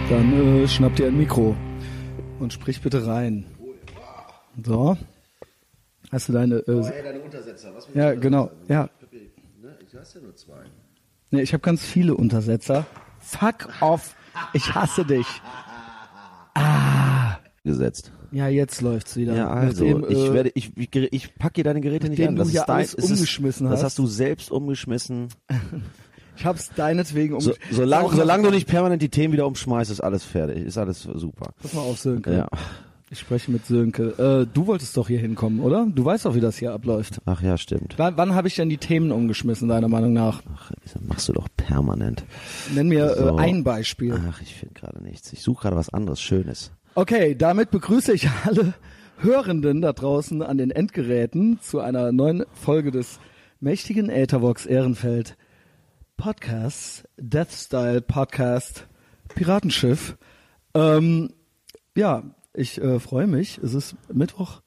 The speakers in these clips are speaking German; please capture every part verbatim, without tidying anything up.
Dann äh, schnapp dir ein Mikro und sprich bitte rein. So. Hast du deine... Äh, oh, hey, deine Untersetzer. Was ja, Untersetzer? genau. Ja. Ich hast ja nur zwei. Nee, ich habe ganz viele Untersetzer. Fuck off. Ich hasse dich. Ah. Gesetzt. Ja, jetzt läuft's wieder. Ja, also, nachdem, ich äh, werde, ich, ich, ich pack dir deine Geräte nicht an. du Das hier ist dein, alles es umgeschmissen ist, hast. Das hast du selbst umgeschmissen. Ich hab's deinetwegen So, umgeschmissen. solange, solange du nicht permanent die Themen wieder umschmeißt, ist alles fertig. Ist alles super. Pass mal auf, Sönke. Ja. Ich spreche mit Sönke. Äh, du wolltest doch hier hinkommen, oder? Du weißt doch, wie das hier abläuft. Ach ja, stimmt. Wann, wann habe ich denn die Themen umgeschmissen, deiner Meinung nach? Ach, das machst du doch permanent. Nenn mir So. äh, ein Beispiel. Ach, ich finde gerade nichts. Ich suche gerade was anderes, Schönes. Okay, damit begrüße ich alle Hörenden da draußen an den Endgeräten zu einer neuen Folge des mächtigen Äthervox Ehrenfeld Podcasts, Death Style Podcast, Piratenschiff. Ähm, ja, ich äh, freue mich. Es ist Mittwoch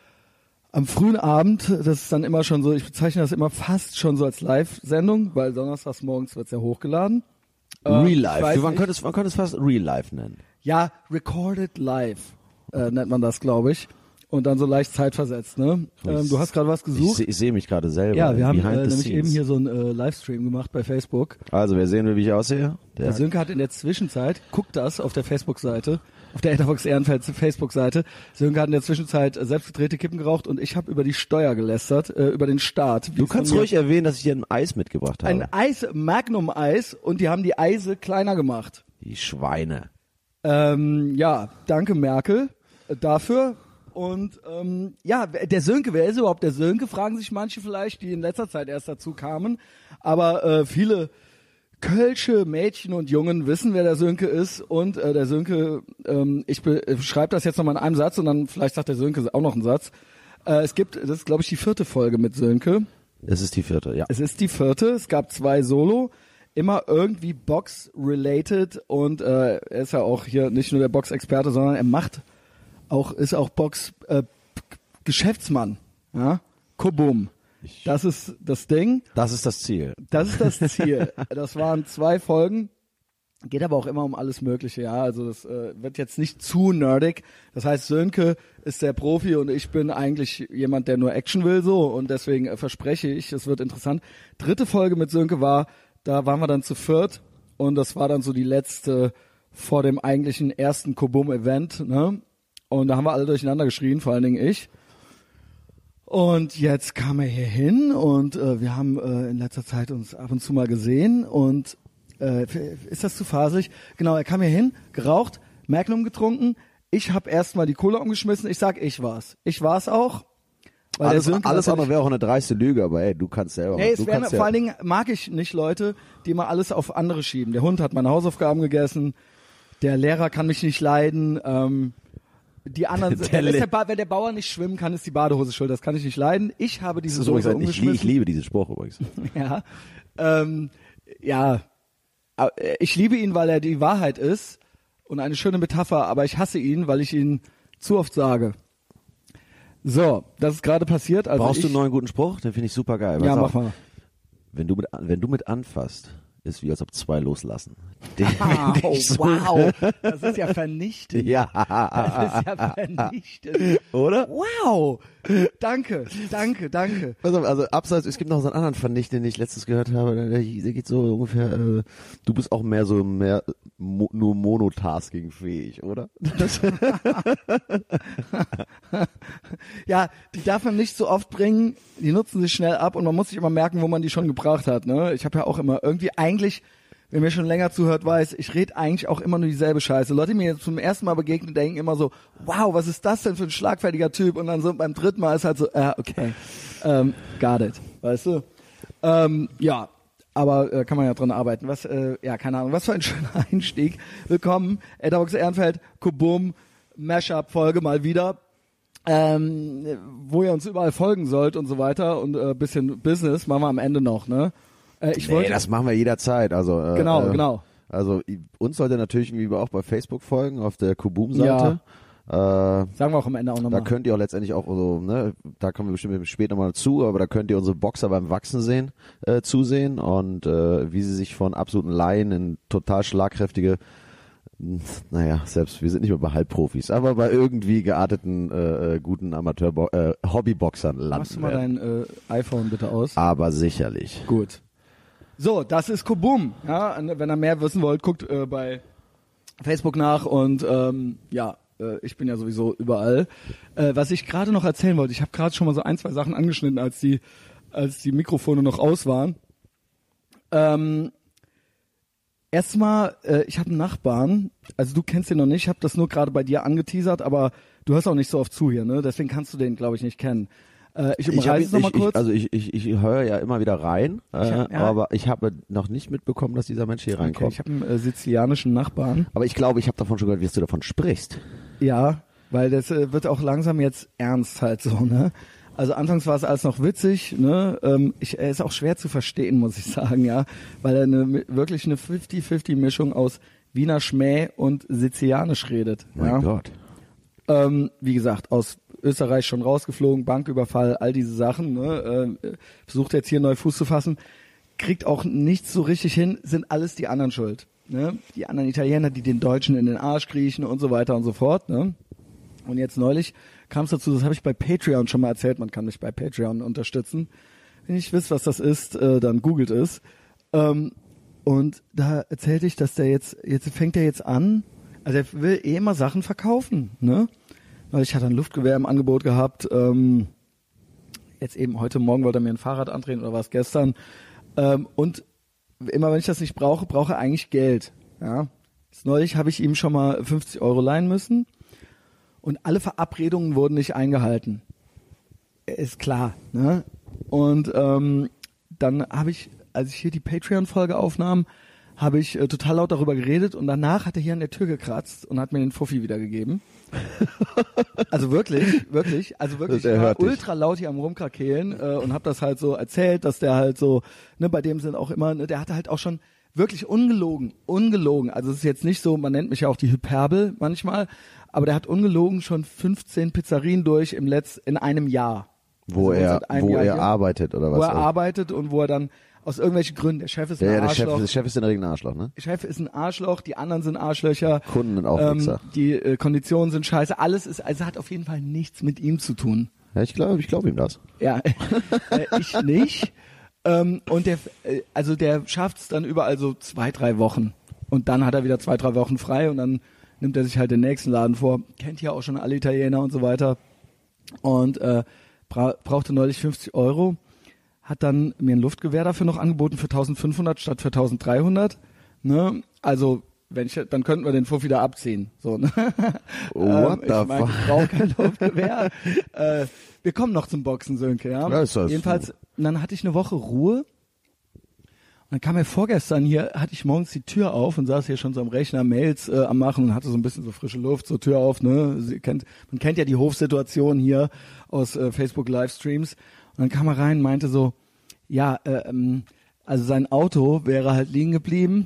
am frühen Abend. Das ist dann immer schon so, ich bezeichne das immer fast schon so als Live-Sendung, weil donnerstags morgens wird es ja hochgeladen. Ähm, Real ich Life. weiß Du, man, nicht. könnte es, man könnte es fast Real Life nennen. Ja, recorded live äh, nennt man das, glaube ich. Und dann so leicht zeitversetzt, ne? Ähm, du hast gerade was Ich, gesucht. seh- ich sehe mich gerade selber. Ja, wir haben behind äh, the nämlich scenes. eben hier so einen äh, Livestream gemacht bei Facebook. Also, wer sehen will, wie ich aussehe? Der Der Sönke hat in der Zwischenzeit, guckt das auf der Facebook-Seite, auf der Äthervox Ehrenfeld Facebook-Seite, Sönke hat in der Zwischenzeit äh, selbstgedrehte Kippen geraucht und ich habe über die Steuer gelästert, äh, über den Staat. wie Du es von kannst mir- ruhig erwähnen, dass ich dir ein Eis mitgebracht habe. Ein Eis, Magnum-Eis, und die haben die Eise kleiner gemacht. Die Schweine. Ähm, ja, danke Merkel äh, dafür. Und ähm, ja, der Sönke, wer ist überhaupt der Sönke, fragen sich manche vielleicht, die in letzter Zeit erst dazu kamen. Aber äh, viele kölsche Mädchen und Jungen wissen, wer der Sönke ist. Und äh, der Sönke, ähm, ich beschreibe das jetzt nochmal in einem Satz und dann vielleicht sagt der Sönke auch noch einen Satz. Äh, es gibt, das ist glaube ich die vierte Folge mit Sönke. Es ist die vierte, ja. Es ist die vierte, es gab zwei Solo, immer irgendwie Box-related und äh, er ist ja auch hier nicht nur der Box-Experte, sondern er macht auch, ist auch Box-Geschäftsmann. Ja? Kubum. Das ist das Ding, Das ist das Ziel. das ist das Ziel. Das waren zwei Folgen, geht aber auch immer um alles Mögliche, ja, also das äh, wird jetzt nicht zu nerdig. Das heißt, Sönke ist der Profi und ich bin eigentlich jemand, der nur Action will, so, und deswegen äh, verspreche ich, es wird interessant. Dritte Folge mit Sönke war, da waren wir dann zu viert und das war dann so die letzte vor dem eigentlichen ersten Kubum-Event, ne, und da haben wir alle durcheinander geschrien, vor allen Dingen ich. Und jetzt kam er hier hin und äh, wir haben äh, in letzter Zeit uns ab und zu mal gesehen und äh, ist das zu faselig? Genau, er kam hier hin, geraucht, Magnum getrunken. Ich habe erstmal die Cola umgeschmissen. Ich sag, ich war's. Ich war's auch. Weil Alles, der Sönke alles natürlich- andere wäre auch eine dreiste Lüge, aber ey, du kannst selber. Nee, du es wäre, kannst vor allen Dingen mag ich nicht Leute, die immer alles auf andere schieben. Der Hund hat meine Hausaufgaben gegessen, der Lehrer kann mich nicht leiden, ähm, die anderen, Der der, Le- der ba- wenn der Bauer nicht schwimmen kann, ist die Badehose schuld. Das kann ich nicht leiden. Ich habe diese Das ist übrigens Soße ein- ich, umgeschmissen. ich liebe diesen Spruch übrigens. Ja, ähm, ja, aber, äh, ich liebe ihn, weil er die Wahrheit ist und eine schöne Metapher, aber ich hasse ihn, weil ich ihn zu oft sage. So, das ist gerade passiert. Also Brauchst ich, du einen neuen guten Spruch? Den finde ich super geil. Ja, Pass mach auf. mal. Wenn du mit, wenn du mit anfasst, ist wie als ob zwei loslassen. Den Ah, find oh, ich so- wow, das ist ja vernichtend. Ja. Das ist ja vernichtend. Oder? Wow, danke, danke, danke. Pass auf, also abseits, es gibt noch so einen anderen Vernicht, den ich letztens gehört habe, der, der geht so ungefähr, äh, du bist auch mehr so mehr mo, nur Monotasking fähig, oder? Das, Ja, die darf man nicht so oft bringen, die nutzen sich schnell ab und man muss sich immer merken, wo man die schon gebracht hat. Ne? Ich habe ja auch immer irgendwie eigentlich, wer mir schon länger zuhört, weiß, ich rede eigentlich auch immer nur dieselbe Scheiße. Leute, die mir jetzt zum ersten Mal begegnen, denken immer so, wow, was ist das denn für ein schlagfertiger Typ? Und dann so beim dritten Mal ist halt so, ja, okay, ähm, got it, weißt du? Ähm, ja, aber äh, kann man ja dran arbeiten. Was, äh, ja, keine Ahnung, was für ein schöner Einstieg. Willkommen, Äthervox Ehrenfeld, Kubum, Mashup-Folge mal wieder. Ähm, wo ihr uns überall folgen sollt und so weiter und äh, bisschen Business machen wir am Ende noch, ne? Äh, ich nee, wollte, das machen wir jederzeit. Also äh, Genau, äh, genau. Also i- uns sollt ihr natürlich irgendwie auch bei Facebook folgen, auf der Kubum-Seite. Äh, sagen wir auch am Ende auch Da nochmal. könnt ihr auch letztendlich auch so, ne, da kommen wir bestimmt später nochmal dazu, aber da könnt ihr unsere Boxer beim Wachsen sehen, äh, zusehen und äh, wie sie sich von absoluten Laien in total schlagkräftige Naja, selbst wir sind nicht mehr bei Halbprofis, aber bei irgendwie gearteten, äh, guten Amateur äh, Hobbyboxern landen. Machst du mal dein äh, iPhone bitte aus? Aber sicherlich. Gut. So, das ist Kubum. Ja, wenn ihr mehr wissen wollt, guckt äh, bei Facebook nach und ähm, ja, äh, ich bin ja sowieso überall. Äh, was ich gerade noch erzählen wollte, ich habe gerade schon mal so ein, zwei Sachen angeschnitten, als die, als die Mikrofone noch aus waren. Ähm, erstmal, äh, ich habe einen Nachbarn, also du kennst den noch nicht, ich habe das nur gerade bei dir angeteasert, aber du hörst auch nicht so oft zu hier, ne? Deswegen kannst du den, glaube ich, nicht kennen. Äh, ich umreiße es nochmal kurz. Ich, also ich, ich, ich höre ja immer wieder rein, äh, ich hab, ja. aber ich habe noch nicht mitbekommen, dass dieser Mensch hier reinkommt. Okay, ich habe einen äh, sizilianischen Nachbarn. Aber ich glaube, ich habe davon schon gehört, wie du davon sprichst. Ja, weil das äh, wird auch langsam jetzt ernst halt so, ne? Also anfangs war es alles noch witzig, ne? Ähm, ich, er ist auch schwer zu verstehen, muss ich sagen, ja, weil er eine, wirklich eine fünfzig fünfzig Mischung aus Wiener Schmäh und Sizilianisch redet. Mein ja? Gott. Ähm, wie gesagt, aus Österreich schon rausgeflogen, Banküberfall, all diese Sachen, ne? äh, versucht jetzt hier neu Fuß zu fassen, kriegt auch nichts so richtig hin, sind alles die anderen schuld. Ne? Die anderen Italiener, die den Deutschen in den Arsch kriechen und so weiter und so fort. Ne? Und jetzt neulich kam es dazu, das habe ich bei Patreon schon mal erzählt, man kann mich bei Patreon unterstützen. Wenn ihr nicht wisst, was das ist, äh, dann googelt es. Ähm, und da erzählte ich, dass der jetzt, jetzt fängt er jetzt an, also er will eh immer Sachen verkaufen, ne? Weil ich hatte ein Luftgewehr im Angebot gehabt, ähm, jetzt eben heute Morgen wollte er mir ein Fahrrad andrehen oder war es gestern, ähm, und immer wenn ich das nicht brauche, brauche er eigentlich Geld, ja. Jetzt neulich habe ich ihm schon mal fünfzig Euro leihen müssen und alle Verabredungen wurden nicht eingehalten. Ist klar, ne? Und ähm, dann habe ich, als ich hier die Patreon-Folge aufnahm, habe ich äh, total laut darüber geredet und danach hat er hier an der Tür gekratzt und hat mir den Fuffi wiedergegeben. Also wirklich, wirklich, also wirklich, ich war ultra laut hier am Rumkrakehlen äh, und habe das halt so erzählt, dass der halt so, ne, bei dem sind auch immer, ne, der hatte halt auch schon wirklich ungelogen, ungelogen, also es ist jetzt nicht so, man nennt mich ja auch die Hyperbel manchmal, aber der hat ungelogen schon fünfzehn Pizzerien durch im Letz, in einem Jahr. Wo also er, wo Jahr er hier, arbeitet oder was? Wo er arbeitet und wo er dann aus irgendwelchen Gründen, der Chef ist ein ja, ja, der Arschloch. Chef, der Chef ist in der Regel ein Arschloch, ne? Der Chef ist ein Arschloch, die anderen sind Arschlöcher. Kunden sind auch ähm, Wichser. Die äh, Konditionen sind scheiße, alles ist, also hat auf jeden Fall nichts mit ihm zu tun. Ja, ich glaube, ich glaube ihm das. Ja, äh, ich nicht. Ähm, und der, äh, also der schafft es dann überall so zwei, drei Wochen. Und dann hat er wieder zwei, drei Wochen frei und dann nimmt er sich halt den nächsten Laden vor. Kennt ja auch schon alle Italiener und so weiter. Und äh, bra- brauchte neulich fünfzig Euro. Hat dann mir ein Luftgewehr dafür noch angeboten für eintausendfünfhundert statt für eintausenddreihundert. Ne? Also, wenn ich, dann könnten wir den Fuff wieder abziehen. So, ne? What ähm, the ich mein, fuck? ich brauche kein Luftgewehr. äh, wir kommen noch zum Boxen, Sönke, ja. Ja, ist das Jedenfalls, so. und dann hatte ich eine Woche Ruhe. Und dann kam mir vorgestern hier, hatte ich morgens die Tür auf und saß hier schon so am Rechner, Mails äh, am Machen und hatte so ein bisschen so frische Luft, so Tür auf, ne? Sie kennt, man kennt ja die Hofsituation hier aus äh, Facebook-Livestreams. Und dann kam er rein und meinte so, ja, äh, ähm, also sein Auto wäre halt liegen geblieben,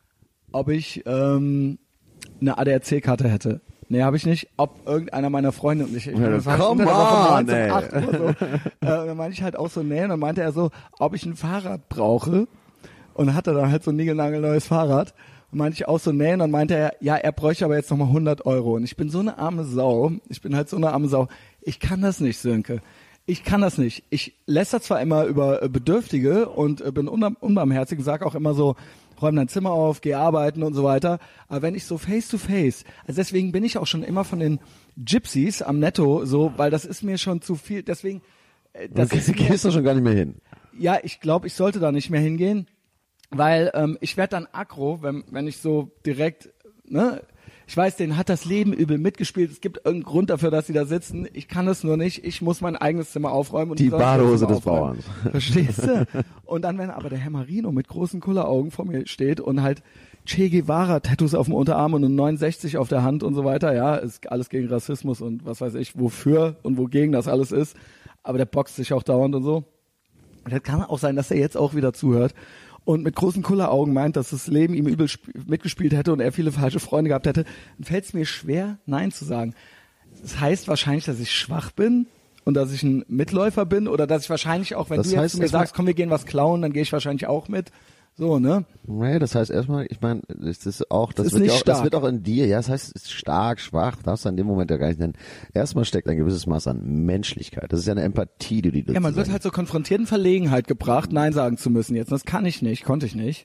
ob ich ähm, eine A D A C-Karte hätte. Nee, habe ich nicht. Ob irgendeiner meiner Freunde und ich, ich meine, das war Come unter der Woche on, morgens um ey. acht Uhr so. äh, und dann meinte ich halt auch so, nee, und dann meinte er so, ob ich ein Fahrrad brauche. Und hatte dann halt so ein niegelnagelneues Fahrrad. Und meinte ich auch so, nee, und dann meinte er, ja, er bräuchte aber jetzt nochmal hundert Euro. Und ich bin so eine arme Sau. Ich bin halt so eine arme Sau. Ich kann das nicht, Sönke. Ich kann das nicht. Ich lässter zwar immer über äh, Bedürftige und äh, bin unbar- unbarmherzig und sag auch immer so, räum dein Zimmer auf, geh arbeiten und so weiter. Aber wenn ich so face to face, also deswegen bin ich auch schon immer von den Gypsies am Netto so, weil das ist mir schon zu viel. Deswegen, äh, das Okay, ist mir, gehst du schon gar nicht mehr hin. ja, ich glaube, ich sollte da nicht mehr hingehen, weil ähm, ich werde dann aggro, wenn wenn ich so direkt, ne, ich weiß, denen hat das Leben übel mitgespielt. Es gibt irgendeinen Grund dafür, dass sie da sitzen. Ich kann es nur nicht. Ich muss mein eigenes Zimmer aufräumen. Und Die soll das Badehose Zimmer des aufräumen. Bauerns. Verstehst du? Und dann, wenn aber der Herr Marino mit großen Kulleraugen vor mir steht und halt Che Guevara-Tattoos auf dem Unterarm und ein neunundsechzig auf der Hand und so weiter, ja, ist alles gegen Rassismus und was weiß ich, wofür und wogegen das alles ist. Aber der boxt sich auch dauernd und so. Und das kann auch sein, dass er jetzt auch wieder zuhört. Und mit großen Kulleraugen meint, dass das Leben ihm übel sp- mitgespielt hätte und er viele falsche Freunde gehabt hätte, dann fällt es mir schwer, Nein zu sagen. Das heißt wahrscheinlich, dass ich schwach bin und dass ich ein Mitläufer bin oder dass ich wahrscheinlich auch, wenn Das du jetzt heißt zu mir erstmal- sagst, komm, wir gehen was klauen, dann gehe ich wahrscheinlich auch mit. So, ne? Nee, das heißt erstmal, ich meine, das ist auch, das, ist wird nicht ja auch, stark. das wird auch in dir, ja, das heißt, es ist stark, schwach, darfst du in dem Moment ja gar nicht nennen. Erstmal steckt ein gewisses Maß an Menschlichkeit. Das ist ja eine Empathie, die du Ja, man wird halt so konfrontiert in Verlegenheit gebracht, Nein sagen zu müssen jetzt. Das kann ich nicht, konnte ich nicht.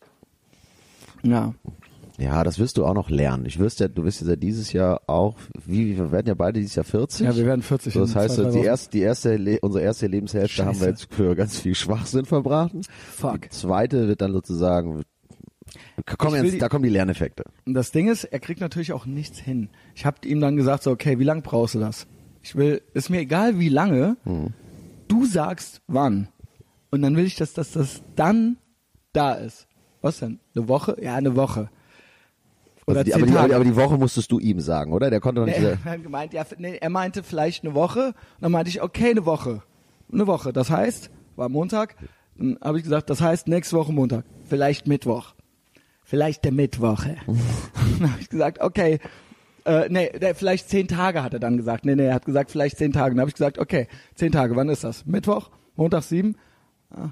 Ja. Ja, das wirst du auch noch lernen. Ich wirst ja, du wirst ja dieses Jahr auch, wie, wir werden ja beide dieses Jahr vierzig. Ja, wir werden vierzig. So, das in heißt, zwei, drei die Wochen. erste, die erste, Le- unsere erste Lebenshälfte Scheiße. haben wir jetzt für ganz viel Schwachsinn verbracht. Fuck. Die zweite wird dann sozusagen, kommen Ich will jetzt, die- da kommen die Lerneffekte. Und das Ding ist, er kriegt natürlich auch nichts hin. Ich habe ihm dann gesagt, so, okay, wie lange brauchst du das? Ich will, ist mir egal wie lange, Hm. du sagst wann. Und dann will ich, dass, dass das dann da ist. Was denn? Eine Woche? Ja, eine Woche. Oder Also die, zehn aber, die, Tage. aber die Woche musstest du ihm sagen, oder? Der konnte doch nicht. Nee, er, hat gemeint, ja, nee, er meinte vielleicht eine Woche. Und dann meinte ich, okay, eine Woche. Eine Woche. Das heißt, war Montag. Dann habe ich gesagt, das heißt nächste Woche Montag. Vielleicht Mittwoch. Vielleicht der Mittwoch. Dann habe ich gesagt, okay. Äh, nee, der, vielleicht zehn Tage hat er dann gesagt. Nee, nee, er hat gesagt, vielleicht zehn Tage. Dann habe ich gesagt, okay, zehn Tage. Wann ist das? Mittwoch? Montag sieben? Ah.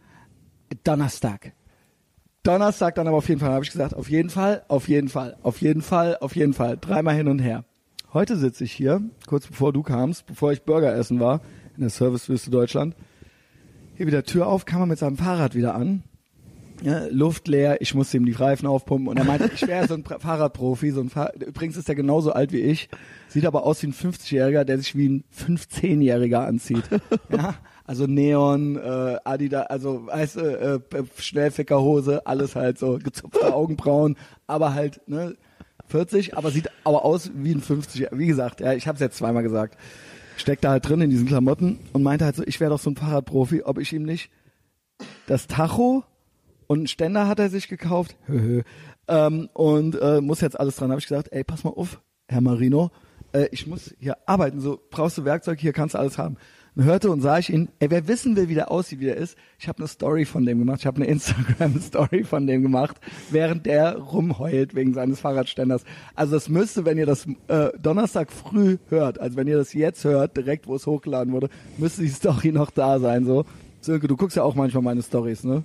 Donnerstag. Donnerstag dann aber auf jeden Fall, habe ich gesagt, auf jeden Fall, auf jeden Fall, auf jeden Fall, auf jeden Fall, dreimal hin und her. Heute sitze ich hier, kurz bevor du kamst, bevor ich Burger essen war, in der Servicewüste Deutschland. Hier wieder Tür auf, kam er mit seinem Fahrrad wieder an, ja, Luft leer, ich musste ihm die Reifen aufpumpen und er meinte, ich wäre so ein Pra- Fahrradprofi, so ein Fahr- übrigens ist er genauso alt wie ich, sieht aber aus wie ein fünfzigjähriger, der sich wie ein fünfzehnjähriger anzieht. Ja, also Neon, äh, Adidas, also weißt du, äh, Schnellfickerhose, alles halt so, gezupfte Augenbrauen, aber halt, ne, vierzig, aber sieht aber aus wie ein fünfzigjähriger. Wie gesagt, ja, ich habe es jetzt zweimal gesagt. Steckt da halt drin in diesen Klamotten und meinte halt so, ich wäre doch so ein Fahrradprofi, ob ich ihm nicht das Tacho und einen Ständer hat er sich gekauft, ähm, und äh, muss jetzt alles dran. Habe ich gesagt, ey, pass mal auf, Herr Marino, äh, ich muss hier arbeiten, so brauchst du Werkzeug, hier kannst du alles haben. Und hörte und sah ich ihn, ey, wer wissen will, wie der aussieht, wie der ist, ich habe eine Story von dem gemacht, ich habe eine Instagram-Story von dem gemacht, während der rumheult wegen seines Fahrradständers. Also das müsste, wenn ihr das äh, Donnerstag früh hört, also wenn ihr das jetzt hört, direkt wo es hochgeladen wurde, müsste die Story noch da sein. So, Sönke, du guckst ja auch manchmal meine Stories, ne?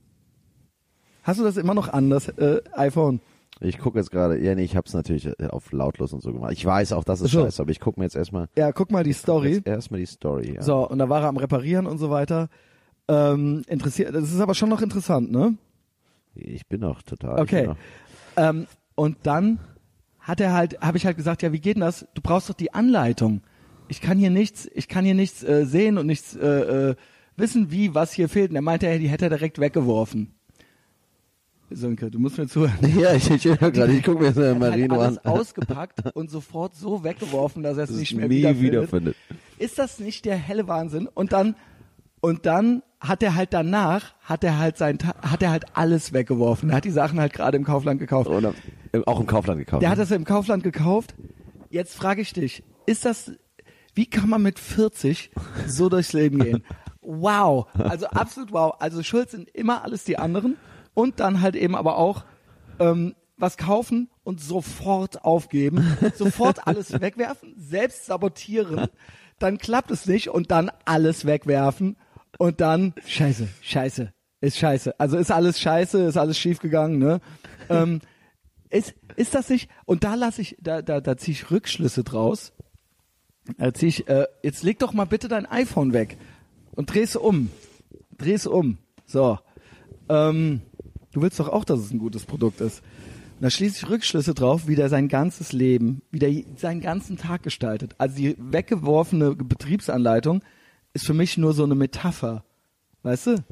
Hast du das immer noch an, das äh, iPhone? Ich gucke jetzt gerade, ja nee, ich hab's natürlich äh, auf lautlos und so gemacht. Ich weiß auch, das ist So. scheiße, aber ich gucke mir jetzt erstmal Ja, guck mal die Story. jetzt erstmal die Story. Ja. So, und da war er am Reparieren und so weiter. Ähm, interessiert, das ist aber schon noch interessant, ne? Ich bin noch total. ich Okay. bin noch- Ähm, und dann hat er halt, habe ich halt gesagt, ja, wie geht denn das? Du brauchst doch die Anleitung. Ich kann hier nichts, ich kann hier nichts äh, sehen und nichts äh, äh, wissen, wie, was hier fehlt. Und er meinte, er, die hätte er direkt weggeworfen. Sönke, du musst mir zuhören. Ja, ich, ich, gerade, ich gucke mir jetzt mal Er hat Marino halt alles an. ausgepackt und sofort so weggeworfen, dass er es Das nicht es mehr nie wiederfindet. wiederfindet. Ist das nicht der helle Wahnsinn? Und dann und dann hat er halt danach hat er halt sein Ta- hat er halt alles weggeworfen. Er hat die Sachen halt gerade im Kaufland gekauft. Oder äh, auch im Kaufland gekauft. Der ne? hat das im Kaufland gekauft. Jetzt frage ich dich, ist das wie kann man mit vierzig so durchs Leben gehen? Wow, also absolut wow. Also schuld sind immer alles die anderen und dann halt eben aber auch ähm, was kaufen und sofort aufgeben, sofort alles wegwerfen, selbst sabotieren, dann klappt es nicht und dann alles wegwerfen und dann Scheiße, Scheiße, ist Scheiße. Also ist alles Scheiße, ist alles schiefgegangen, ne? Ähm, ist ist das nicht? Und da lasse ich, da da da ziehe ich Rückschlüsse draus. Da zieh ich, äh, jetzt leg doch mal bitte dein iPhone weg und dreh's um, dreh's um. So. Ähm, Du willst doch auch, dass es ein gutes Produkt ist. Und da schließe ich Rückschlüsse drauf, wie der sein ganzes Leben, wie der seinen ganzen Tag gestaltet. Also die weggeworfene Betriebsanleitung ist für mich nur so eine Metapher. Weißt du?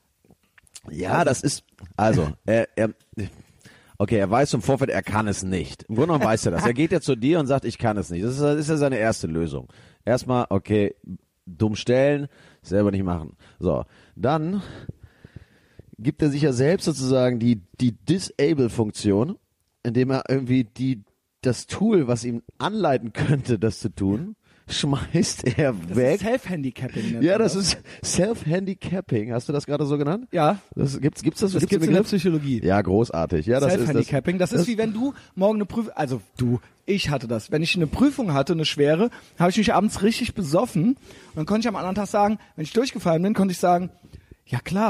Ja, das ist, also, er, er, okay, er weiß im Vorfeld, er kann es nicht. Im Grunde genommen weiß er das. Er geht ja zu dir und sagt, ich kann es nicht. Das ist, das ist ja seine erste Lösung. Erstmal, okay, dumm stellen, selber nicht machen. So, dann gibt er sich ja selbst sozusagen die, die Disable-Funktion, indem er irgendwie die, das Tool, was ihm anleiten könnte, das zu tun, schmeißt er Das weg. ist Self-Handicapping. nennt Ja, man das ist Self-Handicapping. Hast du das gerade so genannt? Ja, Das gibt's, gibt's das? das gibt's gibt's den in der Begriff? Psychologie. Ja, großartig. Ja, das ist das. Self-Handicapping. Das, ist wie wenn du morgen eine Prüfung, also du, ich hatte das. Wenn ich eine Prüfung hatte, eine schwere, habe ich mich abends richtig besoffen und dann konnte ich am anderen Tag sagen, wenn ich durchgefallen bin, konnte ich sagen, ja klar,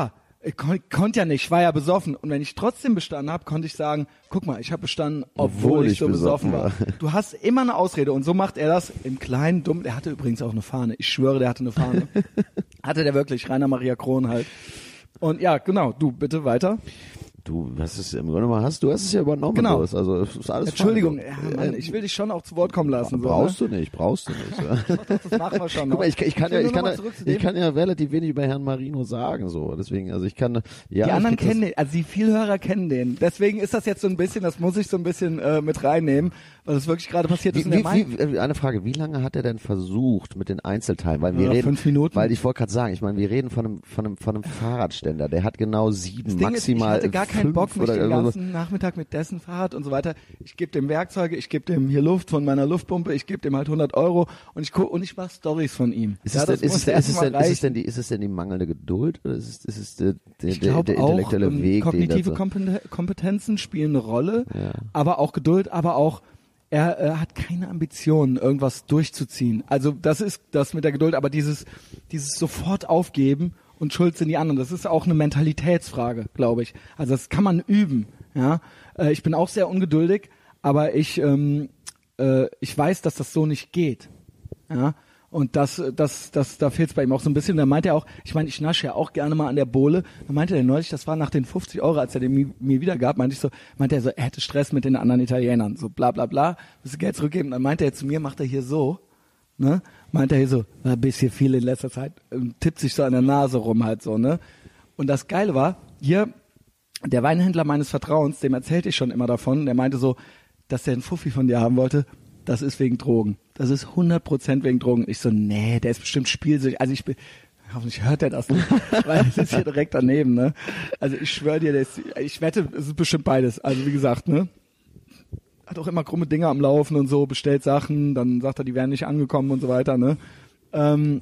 Ich kon, konnte ja nicht, ich war ja besoffen. Und wenn ich trotzdem bestanden habe, konnte ich sagen, guck mal, ich habe bestanden, obwohl, obwohl ich, ich so besoffen war. war. Du hast immer eine Ausrede. Und so macht er das im kleinen, dumm. Der hatte übrigens auch eine Fahne. Ich schwöre, der hatte eine Fahne. Hatte der wirklich, Rainer Maria Kron halt. Und ja, genau, du, bitte weiter. Du hast es im Grunde mal hast, du hast es ja übernommen. Genau. Los. Also ist alles Entschuldigung, ja, Mann, ich will dich schon auch zu Wort kommen lassen. Brauchst so, ne? du nicht, brauchst du nicht. Das machen wir schon. Guck mal, ich, ich kann ich ja, ich kann, ja, ich kann ja relativ wenig über Herrn Marino sagen, so. Deswegen, also ich kann, ja. Die anderen kennen den, also die Vielhörer kennen den. Deswegen ist das jetzt so ein bisschen, das muss ich so ein bisschen äh, mit reinnehmen, weil das wirklich gerade passiert ist. Wie, wie, wie, eine Frage, wie lange hat er denn versucht mit den Einzelteilen? Weil wir ja, reden, fünf Minuten. Weil ich wollte gerade sagen, ich meine, wir reden von einem, von einem, von einem Fahrradständer, der hat genau sieben, das Ding maximal ist, ich hatte gar keinen Bock, mich den so. ganzen Nachmittag mit dessen Fahrrad und so weiter. Ich gebe dem Werkzeuge, ich gebe dem hier Luft von meiner Luftpumpe, ich gebe dem halt hundert Euro und ich gucke und ich mache Stories von ihm. Ist es, ja, denn, ist, es, ist, es denn, ist es denn die, ist es denn die mangelnde Geduld oder ist es, ist es der, der, ich der, der intellektuelle auch, Weg? Kognitive Kompetenzen spielen eine Rolle, ja. aber auch Geduld, aber auch er, er hat keine Ambitionen, irgendwas durchzuziehen. Also das ist das mit der Geduld, aber dieses, dieses sofort aufgeben und schuld sind die anderen, das ist auch eine Mentalitätsfrage, glaube ich. Also das kann man üben. Ja, äh, ich bin auch sehr ungeduldig, aber ich ähm, äh, ich weiß, dass das so nicht geht. Ja, und das das das da fehlt es bei ihm auch so ein bisschen. Da meint er auch, ich meine, ich nasche ja auch gerne mal an der Bohle. Da meinte er neulich, das war nach den fünfzig Euro, als er den mir, mir wieder gab, meinte ich so, meinte er so, er hätte Stress mit den anderen Italienern, so bla bla bla, müsste Geld zurückgeben. Dann meinte er zu mir, macht er hier so, ne? Meinte er hier so, ein bisschen viel in letzter Zeit, und tippt sich so an der Nase rum halt so, ne? Und das Geile war, hier der Weinhändler meines Vertrauens, dem erzählte ich schon immer davon, der meinte so, dass der einen Fuffi von dir haben wollte, das ist wegen Drogen. Das ist hundert Prozent wegen Drogen. Ich so, nee, der ist bestimmt spielsüchtig. Also ich bin, hoffentlich hört er das nicht, weil es ist hier direkt daneben, ne? Also ich schwöre dir, der ist, ich wette, es ist bestimmt beides. Also wie gesagt, ne? Hat auch immer krumme Dinge am Laufen und so, bestellt Sachen, dann sagt er, die wären nicht angekommen und so weiter, ne? Ähm,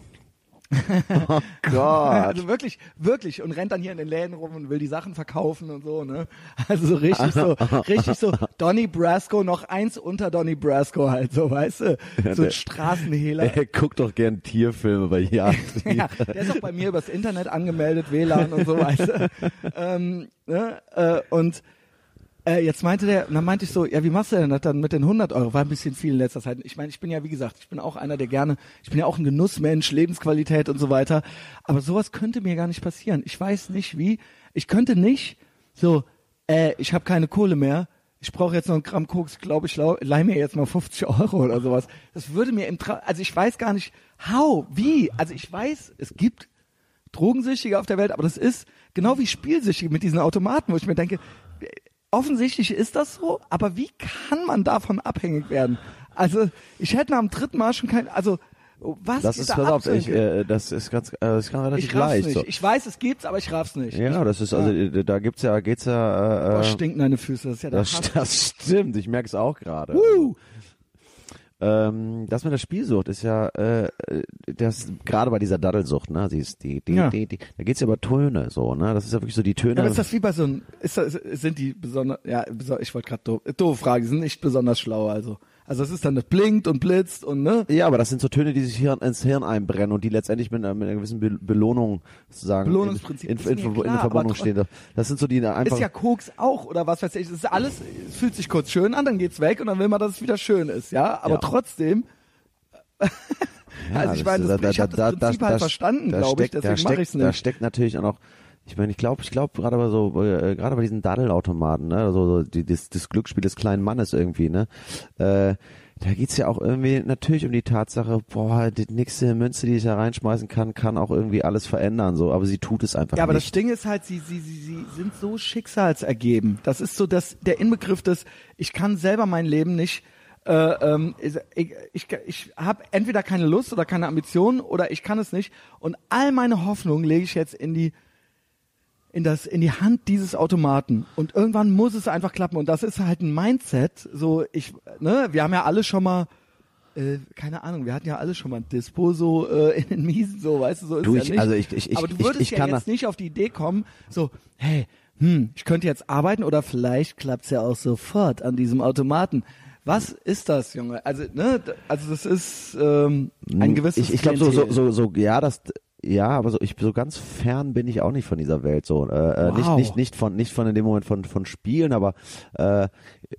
oh Gott. Also wirklich, wirklich und rennt dann hier in den Läden rum und will die Sachen verkaufen und so, ne? Also so richtig so, richtig so Donnie Brasco, noch eins unter Donnie Brasco halt, so, weißt du? So ein Straßenhehler. Der guckt doch gern Tierfilme bei Jagd. Ja, der ist auch bei mir übers Internet angemeldet, W L A N und so, weißt du? Ähm, ne? äh, und Äh, jetzt meinte der, und dann meinte ich so, ja, wie machst du denn das dann mit den hundert Euro? War ein bisschen viel in letzter Zeit. Ich meine, ich bin ja, wie gesagt, ich bin auch einer, der gerne, ich bin ja auch ein Genussmensch, Lebensqualität und so weiter. Aber sowas könnte mir gar nicht passieren. Ich weiß nicht wie. Ich könnte nicht so, äh, ich habe keine Kohle mehr. Ich brauche jetzt noch ein Gramm Koks. Ich glaube, ich leih mir jetzt mal fünfzig Euro oder sowas. Das würde mir im Tra- also ich weiß gar nicht, how, wie. Also ich weiß, es gibt Drogensüchtige auf der Welt, aber das ist genau wie Spielsüchtige mit diesen Automaten, wo ich mir denke, offensichtlich ist das so, aber wie kann man davon abhängig werden? Also ich hätte nach dem dritten Mal schon kein, also was das ist, da pass auf, ich, äh, das ist ganz, äh, das kann relativ ich raff's leicht. Nicht. So. Ich weiß, es gibt's, aber ich raff's nicht. Ja, das ist also, ja. da gibt's ja, geht's ja. Äh, Boah, stinken deine Füße, das ist ja der das, das stimmt, ich merke es auch gerade. Uh. Ähm, das mit der Spielsucht ist ja, äh, das gerade bei dieser Daddelsucht, ne, sie ist die, die, ja. die, die, da geht's ja über Töne, so, ne, das ist ja wirklich so die Töne. Ja, aber ist das wie bei so einem, ist das, sind die besonders, ja, ich wollte gerade doof, doof fragen, die sind nicht besonders schlau, also. Also es ist dann, das blinkt und blitzt und ne? Ja, aber das sind so Töne, die sich hier ins Hirn einbrennen und die letztendlich mit einer, mit einer gewissen Be- Belohnung sozusagen Belohnungsprinzip in, in, in, klar, in der Verbindung stehen. Das sind so die einfach. Ist ja Koks auch oder was weiß ich. Es ist alles, es fühlt sich kurz schön an, dann geht's weg und dann will man, dass es wieder schön ist, ja. Aber ja. trotzdem. Ja, also ich meine, das, da, ich habe das da, Prinzip da, halt da, verstanden, da glaube ich. Steckt, Deswegen mache ich's nicht. Da steckt natürlich auch noch. Ich meine, ich glaube, ich glaube gerade bei so, äh, gerade bei diesen Daddelautomaten, ne, so, so die, das, das Glücksspiel des kleinen Mannes irgendwie, ne. Äh, Da geht's ja auch irgendwie natürlich um die Tatsache, boah, die nächste Münze, die ich da reinschmeißen kann, kann auch irgendwie alles verändern, so, aber sie tut es einfach nicht. Ja, aber das Ding ist halt, sie, sie, sie, sie sind so schicksalsergeben. Das ist so das, der Inbegriff des, ich kann selber mein Leben nicht, äh, ähm, ich, ich, ich habe entweder keine Lust oder keine Ambition oder ich kann es nicht und all meine Hoffnungen lege ich jetzt in die in das in die Hand dieses Automaten und irgendwann muss es einfach klappen und das ist halt ein Mindset, so ich ne, wir haben ja alle schon mal äh, keine Ahnung, wir hatten ja alle schon mal ein Dispo so äh, in den Miesen so, weißt du, so ist du, ja ich, nicht. Also ich, ich, aber du würdest ich, ich ja kann jetzt nicht auf die Idee kommen, so, hey, hm, ich könnte jetzt arbeiten oder vielleicht klappt's ja auch sofort an diesem Automaten. Was ist das, Junge? Also, ne, also das ist ähm, ein gewisses Ich, ich glaube so, so, so, so, ja, das ja, aber so ich so ganz fern bin ich auch nicht von dieser Welt so. Äh, Wow. Nicht nicht nicht von nicht von in dem Moment von von Spielen, aber äh,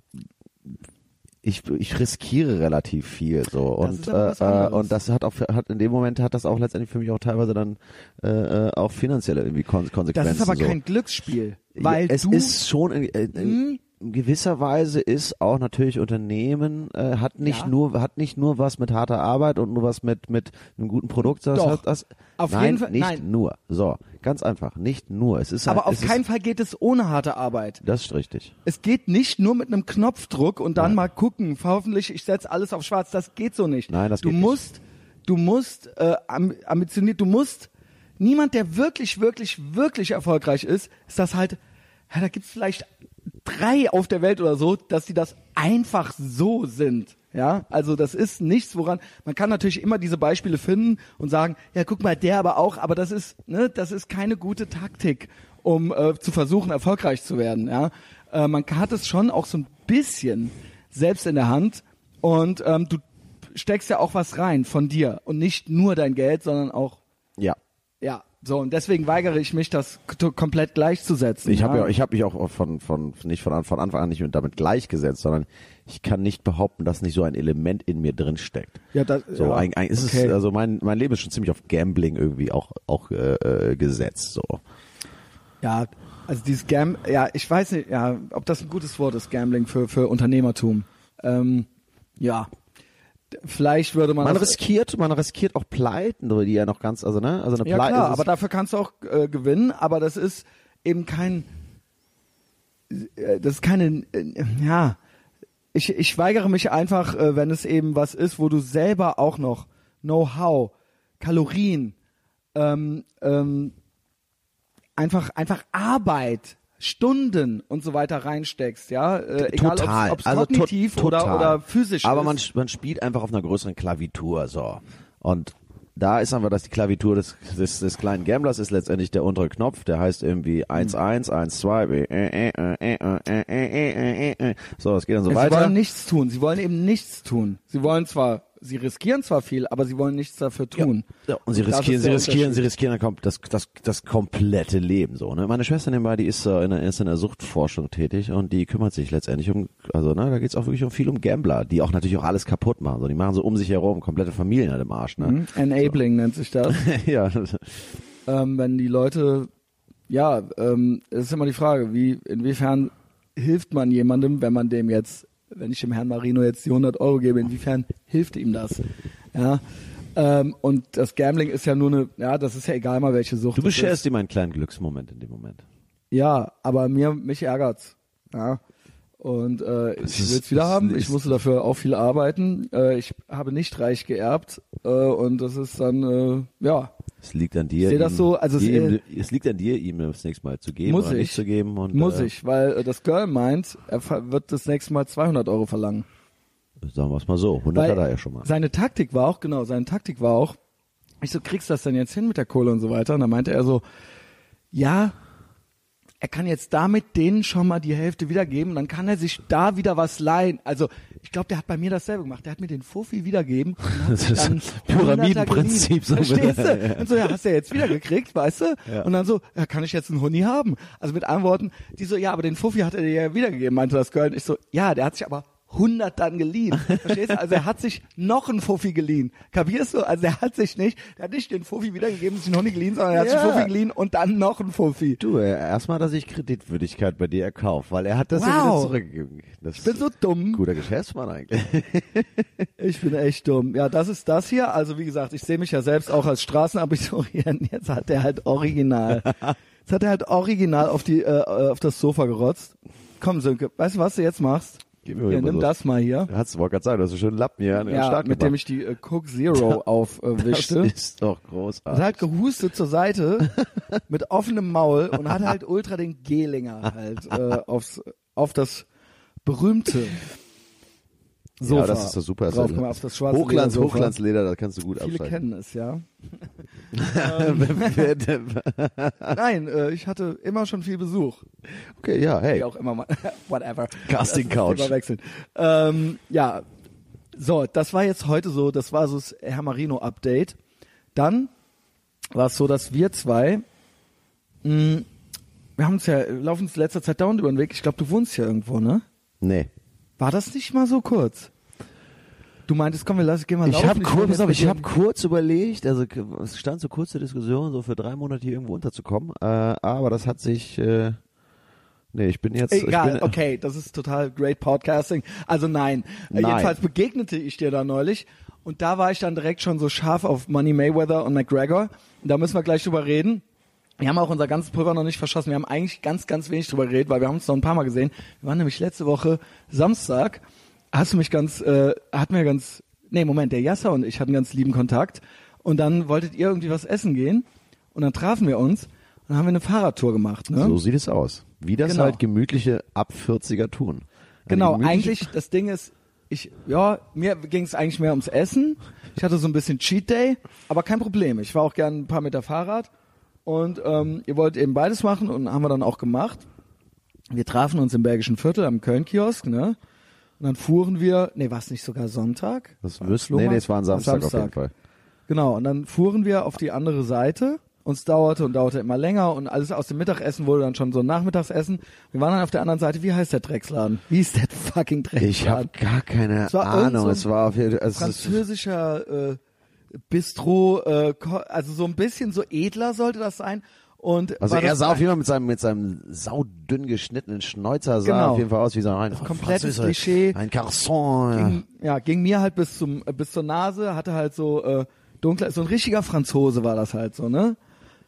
ich ich riskiere relativ viel so Das und ist aber was äh, anderes. und das hat auch hat in dem Moment hat das auch letztendlich für mich auch teilweise dann äh, äh, auch finanzielle irgendwie Kon Konsequenzen. Das ist aber so. kein Glücksspiel, weil ja, es du ist schon in, in, in Hm? gewisser Weise ist auch natürlich Unternehmen äh, hat nicht Ja. nur hat nicht nur was mit harter Arbeit und nur was mit mit einem guten Produkt, sondern Doch. es hat das Auf nein, jeden Fall- nicht nein. nur. So, ganz einfach, nicht nur. Es ist aber halt, auf es keinen ist, Fall geht es ohne harte Arbeit. das ist richtig. Es geht nicht nur mit einem Knopfdruck und dann Nein. mal gucken, hoffentlich ich setze alles auf schwarz, das geht so nicht. Nein, das du geht nicht. musst, du musst äh, am- ambitioniert, du musst, niemand, der wirklich, wirklich, wirklich erfolgreich ist, ist das halt, ja, da gibt's vielleicht drei auf der Welt oder so, dass die das einfach so sind. Ja, also das ist nichts, woran, man kann natürlich immer diese Beispiele finden und sagen, ja, guck mal, der aber auch, aber das ist, ne, das ist keine gute Taktik, um äh, zu versuchen, erfolgreich zu werden. Ja, äh, man hat es schon auch so ein bisschen selbst in der Hand und ähm, du steckst ja auch was rein von dir und nicht nur dein Geld, sondern auch, Ja. ja, so und deswegen weigere ich mich, das k- komplett gleichzusetzen. Ich habe ja. ja, ich habe mich auch von von nicht von, von Anfang an nicht mit damit gleichgesetzt, sondern ich kann nicht behaupten, dass nicht so ein Element in mir drin steckt. Ja, das, So, ja, ein, ein, ist okay. es, also mein mein Leben ist schon ziemlich auf Gambling irgendwie auch auch äh, äh, gesetzt. So. Ja, also dieses Gam, ja, ich weiß nicht, ja, ob das ein gutes Wort ist, Gambling für für Unternehmertum. Ähm, ja, D- vielleicht würde man, Man das, riskiert, man riskiert auch Pleiten, die ja noch ganz, also ne, also eine ja Pleite. klar, ist- aber dafür kannst du auch äh, gewinnen, aber das ist eben kein, äh, das ist keine, äh, ja, ich ich weigere mich einfach, äh, wenn es eben was ist, wo du selber auch noch Know-how, Kalorien, ähm, ähm, einfach einfach Arbeit, Stunden und so weiter reinsteckst, ja, äh, egal total. ob es also to- kognitiv oder total. oder physisch Aber ist. man man spielt einfach auf einer größeren Klavitur so. Und da ist einfach, dass die Klavitur des, des, des kleinen Gamblers ist letztendlich der untere Knopf, der heißt irgendwie eins eins, eins zwei, äh, äh, äh, äh, äh, äh, äh, äh. So, das geht dann so Sie weiter. wollen nichts tun. Sie wollen eben nichts tun. Sie wollen zwar, sie riskieren zwar viel, aber sie wollen nichts dafür tun. Ja, und sie Das riskieren, ist sie der riskieren, sie Unterschied. riskieren dann kom- das, das, das komplette Leben so. Ne? Meine Schwester nebenbei, die ist, äh, in der, ist in der Suchtforschung tätig und die kümmert sich letztendlich um, also ne, da geht's auch wirklich um viel um Gambler, die auch natürlich auch alles kaputt machen. So, die machen so um sich herum komplette Familien halt im Arsch. Ne? Mhm. Enabling nennt sich das. ja, ähm, wenn die Leute, ja, ähm, es ist immer die Frage, wie, inwiefern hilft man jemandem, wenn man dem jetzt, wenn ich dem Herrn Marino jetzt die hundert Euro gebe, inwiefern hilft ihm das? Ja, ähm, und das Gambling ist ja nur eine, ja, das ist ja egal mal welche Sucht. du das ist. bescherst dir meinen kleinen Glücksmoment in dem Moment. Ja, aber mir, mich ärgert's. Ja. Und äh, ich ist- will's wieder das haben. ist- Ich musste dafür auch viel arbeiten. Äh, ich habe nicht reich geerbt. Äh, und das ist dann, äh, ja, Es liegt an dir. Ich seh das ihm- so, also es- ihm, es liegt an dir, ihm das nächste Mal zu geben Muss oder ich. nicht zu geben. Und, muss äh, ich, weil äh, das Girl meint, er ver- wird das nächste Mal zweihundert Euro verlangen. Sagen wir es mal so, hundert Weil hat er ja schon mal. Seine Taktik war auch, genau, seine Taktik war auch, ich so, kriegst du das denn jetzt hin mit der Kohle und so weiter? Und dann meinte er so, ja, er kann jetzt damit denen schon mal die Hälfte wiedergeben und dann kann er sich da wieder was leihen. Also ich glaube, der hat bei mir dasselbe gemacht. Der hat mir den Fuffi wiedergeben. Und hat Das sich ist dann Pyramidenprinzip, so Hunderter geliehen. wieder. Verstehst du? Und so, ja, hast du ja jetzt wiedergekriegt, weißt du? Ja. Und dann so, ja, kann ich jetzt einen Huni haben? Also mit anderen Worten, die so, ja, aber den Fuffi hat er dir ja wiedergegeben, meinte das Girl. Und ich so, ja, der hat sich aber hundert dann geliehen. Verstehst du? Also er hat sich noch einen Fuffi geliehen. Kapierst du? Also er hat sich nicht, der hat nicht den Fuffi wiedergegeben, sich noch nicht geliehen, sondern er hat Ja. sich einen Fuffi geliehen und dann noch einen Fuffi. Du, äh, erstmal hat er sich Kreditwürdigkeit bei dir erkauft, weil er hat das ja Wow. wieder zurückgegeben. Das Ich bin so dumm. guter Geschäftsmann eigentlich. Ich bin echt dumm. Ja, das ist das hier. Also wie gesagt, ich sehe mich ja selbst auch als Straßenabiturient. Jetzt hat er halt original. Jetzt hat er halt original auf die äh, auf das Sofa gerotzt. Komm, Sönke, weißt du, was du jetzt machst? Gib mir Hier, mal nimm so. das mal hier. Hat's wollte gerade sagen, du hast so schön Lappen hier an den Ja, Start mit dem gemacht. ich die äh, Coke Zero aufwischte. Das ist doch Hat großartig. halt gehustet zur Seite mit offenem Maul und hat halt ultra den Gehlinger halt äh, aufs, auf das berühmte Sofa Ja, das ist doch super. drauf gemacht, auf das schwarze Hochglanz, Ledersofa. Hochglanzleder, das kannst du gut Viele abschalten. kennen es, ja. Nein, äh, ich hatte immer schon viel Besuch. Okay, ja, Wie hey. auch immer mal. Whatever. Casting Lass uns Couch. Thema wechseln. Ähm, ja, so, das war jetzt heute so, das war so das Herr Marino Update. Dann war es so, dass wir zwei, mh, wir haben uns ja, laufen uns in letzter Zeit dauernd über den Weg. Ich glaube, du wohnst hier irgendwo, ne? Nee. War das nicht mal so kurz? Du meintest, komm, wir lassen, geh mal laufen. Ich habe kurz, jetzt ich hab kurz überlegt, also es stand so kurz zur Diskussion, so für drei Monate hier irgendwo unterzukommen, äh, aber das hat sich, äh, nee, ich bin jetzt... Egal, ich bin, okay, das ist total great Podcasting. Also nein. Nein. Äh, jedenfalls begegnete ich dir da neulich und da war ich dann direkt schon so scharf auf Money Mayweather und McGregor. Und da müssen wir gleich drüber reden. Wir haben auch unser ganzes Pulver noch nicht verschossen. Wir haben eigentlich ganz, ganz wenig drüber geredet, weil wir haben uns noch ein paar Mal gesehen. Wir waren nämlich letzte Woche Samstag, hast du mich ganz, äh, hatten wir ganz, nee, Moment, der Yasser und ich hatten ganz lieben Kontakt und dann wolltet ihr irgendwie was essen gehen und dann trafen wir uns und dann haben wir eine Fahrradtour gemacht, ne? So sieht es aus. Wie das Genau. halt gemütliche Ab-vierziger tun. Eine Genau, gemütliche- eigentlich, das Ding ist, ich, ja, mir ging es eigentlich mehr ums Essen. Ich hatte so ein bisschen Cheat Day, aber kein Problem. Ich war auch gern ein paar Meter Fahrrad und ähm, ihr wollt eben beides machen und haben wir dann auch gemacht. Wir trafen uns im Belgischen Viertel am Köln-Kiosk, ne? Und dann fuhren wir, nee, war es nicht sogar Sonntag? Das War wüsste, Flohmarkt? nee, nee, es war ein Samstag, Samstag auf jeden Fall. Genau, und dann fuhren wir auf die andere Seite. Uns dauerte und dauerte immer länger und alles aus dem Mittagessen wurde dann schon so ein Nachmittagsessen. Wir waren dann auf der anderen Seite. Wie heißt der Drecksladen? Wie ist der fucking Drecksladen? Ich habe gar keine Es war irgend Ahnung. so ein Es war auf jeden Fall... es ist- französischer äh, Bistro, äh, Ko- also so ein bisschen so edler sollte das sein. Und Also war er das sah auf jeden Fall mit seinem, mit seinem saudünn geschnittenen Schnäuzer, sah Genau. auf jeden Fall aus wie so ein komplettes Französe, Klischee. Ein Garçon. ging, ja, ging mir halt bis zum äh, bis zur Nase, hatte halt so äh, dunkler, so ein richtiger Franzose war das halt so, ne?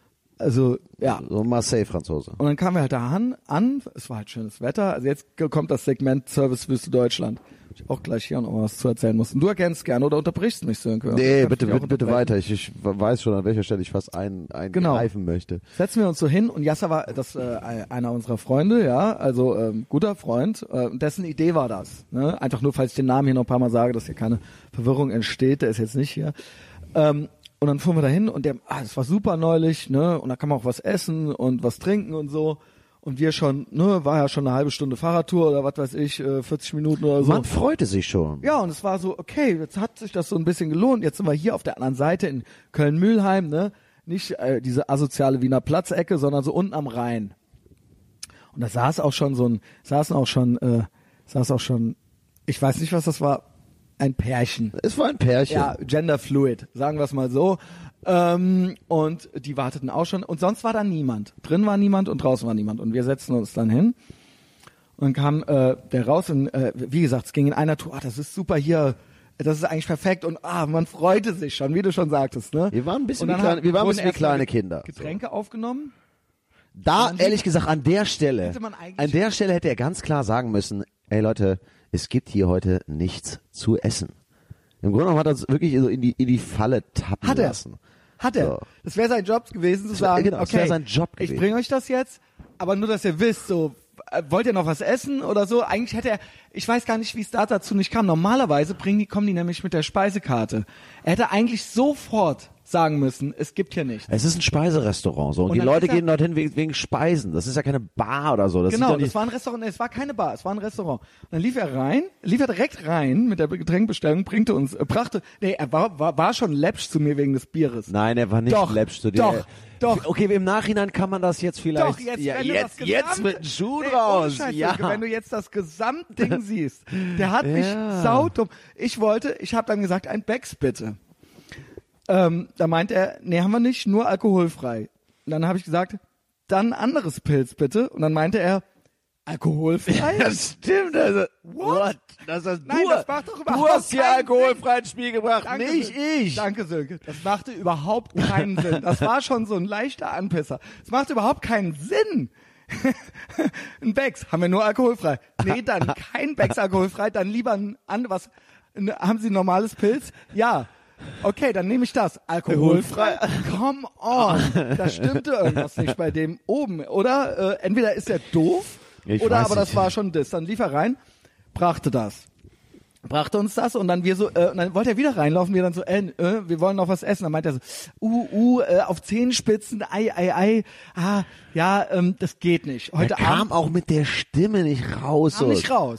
Also, ja. So ein Marseille-Franzose. Und dann kamen wir halt da an, an, es war halt schönes Wetter, also jetzt kommt das Segment Servicewüste Deutschland. Ich auch gleich hier noch was zu erzählen muss. Und du ergänzt gerne oder unterbrichst mich, Sönke. Nee, Kannst bitte, mich auch bitte, bitte unterbrechen. weiter. Ich, ich weiß schon, an welcher Stelle ich fast ein, Genau. eingreifen möchte. Setzen wir uns so hin und Yasser war das äh, einer unserer Freunde, ja, also ähm, guter Freund, äh, und dessen Idee war das. Ne? Einfach nur, falls ich den Namen hier noch ein paar Mal sage, dass hier keine Verwirrung entsteht, der ist jetzt nicht hier. Ähm, und dann fuhren wir da hin und der, ah, das war super neulich, ne, und da kann man auch was essen und was trinken und so. Und wir schon, ne, war ja schon eine halbe Stunde Fahrradtour oder was weiß ich, äh, vierzig Minuten oder so. Man freute sich schon. Ja, und es war so, okay, jetzt hat sich das so ein bisschen gelohnt. Jetzt sind wir hier auf der anderen Seite in Köln-Mühlheim, ne? Nicht äh, diese asoziale Wiener Platzecke, sondern so unten am Rhein. Und da saß auch schon so ein, saßen auch schon, äh, saß auch schon, ich weiß nicht, was das war, ein Pärchen. Es war ein Pärchen. Ja, genderfluid, sagen wir es mal so. Ähm, und die warteten auch schon. Und sonst war da niemand. Drin war niemand und draußen war niemand. Und wir setzten uns dann hin. Und dann kam äh, der raus und äh, wie gesagt, es ging in einer Tour. Ah, das ist super hier. Das ist eigentlich perfekt. Und ah, man freute sich schon, wie du schon sagtest. Ne? Wir waren ein bisschen Und wie dann kleine, haben- wir waren ein wurden bisschen wie erst mal kleine Ge- Kinder. Getränke aufgenommen. Da, Man ehrlich sieht- gesagt, an der Stelle, Hätte man eigentlich- an der Stelle hätte er ganz klar sagen müssen, ey Leute, es gibt hier heute nichts zu essen. Im Grunde genommen hat er uns wirklich so in die, in die Falle tappen Hat er. lassen. Hat er. So. Das wäre sein Job gewesen, zu Das wär- sagen, genau, das okay, wär sein Job ich gewesen. bringe euch das jetzt, aber nur, dass ihr wisst, so, äh, wollt ihr noch was essen oder so? Eigentlich hätte er, ich weiß gar nicht, wie es da dazu nicht kam. Normalerweise bringen die, kommen die nämlich mit der Speisekarte. Er hätte eigentlich sofort sagen müssen, es gibt hier nichts. Es ist ein Speiserestaurant so und, Und die dann Leute ist er- gehen dorthin wegen, wegen Speisen. Das ist ja keine Bar oder so. Das Genau, ist doch das nicht, war ein Restaurant, nee, es war keine Bar, es war ein Restaurant. Und dann lief er rein, lief er direkt rein mit der Getränkbestellung, bringte uns, äh, brachte, nee, er war, war, war schon läppsch zu mir wegen des Bieres. Nein, er war nicht Doch, läppsch zu dir. doch, doch. Okay, im Nachhinein kann man das jetzt vielleicht. Doch, jetzt, ja, wenn du jetzt, das jetzt gesamte- mit dem Schuh Nee, ohne draus. Scheiß, Ja. Sönke, wenn du jetzt das Gesamtding siehst, der hat mich Ja. saudumm. Ich wollte, ich habe dann gesagt, ein Becks bitte. Ähm, da meint er, nee, haben wir nicht, nur alkoholfrei. Und dann habe ich gesagt, dann ein anderes Pilz bitte. Und dann meinte er, alkoholfrei? Das stimmt. Also, What? Das hast Nein, du, das macht doch du überhaupt hast hier keinen alkoholfrei ins Spiel gebracht, Danke, nicht Sönke. ich. Danke, Sönke. Das machte überhaupt keinen Sinn. Das war schon so ein leichter Anpisser. Es machte überhaupt keinen Sinn. Ein Becks, haben wir nur alkoholfrei. Nee, dann kein Becks alkoholfrei, dann lieber ein anderes. Haben Sie ein normales Pilz? Ja. Okay, dann nehme ich das. Alkoholfrei? Come on. Da stimmte irgendwas nicht bei dem oben, oder? Äh, entweder ist er doof, Ich oder weiß aber das nicht. war schon das. Dann lief er rein, brachte das. Brachte uns das und dann wir so, äh, und dann wollte er wieder reinlaufen, wir dann so, äh, äh, wir wollen noch was essen. Dann meint er so, uh, uh, äh, auf Zehenspitzen, ei, ei, ei, ah, ja, ähm, das geht nicht. Heute er kam Abend auch mit der Stimme nicht raus. kam so. nicht raus.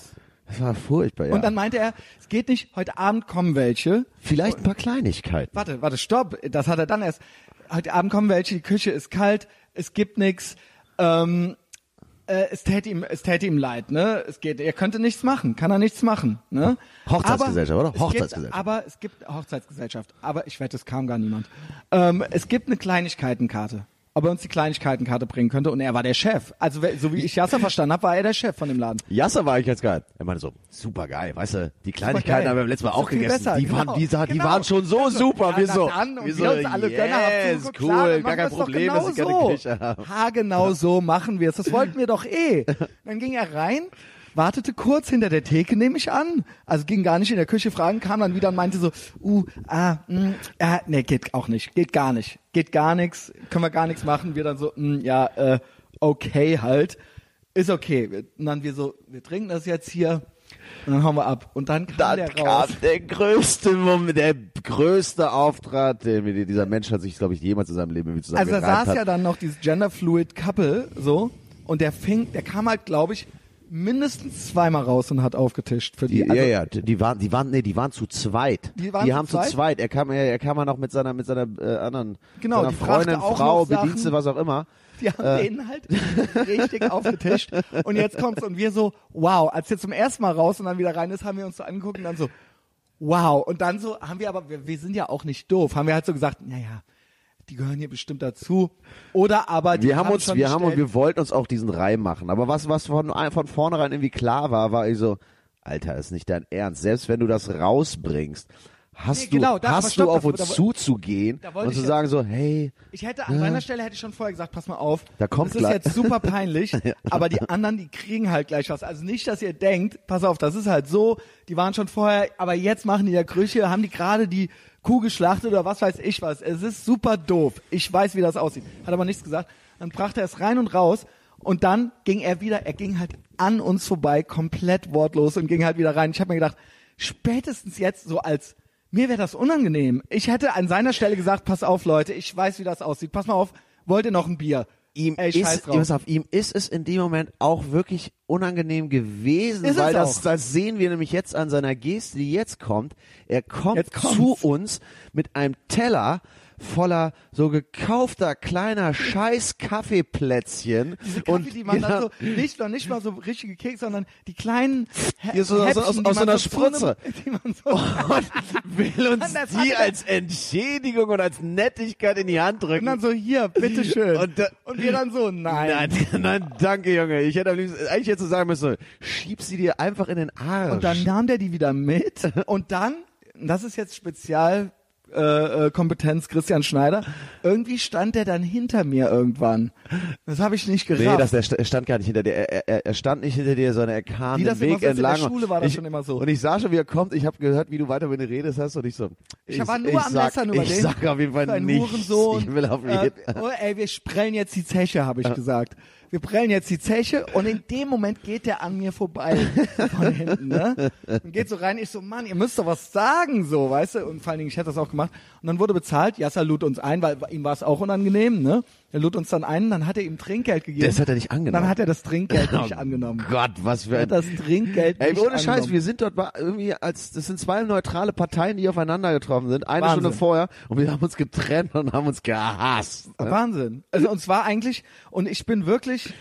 Das war furchtbar, ja. Und dann meinte er, es geht nicht, heute Abend kommen welche. Vielleicht ein paar Kleinigkeiten. Warte, warte, stopp. Das hat er dann erst. Heute Abend kommen welche, die Küche ist kalt, es gibt nichts. Ähm, äh, es täte ihm, es täte ihm leid, ne? Es geht, er könnte nichts machen, kann er nichts machen, ne? Hochzeitsgesellschaft, aber oder? Hochzeitsgesellschaft. Gibt, aber es gibt Hochzeitsgesellschaft. Aber ich wette, es kam gar niemand. Ähm, es gibt eine Kleinigkeitenkarte. Ob er uns die Kleinigkeitenkarte bringen könnte und er war der Chef. Also so wie ich Yasser verstanden habe, war er der Chef von dem Laden. Yasser war eigentlich ganz geil. Er meinte so, super geil, weißt du, die Kleinigkeiten haben wir beim letzten Mal auch gegessen. Besser, die, genau, waren, die, die genau. waren schon so also, super. Ja, wir so, dann, und wir wir so, uns alle yes, gönnerhaft cool, klar, gar kein Problem, genau dass ich keine so. Küche habe. Ha, genau so machen wir es. Das wollten wir doch eh. Dann ging er rein, wartete kurz hinter der Theke, nehme ich an. Also ging gar nicht in der Küche fragen, kam dann wieder und meinte so, uh, ah, mh, ah, nee, geht auch nicht, geht gar nicht, geht gar nichts, können wir gar nichts machen. Wir dann so, mh, ja, äh, okay halt, ist okay. Und dann wir so, wir trinken das jetzt hier und dann hauen wir ab. Und dann kam Dann der kam raus. der größte Moment, der größte Auftritt, den mir dieser Mensch hat sich, glaube ich, jemals in seinem Leben irgendwie zusammen Also da gereimt saß hat. ja dann noch dieses Genderfluid Couple so und der fing, der kam halt, glaube ich, mindestens zweimal raus und hat aufgetischt für die. Die, also, ja, ja, die waren, die waren, nee, die waren zu zweit. Die waren zu haben zweit? zu zweit. Er kam, er, er kam ja noch mit seiner, mit seiner äh, anderen, Genau, seiner die brachte Freundin, auch Frau, noch Sachen. Bedienste, was auch immer. Die haben den halt richtig aufgetischt. Und jetzt kommt's und wir so, wow, als der zum ersten Mal raus und dann wieder rein ist, haben wir uns so angeguckt und dann so, wow. Und dann so haben wir aber, wir, wir sind ja auch nicht doof, haben wir halt so gesagt, naja, die gehören hier bestimmt dazu. Oder aber die Wir haben uns, schon wir haben und bestellt. wir wollten uns auch diesen Reim machen. Aber was, was von, von vornherein irgendwie klar war, war ich so, Alter, ist nicht dein Ernst. Selbst wenn du das rausbringst, hast Nee, du, genau, da- aber hast stopp, du auf da- uns da- zuzugehen da wollte und zu ich sagen so, hey, Ich hätte an seiner Stelle hätte ich schon vorher gesagt, pass mal auf, Da kommt das ist gleich- jetzt super peinlich, aber die anderen, die kriegen halt gleich was. Also nicht, dass ihr denkt, pass auf, das ist halt so, die waren schon vorher, aber jetzt machen die ja Küche, haben die gerade die Kuh geschlachtet oder was weiß ich was. Es ist super doof. Ich weiß, wie das aussieht. Hat aber nichts gesagt. Dann brachte er es rein und raus und dann ging er wieder, er ging halt an uns vorbei, komplett wortlos und ging halt wieder rein. Ich habe mir gedacht, spätestens jetzt so als mir wäre das unangenehm. Ich hätte an seiner Stelle gesagt, pass auf, Leute, ich weiß, wie das aussieht. Pass mal auf, wollt ihr noch ein Bier? ihm Ey, scheiß ist, drauf. pass auf, ihm ist es in dem Moment auch wirklich unangenehm gewesen, Ist es weil das, auch. das sehen wir nämlich jetzt an seiner Geste, die jetzt kommt. Er kommt Jetzt kommt's. zu uns mit einem Teller voller so gekaufter kleiner Scheiß Kaffeeplätzchen Diese Kaffee, und die man ja, dann so, nicht noch nicht mal so richtige Kekse, sondern die kleinen Hä- Hier so aus- Häppchen, aus- die aus man so einer so zu einem- Spritze. Die man so, und will uns Und das die hat er- als Entschädigung und als Nettigkeit in die Hand drücken. und dann so, hier, bitteschön. Und da- und wir dann so, nein. Nein, nein, danke, Junge. Ich hätte am liebsten, eigentlich hätte du sagen müssen, schieb sie dir einfach in den Arsch. Und dann nahm der die wieder mit und dann, das ist jetzt Spezial äh, äh, Kompetenz Christian Schneider, irgendwie stand der dann hinter mir irgendwann. Das habe ich nicht gerafft. Nee, das, der st- er stand gar nicht hinter dir. Er, er, er stand nicht hinter dir, sondern er kam Wie den das immer Weg so ist, in der entlang. Schule war das ich, schon immer so. Und ich sah schon, wie er kommt. Ich habe gehört, wie du weiter mit den Redes hast und ich so. Ich war nur am sag, Lästern über ich den. sag auf jeden Fall Für einen nichts. Hurensohn. Ich will auf äh, jeden oh, ey, wir prellen jetzt die Zeche, habe ich gesagt. Wir prellen jetzt die Zeche und in dem Moment geht der an mir vorbei von hinten, ne? Und geht so rein, ich so, Mann, ihr müsst doch was sagen, so, weißt du? Und vor allen Dingen, ich hätte das auch gemacht. Und dann wurde bezahlt, Yasser lud uns ein, weil ihm war es auch unangenehm, ne? Er lud uns dann ein, dann hat er ihm Trinkgeld gegeben. Das hat er nicht angenommen. Dann hat er das Trinkgeld nicht Oh angenommen. Gott, was für Er ein... hat das Trinkgeld Ey, nicht ohne Scheiß, angenommen. wir sind dort war irgendwie als, das sind zwei neutrale Parteien, die aufeinander getroffen sind, eine Wahnsinn. Stunde vorher und wir haben uns getrennt und haben uns gehasst. Wahnsinn. Also und zwar eigentlich, und ich bin wirklich,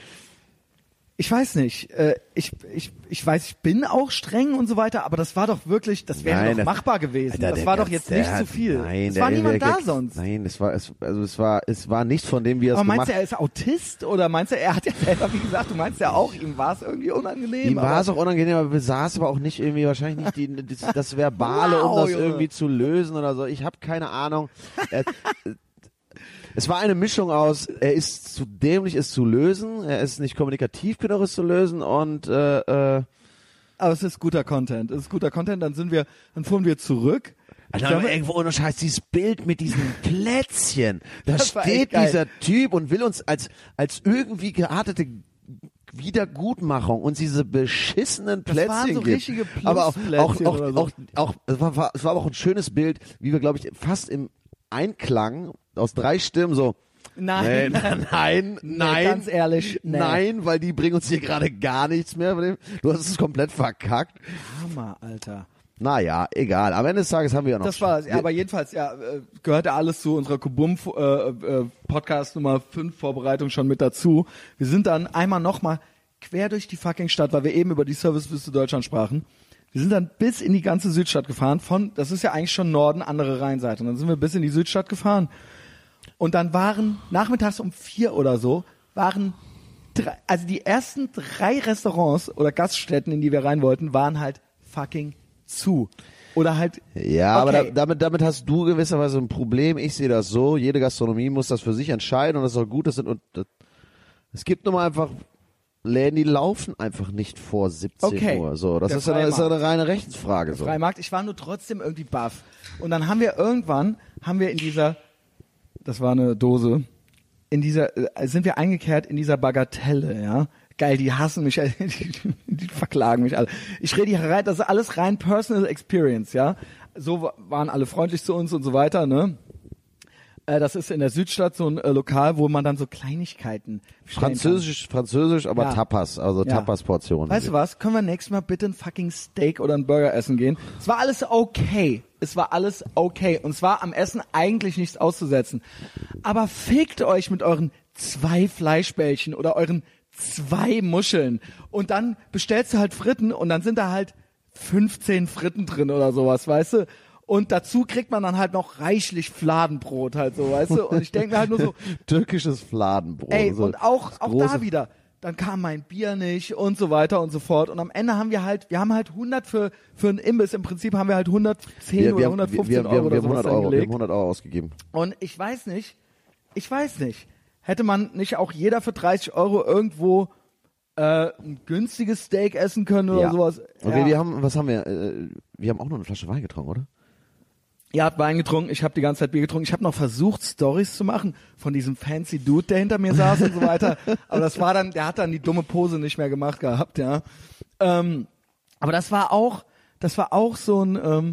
ich weiß nicht, äh, ich, ich, ich weiß, ich bin auch streng und so weiter, aber das war doch wirklich, das wäre Nein, doch das- machbar gewesen. Alter, das der war doch ganz- jetzt der nicht hat- zu viel. Nein, es der, war niemand der, da der, sonst. Nein, es war, es, also es war, es war nichts von dem, wie er es Aber meinst gemacht du, er ist Autist oder meinst du, er hat ja selber, wie gesagt, du meinst ja auch, ihm war es irgendwie unangenehm. Ihm war aber- es auch unangenehm, aber besaß aber auch nicht irgendwie, wahrscheinlich nicht die, das, das Verbale, Wow, um das Junge. irgendwie zu lösen oder so. Ich habe keine Ahnung. Er, es war eine Mischung aus, er ist zu dämlich, es zu lösen, er ist nicht kommunikativ genug, es zu lösen und äh, äh, aber es ist guter Content. Es ist guter Content, dann sind wir, dann fuhren wir zurück. Also Ich aber glaube- irgendwo ohne Scheiß, dieses Bild mit diesen Plätzchen, da Das war steht echt geil. dieser Typ und will uns als, als irgendwie geartete Wiedergutmachung und diese beschissenen Das Plätzchen waren so gibt. richtige aber auch, auch, Plusplätzchen auch, oder so. auch, auch, es war, war, es war aber auch ein schönes Bild, wie wir, glaube ich, fast im Einklang aus drei Stimmen so, Nein. Nee, nein, Nee, nein. ganz ehrlich, nee. Nein, weil die bringen uns hier gerade gar nichts mehr. Du hast es komplett verkackt. Hammer, Alter. Naja, egal. Am Ende des Tages haben wir ja noch... Das war's. Ja, aber jedenfalls, ja, äh, gehört ja alles zu unserer Kubum äh, äh, Podcast Nummer fünf Vorbereitung schon mit dazu. Wir sind dann einmal nochmal quer durch die fucking Stadt, weil wir eben über die Servicewüste Deutschland sprachen. Wir sind dann bis in die ganze Südstadt gefahren. Von, das ist ja eigentlich schon Norden, andere Rheinseite. Und dann sind wir bis in die Südstadt gefahren. Und dann waren nachmittags um vier oder so, waren drei, also die ersten drei Restaurants oder Gaststätten, in die wir rein wollten, waren halt fucking zu. Oder halt. Ja, okay. aber da, damit, damit hast du gewisserweise ein Problem. Ich sehe das so. Jede Gastronomie muss das für sich entscheiden und das ist auch gut. Das sind, und das, es gibt nun mal einfach Läden, die laufen einfach nicht vor siebzehn Okay. Uhr. So, das Der ist ja, das ist ja Freimarkt. eine reine Rechtsfrage. So. Freimarkt. Ich war nur trotzdem irgendwie baff. Und dann haben wir irgendwann, haben wir in dieser, das war eine Dose, in dieser, äh, sind wir eingekehrt in dieser Bagatelle, ja. Geil, die hassen mich, die, die verklagen mich alle. Ich rede hier rein, das ist alles rein Personal Experience, ja. So waren alle freundlich zu uns und so weiter, ne. Das ist in der Südstadt so ein äh, Lokal, wo man dann so Kleinigkeiten bestellen Französisch, Französisch, aber Ja. Tapas, also Ja. Tapas-Portionen. Weißt du was? Können wir nächstes Mal bitte ein fucking Steak oder einen Burger essen gehen? Es war alles okay. Es war alles okay. Und es war am Essen eigentlich nichts auszusetzen. Aber fickt euch mit euren zwei Fleischbällchen oder euren zwei Muscheln. Und dann bestellst du halt Fritten und dann sind da halt fünfzehn Fritten drin oder sowas, weißt du? Und dazu kriegt man dann halt noch reichlich Fladenbrot halt so, weißt du? Und ich denke mir halt nur so, Türkisches Fladenbrot. ey, so. und auch, Das auch große- da wieder, dann kam mein Bier nicht und so weiter und so fort. Und am Ende haben wir halt, wir haben halt hundert für, für einen Imbiss, im Prinzip haben wir halt hundertzehn wir, wir, oder haben- hundertfünfzehn wir, wir, Euro wir, oder haben hundert sowas Euro, wir angelegt. haben hundert Euro ausgegeben. Und ich weiß nicht, ich weiß nicht, hätte man nicht auch jeder für dreißig Euro irgendwo äh, ein günstiges Steak essen können oder Ja. sowas? Und Ja. wir, wir haben, was haben wir? Äh, wir haben auch noch eine Flasche Wein getrunken, oder? Ihr habt Wein getrunken, ich habe die ganze Zeit Bier getrunken. Ich habe noch versucht, Stories zu machen von diesem fancy Dude, der hinter mir saß und so weiter. Aber das war dann, der hat dann die dumme Pose nicht mehr gemacht gehabt, ja. Ähm, aber das war auch, das war auch so ein, ähm,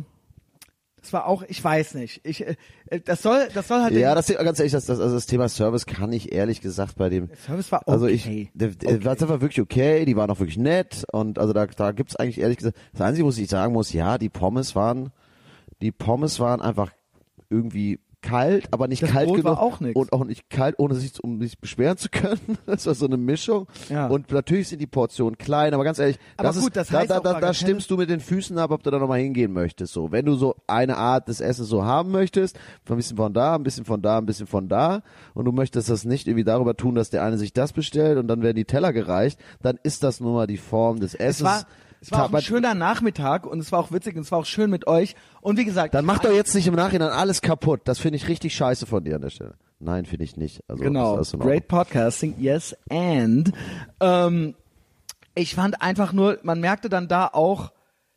das war auch, ich weiß nicht. Ich, äh, das soll, das soll halt. Ja, den, das ganz ehrlich, das, das, also das Thema Service kann ich ehrlich gesagt bei dem. der Service war okay. Also ich, der, der Okay. war einfach wirklich okay, die waren auch wirklich nett und also da, da gibt's eigentlich ehrlich gesagt, das Einzige, was ich sagen muss, ja, die Pommes waren, die Pommes waren einfach irgendwie kalt, aber nicht Das kalt Brot war genug auch nix. und auch nicht kalt, ohne sich um sich beschweren zu können. Das war so eine Mischung. Ja. Und natürlich sind die Portionen klein, aber ganz ehrlich, Aber das gut, ist, das da, heißt da, auch da, da Bagatelle. stimmst du mit den Füßen ab, ob du da nochmal hingehen möchtest. So, wenn du so eine Art des Essens so haben möchtest, ein bisschen von da, ein bisschen von da, ein bisschen von da, und du möchtest das nicht irgendwie darüber tun, dass der eine sich das bestellt und dann werden die Teller gereicht, dann ist das nun mal die Form des Essens. es war, es war auch Aber ein schöner Nachmittag und es war auch witzig und es war auch schön mit euch. Und wie gesagt, dann mach doch jetzt nicht im Nachhinein alles kaputt. Das finde ich richtig scheiße von dir an der Stelle. Nein, finde ich nicht. Also, genau, das ist in Ordnung. great podcasting, yes and. Ähm, ich fand einfach nur, man merkte dann da auch,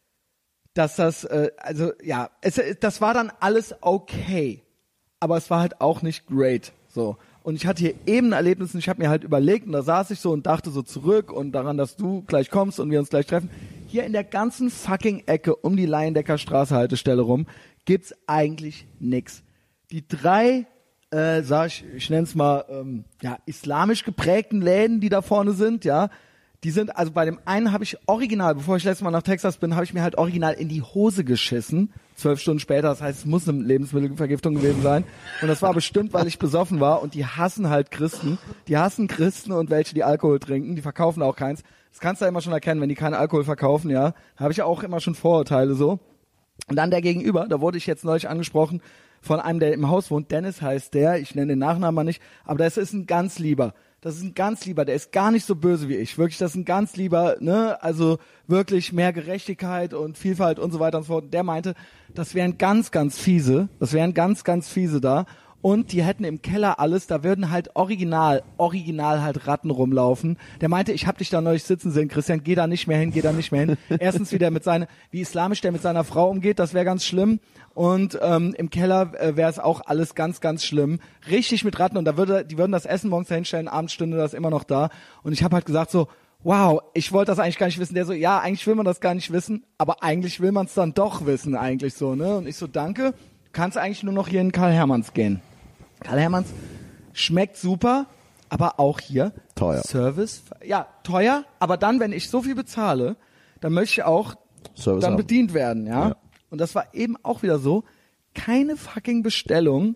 dass das, äh, also ja, es, das war dann alles okay, aber es war halt auch nicht great. So. Und ich hatte hier eben ein Erlebnis und ich habe mir halt überlegt und da saß ich so und dachte so zurück und daran, dass du gleich kommst und wir uns gleich treffen. Hier in der ganzen fucking Ecke um die Laiendecker Straße Haltestelle rum gibt's eigentlich nix. Die drei, äh, sag ich, ich nenn's mal, ähm, ja, islamisch geprägten Läden, die da vorne sind, ja, die sind, also bei dem einen habe ich original, bevor ich letztes Mal nach Texas bin, habe ich mir halt original in die Hose geschissen. Zwölf Stunden später, das heißt, es muss eine Lebensmittelvergiftung gewesen sein. Und das war bestimmt, weil ich besoffen war und die hassen halt Christen. Die hassen Christen und welche, die Alkohol trinken. Die verkaufen auch keins. Das kannst du ja immer schon erkennen, wenn die keinen Alkohol verkaufen, ja. Da habe ich ja auch immer schon Vorurteile so. Und dann der Gegenüber, da wurde ich jetzt neulich angesprochen von einem, der im Haus wohnt. Dennis heißt der, ich nenne den Nachnamen mal nicht, aber das ist ein ganz lieber. Das ist ein ganz lieber, der ist gar nicht so böse wie ich. Wirklich, das ist ein ganz lieber, ne, also wirklich mehr Gerechtigkeit und Vielfalt und so weiter und so fort. Der meinte, das wären ganz, ganz fiese, das wären ganz, ganz fiese da. Und die hätten im Keller alles, da würden halt original, original halt Ratten rumlaufen. Der meinte, ich hab dich da neulich sitzen sehen, Christian, geh da nicht mehr hin, geh da nicht mehr hin. Erstens, wie der mit seiner, wie islamisch der mit seiner Frau umgeht, das wäre ganz schlimm. Und ähm, im Keller äh, wäre es auch alles ganz, ganz schlimm. Richtig mit Ratten und da würde, die würden das Essen morgens dahinstellen, abends stünde das immer noch da. Und ich habe halt gesagt so, wow, ich wollte das eigentlich gar nicht wissen. Der so, ja, eigentlich will man das gar nicht wissen, aber eigentlich will man es dann doch wissen, eigentlich so, ne? Und ich so, danke, du kannst eigentlich nur noch hier in Karl Hermanns gehen. Karl Hermanns schmeckt super, aber auch hier Teuer. Service, ja, teuer, aber dann, wenn ich so viel bezahle, dann möchte ich auch Service dann haben. bedient werden, ja? Ja. Und das war eben auch wieder so, keine fucking Bestellung.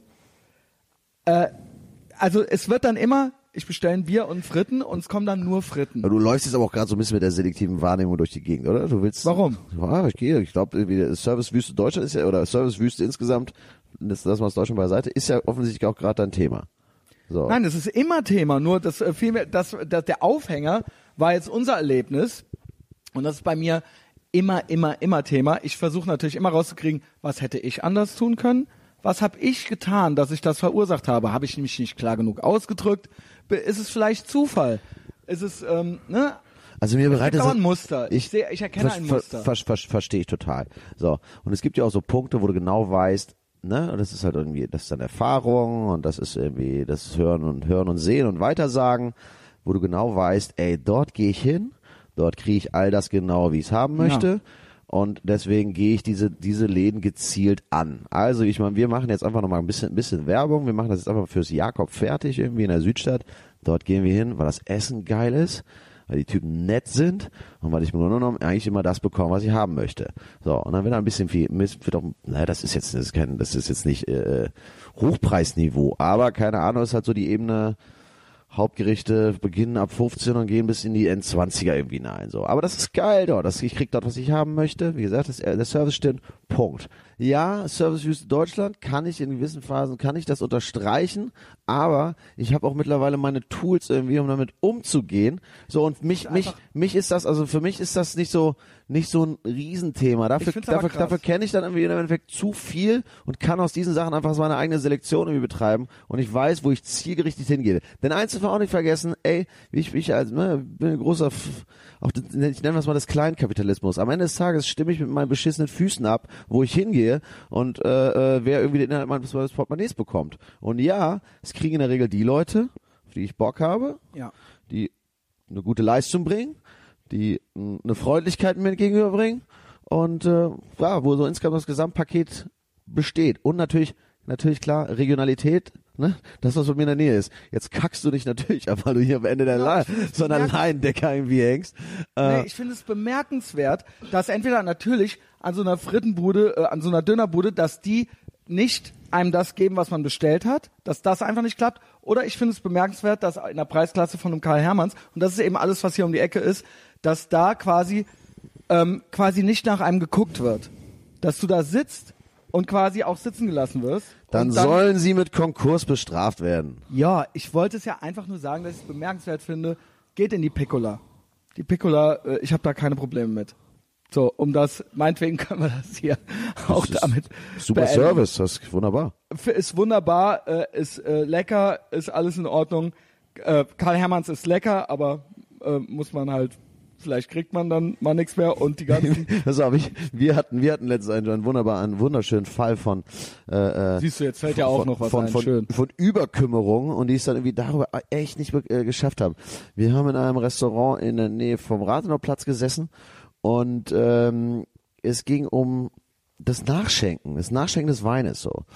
Äh, also es wird dann immer, ich bestelle ein Bier und Fritten und es kommen dann nur Fritten. Du läufst jetzt aber auch gerade so ein bisschen mit der selektiven Wahrnehmung durch die Gegend, oder? Du willst. Warum? Ja, ich gehe. Ich glaube, Servicewüste Deutschland ist ja, oder Servicewüste insgesamt, das lassen wir aus Deutschland beiseite, ist ja offensichtlich auch gerade dein Thema. So. Nein, das ist immer Thema, nur das äh, vielmehr, das, das, der Aufhänger war jetzt unser Erlebnis und das ist bei mir immer, immer, immer Thema. Ich versuche natürlich immer rauszukriegen, was hätte ich anders tun können? Was habe ich getan, dass ich das verursacht habe? Habe ich mich nicht klar genug ausgedrückt? Be- Ist es vielleicht Zufall? Ist es, ähm, ne? Also mir bereitet Es gibt auch das- ein Muster. Ich, sehe, ich erkenne ver- ein ver- Muster. Ver, ver, verstehe ich total. So. Und es gibt ja auch so Punkte, wo du genau weißt, ne, und das ist halt irgendwie, das ist dann Erfahrung und das ist irgendwie das Hören und Hören und Sehen und Weitersagen, wo du genau weißt, ey, dort gehe ich hin, dort kriege ich all das genau, wie ich es haben möchte. Ja. Und deswegen gehe ich diese diese Läden gezielt an. Also ich meine, wir machen jetzt einfach nochmal ein bisschen, ein bisschen Werbung. Wir machen das jetzt einfach fürs Jakob fertig irgendwie in der Südstadt. Dort gehen wir hin, weil das Essen geil ist, weil die Typen nett sind und weil ich im Grunde genommen eigentlich immer das bekomme, was ich haben möchte. So, und dann wird da ein bisschen viel, wird auch, naja, das ist jetzt, das ist, kein, das ist jetzt nicht äh, Hochpreisniveau, aber keine Ahnung, ist halt so die Ebene. Hauptgerichte beginnen ab fünfzehn und gehen bis in die Endzwanziger irgendwie hinein. So. Aber das ist geil dort. Das, ich krieg dort, was ich haben möchte. Wie gesagt, das, der Service stimmt. Punkt. Ja, Servicewüste Deutschland kann ich in gewissen Phasen, kann ich das unterstreichen, aber ich habe auch mittlerweile meine Tools irgendwie, um damit umzugehen. So, und mich, mich, mich ist das, also für mich ist das nicht so, nicht so ein Riesenthema. Dafür, find's aber dafür, krass. dafür kenne ich dann irgendwie im Endeffekt zu viel und kann aus diesen Sachen einfach so meine eigene Selektion irgendwie betreiben und ich weiß, wo ich zielgerichtet hingehe. Denn eins darf man auch nicht vergessen, ey, ich, ich als, ne, bin ein großer, F- auch, das- ich nenne das mal das Kleinkapitalismus. Am Ende des Tages stimme ich mit meinen beschissenen Füßen ab, wo ich hingehe und äh, äh, wer irgendwie den Inhalt meines meines Portemonnaies bekommt. Und ja, es kriegen in der Regel die Leute, auf die ich Bock habe, Ja. die eine gute Leistung bringen, die mh, eine Freundlichkeit mir gegenüberbringen und äh, ja, wo so insgesamt das Gesamtpaket besteht. Und natürlich, natürlich klar, Regionalität, ne? Das, was bei mir in der Nähe ist. Jetzt kackst du dich natürlich ab, weil du hier am Ende der Ja, La- ich find's so einer bemerkenswert. Laiendecker irgendwie hängst. Äh, Nee, ich finde es bemerkenswert, dass entweder natürlich an so einer Frittenbude, äh, an so einer Dönerbude, dass die nicht einem das geben, was man bestellt hat, dass das einfach nicht klappt. Oder ich finde es bemerkenswert, dass in der Preisklasse von einem Karl Hermanns, und das ist eben alles, was hier um die Ecke ist, dass da quasi, ähm, quasi nicht nach einem geguckt wird. Dass du da sitzt und quasi auch sitzen gelassen wirst. dann, und sollen sie mit Konkurs bestraft werden. Ja, ich wollte es ja einfach nur sagen, dass ich es bemerkenswert finde. Geht in die Piccola. Die Piccola, äh, ich habe da keine Probleme mit. So, um das, meinetwegen können wir das hier auch ist damit Super beenden. Service, das ist wunderbar. F- Ist wunderbar, äh, ist äh, lecker, ist alles in Ordnung. Äh, Karl Hermanns ist lecker, aber äh, muss man halt, vielleicht kriegt man dann mal nichts mehr und die ganzen, Das habe ich. Wir hatten, wir hatten letztens einen, einen wunderbar, einen wunderschönen Fall von. Äh, äh, siehst du, jetzt fällt ja auch von, noch was von, ein, von, schön. von Überkümmerung und die es dann irgendwie darüber echt nicht äh, geschafft haben. Wir haben in einem Restaurant in der Nähe vom Rathenauerplatz gesessen und ähm, es ging um das Nachschenken, das Nachschenken des Weines so.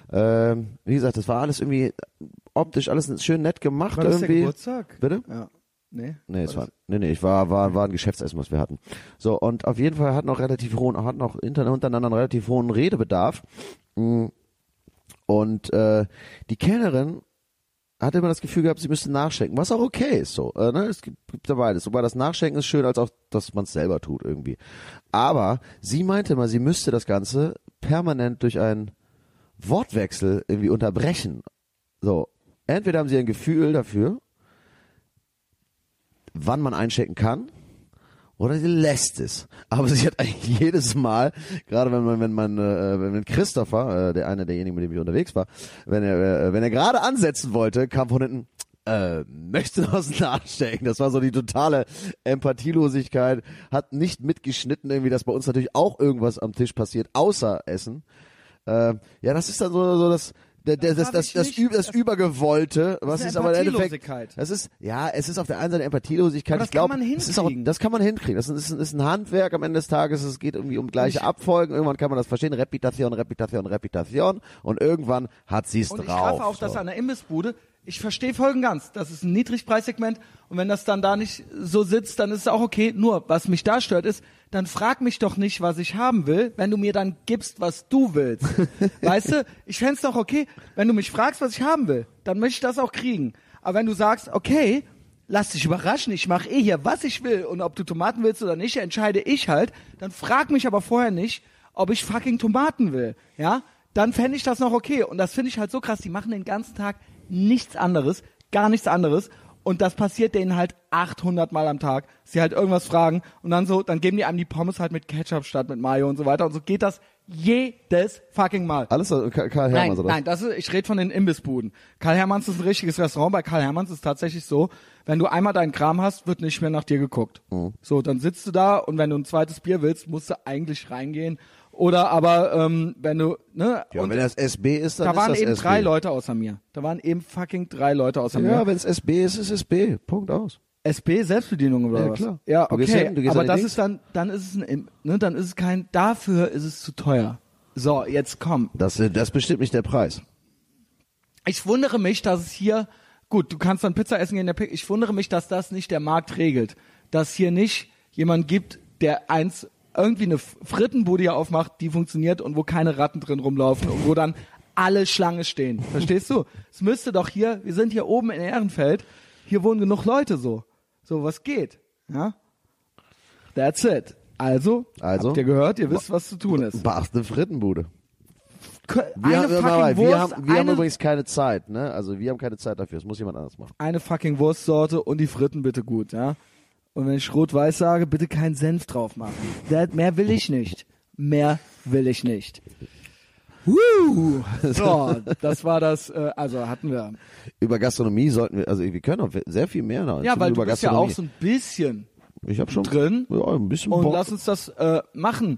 Ähm, wie gesagt, das war alles irgendwie optisch alles schön nett gemacht War das der irgendwie. Geburtstag? Bitte? Ja. Nee. Nee, es War war, nee, nee, ich war, war, war ein Geschäftsessen, was wir hatten. So, und auf jeden Fall hatten auch relativ hohen, hatten auch inter- untereinander einen relativ hohen Redebedarf. Mm. Und, äh, die Kellnerin hatte immer das Gefühl gehabt, sie müsste nachschenken, was auch okay ist, so, äh, ne, es gibt, gibt ja beides. Wobei das Nachschenken ist schön, als auch, dass man es selber tut, irgendwie. Aber sie meinte immer, sie müsste das Ganze permanent durch einen Wortwechsel irgendwie unterbrechen. So. Entweder haben sie ein Gefühl dafür, wann man einchecken kann, oder sie lässt es. Aber sie hat eigentlich jedes Mal, gerade wenn man, wenn man, äh, wenn Christopher, äh, der eine derjenigen, mit dem ich unterwegs war, wenn er, äh, wenn er gerade ansetzen wollte, kam von hinten, äh, möchtest du noch was nachstecken? Das war so die totale Empathielosigkeit, hat nicht mitgeschnitten irgendwie, dass bei uns natürlich auch irgendwas am Tisch passiert, außer Essen. Äh, ja, das ist dann so, so das, der, der, das, hab das, ich das, nicht. Üb, das Das- Übergewollte, was eine ist aber im Endeffekt, Empathielosigkeit. das ist, ja, es ist auf der einen Seite Empathielosigkeit, Aber das ich glaube, kann man es ist auch, hinkriegen. das kann man hinkriegen, das ist, ist ein Handwerk am Ende des Tages, es geht irgendwie um gleiche Abfolgen, irgendwann kann man das verstehen, Reputation, Reputation, Reputation und irgendwann hat sie es Und ich drauf. treffe auch das so. an der Imbissbude. ich verstehe Folgen ganz. Das ist ein Niedrigpreissegment und wenn das dann da nicht so sitzt, dann ist es auch okay. Nur, was mich da stört ist, dann frag mich doch nicht, was ich haben will, wenn du mir dann gibst, was du willst. Weißt du, ich fänd's doch okay, wenn du mich fragst, was ich haben will, dann möchte ich das auch kriegen. Aber wenn du sagst, okay, lass dich überraschen, ich mache eh hier, was ich will und ob du Tomaten willst oder nicht, entscheide ich halt, dann frag mich aber vorher nicht, ob ich fucking Tomaten will, ja? Dann fände ich das noch okay. Und das finde ich halt so krass, die machen den ganzen Tag nichts anderes, gar nichts anderes. Und das passiert denen halt achthundert Mal am Tag. Sie halt irgendwas fragen und dann so, dann geben die einem die Pommes halt mit Ketchup statt mit Mayo und so weiter. Und so geht das jedes fucking Mal. Alles so, Karl Hermanns, nein, oder? Nein, das ist, ich rede von den Imbissbuden. Karl Hermanns ist ein richtiges Restaurant. Bei Karl Hermanns ist es tatsächlich so, wenn du einmal deinen Kram hast, wird nicht mehr nach dir geguckt. Mhm. So, dann sitzt du da und wenn du ein zweites Bier willst, musst du eigentlich reingehen. Oder aber, ähm, wenn du, ne? Ja, und wenn das S B ist, dann da ist waren das eben S B. drei Leute außer mir. Da waren eben fucking drei Leute außer mir. Ja, wenn es S B ist, ist es S B. Punkt aus. S B Selbstbedienung oder Ja, was? klar. Ja, Du gehst okay. hin, du gehst aber an die das Dings. ist dann, dann ist es ein, ne, dann ist es kein, dafür ist es zu teuer. So, jetzt komm. Das, das bestimmt nicht der Preis. Ich wundere mich, dass es hier, gut, du kannst dann Pizza essen gehen, der Pick, ich wundere mich, dass das nicht der Markt regelt. Dass hier nicht jemand gibt, der eins, irgendwie eine Frittenbude hier aufmacht, die funktioniert und wo keine Ratten drin rumlaufen und wo dann alle Schlange stehen. Verstehst du? Es müsste doch hier, wir sind hier oben in Ehrenfeld, hier wohnen genug Leute so. So, was geht? Ja? That's it. Also, Also? habt ihr gehört, ihr wisst, was zu tun ist. Beachte Frittenbude. Eine Wir, haben, fucking wir, Wurst, haben, wir eine, haben übrigens keine Zeit, ne? Also wir haben keine Zeit dafür. Das muss jemand anders machen. eine fucking Wurstsorte und die Fritten bitte gut, ja? Und wenn ich rot-weiß sage, bitte keinen Senf drauf machen. Das, mehr will ich nicht. Mehr will ich nicht. Woo! So, das war das, äh, also hatten wir. Über Gastronomie sollten wir, also wir können auch sehr viel mehr noch. Ja, weil über du bist ja auch so ein bisschen ich hab schon drin. Ja, ein bisschen Und Bock. lass uns das äh, machen.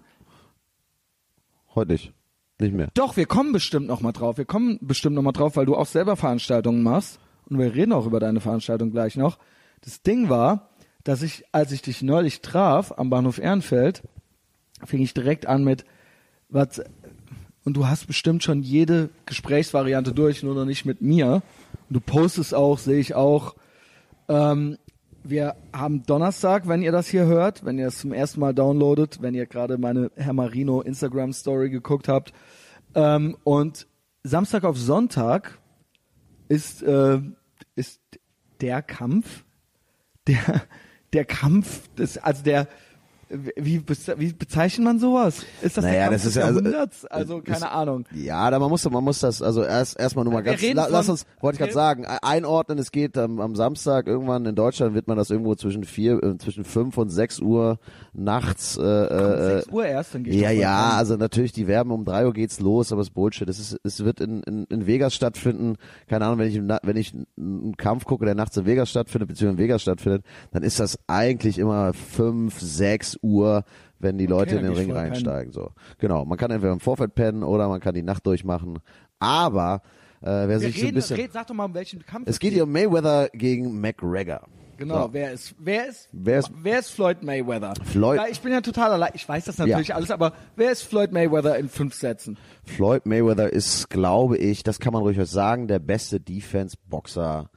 Heute nicht. Nicht mehr. Doch, wir kommen bestimmt noch mal drauf. Wir kommen bestimmt noch mal drauf, weil du auch selber Veranstaltungen machst. Und wir reden auch über deine Veranstaltung gleich noch. Das Ding war, dass ich, als ich dich neulich traf am Bahnhof Ehrenfeld, fing ich direkt an mit, was, und du hast bestimmt schon jede Gesprächsvariante durch, nur noch nicht mit mir. Und du postest auch, sehe ich auch. Ähm, wir haben Donnerstag, wenn ihr das hier hört, wenn ihr es zum ersten Mal downloadet, wenn ihr gerade meine Herr Marino Instagram Story geguckt habt. Ähm, und Samstag auf Sonntag ist, äh, ist der Kampf, der, der Kampf des, also der, wie, wie bezeichnet man sowas? Ist das Naja, der Kampf das des ist ja- also, Jahrhunderts? Also, ist- keine Ahnung. Ja, aber man muss, man muss das, also erst erstmal nur mal Wir ganz, reden la, von- lass uns, wollte ich gerade wir- sagen, e- einordnen. Es geht ähm, am Samstag irgendwann in Deutschland wird man das irgendwo zwischen vier, äh, zwischen fünf und sechs Uhr nachts. Äh, äh, sechs Uhr erst, dann gehe ich ja, davon ja, an. also natürlich, die werben um drei Uhr geht's los, aber es ist Bullshit. Es ist, es wird in, in, in Vegas stattfinden. Keine Ahnung, wenn ich, im Na- wenn ich einen Kampf gucke, der nachts in Vegas stattfindet, beziehungsweise in Vegas stattfindet, dann ist das eigentlich immer fünf, sechs Uhr, wenn die Leute dann in den geh ich Ring vorher reinsteigen. So, genau. Man kann entweder im Vorfeld pennen oder man kann die Nacht durchmachen. Aber äh, wer Wir sich so ein reden, bisschen, red, sag doch mal, um welchen Kampf es geht hier um Mayweather gegen McGregor. Genau, So. wer ist, wer ist, Wer ist- wer ist Floyd Mayweather? Floyd- Weil ich bin ja total allein, ich weiß das natürlich Ja. alles, aber wer ist Floyd Mayweather in fünf Sätzen? Floyd Mayweather ist, glaube ich, das kann man ruhig sagen, der beste Defense-Boxer.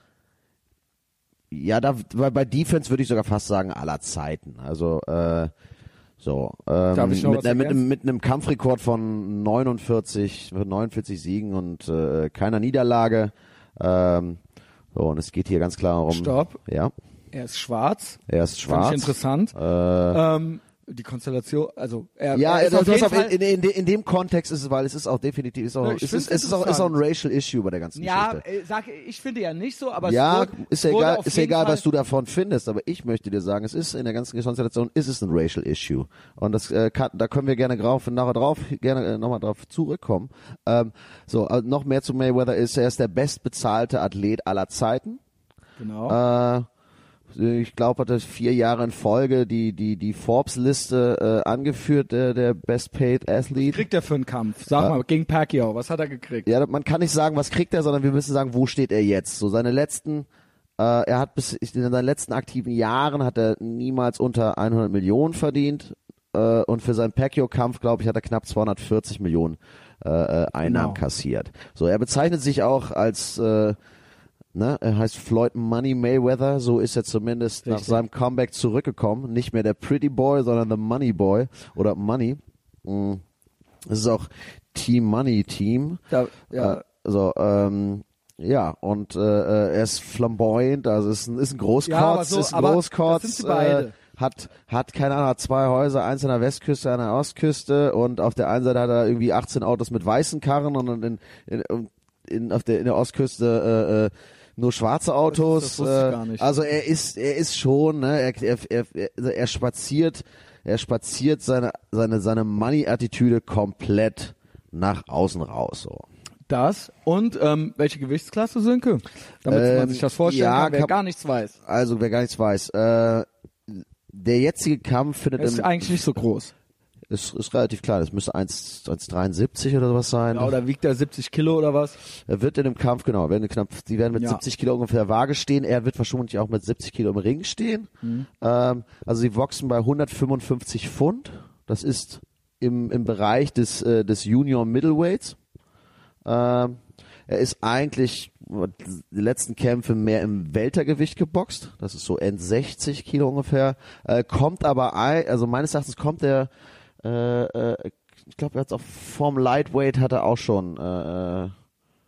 Ja, da, bei, bei Defense würde ich sogar fast sagen aller Zeiten. Also äh, so ähm, Darf ich noch mit, was äh, mit, ergänzen? einem, mit einem Kampfrekord von neunundvierzig, neunundvierzig Siegen und äh, keiner Niederlage. Ähm, so, und es geht hier ganz klar um. Stopp. Ja, Er ist schwarz. er ist Fand schwarz. ich interessant. Äh, Ähm, die Konstellation, also er, Ja, er ist das auf ist jeden auf, Fall, in, in, in dem Kontext ist es, weil es ist auch definitiv, ist auch, Ja, ich es find's ist, es ist auch, ist auch ein interessant. Racial Issue bei der ganzen ja, Geschichte. äh, sag, ich finde ja nicht so, aber Ja, es wurde, ist ja wurde egal, auf ist ja jeden egal, Fall, was du davon findest, aber ich möchte dir sagen, es ist in der ganzen Konstellation, ist es ein Racial Issue. Und das äh, kann, da können wir gerne drauf, nachher drauf, gerne äh, nochmal drauf zurückkommen. Ähm, so, äh, noch mehr zu Mayweather ist, er ist der bestbezahlte Athlet aller Zeiten. Genau. Äh, ich glaube, hat er vier Jahre in Folge die die die Forbes-Liste äh, angeführt, der, der Best Paid Athlete. Kriegt er für einen Kampf? Sag Ja. mal, gegen Pacquiao, was hat er gekriegt? Ja, man kann nicht sagen, was kriegt er, sondern wir müssen sagen, wo steht er jetzt. So seine letzten, äh, er hat bis in seinen letzten aktiven Jahren hat er niemals unter hundert Millionen verdient äh, und für seinen Pacquiao-Kampf, glaube ich, hat er knapp zweihundertvierzig Millionen äh, äh, Einnahmen Genau. kassiert. So, er bezeichnet sich auch als äh, ne, er heißt Floyd Money Mayweather, so ist er zumindest Richtig. nach seinem Comeback zurückgekommen. Nicht mehr der Pretty Boy, sondern The Money Boy oder Money. Es ist auch Team Money Team. Da, ja. Äh, so, ähm, ja, und äh, er ist flamboyant, also ist ein, ist ein Großkotz, Ja, aber so- ist ein aber Großkotz, das sind sie beide. Äh, hat, hat, keine Ahnung, hat zwei Häuser, eins an der Westküste, an der Ostküste und auf der einen Seite hat er irgendwie achtzehn Autos mit weißen Karren und in, in, in, auf der, in der Ostküste äh, äh, nur schwarze Autos. Das, das wusste ich gar nicht. Äh, also er ist, er ist schon, ne, er, er, er, er, er spaziert, er spaziert seine, seine, seine Money-Attitüde komplett nach außen raus, so. Das und ähm, welche Gewichtsklasse, Sönke? Damit Ähm, man sich das vorstellen ja, kann, wer kann- gar nichts weiß. Also wer gar nichts weiß, äh, der jetzige Kampf findet Er ist im, eigentlich nicht so groß. ist, ist relativ klein, es müsste eins Komma dreiundsiebzig oder sowas sein. Ja, oder wiegt er siebzig Kilo oder was? Er wird in dem Kampf, genau, werden knapp, die werden mit Ja. siebzig Kilo ungefähr Waage stehen. Er wird vermutlich auch mit siebzig Kilo im Ring stehen. Mhm. Ähm, also sie boxen bei hundertfünfundfünfzig Pfund. Das ist im, im Bereich des, äh, des Junior Middleweights. Ähm, er ist eigentlich die letzten Kämpfe mehr im Weltergewicht geboxt. Das ist so End sechzig Kilo ungefähr. Äh, kommt aber, ein, also meines Erachtens kommt er, äh, äh, ich glaube, er hat auch vorm Lightweight hat er auch schon, äh, äh,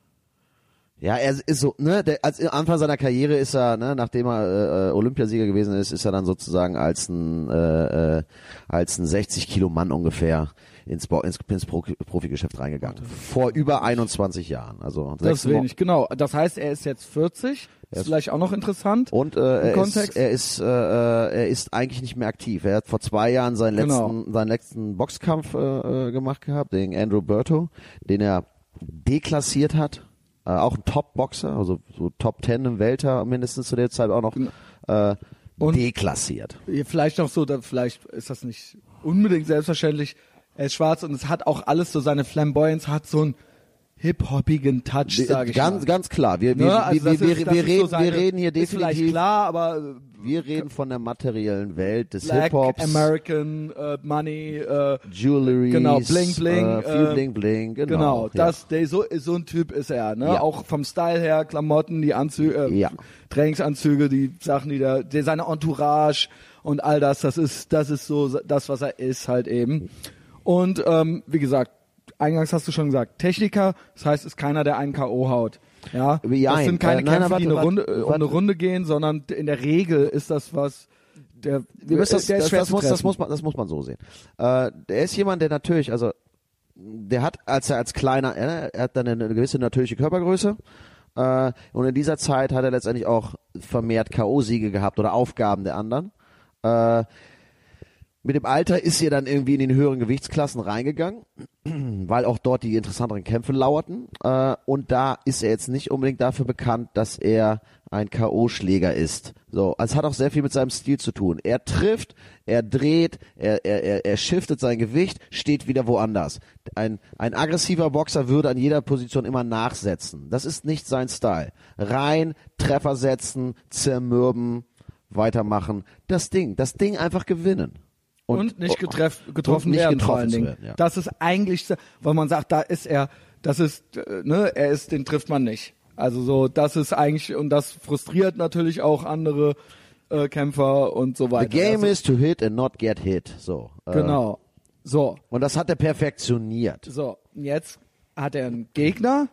ja, er ist so, ne, der, als Anfang seiner Karriere ist er, ne, nachdem er äh, Olympiasieger gewesen ist, ist er dann sozusagen als ein äh, äh, als ein sechzig Kilo Mann ungefähr ins, Bo- ins, ins Pro Profigeschäft reingegangen. Vor über einundzwanzig Jahren. Also Das ist sechs Mo- wenig, genau. Das heißt, er ist jetzt vierzig. Ist vielleicht auch noch interessant. Und äh, er, ist, Kontext? er ist äh, er ist eigentlich nicht mehr aktiv. Er hat vor zwei Jahren seinen Genau. letzten seinen letzten Boxkampf äh, äh, gemacht gehabt gegen Andrew Berto, den er deklassiert hat. Äh, auch ein Top-Boxer, also so Top Ten im Welter mindestens zu der Zeit auch noch äh, Und- deklassiert. Vielleicht noch so, da, vielleicht ist das nicht unbedingt selbstverständlich. Er ist schwarz und es hat auch alles so seine Flamboyance, hat so einen hip-hoppigen Touch, sage ich ganz mal. ganz klar. Wir wir, Ne? Also wir, das wir, ist- wir, das wir ist reden so seine- wir reden hier ist vielleicht definitiv. klar, aber Wir reden von der materiellen Welt des Black Hip-Hops, American äh, Money, äh, Jewelry, genau, Bling Bling, äh, viel äh, Bling Bling, genau. genau, ja. das, der, so, so ein Typ ist er, ne? Ja. Auch vom Style her, Klamotten, die Anzüge, äh, Ja. Trainingsanzüge, die Sachen, die der, der, seine Entourage und all das, das ist, das ist so das, was er ist halt eben. Und ähm, wie gesagt, eingangs hast du schon gesagt, Techniker, das heißt, ist keiner, der einen K O haut. Ja, Ja, das sind keine äh, nein, Kämpfe, nein, die eine warte, Runde, warte, äh, um eine warte. Runde gehen, sondern in der Regel ist das was, der, Wir müssen das, der ist das, schwer das, zu muss, das, treffen. muss man, das muss man so sehen. Äh, der ist jemand, der natürlich, also der hat, als er als kleiner, er, er hat dann eine, eine gewisse natürliche Körpergröße äh, und in dieser Zeit hat er letztendlich auch vermehrt K O-Siege gehabt oder Aufgaben der anderen. Äh, mit dem Alter ist er dann irgendwie in den höheren Gewichtsklassen reingegangen, weil auch dort die interessanteren Kämpfe lauerten. Äh, und da ist er jetzt nicht unbedingt dafür bekannt, dass er ein K O-Schläger ist. So, also es hat auch sehr viel mit seinem Stil zu tun. Er trifft, er dreht, er, er, er, er shiftet sein Gewicht, steht wieder woanders. Ein, ein aggressiver Boxer würde an jeder Position immer nachsetzen. Das ist nicht sein Style. Rein, Treffer setzen, zermürben, weitermachen. Das Ding, das Ding einfach gewinnen. Und, nicht getreff, getroffen und nicht werden vor getroffen allen zu Dingen. werden, ja. Das ist eigentlich, so- weil man sagt, da ist er, das ist, äh, ne, er ist, den trifft man nicht. Also so, das ist eigentlich, und das frustriert natürlich auch andere äh, Kämpfer und so The weiter. game also, is to hit and not get hit. So. äh, Genau. So, Und das hat er perfektioniert. so. Und jetzt hat er einen Gegner.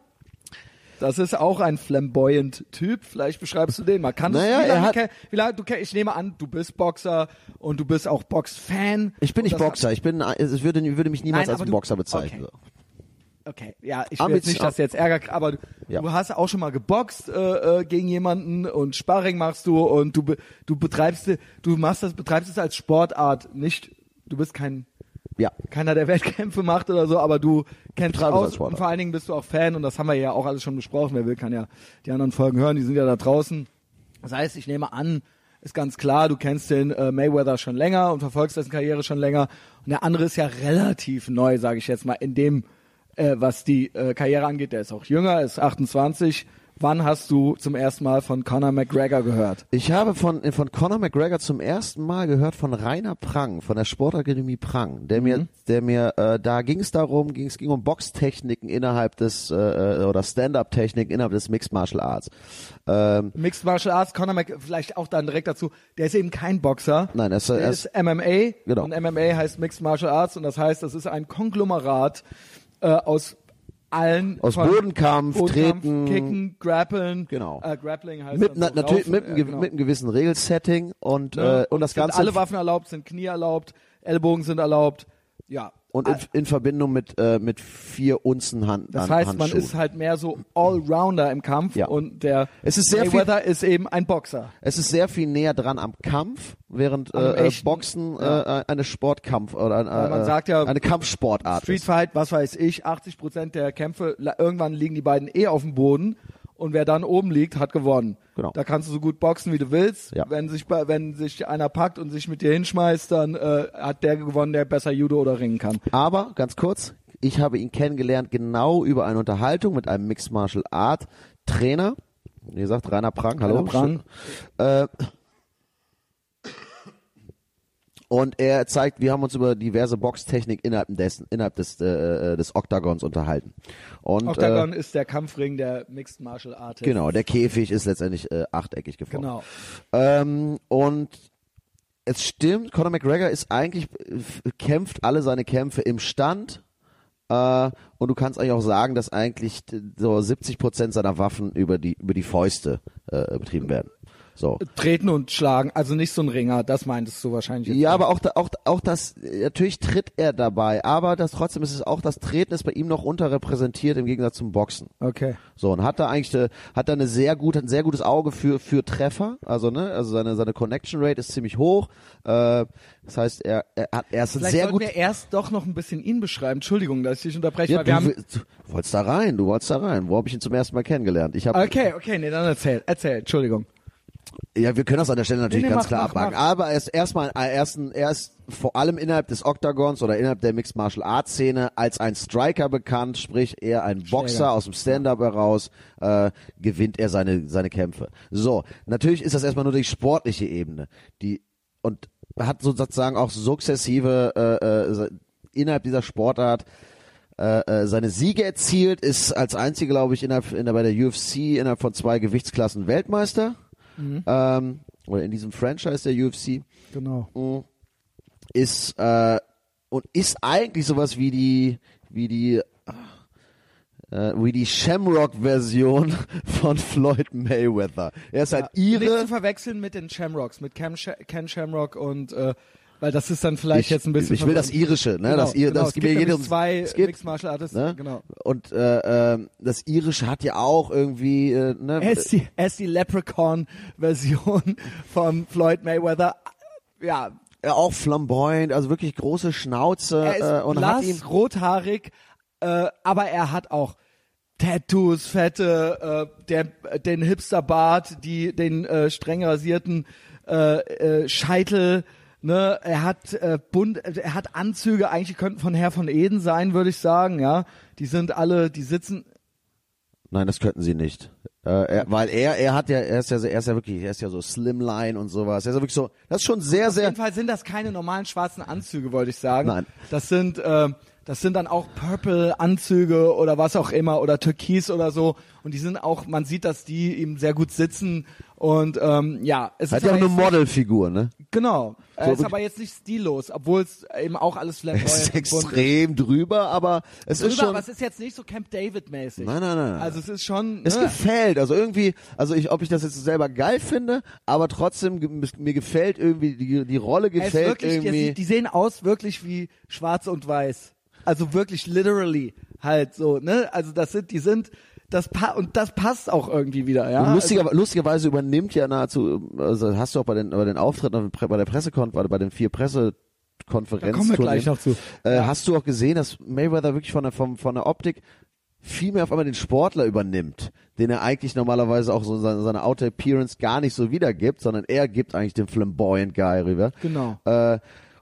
Das ist auch ein flamboyant Typ. Vielleicht beschreibst du den mal. Kann Naja, wie er lange, hat- ke- wie lange, du, ke- ich nehme an, du bist Boxer und du bist auch Box-Fan. Ich bin Und nicht das- Boxer. Ich bin, ich würde, ich würde mich niemals Nein, als aber einen du- Boxer bezeichnen. okay. Okay, ja, ich will jetzt Ambition- nicht, dass jetzt Ärger, aber du, Ja. du hast auch schon mal geboxt äh, äh, gegen jemanden und Sparring machst du und du be, du betreibst du machst das betreibst es als Sportart, nicht du bist kein Ja. keiner, der Wettkämpfe macht oder so, aber du kennst betreibe es als aus Sportart. und vor allen Dingen bist du auch Fan und das haben wir ja auch alles schon besprochen. Wer will, kann ja die anderen Folgen hören, die sind ja da draußen. Das heißt, ich nehme an, ist ganz klar, du kennst den äh, Mayweather schon länger und verfolgst dessen Karriere schon länger und der andere ist ja relativ neu, sage ich jetzt mal, in dem äh, was die äh, Karriere angeht. Der ist auch jünger, ist achtundzwanzig, Wann hast du zum ersten Mal von Conor McGregor gehört? Ich habe von von Conor McGregor zum ersten Mal gehört von Rainer Prang, von der Sportakademie Prang, der mir, mhm. der mir, äh, da ging es darum, ging es ging um Boxtechniken innerhalb des äh, oder Stand-up-Techniken innerhalb des Mixed Martial Arts. Ähm, Mixed Martial Arts, Conor McGregor, vielleicht auch dann direkt dazu. Der ist eben kein Boxer. Nein, er ist, der er ist M M A. Genau. Und M M A heißt Mixed Martial Arts und das heißt, das ist ein Konglomerat äh, aus allen aus Bodenkampf, Bodenkampf, Treten, Kicken, Grappeln. Genau. Äh, Grappling heißt mit, dann na, so natürlich Laufen, mit, einem, äh, genau. mit einem gewissen Regelsetting und ja, äh, und, und das sind Ganze. Alle Waffen erlaubt, sind Knie erlaubt, Ellbogen sind erlaubt. Ja. Und in, in Verbindung mit äh, mit vier Unzen Hand. Das an heißt, Handschuhen. man ist halt mehr so Allrounder im Kampf Ja. und der Es ist sehr Mayweather ist eben ein Boxer. Es ist sehr viel näher dran am Kampf, während Am äh, echten, Boxen ja. äh, eine Sportkampf oder Weil eine, man äh, sagt ja, eine Kampfsportart Street ist. Fight, was weiß ich, achtzig Prozent der Kämpfe, la- irgendwann liegen die beiden eh auf dem Boden und wer dann oben liegt, hat gewonnen. Genau. Da kannst du so gut boxen, wie du willst. Ja. Wenn sich bei- wenn sich einer packt und sich mit dir hinschmeißt, dann äh, hat der gewonnen, der besser Judo oder ringen kann. Aber ganz kurz, ich habe ihn kennengelernt genau über eine Unterhaltung mit einem Mixed Martial Art Trainer. Wie gesagt, Rainer Prang. Hallo. Rainer Prang. Äh, Und er zeigt, wir haben uns über diverse Boxtechnik innerhalb dessen, innerhalb des, äh, des Oktagons unterhalten. Und, Octagon äh, ist der Kampfring der Mixed Martial Artists. Genau, der Käfig ist letztendlich äh, achteckig geformt. Genau. Ähm, und es stimmt, Conor McGregor ist eigentlich, äh, kämpft alle seine Kämpfe im Stand. Äh, und du kannst eigentlich auch sagen, dass eigentlich so siebzig Prozent seiner Waffen über die, über die Fäuste äh, betrieben werden. So. Treten und schlagen, also nicht so ein Ringer, das meintest du wahrscheinlich jetzt. Ja, aber auch, da, auch, auch das, natürlich tritt er dabei, aber das trotzdem ist es auch, das Treten ist bei ihm noch unterrepräsentiert im Gegensatz zum Boxen. Okay. So, und hat da eigentlich, äh, hat da eine sehr gute, ein sehr gutes Auge für, für Treffer, also, ne, also seine, seine Connection Rate ist ziemlich hoch, äh, das heißt, er, er hat, er ist ein Vielleicht sehr sollten gut. wir erst doch noch ein bisschen ihn beschreiben. Entschuldigung, dass ich dich unterbreche, Ja, weil wir du, haben... du wolltest da rein, du wolltest da rein. Wo habe ich ihn zum ersten Mal kennengelernt? Ich habe Okay, okay, nee, dann erzähl, erzähl, Entschuldigung. Ja, wir können das an der Stelle natürlich Nee, nee, ganz mach, klar mach, abhaken. mach. Aber er ist erstmal, er ist, ein, er ist vor allem innerhalb des Oktagons oder innerhalb der Mixed Martial Arts Szene als ein Striker bekannt, sprich eher ein Boxer Schläger. aus dem Stand-up heraus, äh, gewinnt er seine, seine Kämpfe. So, natürlich ist das erstmal nur die sportliche Ebene, die, und hat sozusagen auch sukzessive, äh, äh, innerhalb dieser Sportart äh, äh, seine Siege erzielt, ist als einzige, glaube ich, innerhalb, in der, bei der U F C innerhalb von zwei Gewichtsklassen Weltmeister. Mhm. Ähm, oder in diesem Franchise der U F C Genau. ist äh, und ist eigentlich sowas wie die wie die äh, wie die Shamrock-Version von Floyd Mayweather. Er ist halt Nicht Ire. zu verwechseln mit den Shamrocks, mit Cam Sh- Ken Shamrock und äh, weil das ist dann vielleicht Ich, jetzt ein bisschen... ich will das Irische, ne? Genau, das, Ir genau. das Es gibt gibt ja nämlich jedem zwei es gibt, Mixed Martial Artists, ne? genau. Und äh, äh, das Irische hat ja auch irgendwie äh, ne? Er ist die, er ist die Leprechaun-Version von Floyd Mayweather. Ja, Ja, auch flamboyant, also wirklich große Schnauze er ist äh, und blass, hat ihm rothaarig, äh, aber er hat auch Tattoos, fette, äh, der, den Hipsterbart, die, den äh, streng rasierten äh, äh, Scheitel. Ne, er hat äh, bunt, er hat Anzüge, eigentlich könnten von Herr von Eden sein, würde ich sagen, ja. Die sind alle, die sitzen. Nein, das könnten sie nicht. Äh, er, weil er, er hat ja, er ist ja, er ist ja wirklich, er ist ja so Slimline und sowas. Er ist ja wirklich so, das ist schon sehr, Auf sehr. jeden Fall sind das keine normalen schwarzen Anzüge, wollte ich sagen. Nein. Das sind, äh, das sind dann auch Purple-Anzüge oder was auch immer oder Türkis oder so. Und die sind auch, man sieht, dass die ihm sehr gut sitzen. Und ähm, ja, es Hat ist ja auch aber eine jetzt Modelfigur, ne? nicht, genau. So Er ist wirklich- aber jetzt nicht stillos, obwohl es eben auch alles flamboyant Es ist und bunt extrem drüber, aber es drüber, ist schon. aber es ist jetzt nicht so Camp David-mäßig. Nein, nein, nein, nein. Also es ist schon. Es ne? gefällt, also irgendwie, also ich, ob ich das jetzt selber geil finde, aber trotzdem ge- mir gefällt irgendwie die die Rolle Er ist gefällt wirklich, der irgendwie. sieht, die sehen aus wirklich wie schwarz und weiß. Also wirklich literally halt so, ne? Also das sind, die sind, das pa und das passt auch irgendwie wieder, ja. Und lustiger, lustigerweise übernimmt ja nahezu, also hast du auch bei den, bei den Auftritten, bei der Pressekonferenz, bei den vier Pressekonferenzen, Da kommen wir gleich noch zu. Äh, Ja. Hast du auch gesehen, dass Mayweather wirklich von der, von, von der Optik viel mehr auf einmal den Sportler übernimmt, den er eigentlich normalerweise auch so seine, seine Outer Appearance gar nicht so wiedergibt, sondern er gibt eigentlich den flamboyant Guy rüber. Genau. Äh,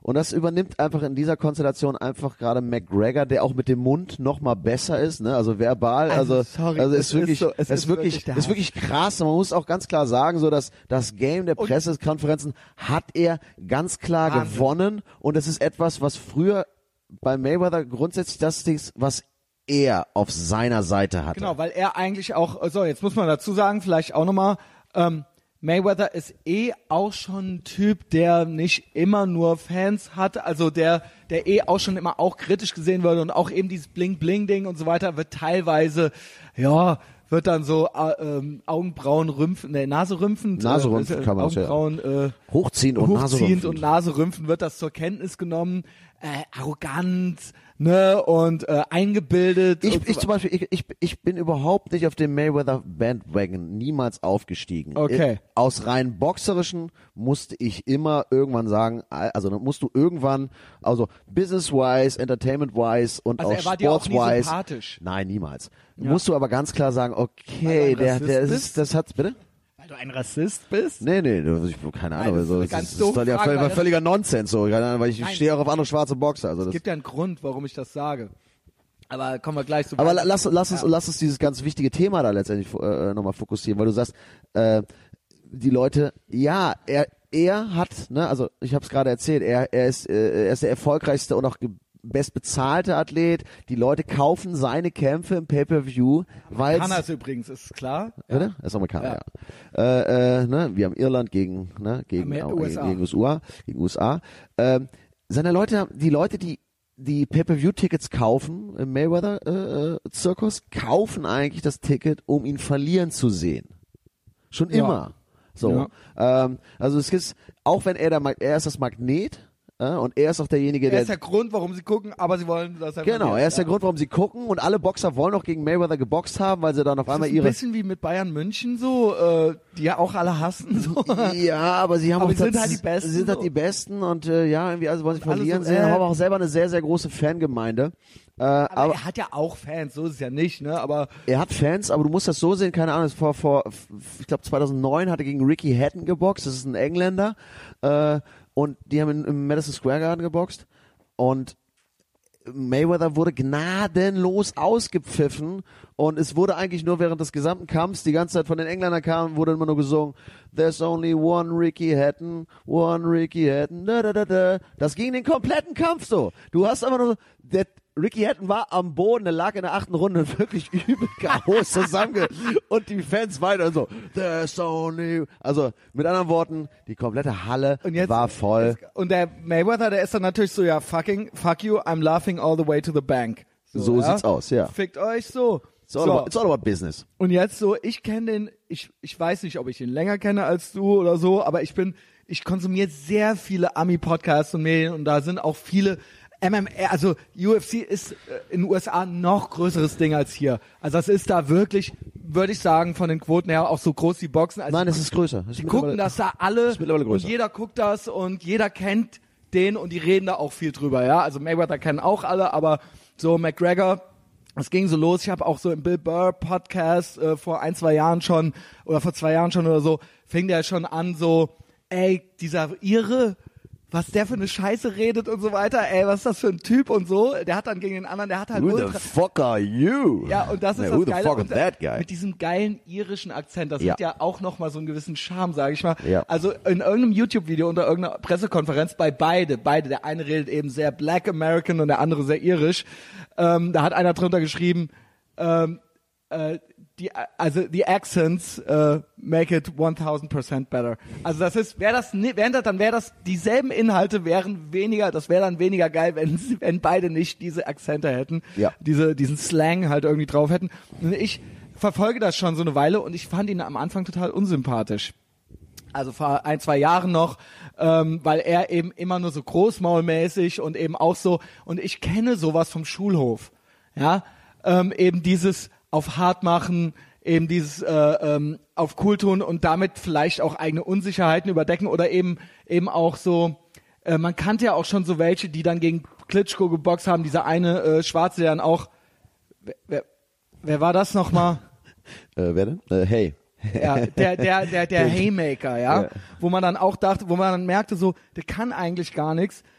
Und das übernimmt einfach in dieser Konstellation einfach gerade McGregor, der auch mit dem Mund noch mal besser ist, ne? Also verbal, also, Also, sorry, also es ist wirklich, ist so- es es ist ist wirklich, wirklich der ist wirklich krass. Und man muss auch ganz klar sagen, so dass das Game der Und- Pressekonferenzen hat er ganz klar Wahnsinn. gewonnen. Und das ist etwas, was früher bei Mayweather grundsätzlich das ist, was er auf seiner Seite hatte. Genau, weil er eigentlich auch, so jetzt muss man dazu sagen, vielleicht auch nochmal, ähm, Mayweather ist eh auch schon ein Typ, der nicht immer nur Fans hat, also der, der eh auch schon immer auch kritisch gesehen wird und auch eben dieses Bling-Bling-Ding und so weiter wird teilweise, ja, wird dann so äh, ähm, Augenbrauen rümpfen, ne, Nase rümpfen, Nase rümpfen äh, kann man das, ja. Augenbrauen, äh, Hochziehen und Nase hochziehend rümpfen. und Nase rümpfen wird das zur Kenntnis genommen, äh, arrogant, ne, und äh, eingebildet. Ich, und ich so zum Beispiel, ich, ich, ich bin überhaupt nicht auf dem Mayweather Bandwagon niemals aufgestiegen. Okay. Ich, aus rein boxerischen musste ich immer irgendwann sagen, also dann musst du irgendwann, also business-wise, entertainment-wise und Also auch er war dir auch nie sports-wise. sympathisch. Nein, niemals. Ja. Musst du aber ganz klar sagen, Weil okay, du ein der, der Rassist ist, bist? das hat, bitte? Weil du ein Rassist bist? Nee, nee, das- ich, keine Nein, Ahnung, das ist so, eine das, ganz ist, doofe das ist ja Frage, völliger, weil das- völliger Nonsens, so, keine Ahnung, weil ich Nein. stehe auch auf andere schwarze Boxer. Also Es das, gibt ja einen Grund, warum ich das sage. Aber kommen wir gleich zu. Aber la- lass, lass uns, lass uns dieses ganz wichtige Thema da letztendlich äh, nochmal fokussieren, weil du sagst, äh, die Leute, ja, er, er hat, ne, also ich habe es gerade erzählt, er, er ist, äh, er ist der erfolgreichste und auch ge- bestbezahlte Athlet. Die Leute kaufen seine Kämpfe im Pay-per-View, weil Kann das übrigens, ist klar. Bitte? Er ist Amerikaner, Ja. ja. Äh, äh, ne? Wir haben Irland gegen, ne? gegen, Amer- äh, U S A. gegen U S A. Gegen U S A. Ähm, seine Leute, die Leute, die die Pay-per-View-Tickets kaufen im Mayweather-Zirkus, kaufen eigentlich das Ticket, um ihn verlieren zu sehen. Schon Ja. immer. So. Ähm, also es ist, auch wenn er der, Mag- er ist das Magnet, äh, und er ist auch derjenige, Er der ist der Grund, warum sie gucken, aber sie wollen, dass er Genau, verliert. er ist der Ja. Grund, warum sie gucken, und alle Boxer wollen auch gegen Mayweather geboxt haben, weil sie dann auf Das einmal ist ein ihre bisschen wie mit Bayern München so, äh, die ja auch alle hassen. So. Ja, aber sie haben Aber auch sie sind das- halt die Besten, Sie sind halt so. die Besten und äh, ja, irgendwie also wollen sie Und alle verlieren. so, sie äh. haben auch selber eine sehr, sehr große Fangemeinde. Äh, Aber, aber er hat ja auch Fans, so ist es ja nicht, ne? Aber er hat Fans, aber du musst das so sehen, keine Ahnung, vor, vor ich glaube zweitausendneun hat er gegen Ricky Hatton geboxt, das ist ein Engländer, äh, und die haben in, im Madison Square Garden geboxt und Mayweather wurde gnadenlos ausgepfiffen und es wurde eigentlich nur während des gesamten Kampfs die ganze Zeit von den Engländern kam, wurde immer nur gesungen, there's only one Ricky Hatton, one Ricky Hatton, da, da, da, da. Das ging den kompletten Kampf so. Du hast einfach nur so, der Ricky Hatton war am Boden, der lag in der achten Runde wirklich übel Chaos zusammenge und die Fans weiter so, there's only, also mit anderen Worten, die komplette Halle und jetzt war voll. Jetzt, und der Mayweather, der ist dann natürlich so, ja, fucking, fuck you, I'm laughing all the way to the bank. So ja? sieht's aus, ja. Fickt euch so. It's all, so. about, it's all about business. Und jetzt so, ich kenne den, ich, ich weiß nicht, ob ich ihn länger kenne als du oder so, aber ich bin, ich konsumiere sehr viele Ami-Podcasts und Medien und da sind auch viele M M A, also U F C ist äh, in den U S A ein noch größeres Ding als hier. Also das ist da wirklich, würde ich sagen, von den Quoten her auch so groß wie Boxen. Also Nein, es ist größer. Es ist die gucken mittlerweile- das da alle ist mittlerweile und größer. jeder guckt das und jeder kennt den und die reden da auch viel drüber, ja. Also Mayweather kennen auch alle, aber so McGregor, es ging so los. Ich habe auch so im Bill Burr Podcast äh, vor ein, zwei Jahren schon oder vor zwei Jahren schon oder so, fing der schon an so, ey, dieser Ire, was der für eine Scheiße redet und so weiter, ey, was ist das für ein Typ und so. Der hat dann gegen den anderen, der hat halt Who the ultra, fuck are you? ja, und das ist Yeah, das who the Geile. fuck is Und that guy? mit diesem geilen irischen Akzent, das Ja. hat ja auch nochmal so einen gewissen Charme, sage ich mal. Ja. Also in irgendeinem YouTube-Video unter irgendeiner Pressekonferenz bei beide, beide, der eine redet eben sehr Black American und der andere sehr irisch. Ähm, da hat einer drunter geschrieben, ähm, äh, die, also die Accents äh, make it tausend Prozent better. Also das ist, wäre das, ni- wären das, dann wäre das, dieselben Inhalte wären weniger, das wäre dann weniger geil, wenn, sie- wenn beide nicht diese Akzente hätten, Ja. diese, diesen Slang halt irgendwie drauf hätten. Und ich verfolge das schon so eine Weile und ich fand ihn am Anfang total unsympathisch. Also vor ein, zwei Jahren noch, ähm, weil er eben immer nur so großmaulmäßig und eben auch so, und ich kenne sowas vom Schulhof, ja, ähm, eben dieses auf hart machen, eben dieses äh, ähm, auf cool tun und damit vielleicht auch eigene Unsicherheiten überdecken oder eben eben auch so, äh, man kannte ja auch schon so welche, die dann gegen Klitschko geboxt haben, dieser eine äh, Schwarze, der dann auch, wer, wer, wer war das nochmal? Äh, wer denn? Äh, hey. Ja, der, der, der, der Haymaker, ja? Ja. Wo man dann auch dachte, wo man dann merkte, so, der kann eigentlich gar nichts.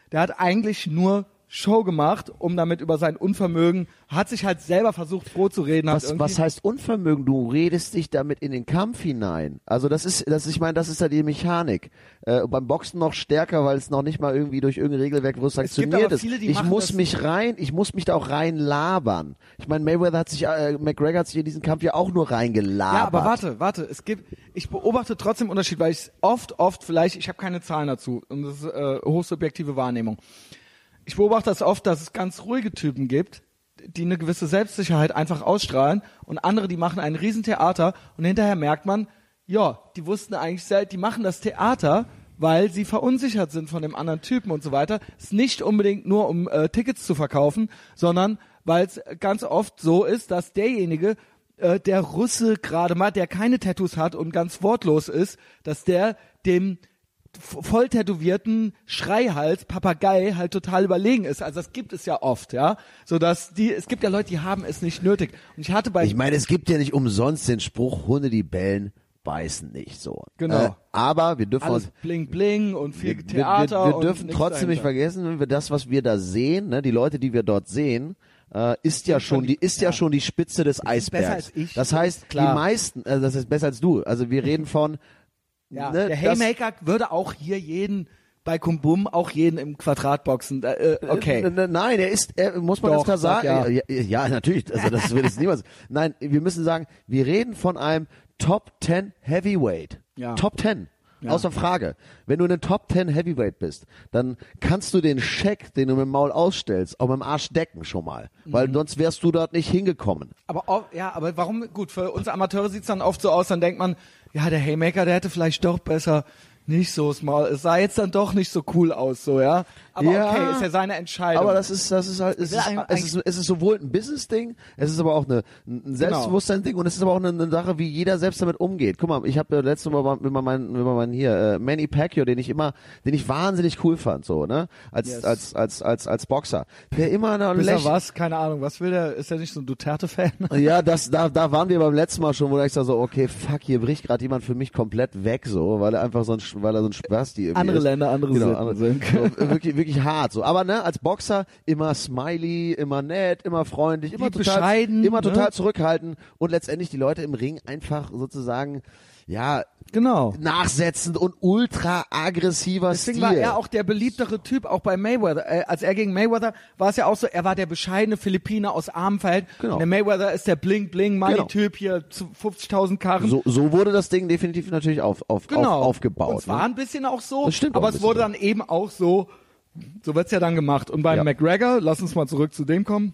der hat eigentlich nur Show gemacht, um damit über sein Unvermögen, hat sich halt selber versucht, froh zu reden. Hat Was, was heißt Unvermögen? Du redest dich damit in den Kampf hinein. Also das ist, das, ich meine, das ist ja die Mechanik. Äh, beim Boxen noch stärker, weil es noch nicht mal irgendwie durch irgendein Regelwerk groß sanktioniert ist. Viele, ich muss mich rein, ich muss mich da auch rein labern. Ich meine, Mayweather hat sich, äh, McGregor hat sich in diesen Kampf ja auch nur reingelabert. Ja, aber warte, warte, es gibt, ich beobachte trotzdem Unterschied, weil ich oft, oft vielleicht, ich habe keine Zahlen dazu, und das ist äh, hochsubjektive Wahrnehmung. Ich beobachte das oft, dass es ganz ruhige Typen gibt, die eine gewisse Selbstsicherheit einfach ausstrahlen und andere, die machen ein Riesentheater und hinterher merkt man, ja, die wussten eigentlich selbst, die machen das Theater, weil sie verunsichert sind von dem anderen Typen und so weiter. Es ist nicht unbedingt nur, um äh, Tickets zu verkaufen, sondern weil es ganz oft so ist, dass derjenige, äh, der Russe gerade mal, der keine Tattoos hat und ganz wortlos ist, dass der dem voll tätowierten Schreihals, Papagei halt total überlegen ist. Also das gibt es ja oft, ja. So dass die, es gibt ja Leute, die haben es nicht nötig. Und ich hatte bei Ich meine, es gibt ja nicht umsonst den Spruch, Hunde, die bellen, beißen nicht so. Genau. Äh, aber wir dürfen alles uns, bling bling und viel wir, Theater. wir, wir und dürfen nichts trotzdem nicht dahinter. vergessen, wenn wir das, was wir da sehen, ne, die Leute, die wir dort sehen, äh, ist ja schon die, ist ja. ja. schon die Spitze des besser Eisbergs. als ich, das das heißt, ist klar. die meisten, äh, das ist besser als du. Also wir reden von, Ja, ne, der das- Haymaker würde auch hier jeden bei Kumbum auch jeden im Quadrat boxen. Äh, okay. N- n- Nein, er ist, er, muss man Doch, ganz klar sag sagen. ja. Ja, ja, natürlich. Also das wird es niemals. Nein, wir müssen sagen, wir reden von einem Top Ten Heavyweight. Ja. Top Ten. Ja. Außer Frage. Wenn du in den Top Ten Heavyweight bist, dann kannst du den Scheck, den du mit dem Maul ausstellst, auch mit dem Arsch decken schon mal. Mhm. Weil sonst wärst du dort nicht hingekommen. Aber auch, ja, aber warum, gut, für uns Amateure sieht's dann oft so aus, dann denkt man, ja, der Haymaker, der hätte vielleicht doch besser nicht so small. Es sah jetzt dann doch nicht so cool aus, so, ja. Aber Ja, okay, ist ja seine Entscheidung. Aber das ist, das ist halt, es will ist, eigentlich- es ist, es ist sowohl ein Business-Ding, es ist aber auch eine, ein Selbstbewusstsein-Ding und es ist aber auch eine, eine Sache, wie jeder selbst damit umgeht. Guck mal, ich habe ja letztes Mal immer meinen, immer meinen hier, äh, Manny Pacquiao, den ich immer, den ich wahnsinnig cool fand, so, ne, als, Yes. als, als, als, als Boxer. Der immer eine Bis er Lächeln. was? Keine Ahnung. Was will der? Ist er nicht so ein Duterte-Fan? Ja, das, da, da waren wir beim letzten Mal schon, wo ich so, okay, fuck, hier bricht gerade jemand für mich komplett weg, so, weil er einfach so ein, weil er so ein Spasti irgendwie Andere ist. Länder, andere Genau, Sitten andere, sind. so, wirklich, wirklich hart, so. Aber ne, als Boxer immer smiley, immer nett, immer freundlich, immer Wie total, bescheiden, immer total ne? zurückhaltend und letztendlich die Leute im Ring einfach sozusagen, ja, Genau. nachsetzend und ultra aggressiver Deswegen Stil. war er auch der beliebtere Typ, auch bei Mayweather. Äh, als er gegen Mayweather war es ja auch so, er war der bescheidene Philippiner aus armem Verhältnis. Genau. Der Mayweather ist der Bling-Bling-Money-Typ hier, zu fünfzigtausend Karren. so, so wurde das Ding definitiv natürlich auf, auf, Genau. auf, aufgebaut. Und es war ne? ein bisschen auch so, Das stimmt auch aber ein es wurde bisschen dann eben auch so, so wird's ja dann gemacht. Und beim Ja. McGregor, lass uns mal zurück zu dem kommen,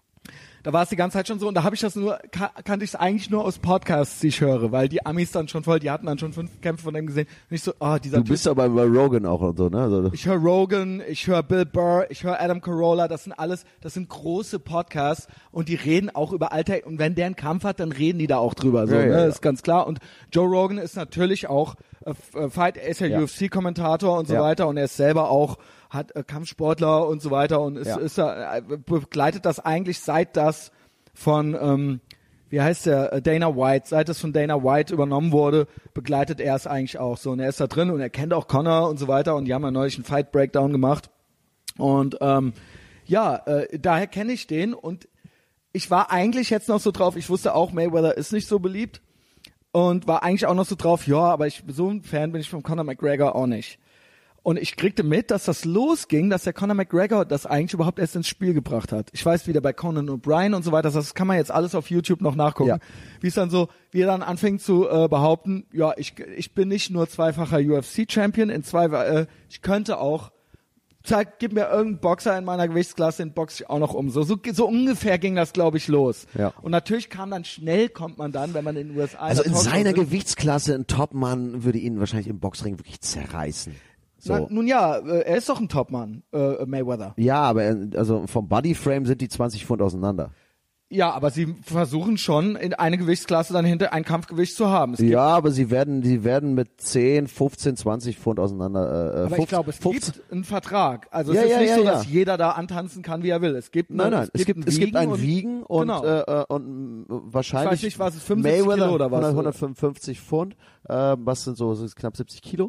da war es die ganze Zeit schon so und da habe ich das nur, ka- kannte ich es eigentlich nur aus Podcasts, die ich höre, weil die Amis dann schon voll, die hatten dann schon fünf Kämpfe von dem gesehen und ich so, ah, dieser Du Typ. bist aber bei Rogan auch und so, ne? Also, Ich höre Rogan, ich höre Bill Burr, ich höre Adam Carolla, das sind alles, das sind große Podcasts und die reden auch über Alltag und wenn der einen Kampf hat, dann reden die da auch drüber, so, Ja, ja, ne? ja. ist ganz klar und Joe Rogan ist natürlich auch äh, F- äh, Fight, er ist ja, Ja. U F C-Kommentator und so Ja. weiter und er ist selber auch, hat äh, Kampfsportler und so weiter und ist, Ja. ist er, äh, begleitet das eigentlich seit das von, ähm, wie heißt der, äh, Dana White, seit es von Dana White übernommen wurde, begleitet er es eigentlich auch so. Und er ist da drin und er kennt auch Connor und so weiter und die haben ja neulich einen Fight Breakdown gemacht. Und ähm, ja, äh, daher kenne ich den und ich war eigentlich jetzt noch so drauf, ich wusste auch, Mayweather ist nicht so beliebt und war eigentlich auch noch so drauf, ja, aber ich so ein Fan bin ich von Conor McGregor auch nicht. Und ich kriegte mit, dass das losging, dass der Conor McGregor das eigentlich überhaupt erst ins Spiel gebracht hat. Ich weiß wieder bei Conan O'Brien und so weiter, das kann man jetzt alles auf YouTube noch nachgucken. Ja. Wie es dann so, wie er dann anfängt zu äh, behaupten, ja, ich, ich bin nicht nur zweifacher U F C-Champion, in zwei, äh, ich könnte auch, zeig, gib mir irgendeinen Boxer in meiner Gewichtsklasse, den boxe ich auch noch um. So, so, so ungefähr ging das, glaube ich, los. Ja. Und natürlich kam dann schnell, kommt man dann, wenn man in den U S A also in der Talkshow seiner sitzt. Gewichtsklasse ein Topmann würde ihn wahrscheinlich im Boxring wirklich zerreißen. So. Na, nun ja, äh, er ist doch ein Topmann, äh, Mayweather. Ja, aber er- also vom Bodyframe sind die zwanzig Pfund auseinander. Ja, aber sie versuchen schon, in eine Gewichtsklasse dann hinter ein Kampfgewicht zu haben. Es gibt, Ja, aber sie werden, sie werden mit zehn, fünfzehn, zwanzig Pfund auseinander. Äh, aber fünfzehn, ich glaube, es fünfzehn gibt einen Vertrag. Also Ja, es ist ja, nicht ja, so, ja. dass jeder da antanzen kann, wie er will. Es gibt, Nein, eine, nein, es gibt, ein es gibt ein und- Wiegen und, genau. äh, äh, und äh, wahrscheinlich. Ich weiß nicht, was es, fünfundsiebzig Mayweather Kilo oder was? hundert, hundertfünfundfünfzig Pfund, äh, was sind so, so knapp siebzig Kilo.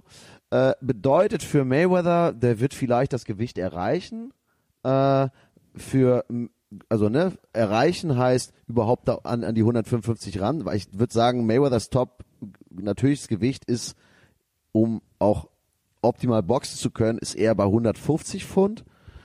Äh, bedeutet für Mayweather, der wird vielleicht das Gewicht erreichen. Äh, für, also ne, erreichen heißt überhaupt an, an die hundertfünfundfünfzig ran, weil ich würde sagen, Mayweathers Top, natürlich das Gewicht ist, um auch optimal boxen zu können, ist eher bei hundertfünfzig Pfund.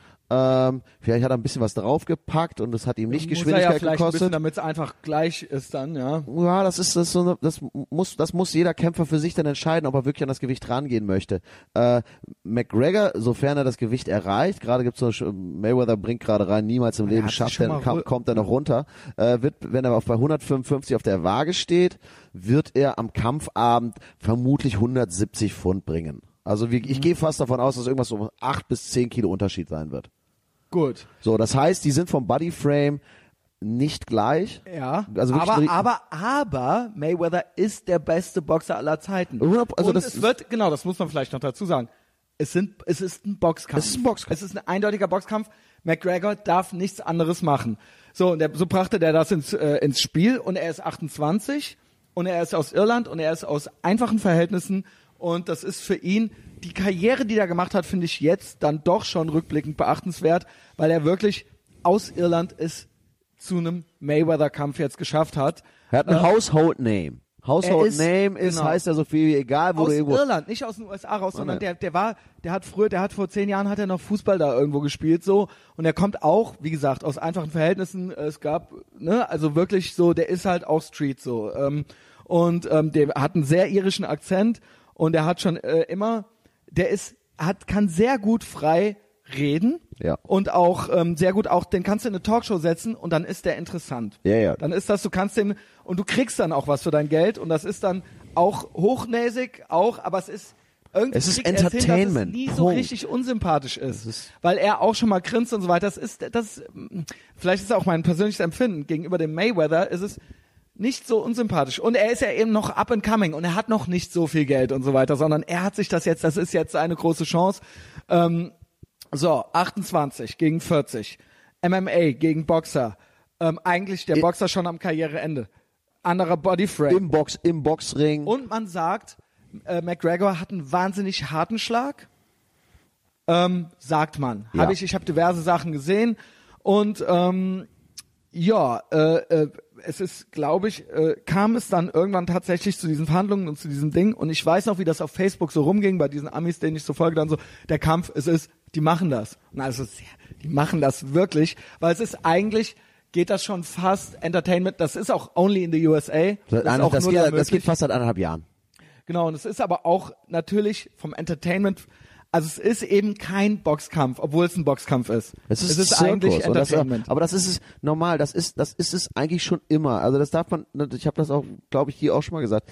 Ähm, vielleicht hat er ein bisschen was draufgepackt und das hat ihm nicht Muss Geschwindigkeit er ja vielleicht gekostet. damit es einfach gleich ist dann, ja. Ja, das ist das, ist so eine, das muss das muss jeder Kämpfer für sich dann entscheiden, ob er wirklich an das Gewicht rangehen möchte. Äh, McGregor, sofern er das Gewicht erreicht, gerade gibt's so Mayweather bringt gerade rein, niemals im Er Leben hat schafft sich schon er, mal kam, ru- kommt er noch runter. Äh, wird, wenn er auf bei hundertfünfundfünfzig auf der Waage steht, wird er am Kampfabend vermutlich hundertsiebzig Pfund bringen. Also wie, ich gehe fast davon aus, dass irgendwas so acht bis zehn Kilo Unterschied sein wird. Gut. So, das heißt, die sind vom Bodyframe nicht gleich. Ja, Also wirklich aber, ri- aber, aber Mayweather ist der beste Boxer aller Zeiten. Also und das es ist- wird, genau, das muss man vielleicht noch dazu sagen, es, sind, es ist ein Boxkampf. Es ist ein Boxkampf. Es ist ein eindeutiger Boxkampf. McGregor darf nichts anderes machen. So, und der, so brachte der das ins, äh, ins Spiel und er ist achtundzwanzig und er ist aus Irland und er ist aus einfachen Verhältnissen und das ist für ihn, die Karriere, die er gemacht hat, finde ich jetzt dann doch schon rückblickend beachtenswert, weil er wirklich aus Irland es zu einem Mayweather-Kampf jetzt geschafft hat. Er hat ein Äh, Household Name. Household er ist- Name ist, genau. heißt ja so viel wie egal, wo aus du irgendwo. Irland, nicht aus den U S A raus, sondern nein. der, der war, der hat früher, der hat vor zehn Jahren hat er noch Fußball da irgendwo gespielt, so, und er kommt auch, wie gesagt, aus einfachen Verhältnissen, es gab, ne, also wirklich so, der ist halt auch Street, so, ähm, und, ähm, der hat einen sehr irischen Akzent und der hat schon äh, immer, der ist, hat, kann sehr gut frei reden. Ja. Und auch ähm, sehr gut, auch den kannst du in eine Talkshow setzen und dann ist der interessant. Ja, ja. Dann ist das, du kannst den, und du kriegst dann auch was für dein Geld und das ist dann auch hochnäsig, auch, aber es ist irgendwie Es ist kriegt er es hin, Entertainment. dass es nie so Punkt. richtig unsympathisch ist, ist- weil er auch schon mal grinst und so weiter. Das ist, das, vielleicht ist auch mein persönliches Empfinden gegenüber dem Mayweather, ist es nicht so unsympathisch. Und er ist ja eben noch up and coming und er hat noch nicht so viel Geld und so weiter, sondern er hat sich das jetzt, das ist jetzt eine große Chance. Ähm, so, achtundzwanzig gegen vierzig. M M A gegen Boxer. Ähm, eigentlich der I- Boxer schon am Karriereende. Anderer Bodyframe. Im Box, im Boxring. Und man sagt, äh, McGregor hat einen wahnsinnig harten Schlag. Ähm, sagt man. Ja. Hab ich, ich habe diverse Sachen gesehen. Und ähm, ja, äh, äh, es ist, glaube ich, äh, kam es dann irgendwann tatsächlich zu diesen Verhandlungen und zu diesem Ding. Und ich weiß noch, wie das auf Facebook so rumging, bei diesen Amis, denen ich so folge, dann so, der Kampf, es ist, die machen das. Und also, die machen das wirklich, weil es ist eigentlich, geht das schon fast Entertainment, das ist auch only in the U S A. das, ist auch das, nur geht, da das möglich. geht fast seit anderthalb Jahren. Genau, und es ist aber auch natürlich vom Entertainment, also es ist eben kein Boxkampf, obwohl es ein Boxkampf ist. Es ist, es ist Zirkus. eigentlich Und das, Entertainment. aber das ist es normal, das ist, das ist es eigentlich schon immer. Also das darf man, ich habe das auch, glaube ich, hier auch schon mal gesagt.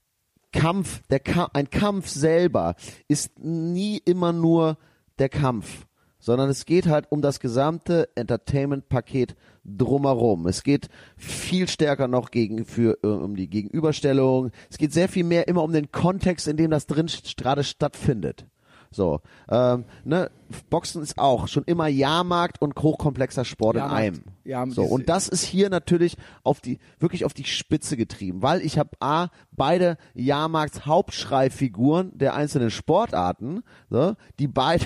Kampf, der Ka- ein Kampf selber ist nie immer nur der Kampf, sondern es geht halt um das gesamte Entertainment-Paket drumherum. Es geht viel stärker noch gegen für äh, um die Gegenüberstellung. Es geht sehr viel mehr immer um den Kontext, in dem das drin st- gerade stattfindet. So, ähm, ne, Boxen ist auch schon immer Jahrmarkt und hochkomplexer Sport in Jahrmarkt. einem. Ja, so, diese- und das ist hier natürlich auf die, wirklich auf die Spitze getrieben, weil ich habe A, beide Jahrmarkts Hauptschreifiguren der einzelnen Sportarten, so, die beide,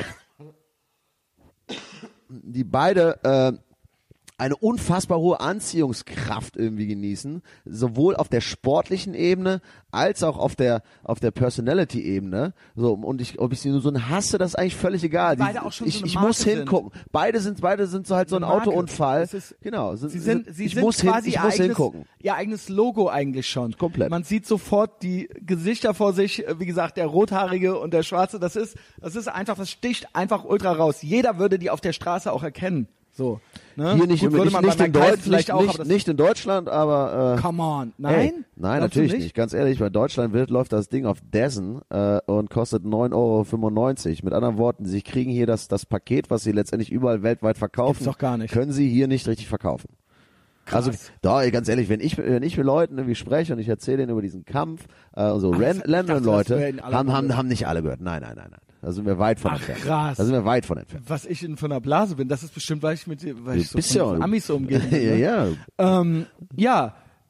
die beide, äh, eine unfassbar hohe Anziehungskraft irgendwie genießen, sowohl auf der sportlichen Ebene als auch auf der auf der Personality-Ebene. So, und ich, ob ich sie nur so hasse, das ist eigentlich völlig egal. Beide Die, auch schon ich, so eine ich Marke muss sind. hingucken. Beide sind beide sind so halt so ein Eine Marke. Autounfall. Das ist- Genau. Sind, Sie sind, sie ich sind muss hin, quasi ich ihr muss eigenes, hingucken. ihr eigenes Logo eigentlich schon. Komplett. Man sieht sofort die Gesichter vor sich, äh, wie gesagt, der Rothaarige und der Schwarze, das ist, das ist einfach, das sticht einfach ultra raus. Jeder würde die auf der Straße auch erkennen. So. Ne? Hier nicht, Gut, würde nicht, man nicht, bei in Mike Tyson Deutsch, vielleicht nicht, auch, nicht, aber das, nicht in Deutschland, aber äh, come on. Nein? Hey, nein, Glaubst du natürlich nicht? Ganz ehrlich, bei Deutschland wird, läuft das Ding auf Dessen äh, und kostet neun Euro fünfundneunzig. Mit anderen Worten, sie kriegen hier das, das Paket, was sie letztendlich überall weltweit verkaufen, Gibt's doch gar nicht. können sie hier nicht richtig verkaufen. Krass. Also, da, ganz ehrlich, wenn ich, wenn ich mit Leuten irgendwie spreche und ich erzähle ihnen über diesen Kampf, äh, und so Ach, Ran- ich dachte, das Leute, wären alle haben, haben, gehört. haben nicht alle gehört. Nein, nein, nein, nein. Da sind wir weit von Ach, entfernt. krass. Da sind wir weit von entfernt. Was ich in von einer Blase bin, das ist bestimmt, weil ich mit, weil ich so bist ja- von Amis so umgeben bin. ja, ne? ja. Ähm, ja,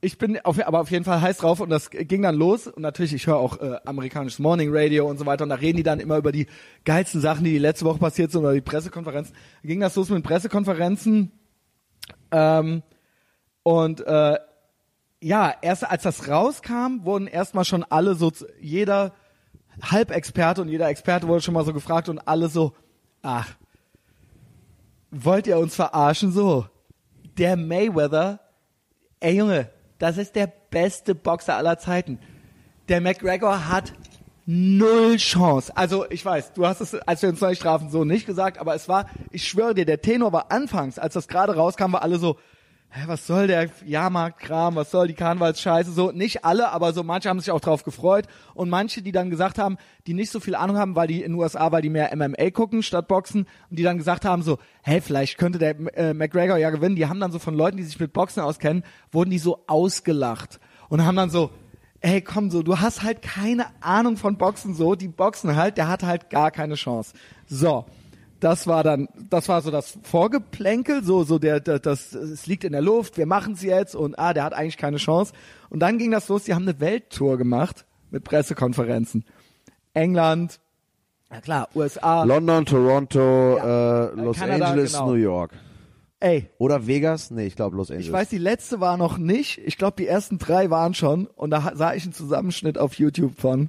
ich bin auf, aber auf jeden Fall heiß drauf und das ging dann los und natürlich, ich höre auch äh, amerikanisches Morning Radio und so weiter und da reden die dann immer über die geilsten Sachen, die, die letzte Woche passiert sind oder die Pressekonferenzen. Da ging das los mit Pressekonferenzen ähm, und äh, ja, erst als das rauskam, wurden erstmal schon alle so, jeder Halbexperte und jeder Experte wurde schon mal so gefragt und alle so, ach, wollt ihr uns verarschen? So, der Mayweather, ey Junge, das ist der beste Boxer aller Zeiten. Der McGregor hat null Chance. Also ich weiß, du hast es, als wir uns neulich trafen, so nicht gesagt, aber es war, ich schwöre dir, der Tenor war anfangs, als das gerade rauskam, war alle so, hä, was soll der Jahrmarktkram, was soll die Karnevalsscheiße, so, nicht alle, aber so manche haben sich auch drauf gefreut und manche, die dann gesagt haben, die nicht so viel Ahnung haben, weil die in den U S A, weil die mehr M M A gucken statt Boxen und die dann gesagt haben so, hey, vielleicht könnte der äh, McGregor ja gewinnen, die haben dann so von Leuten, die sich mit Boxen auskennen, wurden die so ausgelacht und haben dann so, ey, komm so, du hast halt keine Ahnung von Boxen so, die boxen halt, der hat halt gar keine Chance. So. Das war dann, das war so das Vorgeplänkel, so, so der, der das, es liegt in der Luft, wir machen es jetzt und ah, der hat eigentlich keine Chance. Und dann ging das los, die haben eine Welttour gemacht mit Pressekonferenzen. England, ja klar, U S A. London, Toronto, Ja, äh, Los Kanada, Angeles, genau. New York. Ey, Oder Vegas? Nee, ich glaube Los Angeles. ich weiß, die letzte war noch nicht. Ich glaube, die ersten drei waren schon. Und da ha- sah ich einen Zusammenschnitt auf YouTube von.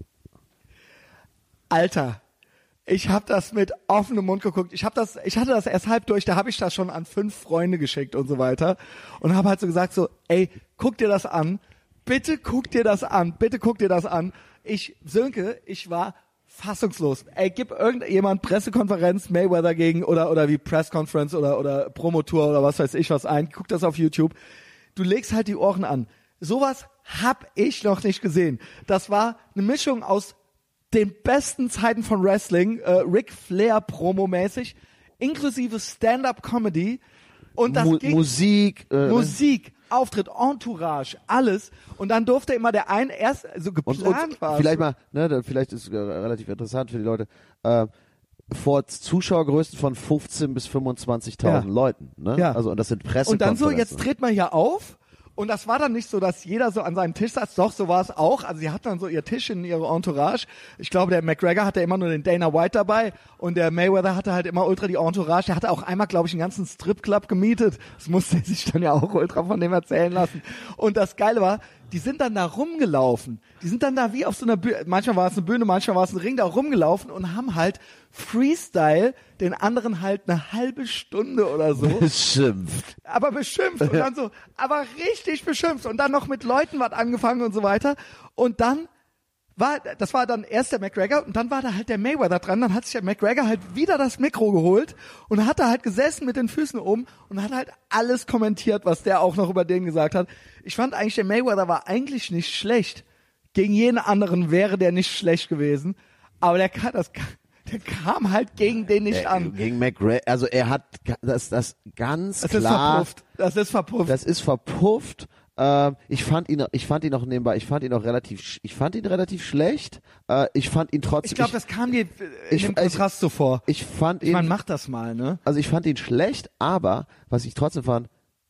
Alter. Ich habe das mit offenem Mund geguckt. Ich habe das, ich hatte das erst halb durch. Da habe ich das schon an fünf Freunde geschickt und so weiter und habe halt so gesagt so, ey, guck dir das an, bitte guck dir das an, bitte guck dir das an. Ich, Sönke, ich war fassungslos. Ey, gib irgendjemand Pressekonferenz Mayweather gegen oder oder wie Pressconference oder oder Promotour oder was weiß ich was ein. Guck das auf YouTube. Du legst halt die Ohren an. Sowas hab ich noch nicht gesehen. Das war eine Mischung aus den besten Zeiten von Wrestling, äh, Ric Flair Promo-mäßig, inklusive Stand-Up-Comedy und das Mu- ging, Musik, äh, Musik, Auftritt, Entourage, alles und dann durfte immer der eine erst, also und, geplant und war. vielleicht mal, ne, da- vielleicht ist es äh, relativ interessant für die Leute, äh, vor Zuschauergrößen von fünfzehntausend bis fünfundzwanzigtausend Ja. Leuten, ne? Ja. Also, und das sind Und Pressekonferenzen. dann so, jetzt dreht man hier auf. Und das war dann nicht so, dass jeder so an seinem Tisch saß. Doch, so war es auch. Also sie hatten dann so ihr Tisch in ihre Entourage. Ich glaube, der McGregor hatte immer nur den Dana White dabei und der Mayweather hatte halt immer ultra die Entourage. Der hatte auch einmal, glaube ich, einen ganzen Stripclub gemietet. Das musste er sich dann ja auch ultra von dem erzählen lassen. Und das Geile war, die sind dann da rumgelaufen. Die sind dann da wie auf so einer Bühne, manchmal war es eine Bühne, manchmal war es ein Ring, da rumgelaufen und haben halt Freestyle den anderen halt eine halbe Stunde oder so beschimpft. aber beschimpft und dann so, aber richtig beschimpft und dann noch mit Leuten was angefangen und so weiter und dann war, das war dann erst der McGregor und dann war da halt der Mayweather dran, dann hat sich der McGregor halt wieder das Mikro geholt und hat da halt gesessen mit den Füßen oben und hat halt alles kommentiert, was der auch noch über den gesagt hat. Ich fand eigentlich, der Mayweather war eigentlich nicht schlecht. Gegen jeden anderen wäre der nicht schlecht gewesen, aber der kann das, der kam halt gegen den nicht Äh, an. Gegen McGregor, also er hat ga- das, das ganz Das ist klar, verpufft. Das ist verpufft. das ist verpufft. Ähm, ich fand ihn, ich fand ihn noch nebenbei, ich fand ihn noch relativ, sch- ich fand ihn relativ schlecht. Äh, ich fand ihn trotzdem. Ich glaube, das kam dir in ich- dem ich- Kontrast so vor. ich fand ihn, Ich meine, mach das mal, ne? also ich fand ihn schlecht, aber was ich trotzdem fand,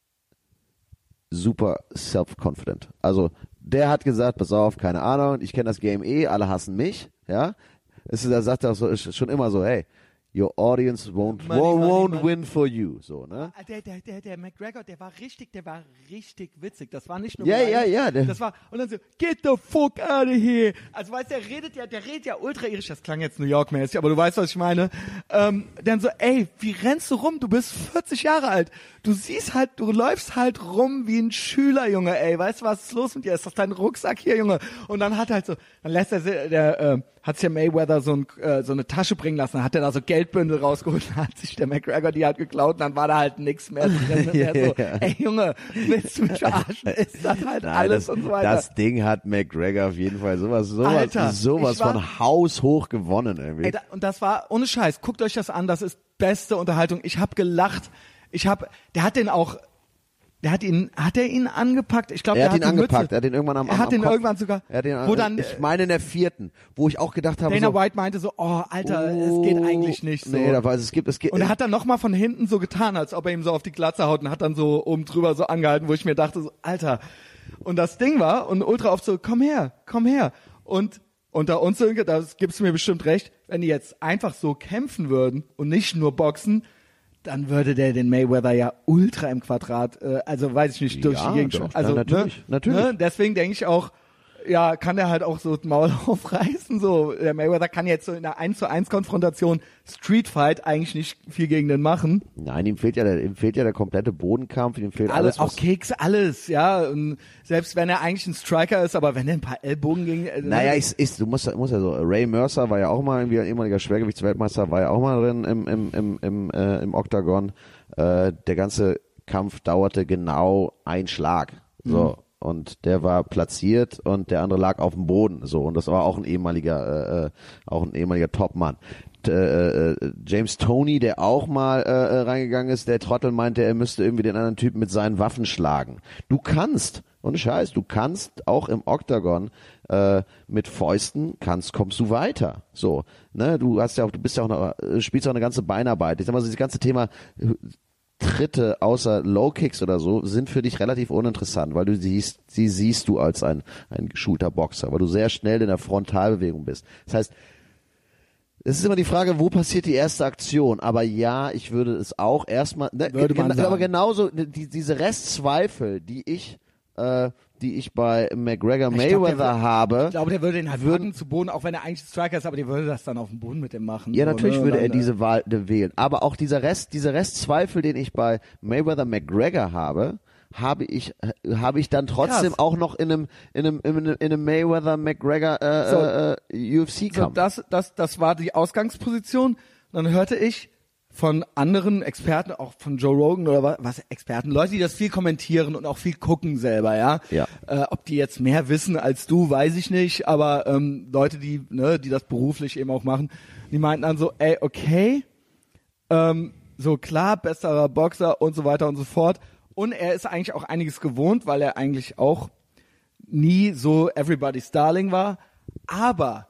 super self-confident. Also der hat gesagt, pass auf, keine Ahnung, ich kenne das Game eh, alle hassen mich, ja. Es ist, er sagt auch so, ist schon immer so, hey, your audience won't, Money, won't, money, won't money. win for you, so, ne? Der, der, der, der McGregor, der war richtig, der war richtig witzig. Das war nicht nur Ja, geil, ja, ja, der- Das war, und dann so, get the fuck out of here. Also weißt du, der redet ja, der redet ja ultra irisch. Das klang jetzt New York-mäßig, aber du weißt, was ich meine. Ähm, dann so, ey, wie rennst du rum? Du bist vierzig Jahre alt. Du siehst halt, du läufst halt rum wie ein Schüler, Junge, ey. Weißt du, was ist los mit dir? Ist das dein Rucksack hier, Junge? Und dann hat halt so, dann lässt er, se- der, äh, hat sich der Mayweather so, ein, äh, so eine Tasche bringen lassen, dann hat er da so Geldbündel rausgeholt, dann hat sich der McGregor die halt geklaut und dann war da halt nichts mehr drin. Und er so, Ja. ey Junge, willst du mich verarschen? Ist das halt Nein, alles das, und so weiter. das Ding hat McGregor auf jeden Fall sowas, sowas, Alter, sowas ich war- von haushoch gewonnen irgendwie. Ey, da, und das war, ohne Scheiß, guckt euch das an, das ist beste Unterhaltung. Ich habe gelacht, ich habe, der hat den auch, der hat ihn, hat er ihn angepackt? Ich glaube, Er der hat ihn die angepackt, Mütze. er hat ihn irgendwann am, Er am, hat am ihn Kopf. irgendwann sogar, Er hat ihn, wo dann, ich meine in der vierten, wo ich auch gedacht habe, Dana so, White meinte so, oh, Alter, oh, es geht eigentlich nicht so. Nee, da weiß es gibt, es gibt. Und er hat dann nochmal von hinten so getan, als ob er ihm so auf die Glatze haut und hat dann so oben drüber so angehalten, wo ich mir dachte, so, Alter, Und das Ding war, und ultra oft so, komm her, komm her. Und unter uns, Sönke, da gibst du mir bestimmt recht, wenn die jetzt einfach so kämpfen würden und nicht nur boxen, dann würde der den Mayweather ja ultra im Quadrat, äh, also weiß ich nicht, durch Ja, die Gegend doch, schon. Also ja, natürlich, ne, natürlich. Ne, deswegen denke ich auch, ja, kann der halt auch so das Maul aufreißen, so. Der Mayweather kann jetzt so in einer eins zu eins Konfrontation Streetfight eigentlich nicht viel gegen den machen. Nein, ihm fehlt ja der, ihm fehlt ja der komplette Bodenkampf, ihm fehlt Alles, alles, auch was, Keks, alles, ja. Und selbst wenn er eigentlich ein Striker ist, aber wenn er ein paar Ellbogen gegen, äh, Naja, ich, ich, du musst, musst ja so, Ray Mercer war ja auch mal irgendwie ein ehemaliger Schwergewichtsweltmeister, war ja auch mal drin im, im, im, im, äh, im Oktagon. Äh, der ganze Kampf dauerte genau ein Schlag. So. Mhm. Und der war platziert und der andere lag auf dem Boden. So. Und das war auch ein ehemaliger, äh, auch ein ehemaliger Topmann. Äh, äh, James Toney, der auch mal äh, reingegangen ist, der Trottel meinte, er müsste irgendwie den anderen Typen mit seinen Waffen schlagen. Du kannst, ohne Scheiß, du kannst auch im Oktagon äh, mit Fäusten kannst, kommst du weiter. So, ne, du hast ja auch, du bist ja auch noch, spielst auch eine ganze Beinarbeit. Ich sag mal, so dieses ganze Thema Tritte außer Low Kicks oder so sind für dich relativ uninteressant, weil du siehst, sie siehst du als ein ein geschulter Boxer, weil du sehr schnell in der Frontalbewegung bist. Das heißt, es ist immer die Frage, wo passiert die erste Aktion? Aber ja, ich würde es auch erstmal, ne, Würde man gen- sagen. aber genauso die, diese Restzweifel, die ich, äh, die ich bei McGregor Ich glaub, Mayweather der wür- habe. Ich glaube, der würde den halt würden- würden zu Boden, auch wenn er eigentlich ein Striker ist, aber der würde das dann auf dem Boden mit dem machen. Ja, so, natürlich ne? würde Und er dann, diese Wahl de wählen. Aber auch dieser Rest, dieser Restzweifel, den ich bei Mayweather McGregor habe, habe ich, äh, habe ich dann trotzdem Krass. auch noch in einem, in einem, in einem, in einem Mayweather McGregor äh, So. äh, äh, U F C So, Kampf. das, das, das war die Ausgangsposition. Dann hörte ich von anderen Experten, auch von Joe Rogan oder was, was Experten, Leute, die das viel kommentieren und auch viel gucken selber, ja. Ja. Äh, ob die jetzt mehr wissen als du, weiß ich nicht, aber ähm, Leute, die, ne, die das beruflich eben auch machen, die meinten dann so, ey, okay, ähm, so klar, besserer Boxer und so weiter und so fort. Und er ist eigentlich auch einiges gewohnt, weil er eigentlich auch nie so everybody's Darling war. Aber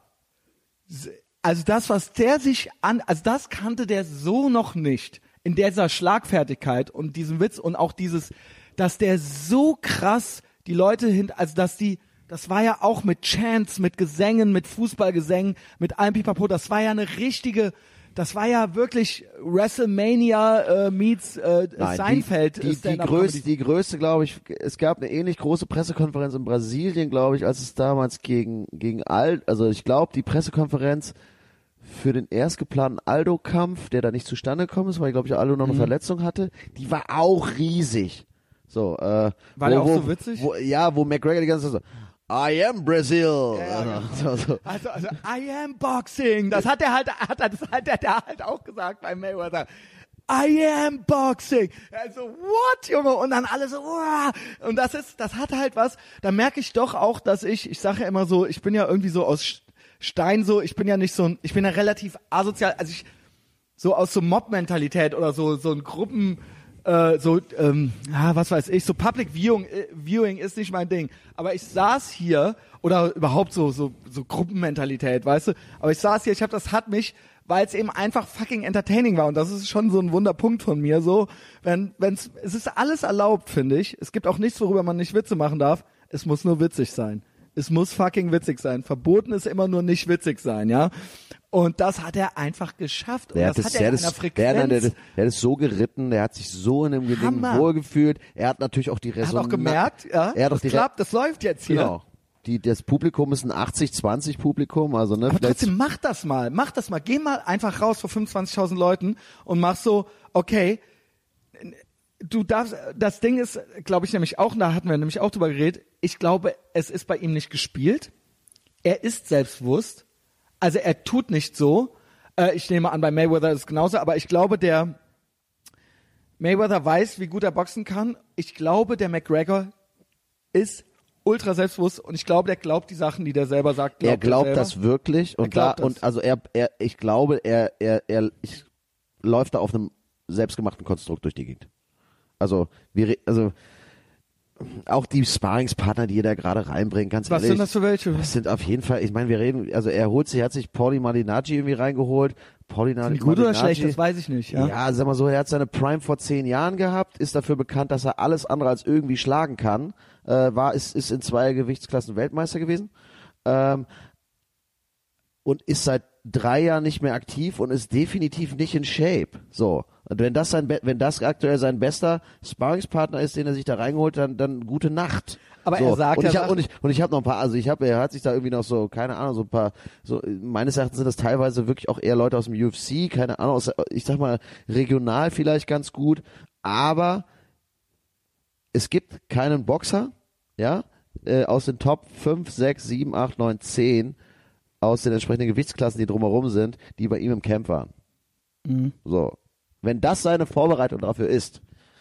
also das, was der sich an, also das kannte der so noch nicht in dieser Schlagfertigkeit und diesem Witz und auch dieses, dass der so krass die Leute hin, also dass die, das war ja auch mit Chants, mit Gesängen, mit Fußballgesängen, mit allem Pipapo, das war ja eine richtige, das war ja wirklich WrestleMania äh, meets äh, Nein, Seinfeld. Die, die, die, Stand-up-Comedy. größte, die größte, glaube ich, es gab eine ähnlich große Pressekonferenz in Brasilien, glaube ich, als es damals gegen, gegen Al, also ich glaube, die Pressekonferenz für den erst geplanten Aldo-Kampf, der da nicht zustande gekommen ist, weil, glaube ich, Aldo noch eine Mhm. Verletzung hatte, die war auch riesig. So, äh, War wo, der auch wo, so witzig? Wo, ja, wo McGregor die ganze Zeit so, I am Brazil. Ja, so, so. Also, also, I am boxing. Das hat er halt, hat er, das hat er da halt auch gesagt bei Mayweather. I am boxing. Also, what, Junge? Und dann alle so, wow. Und das ist, das hat halt was, da merke ich doch auch, dass ich, ich sage ja immer so, ich bin ja irgendwie so aus Stein so, ich bin ja nicht so ein, ich bin ja relativ asozial, also ich, so aus so Mob-Mentalität oder so, so ein Gruppen, äh, so, ähm, ja, was weiß ich, so Public Viewing, äh, Viewing ist nicht mein Ding. Aber ich saß hier, oder überhaupt so, so, so Gruppenmentalität, weißt du, aber ich saß hier, ich hab, das hat mich, weil es eben einfach fucking entertaining war und das ist schon so ein Wunderpunkt von mir, so, wenn, wenn's, es ist alles erlaubt, finde ich. Es gibt auch nichts, worüber man nicht Witze machen darf. Es muss nur witzig sein. Es muss fucking witzig sein. Verboten ist immer nur nicht witzig sein, ja. Und das hat er einfach geschafft. Und Der das hat, hat das, er der, in hat einer das, Frequenz. der, der, der, der hat es so geritten, der hat sich so in dem Gelingen Hammer. wohlgefühlt. Er hat natürlich auch die Er hat Resonanz. auch gemerkt, ja, er hat auch das die klappt, das läuft jetzt hier. Genau. Die, das Publikum ist ein achtzig zwanzig Publikum, also ne, Aber vielleicht trotzdem, mach das mal, mach das mal. Geh mal einfach raus vor fünfundzwanzigtausend Leuten und mach so, okay, du darfst, das Ding ist, glaube ich nämlich auch, da hatten wir nämlich auch drüber geredet, ich glaube, es ist bei ihm nicht gespielt. Er ist selbstbewusst, also er tut nicht so. Äh, ich nehme an, bei Mayweather ist es genauso, aber ich glaube, der Mayweather weiß, wie gut er boxen kann. Ich glaube, der McGregor ist ultra selbstbewusst und ich glaube, der glaubt die Sachen, die der selber sagt. Glaubt er glaubt selber. das wirklich und glaubt da das. und also er er ich glaube er er er ich, läuft da auf einem selbstgemachten Konstrukt durch die Gegend. Also wir re- also auch die Sparringspartner, die er da gerade reinbringt, ganz Was ehrlich. sind das für welche? Das sind auf jeden Fall, ich meine, wir reden, also er holt sich, er hat sich Paulie Malignaggi irgendwie reingeholt. Paulie Sind die gut oder schlecht? Das weiß ich nicht. Ja, ja, sag mal so, er hat seine Prime vor zehn Jahren gehabt, ist dafür bekannt, dass er alles andere als irgendwie schlagen kann. Äh, war, ist, ist in zwei Gewichtsklassen Weltmeister gewesen. Ähm, und ist seit drei Jahren nicht mehr aktiv und ist definitiv nicht in Shape. So. Und wenn das sein, Be- wenn das aktuell sein bester Sparringspartner ist, den er sich da reingeholt, dann, dann gute Nacht. Aber so. er sagt und ja ich hab, Sachen- und ich und ich habe noch ein paar, also ich habe, er hat sich da irgendwie noch so, keine Ahnung, so ein paar, so meines Erachtens sind das teilweise wirklich auch eher Leute aus dem U F C, keine Ahnung, aus, ich sag mal regional vielleicht ganz gut, aber es gibt keinen Boxer, ja, äh, aus den Top fünf, sechs, sieben, acht, neun, zehn aus den entsprechenden Gewichtsklassen, die drumherum sind, die bei ihm im Camp waren. Mhm. So. Wenn das seine Vorbereitung dafür ist,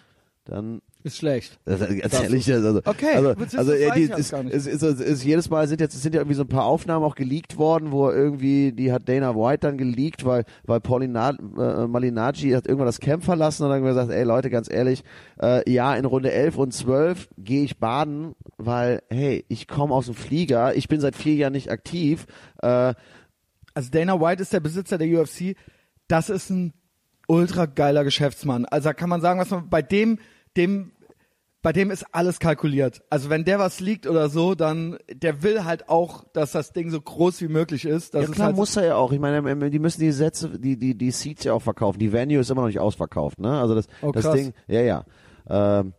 dann Ist schlecht. das, ganz Das ehrlich, also, Okay, also, das also weiß ja, die, ich alles ist, gar nicht. ist, ist, ist, ist, jedes Mal sind jetzt, es sind ja irgendwie so ein paar Aufnahmen auch geleakt worden, wo er irgendwie, die hat Dana White dann geleakt, weil, weil Paulina, äh, Malignaggi hat irgendwann das Camp verlassen und dann gesagt, ey Leute, ganz ehrlich, äh, ja, in Runde elf und zwölf gehe ich baden, weil, hey, ich komme aus dem Flieger, ich bin seit vier Jahren nicht aktiv, äh, Also Dana White ist der Besitzer der U F C. Das ist ein ultra geiler Geschäftsmann. Also da kann man sagen, was man bei dem, dem, bei dem ist alles kalkuliert. Also wenn der was liegt oder so, dann der will halt auch, dass das Ding so groß wie möglich ist. Das ja ist klar, halt muss er ja auch. Ich meine, die müssen die Sätze, die die die Seats ja auch verkaufen. Die Venue ist immer noch nicht ausverkauft, ne? Also das Oh, das krass. Ding, ja ja. Ähm,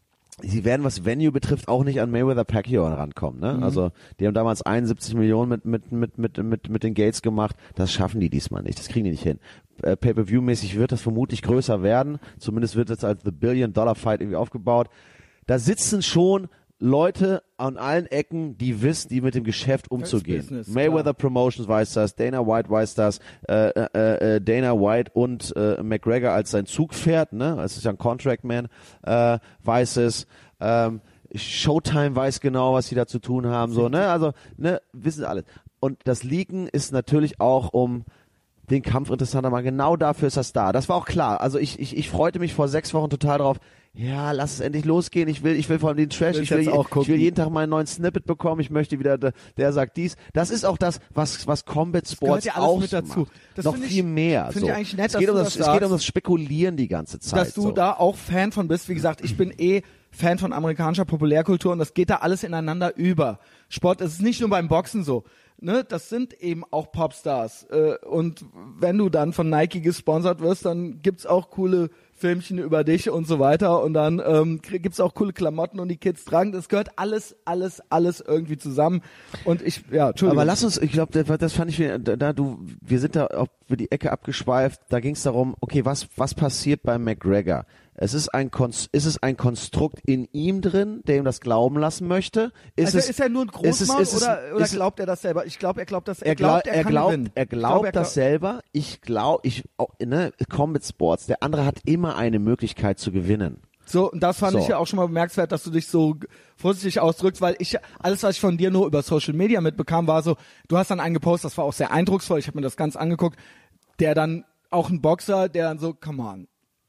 sie werden, was Venue betrifft, auch nicht an Mayweather Pacquiao rankommen, ne? Mhm. Also die haben damals einundsiebzig Millionen mit mit mit mit mit mit den Gates gemacht. Das schaffen die diesmal nicht. Das kriegen die nicht hin. Äh, Pay-per-view-mäßig wird das vermutlich größer werden. Zumindest wird es als The Billion Dollar Fight irgendwie aufgebaut. Da sitzen schon Leute an allen Ecken, die wissen, die mit dem Geschäft umzugehen. Business, Mayweather Promotions weiß das, Dana White weiß das, äh, äh, äh, Dana White und äh, McGregor als sein Zugpferd, ne, es ist ja ein Contract-Man, äh, weiß es, ähm, Showtime weiß genau, was sie da zu tun haben, so, ne, also, ne, wissen alles. Und das Leaken ist natürlich auch, um den Kampf interessanter machen. Genau dafür ist das da. Das war auch klar. Also ich, ich, ich freute mich vor sechs Wochen total drauf. Ja, lass es endlich losgehen. Ich will, ich will vor allem den Trash. Willst Ich will, jetzt auch gucken. ich will jeden Tag meinen neuen Snippet bekommen. Ich möchte wieder, der, der sagt dies. Das ist auch das, was, was Combat Sports gehört ja alles ausmacht. mit dazu. Das Noch finde ich- viel mehr. finde so. ich eigentlich nett, es dass geht um du das, das es geht um sagst. das Spekulieren die ganze Zeit. dass du so. da auch Fan von bist. Wie gesagt, ich bin eh Fan von amerikanischer Populärkultur und das geht da alles ineinander über. Sport, es ist nicht nur beim Boxen so. Ne, das sind eben auch Popstars. Äh, und wenn du dann von Nike gesponsert wirst, dann gibt's auch coole Filmchen über dich und so weiter. Und dann ähm, krie- gibt's auch coole Klamotten und die Kids tragen. Das gehört alles, alles, alles irgendwie zusammen. Und ich, ja, Entschuldigung. Aber lass uns, ich glaube, das fand ich, da, da du, wir sind da auf die Ecke abgeschweift. Da ging es darum, okay, was was passiert bei McGregor? Es ist ein Konst, ist es ein Konstrukt in ihm drin, der ihm das glauben lassen möchte? Ist also es, ist er nur ein ist es- Großmaul ist es- oder, oder ist es- glaubt er das selber? Ich glaube, er glaubt das. er glaubt, er kann glaubt, gewinnen. er Ich glaubt glaube, er das selber. Ich glaube, ich, oh, ne, Combat Sports. Der andere hat immer eine Möglichkeit zu gewinnen. So, und das fand So. ich ja auch schon mal bemerkenswert, dass du dich so g- vorsichtig ausdrückst, weil ich, alles, was ich von dir nur über Social Media mitbekam, war so, du hast dann einen gepostet, das war auch sehr eindrucksvoll, ich habe mir das ganz angeguckt, der dann, auch ein Boxer, der dann so, come on.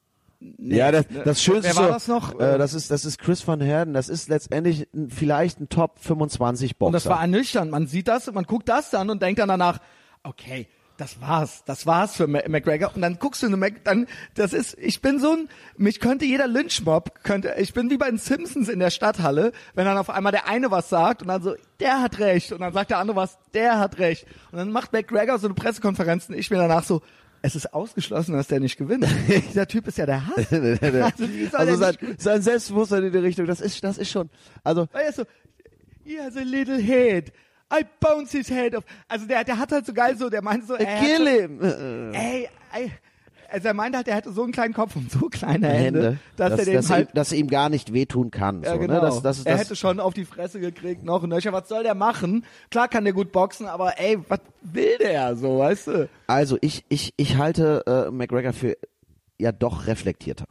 Nee, ja, das, ne? das Schönste Wer war so, das noch? Äh, das ist, das ist Chris Van Herden. Das ist letztendlich ein, vielleicht ein Top fünfundzwanzig Boxer. Und das war ernüchternd, man sieht das, man guckt das dann und denkt dann danach, okay, das war's, das war's für Ma- McGregor. Und dann guckst du eine Mac, dann, das ist, ich bin so ein, mich könnte jeder Lynchmob, könnte, ich bin wie bei den Simpsons in der Stadthalle, wenn dann auf einmal der eine was sagt und dann so, der hat recht. Und dann sagt der andere was, der hat recht. Und dann macht McGregor so eine Pressekonferenz und ich bin danach so, es ist ausgeschlossen, dass der nicht gewinnt. Dieser Typ ist ja der Hass. Also, wie soll also der sein, nicht sein Selbstbewusstsein in die Richtung, das ist, das ist schon, also, Weil er so, he has a little head. I bounce his head off. Also der, der hat halt so geil so, der meinte so, er kill hat him. so, ey, ey, also er meinte halt, er hatte so einen kleinen Kopf und so kleine Hände, Hände, dass, dass, er dem dass, halt, ihm, dass er ihm gar nicht wehtun kann. ja so, genau, ne? das, das ist, er das, hätte schon auf die Fresse gekriegt, noch und nöcher, was soll der machen? Klar kann der gut boxen, aber ey, was will der so, weißt du? Also ich, ich, ich halte äh, McGregor für ja doch reflektierter.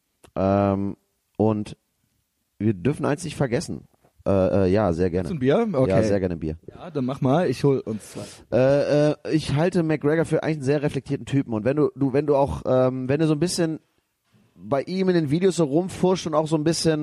Ähm, und wir dürfen eins nicht vergessen. Äh, äh, ja, sehr gerne. Hast du ein Bier? Okay. Ja, sehr gerne Bier. Ja, dann mach mal, ich hol uns zwei. Äh, äh, ich halte McGregor für eigentlich einen sehr reflektierten Typen. Und wenn du, du, wenn du auch, ähm, wenn du so ein bisschen bei ihm in den Videos so rumfuscht und auch so ein bisschen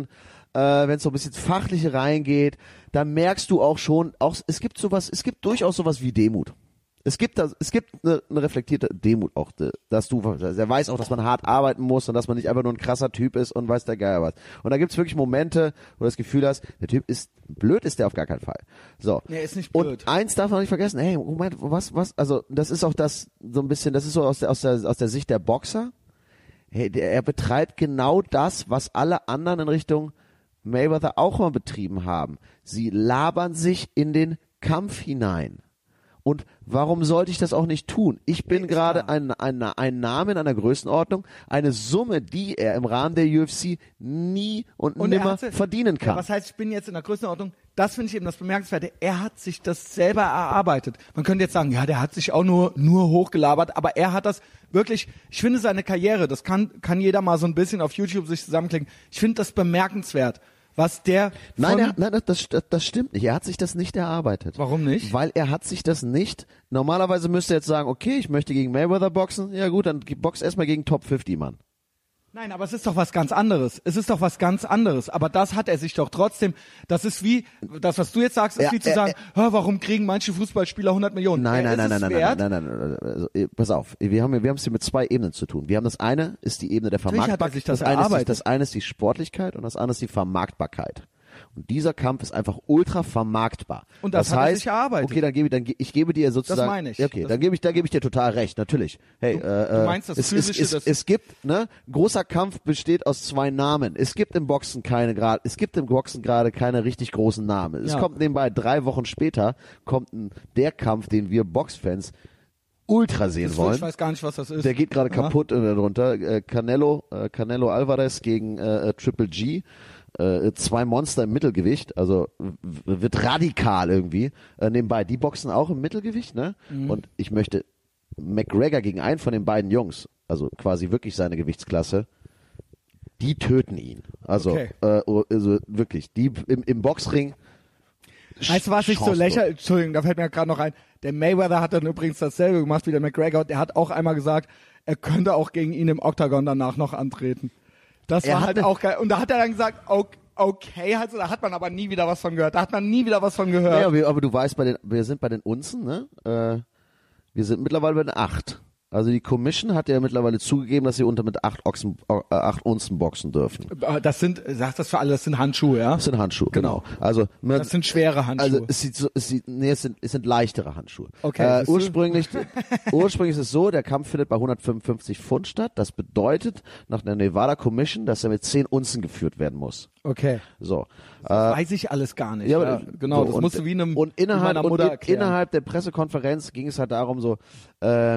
äh, wenn es so ein bisschen ins Fachliche reingeht, da merkst du auch schon, auch es gibt sowas, es gibt durchaus sowas wie Demut. Es gibt das, es gibt eine, eine reflektierte Demut auch, dass du, er weiß auch, dass man hart arbeiten muss und dass man nicht einfach nur ein krasser Typ ist und weiß der Geier was. Und da gibt's wirklich Momente, wo du das Gefühl hast, der Typ ist blöd, ist der auf gar keinen Fall. So. Nee, ist nicht blöd. Und eins darf man nicht vergessen, hey, Moment, was, was, also das ist auch das so ein bisschen, das ist so aus der aus der aus der Sicht der Boxer. Hey, der, er betreibt genau das, was alle anderen in Richtung Mayweather auch mal betrieben haben. Sie labern sich in den Kampf hinein. Und warum sollte ich das auch nicht tun? Ich bin gerade ein, ein, ein Name in einer Größenordnung, eine Summe, die er im Rahmen der U F C nie und, und nimmer hatte, verdienen kann. Ja, was heißt, ich bin jetzt in der Größenordnung? Das finde ich eben das Bemerkenswerte. Er hat sich das selber erarbeitet. Man könnte jetzt sagen, ja, der hat sich auch nur nur hochgelabert, aber er hat das wirklich, ich finde seine Karriere, das kann kann jeder mal so ein bisschen auf YouTube sich zusammenklicken. Ich finde das bemerkenswert. Was der Nein, er, nein, das, das, das stimmt nicht. Er hat sich das nicht erarbeitet. Warum nicht? Weil er hat sich das nicht, normalerweise müsste er jetzt sagen, okay, ich möchte gegen Mayweather boxen. Ja gut, dann box erstmal gegen Top fünfzig Mann. Nein, aber es ist doch was ganz anderes. Es ist doch was ganz anderes. Aber das hat er sich doch trotzdem, das ist wie, das was du jetzt sagst, ist ja, wie zu äh, sagen, äh, warum kriegen manche Fußballspieler hundert Millionen? Nein, ja, nein, nein, nein, nein, nein, nein, nein, nein, also, pass auf. Wir haben, wir haben es hier mit zwei Ebenen zu tun. Wir haben das eine, ist die Ebene der Vermarktbarkeit. Das, das, eine ist, das eine ist die Sportlichkeit und das andere ist die Vermarktbarkeit. Und dieser Kampf ist einfach ultra vermarktbar. Und das, das hat heißt, er sich erarbeitet. Okay, dann gebe ich, dann ich gebe dir sozusagen. Das meine ich. Okay, das dann gebe ich, da gebe ich dir total recht. Natürlich. Hey, du, äh, du meinst das es, physische, es, es, das es gibt, ne, großer Kampf besteht aus zwei Namen. Es gibt im Boxen keine gerade, es gibt im Boxen gerade keine richtig großen Namen. Es ja. kommt nebenbei drei Wochen später kommt ein, der Kampf, den wir Boxfans ultra sehen das wollen. Ich weiß gar nicht, was das ist. Der geht gerade kaputt äh, darunter. Äh, Canelo, äh, Canelo Alvarez gegen äh, Triple G. Äh, zwei Monster im Mittelgewicht, also w- wird radikal irgendwie. Äh, nebenbei, die boxen auch im Mittelgewicht, ne? Mhm. Und ich möchte McGregor gegen einen von den beiden Jungs, also quasi wirklich seine Gewichtsklasse, die töten ihn. Also, okay. äh, also wirklich, die im, im Boxring. Weißt du, was ich so lächerlich, Entschuldigung, da fällt mir gerade noch ein, der Mayweather hat dann übrigens dasselbe gemacht wie der McGregor, der hat auch einmal gesagt, er könnte auch gegen ihn im Octagon danach noch antreten. Das er war halt auch geil. Und da hat er dann gesagt, okay, okay, also da hat man aber nie wieder was von gehört. Da hat man nie wieder was von gehört. Ja, aber, aber du weißt, bei den, wir sind bei den Unzen, ne? Äh, wir sind mittlerweile bei den acht. Also die Commission hat ja mittlerweile zugegeben, dass sie unter mit acht, Ochsen, äh, acht Unzen boxen dürfen. Das sind, sag das für alle, das sind Handschuhe, ja? Das sind Handschuhe, genau. genau. Also man, das sind schwere Handschuhe. Also es sieht so, es sieht, nee, es sind, es sind leichtere Handschuhe. Okay. Äh, ursprünglich, ursprünglich ist es so, der Kampf findet bei hundertfünfundfünfzig Pfund statt. Das bedeutet nach der Nevada Commission, dass er mit zehn Unzen geführt werden muss. Okay. So. Das äh, weiß ich alles gar nicht. Ja, ja, genau, so, das und, musst du wie einem und innerhalb, wie meiner Mutter und erklären. Innerhalb der Pressekonferenz ging es halt darum so, äh,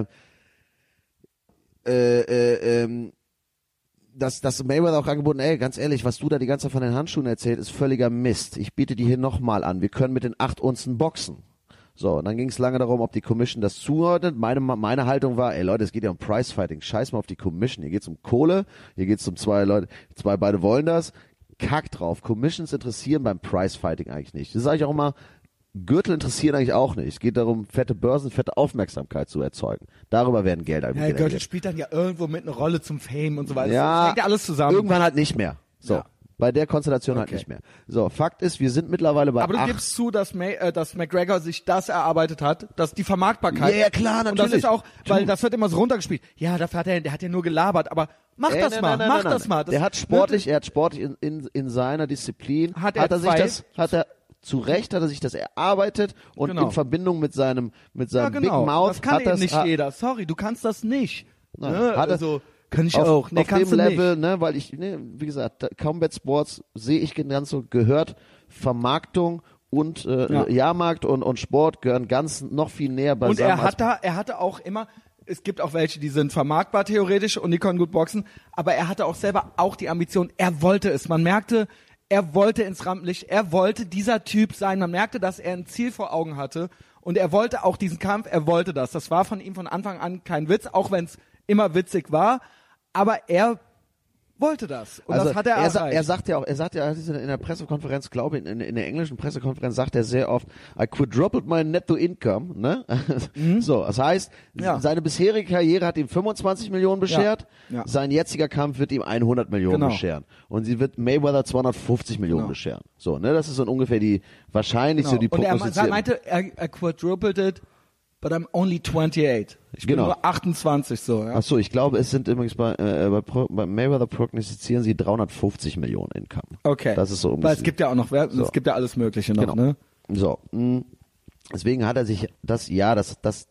Äh, äh, ähm, dass, dass Mayweather auch angeboten, ey, ganz ehrlich, was du da die ganze Zeit von den Handschuhen erzählt, ist völliger Mist. Ich biete die hier nochmal an. Wir können mit den acht Unzen boxen. So, und dann ging es lange darum, ob die Commission das zuordnet. Meine, meine Haltung war, ey Leute, es geht ja um Pricefighting. Scheiß mal auf die Commission. Hier geht's um Kohle. Hier geht's um zwei Leute. Zwei beide wollen das. Kack drauf. Commissions interessieren beim Pricefighting eigentlich nicht. Das sage ich auch immer. Gürtel interessieren eigentlich auch nicht. Es geht darum, fette Börsen, fette Aufmerksamkeit zu erzeugen. Darüber werden Gelder ja, generiert. Gürtel spielt dann ja irgendwo mit einer Rolle zum Fame und so weiter. Ja, das hängt ja alles zusammen. Irgendwann halt nicht mehr. So. Ja. Bei der Konstellation halt Okay. nicht mehr. So, Fakt ist, wir sind mittlerweile bei Aber du acht. gibst zu, dass, May, äh, dass McGregor sich das erarbeitet hat, dass die Vermarktbarkeit. Ja, ja, klar, Und das natürlich. ist auch, weil Du. das wird immer so runtergespielt. Ja, dafür hat er, der hat ja nur gelabert, aber mach Ey, das nein, mal, nein, nein, mach nein, das nein. mal. Das Der hat sportlich, er hat sportlich in, in, in seiner Disziplin, Hat er sich zwei- das, hat er zu Recht hat er sich das erarbeitet und Genau. in Verbindung mit seinem, mit ja, seinem genau. Big Mouth das kann hat eben das, nicht hat, jeder. Sorry, du kannst das nicht. Nein, ne? hat er- also, kann ich auf, auch. Nee, auf kannst dem du Level, nicht. ne, weil ich, ne, wie gesagt, Combat Sports sehe ich ganz so, gehört Vermarktung und äh, Ja. Jahrmarkt und, und Sport gehören ganz noch viel näher beisammen. Und er als- hat da, er hatte auch immer, es gibt auch welche, die sind vermarktbar theoretisch und die können gut boxen, aber er hatte auch selber auch die Ambition, er wollte es. Man merkte, er wollte ins Rampenlicht, er wollte dieser Typ sein. Man merkte, dass er ein Ziel vor Augen hatte und er wollte auch diesen Kampf, er wollte das. Das war von ihm von Anfang an kein Witz, auch wenn es immer witzig war, aber er wollte das. Und Also das hat er, er, sa- erreicht. er sagt ja auch, er sagt ja in der Pressekonferenz, glaube ich, in, in der englischen Pressekonferenz sagt er sehr oft, I quadrupled my netto income, ne? Mhm. So, das heißt, Ja. seine bisherige Karriere hat ihm fünfundzwanzig Millionen beschert, Ja. Ja. sein jetziger Kampf wird ihm hundert Millionen Genau. bescheren. Und sie wird Mayweather zweihundertfünfzig Millionen Genau. bescheren. So, ne? Das ist so ungefähr die, wahrscheinlich Genau. so die Und er ma- prognostizierte- meinte, er, er quadrupled it, but I'm only twenty-eight. Ich bin Genau. nur achtundzwanzig, so, ja. Ach so, ich glaube, es sind übrigens bei, äh, bei, Pro, bei Mayweather prognostizieren sie dreihundertfünfzig Millionen Income. Okay. Das ist so Weil ungefähr. es gibt ja auch noch, es So. gibt ja alles Mögliche noch, Genau. ne? So, mh. Deswegen hat er sich das, ja, das, das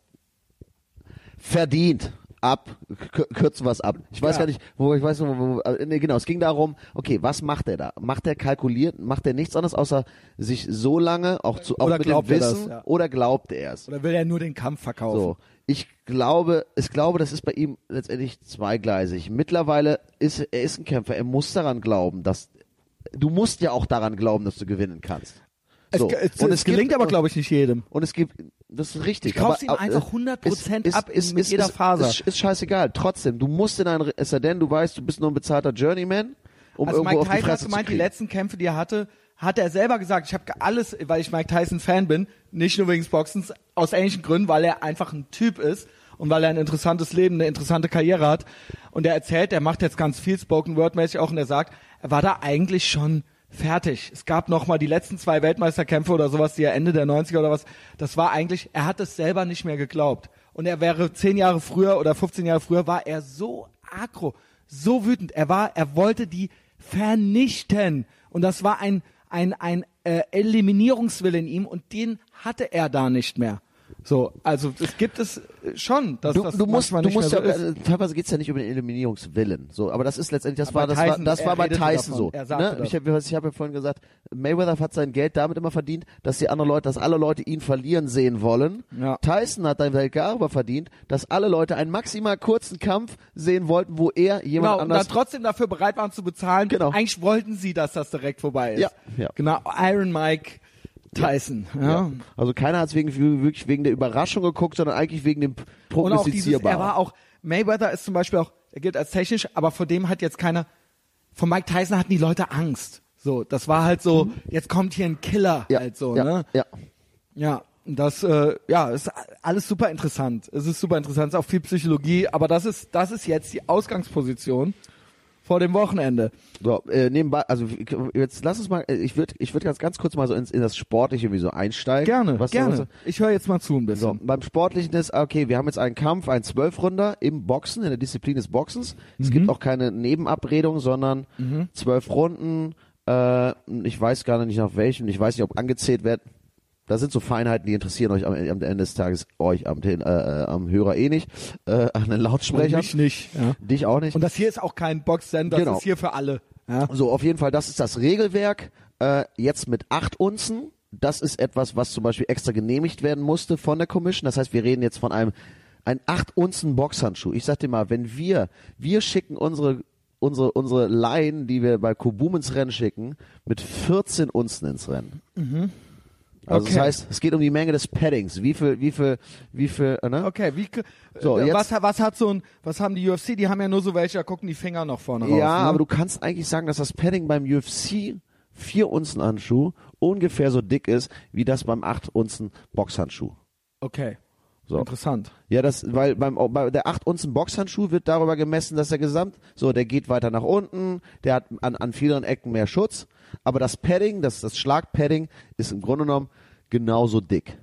verdient. Ab, K kürzen wir es ab. Ich weiß Ja. gar nicht, wo, ich weiß noch, wo, äh, nee, genau, es ging darum, okay, was macht er da? Macht er kalkuliert, macht er nichts anderes, außer sich so lange auch zu, auch Oder mit dem glaubt er das, Wissen, ja. oder glaubt er es? Oder will er nur den Kampf verkaufen? So, ich glaube, ich glaube, das ist bei ihm letztendlich zweigleisig. Mittlerweile ist er ist ein Kämpfer, er muss daran glauben, dass, du musst ja auch daran glauben, dass du gewinnen kannst. So. Es, es, und es gelingt gibt, aber, glaube ich, nicht jedem. Und es gibt, das ist richtig. Ich kauf's ihm aber, einfach äh, hundert Prozent ist- ab ist- in- mit ist- jeder ist- Faser. Ist, ist scheißegal. Trotzdem, du musst in ein, es sei denn, du weißt, du bist nur ein bezahlter Journeyman, um Also irgendwo Mike auf die Tyson hat Fresse zu gemeint, die kriegen. letzten Kämpfe, die er hatte, hat er selber gesagt, ich habe alles, weil ich Mike Tyson Fan bin, nicht nur wegen des Boxens, aus ähnlichen Gründen, weil er einfach ein Typ ist und weil er ein interessantes Leben, eine interessante Karriere hat. Und er erzählt, er macht jetzt ganz viel Spoken Word mäßig auch und er sagt, er war da eigentlich schon fertig. Es gab noch mal die letzten zwei Weltmeisterkämpfe oder sowas, die er Ende der neunziger oder was, das war eigentlich, er hat es selber nicht mehr geglaubt. Und er wäre zehn Jahre früher oder fünfzehn Jahre früher, war er so aggro, so wütend. Er war, er wollte die vernichten. Und das war ein, ein, ein äh, Eliminierungswille in ihm und den hatte er da nicht mehr. So, also es gibt es schon, dass Du, das du musst, manchmal du nicht musst mehr ja, so ist. äh, teilweise geht's ja nicht um den Eliminierungswillen. So, aber das ist letztendlich, das Aber war, das Tyson, war, das er war bei redete Tyson davon. so. Er sagte Ne? das. Ich habe ich hab ja vorhin gesagt, Mayweather hat sein Geld damit immer verdient, dass die anderen Leute, dass alle Leute ihn verlieren sehen wollen. Ja. Tyson hat sein Geld darüber verdient, dass alle Leute einen maximal kurzen Kampf sehen wollten, wo er jemand Genau, und dann anders. trotzdem dafür bereit waren zu bezahlen. Genau. Eigentlich wollten sie, dass das direkt vorbei ist. Ja, ja. Genau, Iron Mike Tyson. Ja. Ja. Also keiner hat es wegen, wirklich wegen der Überraschung geguckt, sondern eigentlich wegen dem Und auch dieses, Prognostizierbaren. er war auch, Mayweather ist zum Beispiel auch, er gilt als technisch, aber vor dem hat jetzt keiner, von Mike Tyson hatten die Leute Angst. So, das war halt so, jetzt kommt hier ein Killer ja, halt so, ja, ne? ja. Ja, das, äh, ja, ist alles super interessant. Es ist super interessant, es ist auch viel Psychologie, aber das ist, das ist jetzt die Ausgangsposition vor dem Wochenende. So, äh, nebenbei, also jetzt lass uns mal, äh, ich würde ich würd ganz, ganz kurz mal so ins, in das Sportliche wie so einsteigen. Gerne, was, gerne. Was, Ich höre jetzt mal zu ein so, bisschen. beim Sportlichen ist, okay, wir haben jetzt einen Kampf, einen Zwölfrunder im Boxen, in der Disziplin des Boxens. Es gibt auch keine Nebenabredung, sondern zwölf Runden, äh, ich weiß gar nicht nach welchem, ich weiß nicht, ob angezählt wird. Das sind so Feinheiten, die interessieren euch am, am Ende des Tages, euch am, äh, äh, am Hörer eh nicht, äh, an den Lautsprechern. Mich nicht. Ja. Dich auch nicht. Und das hier ist auch kein Box-Sender, das Genau. ist hier für alle. Ja. So, auf jeden Fall, das ist das Regelwerk. Äh, jetzt mit acht Unzen. Das ist etwas, was zum Beispiel extra genehmigt werden musste von der Commission. Das heißt, wir reden jetzt von einem ein acht Unzen Boxhandschuh. Ich sag dir mal, wenn wir, wir schicken unsere unsere unsere Laien, die wir bei Kubum ins Rennen schicken, mit vierzehn Unzen ins Rennen. Mhm. Also Okay. das heißt, es geht um die Menge des Paddings. Wie viel, wie viel, wie viel, äh, ne? Okay, wie, So, äh, jetzt- was, was hat so ein, was haben die U F C? Die haben ja nur so welche, da gucken die Finger noch vorne raus. Ja, ne? aber du kannst eigentlich sagen, dass das Padding beim U F C vier Unzen Handschuh ungefähr so dick ist, wie das beim acht Unzen Boxhandschuh. Okay, So. interessant. Ja, das, weil beim, bei der acht Unzen Boxhandschuh wird darüber gemessen, dass der Gesamt, so, der geht weiter nach unten, der hat an, an vielen Ecken mehr Schutz, aber das Padding, das, das Schlagpadding ist im Grunde genommen genauso dick.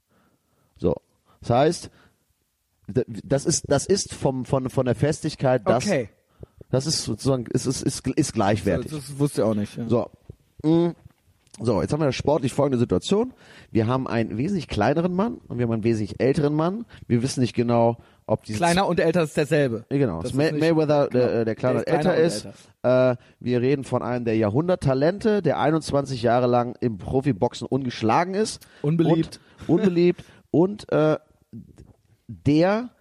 So. Das heißt, d- das ist, das ist vom, von, von der Festigkeit, das, Okay, das ist sozusagen, ist, ist, ist, ist gleichwertig. das, das wusste ich auch nicht. Ja. So. Mm. So, jetzt haben wir sportlich folgende Situation. Wir haben einen wesentlich kleineren Mann und wir haben einen wesentlich älteren Mann. Wir wissen nicht genau, ob diese Kleiner und älter ist derselbe. Ja, genau. Das Das May ist nicht- Mayweather, genau. der, der kleiner Der ist älter kleiner und ist. Äh, wir reden von einem der Jahrhunderttalente, der einundzwanzig Jahre lang im Profiboxen ungeschlagen ist. Unbeliebt. Und, unbeliebt. und äh, der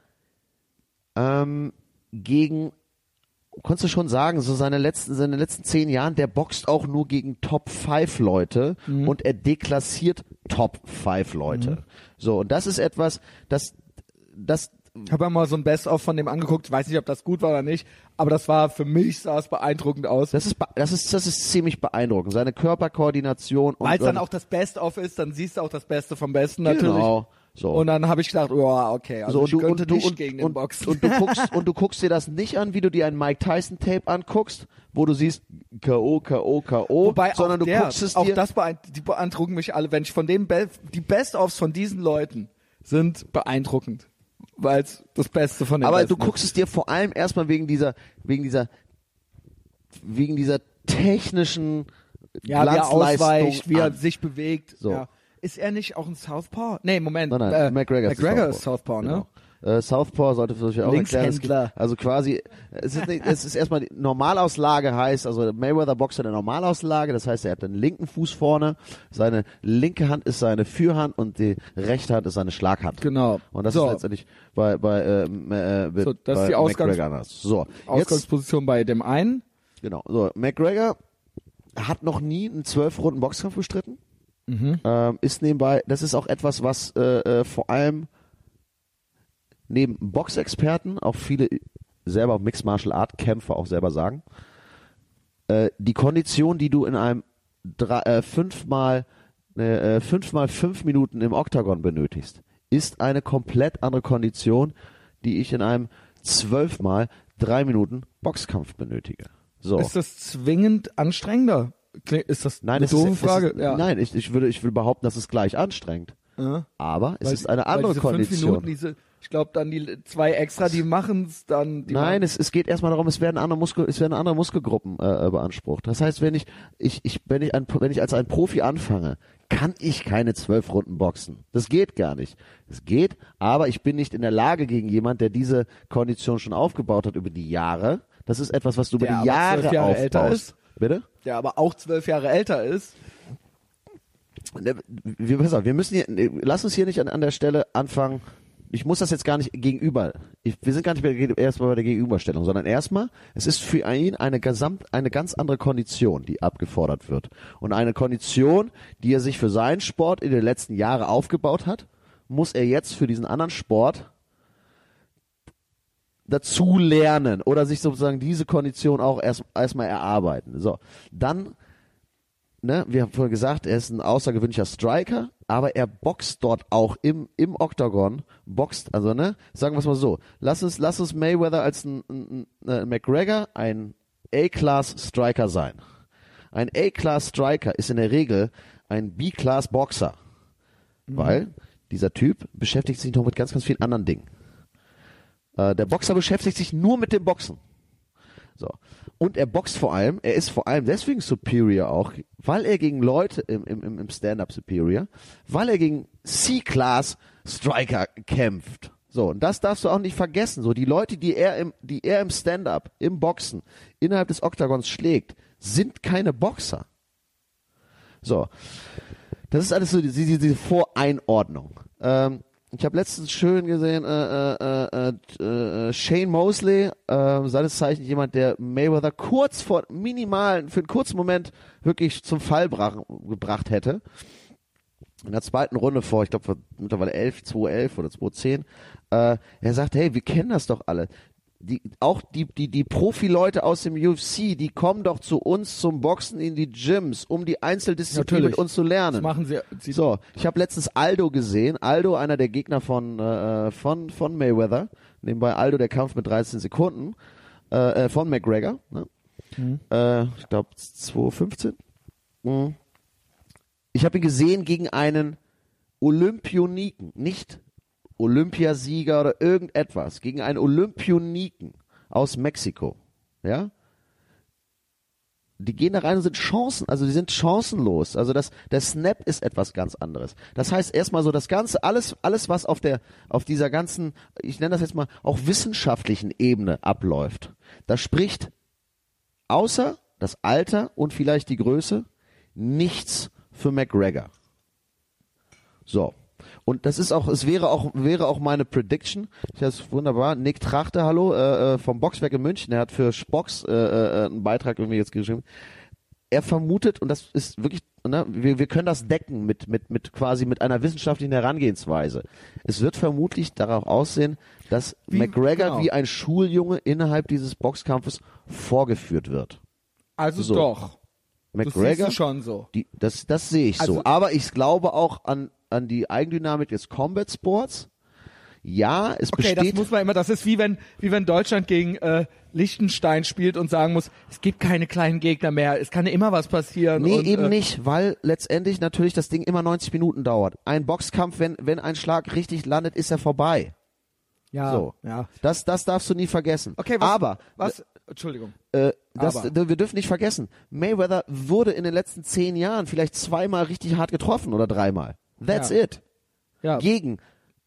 ähm, gegen, konntest du schon sagen, so seine letzten, seine letzten zehn Jahren, der boxt auch nur gegen Top fünf Leute Mhm. und er deklassiert Top fünf Leute. So, und das ist etwas, das, das Ich habe ja mal so ein Best-of von dem angeguckt. Ich weiß nicht, ob das gut war oder nicht, aber das war für mich sah es beeindruckend aus. Das ist, das ist, das ist ziemlich beeindruckend. Seine Körperkoordination. Weil es dann auch das Best-of ist, dann siehst du auch das Beste vom Besten natürlich. Genau. So. Und dann habe ich gedacht, oh, okay, also so, ich und könnte du, und, nicht und, gegen den und, Boxen. Und du guckst, und du guckst dir das nicht an, wie du dir ein Mike Tyson Tape anguckst, wo du siehst K O, K O, K O, Wobei sondern auch du der, guckst es auch dir. das beeindruckt, die beeindrucken mich alle, wenn ich von dem Be- die Best-ofs von diesen Leuten sind beeindruckend, weil es das Beste von den Aber Besten du guckst ist. es dir vor allem erstmal wegen dieser, wegen dieser, wegen dieser technischen Ja, wie er Glanzleistung ausweicht, wie er an. sich bewegt. So. Ja. Ist er nicht auch ein Southpaw? Nee, Moment. Nein, nein, äh, McGregor, McGregor ist ist Southpaw, ne? Genau. Äh, Southpaw sollte für euch auch erklären. Es gibt, Linkshändler. also quasi, es ist, nicht, es ist erstmal die Normalauslage heißt, also Mayweather boxt in der Normalauslage, das heißt, er hat den linken Fuß vorne, seine linke Hand ist seine Führhand und die rechte Hand ist seine Schlaghand. Genau. Und das So. ist letztendlich bei, bei, äh, äh, So, das ist bei die Ausgangs- McGregor anders. So, jetzt, Ausgangsposition bei dem einen. genau, so, McGregor hat noch nie einen zwölf Runden Boxkampf bestritten. Mhm. Ähm, ist nebenbei, das ist auch etwas, was äh, äh, vor allem neben Boxexperten auch viele selber Mixed Martial Art Kämpfer auch selber sagen. Äh, die Kondition, die du in einem drei, äh, fünfmal äh, fünfmal fünf Minuten im Oktagon benötigst, ist eine komplett andere Kondition, die ich in einem zwölfmal drei Minuten Boxkampf benötige. So. Ist das zwingend anstrengender? Kling- Ist das Nein, eine es doofe ist, Frage? Es ist, ja. Nein, ich, ich würde, ich will behaupten, dass es gleich anstrengend. Ja. Aber es Weil- ist eine weil andere diese fünf Kondition. Minuten, diese, ich glaube dann die zwei extra, die machen es dann. Die Nein, machen- es, es geht erstmal darum, es werden andere Muskel, es werden andere Muskelgruppen äh, beansprucht. Das heißt, wenn ich, ich, ich, wenn ich ein, wenn ich als ein Profi anfange, kann ich keine zwölf Runden boxen. Das geht gar nicht. Es geht, aber ich bin nicht in der Lage gegen jemand, der diese Kondition schon aufgebaut hat über die Jahre. Das ist etwas, was du über Der die aber Jahre, zwölf Jahre aufbaust. älter ist. Bitte? der aber auch zwölf Jahre älter ist. Wir, pass auf, wir müssen hier, lass uns hier nicht an, an der Stelle anfangen. Ich muss das jetzt gar nicht gegenüber. Ich, wir sind gar nicht mehr erstmal bei der Gegenüberstellung, sondern erstmal, es ist für ihn eine gesamt, eine ganz andere Kondition, die abgefordert wird. Und eine Kondition, die er sich für seinen Sport in den letzten Jahren aufgebaut hat, muss er jetzt für diesen anderen Sport dazu lernen oder sich sozusagen diese Kondition auch erst erstmal erarbeiten. So, dann, ne, wir haben vorhin gesagt, er ist ein außergewöhnlicher Striker, aber er boxt dort auch im im Oktagon, boxt, also ne, sagen wir es mal so, lass uns lass uns Mayweather als ein, ein, ein McGregor ein A-Class Striker sein. Ein A-Class Striker ist in der Regel ein B-Class Boxer, mhm. weil dieser Typ beschäftigt sich noch mit ganz ganz vielen anderen Dingen. Der Boxer beschäftigt sich nur mit dem Boxen. So. Und er boxt vor allem, er ist vor allem deswegen superior auch, weil er gegen Leute im, im, im Stand-Up superior, weil er gegen C-Class Striker kämpft. So, und das darfst du auch nicht vergessen. So, die Leute, die er im, die er im Stand-Up, im Boxen, innerhalb des Oktagons schlägt, sind keine Boxer. So. Das ist alles so diese, diese Voreinordnung. Ähm, Ich habe letztens schön gesehen, äh, äh, äh, äh, Shane Mosley, äh, seines Zeichens jemand, der Mayweather kurz vor minimalen, für einen kurzen Moment wirklich zum Fall brach, gebracht hätte. In der zweiten Runde vor, ich glaube mittlerweile elf, zwei elf oder zwei zehn, äh, er sagt, hey, wir kennen das doch alle. Die, auch die, die, die Profi-Leute aus dem U F C, die kommen doch zu uns zum Boxen in die Gyms, um die Einzeldisziplin mit uns zu lernen. Das machen sie. sie So, ich habe letztens Aldo gesehen. Aldo, einer der Gegner von äh, von von Mayweather. Nebenbei Aldo, der Kampf mit dreizehn Sekunden äh, äh, von McGregor. Ne? Mhm. Äh, ich glaube zwei fünfzehn. Mhm. Ich habe ihn gesehen gegen einen Olympioniken, nicht Olympiasieger oder irgendetwas, gegen einen Olympioniken aus Mexiko. Ja? Die gehen da rein und sind Chancen, also die sind chancenlos. Also das, der Snap ist etwas ganz anderes. Das heißt erstmal so das Ganze, alles, alles was auf der, auf dieser ganzen, ich nenne das jetzt mal, auch wissenschaftlichen Ebene abläuft. Da spricht außer das Alter und vielleicht die Größe nichts für McGregor. So. Und das ist auch, es wäre auch, wäre auch meine Prediction. Das ist wunderbar. Nick Trachte, hallo, äh, vom Boxwerk in München. Er hat für Spox äh, äh, einen Beitrag irgendwie jetzt geschrieben. Er vermutet, und das ist wirklich ne, wir, wir können das decken mit, mit, mit quasi mit einer wissenschaftlichen Herangehensweise. Es wird vermutlich darauf aussehen, dass Wie- McGregor genau. wie ein Schuljunge innerhalb dieses Boxkampfes vorgeführt wird. Also So. doch. Das siehst McGregor, du schon so. die, das, das sehe ich Also- so. Aber ich glaube auch an, an die Eigendynamik des Combat Sports. Ja, es Okay, das besteht. muss man immer, das ist wie wenn, wie wenn Deutschland gegen äh, Liechtenstein spielt und sagen muss, es gibt keine kleinen Gegner mehr, es kann immer was passieren. Nee, und, eben äh, nicht, weil letztendlich natürlich das Ding immer neunzig Minuten dauert. Ein Boxkampf, wenn, wenn ein Schlag richtig landet, ist er vorbei. Ja, So. ja. Das, das darfst du nie vergessen. Okay, was, Aber, was, Entschuldigung. äh, das, Aber. wir dürfen nicht vergessen, Mayweather wurde in den letzten zehn Jahren vielleicht zweimal richtig hart getroffen oder dreimal. That's Ja. it. Ja. Gegen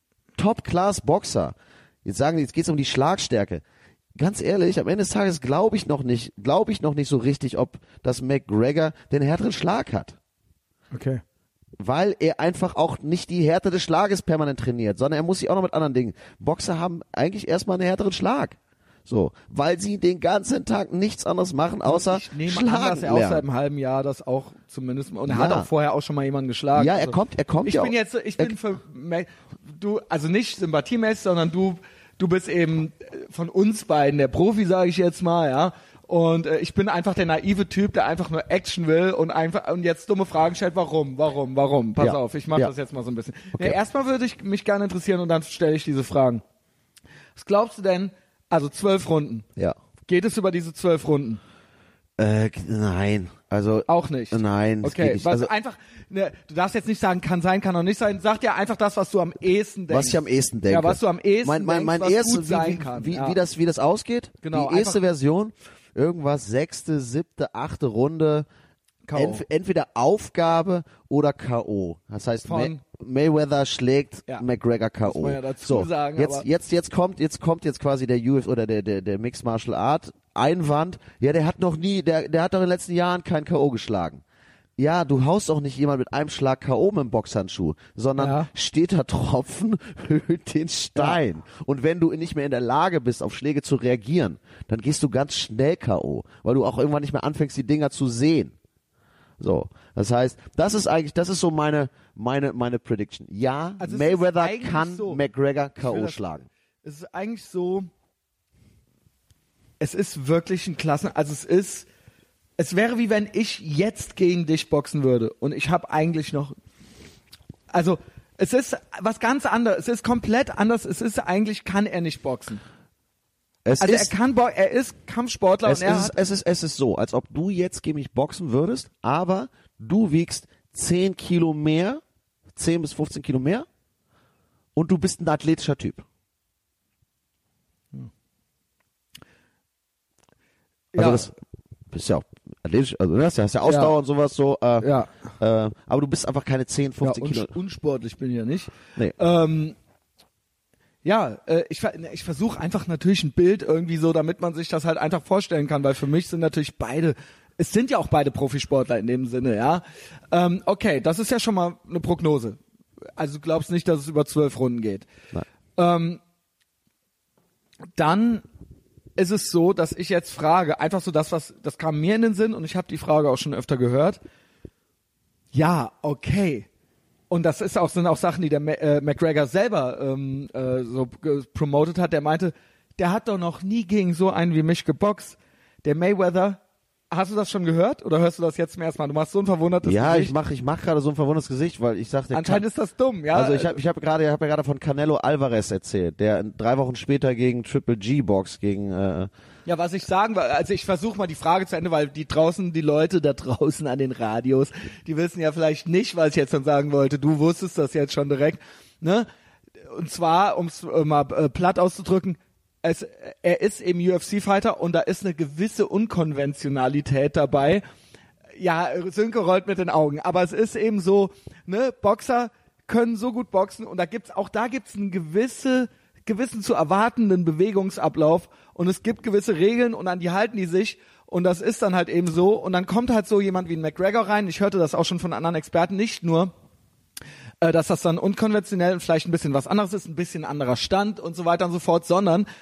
Top-Class-Boxer. Jetzt sagen die, jetzt geht's um die Schlagstärke. Ganz ehrlich, am Ende des Tages glaube ich noch nicht, glaube ich noch nicht so richtig, ob das McGregor den härteren Schlag hat. Okay. Weil er einfach auch nicht die Härte des Schlages permanent trainiert, sondern er muss sich auch noch mit anderen Dingen. Boxer haben eigentlich erstmal einen härteren Schlag. So, weil sie den ganzen Tag nichts anderes machen, außer Ich nehme schlagen an, dass er auch seit lernen. einem halben Jahr das auch zumindest, und er Ja. hat auch vorher auch schon mal jemanden geschlagen. Ja, er Also, kommt, er kommt Ich ja bin auch. jetzt, ich er, bin für, du, also nicht sympathiemäßig, sondern du, du bist eben von uns beiden der Profi, sage ich jetzt mal, ja. Und äh, ich bin einfach der naive Typ, der einfach nur Action will und einfach und jetzt dumme Fragen stellt, warum, warum, warum? Pass Ja. auf, ich mache Ja. das jetzt mal so ein bisschen. Okay. Ja, erstmal würde ich mich gerne interessieren und dann stelle ich diese Fragen. Was glaubst du denn, also zwölf Runden, ja. geht es über diese zwölf Runden? Äh, nein, also Auch nicht. Nein, das Okay, geht nicht. was Also, einfach, ne, du darfst jetzt nicht sagen, kann sein, kann auch nicht sein. Sag dir einfach das, was du am ehesten denkst. was ich am ehesten denke. Ja, was du am ehesten mein, mein, mein denkst, was erste, gut sein wie, kann. wie, ja. wie, das, wie das ausgeht. Genau, Die erste einfach- Version, irgendwas sechste, siebte, achte Runde. K O. Entf entweder Aufgabe oder K O. Das heißt, Von- May Mayweather schlägt Ja. McGregor K O. Muss man ja dazu so, sagen, jetzt, aber- jetzt, jetzt kommt, jetzt kommt jetzt quasi der U F oder der, der, der Mixed Martial Art Einwand. Ja, der hat noch nie, der, der hat doch in den letzten Jahren kein K O geschlagen. Ja, du haust auch nicht jemand mit einem Schlag K O mit dem Boxhandschuh, sondern Ja. steht da Tropfen, höhlt den Stein. Und wenn du nicht mehr in der Lage bist, auf Schläge zu reagieren, dann gehst du ganz schnell K O, weil du auch irgendwann nicht mehr anfängst, die Dinger zu sehen. So, das heißt, das ist eigentlich, das ist so meine, meine, meine Prediction. Ja, Also es ist Mayweather eigentlich kann so. McGregor Ich will K O das- schlagen. Es ist eigentlich so, es ist wirklich ein Klassen, also es ist, es wäre wie wenn ich jetzt gegen dich boxen würde und ich habe eigentlich noch, also es ist was ganz anderes, es ist komplett anders, es ist eigentlich, kann er nicht boxen. Es Also ist, er kann, bo er ist Kampfsportler es, und er ist, hat, es ist, es ist so, als ob du jetzt gegen mich boxen würdest, aber du wiegst zehn Kilo mehr, zehn bis fünfzehn Kilo mehr und du bist ein athletischer Typ. Also ja, das bist ja auch athletisch, also das hast ja Ausdauer Ja. und sowas so, äh, ja, äh, aber du bist einfach keine zehn, ja fünfzehn un Kilo. unsportlich bin ich ja nicht. Nee. Ähm, ja, äh, ich, ver- ich versuche einfach natürlich ein Bild irgendwie so, damit man sich das halt einfach vorstellen kann, weil für mich sind natürlich beide, es sind ja auch beide Profisportler in dem Sinne, ja. Ähm, okay, das ist ja schon mal eine Prognose. Also du glaubst nicht, dass es über zwölf Runden geht. Nein. Ähm, dann ist es so, dass ich jetzt frage, einfach so das, was, das kam mir in den Sinn und ich habe die Frage auch schon öfter gehört. Ja, okay. Und das ist auch, sind auch Sachen, die der Ma äh, McGregor selber ähm, äh, so ge- promoted hat. Der meinte, der hat doch noch nie gegen so einen wie mich geboxt. Der Mayweather, hast du das schon gehört oder hörst du das jetzt zum ersten Mal? Du machst so ein verwundertes Ja, Gesicht. ich mache ich mach gerade so ein verwundertes Gesicht, weil ich sagte, Anscheinend ist das dumm, ja. also ich habe ich hab gerade ich hab ja gerade von Canelo Alvarez erzählt, der drei Wochen später gegen Triple G boxt, gegen äh, Ja, was ich sagen will, also ich versuche mal die Frage zu Ende, weil die draußen, die Leute da draußen an den Radios, die wissen ja vielleicht nicht, was ich jetzt schon sagen wollte. Du wusstest das jetzt schon direkt, ne? Und zwar, um es äh, mal äh, platt auszudrücken, es, er ist eben U F C-Fighter und da ist eine gewisse Unkonventionalität dabei. Ja, Sönke rollt mit den Augen, aber es ist eben so, ne, Boxer können so gut boxen und da gibt's, auch da gibt's einen gewisse, gewissen zu erwartenden Bewegungsablauf und es gibt gewisse Regeln und an die halten die sich und das ist dann halt eben so und dann kommt halt so jemand wie ein McGregor rein, ich hörte das auch schon von anderen Experten, nicht nur, äh, dass das dann unkonventionell und vielleicht ein bisschen was anderes ist, ein bisschen anderer Stand und so weiter und so fort, sondern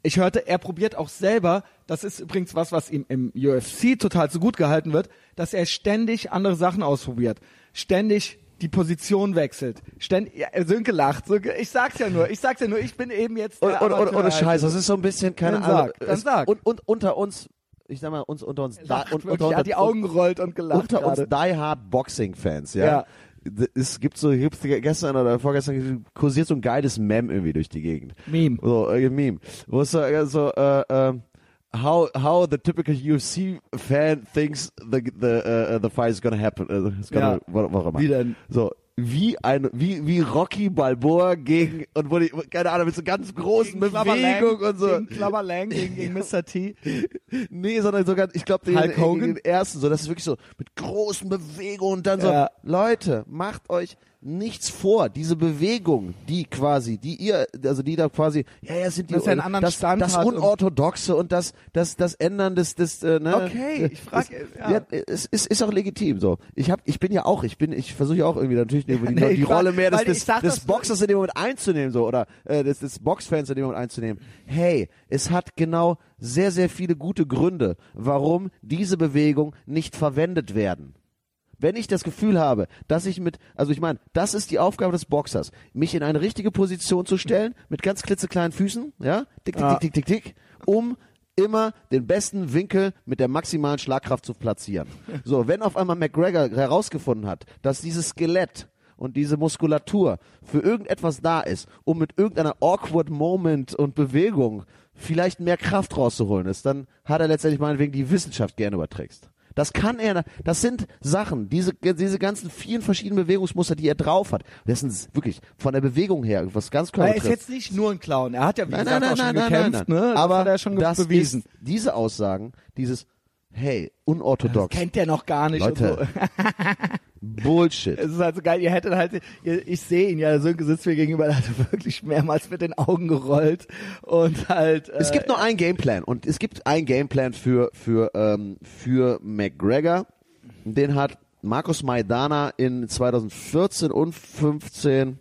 ich hörte, er probiert auch selber, das ist übrigens was, was ihm im U F C total so gut gehalten wird, dass er ständig andere Sachen ausprobiert. Ständig die Position wechselt. Ständig, ja, Sönke lacht. Sönke, ich sag's ja nur, ich sag's ja nur, ich bin eben jetzt der Und, und, und, Amateur, und Scheiße, das ist so ein bisschen, keine Dann Ahnung. sag, dann es, sag. Und, und unter uns, ich sag mal, uns unter uns, Er da, lacht und, wirklich, unter, er hat die Augen gerollt und gelacht unter uns gerade. Die Hard Boxing Fans, ja. Ja. Es gibt so, gibt's gestern oder vorgestern kursiert so ein geiles Meme irgendwie durch die Gegend. Meme. So, äh, Meme. Wo es so, äh, so äh, äh, how how the typical U F C fan thinks the the uh, the fight is gonna happen. Uh, it's gonna, Ja. was auch immer. Wie denn? So. Wie ein, wie, wie Rocky Balboa gegen, und wo die, keine Ahnung, mit so ganz großen Gegen Bewegungen und so. Gegen Clubber Lang, gegen, gegen Mister T. Nee, sondern sogar, ich glaube, den, Hulk Hogan? den ersten, so, das ist wirklich so, mit großen Bewegungen und dann so, Ja. Leute, macht euch nichts vor. Diese Bewegung, die quasi, die ihr, also die da quasi, ja, ja, sind die, Dass er einen anderen das, Stand das hat und- Unorthodoxe und das, das, das Ändern des, des, äh, ne. Okay, ich frag- es, ja. ja, es ist, ist auch legitim, so. Ich hab, ich bin ja auch, ich bin, ich versuche ja auch irgendwie natürlich die, die, nee, die ich frag- Rolle mehr des, weil ich des, sag des das nur- Boxers in dem Moment einzunehmen, so, oder, äh, des, des Boxfans in dem Moment einzunehmen. Hey, es hat genau sehr, sehr viele gute Gründe, warum diese Bewegungen nicht verwendet werden. Wenn ich das Gefühl habe, dass ich mit, also ich meine, das ist die Aufgabe des Boxers, mich in eine richtige Position zu stellen, mit ganz klitzekleinen Füßen, ja, tick, tick, Ja. tick, tick, tick, tick, um immer den besten Winkel mit der maximalen Schlagkraft zu platzieren. So, wenn auf einmal McGregor herausgefunden hat, dass dieses Skelett und diese Muskulatur für irgendetwas da ist, um mit irgendeiner awkward Moment und Bewegung vielleicht mehr Kraft rauszuholen ist, dann hat er letztendlich meinetwegen die Wissenschaft gerne überträgst. Das kann er, das sind Sachen, diese, diese ganzen vielen verschiedenen Bewegungsmuster, die er drauf hat. Das sind wirklich von der Bewegung her, was ganz klar Er ist betrifft. jetzt nicht nur ein Clown. Er hat ja, wie Nein, gesagt, nein, auch schon nein, nein, gekämpft, nein, nein. ne? Das Aber hat er schon das bewiesen. ist, diese Aussagen, dieses, hey, Das unorthodox, kennt der noch gar nicht. Leute, Und so. Bullshit. Es ist halt so geil, ihr hättet halt, ihr, ich sehe ihn ja, der Sönke sitzt mir gegenüber, der hat wirklich mehrmals mit den Augen gerollt und halt. Äh, Es gibt nur einen Gameplan und es gibt einen Gameplan für, für, ähm, für McGregor. Den hat Marcos Maidana in zwanzig vierzehn und fünfzehn,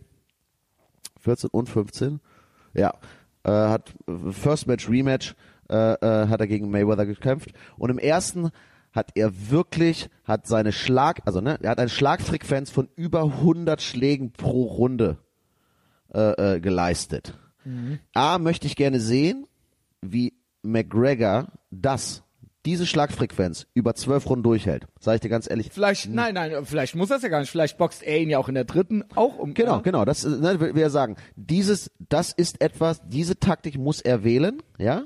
vierzehn und fünfzehn, ja, äh, hat First Match Rematch, äh, äh, hat er gegen Mayweather gekämpft und im ersten hat er wirklich, hat seine Schlag, also ne, er hat eine Schlagfrequenz von über hundert Schlägen pro Runde äh, äh, geleistet. Mhm. A, möchte ich gerne sehen, wie McGregor das, diese Schlagfrequenz über zwölf Runden durchhält. Sag ich dir ganz ehrlich. Vielleicht, nein, nein, vielleicht muss das ja gar nicht. Vielleicht boxt er ihn ja auch in der dritten auch um. Genau, ja. genau. Das, ne, will wir sagen, dieses, das ist etwas, diese Taktik muss er wählen, ja.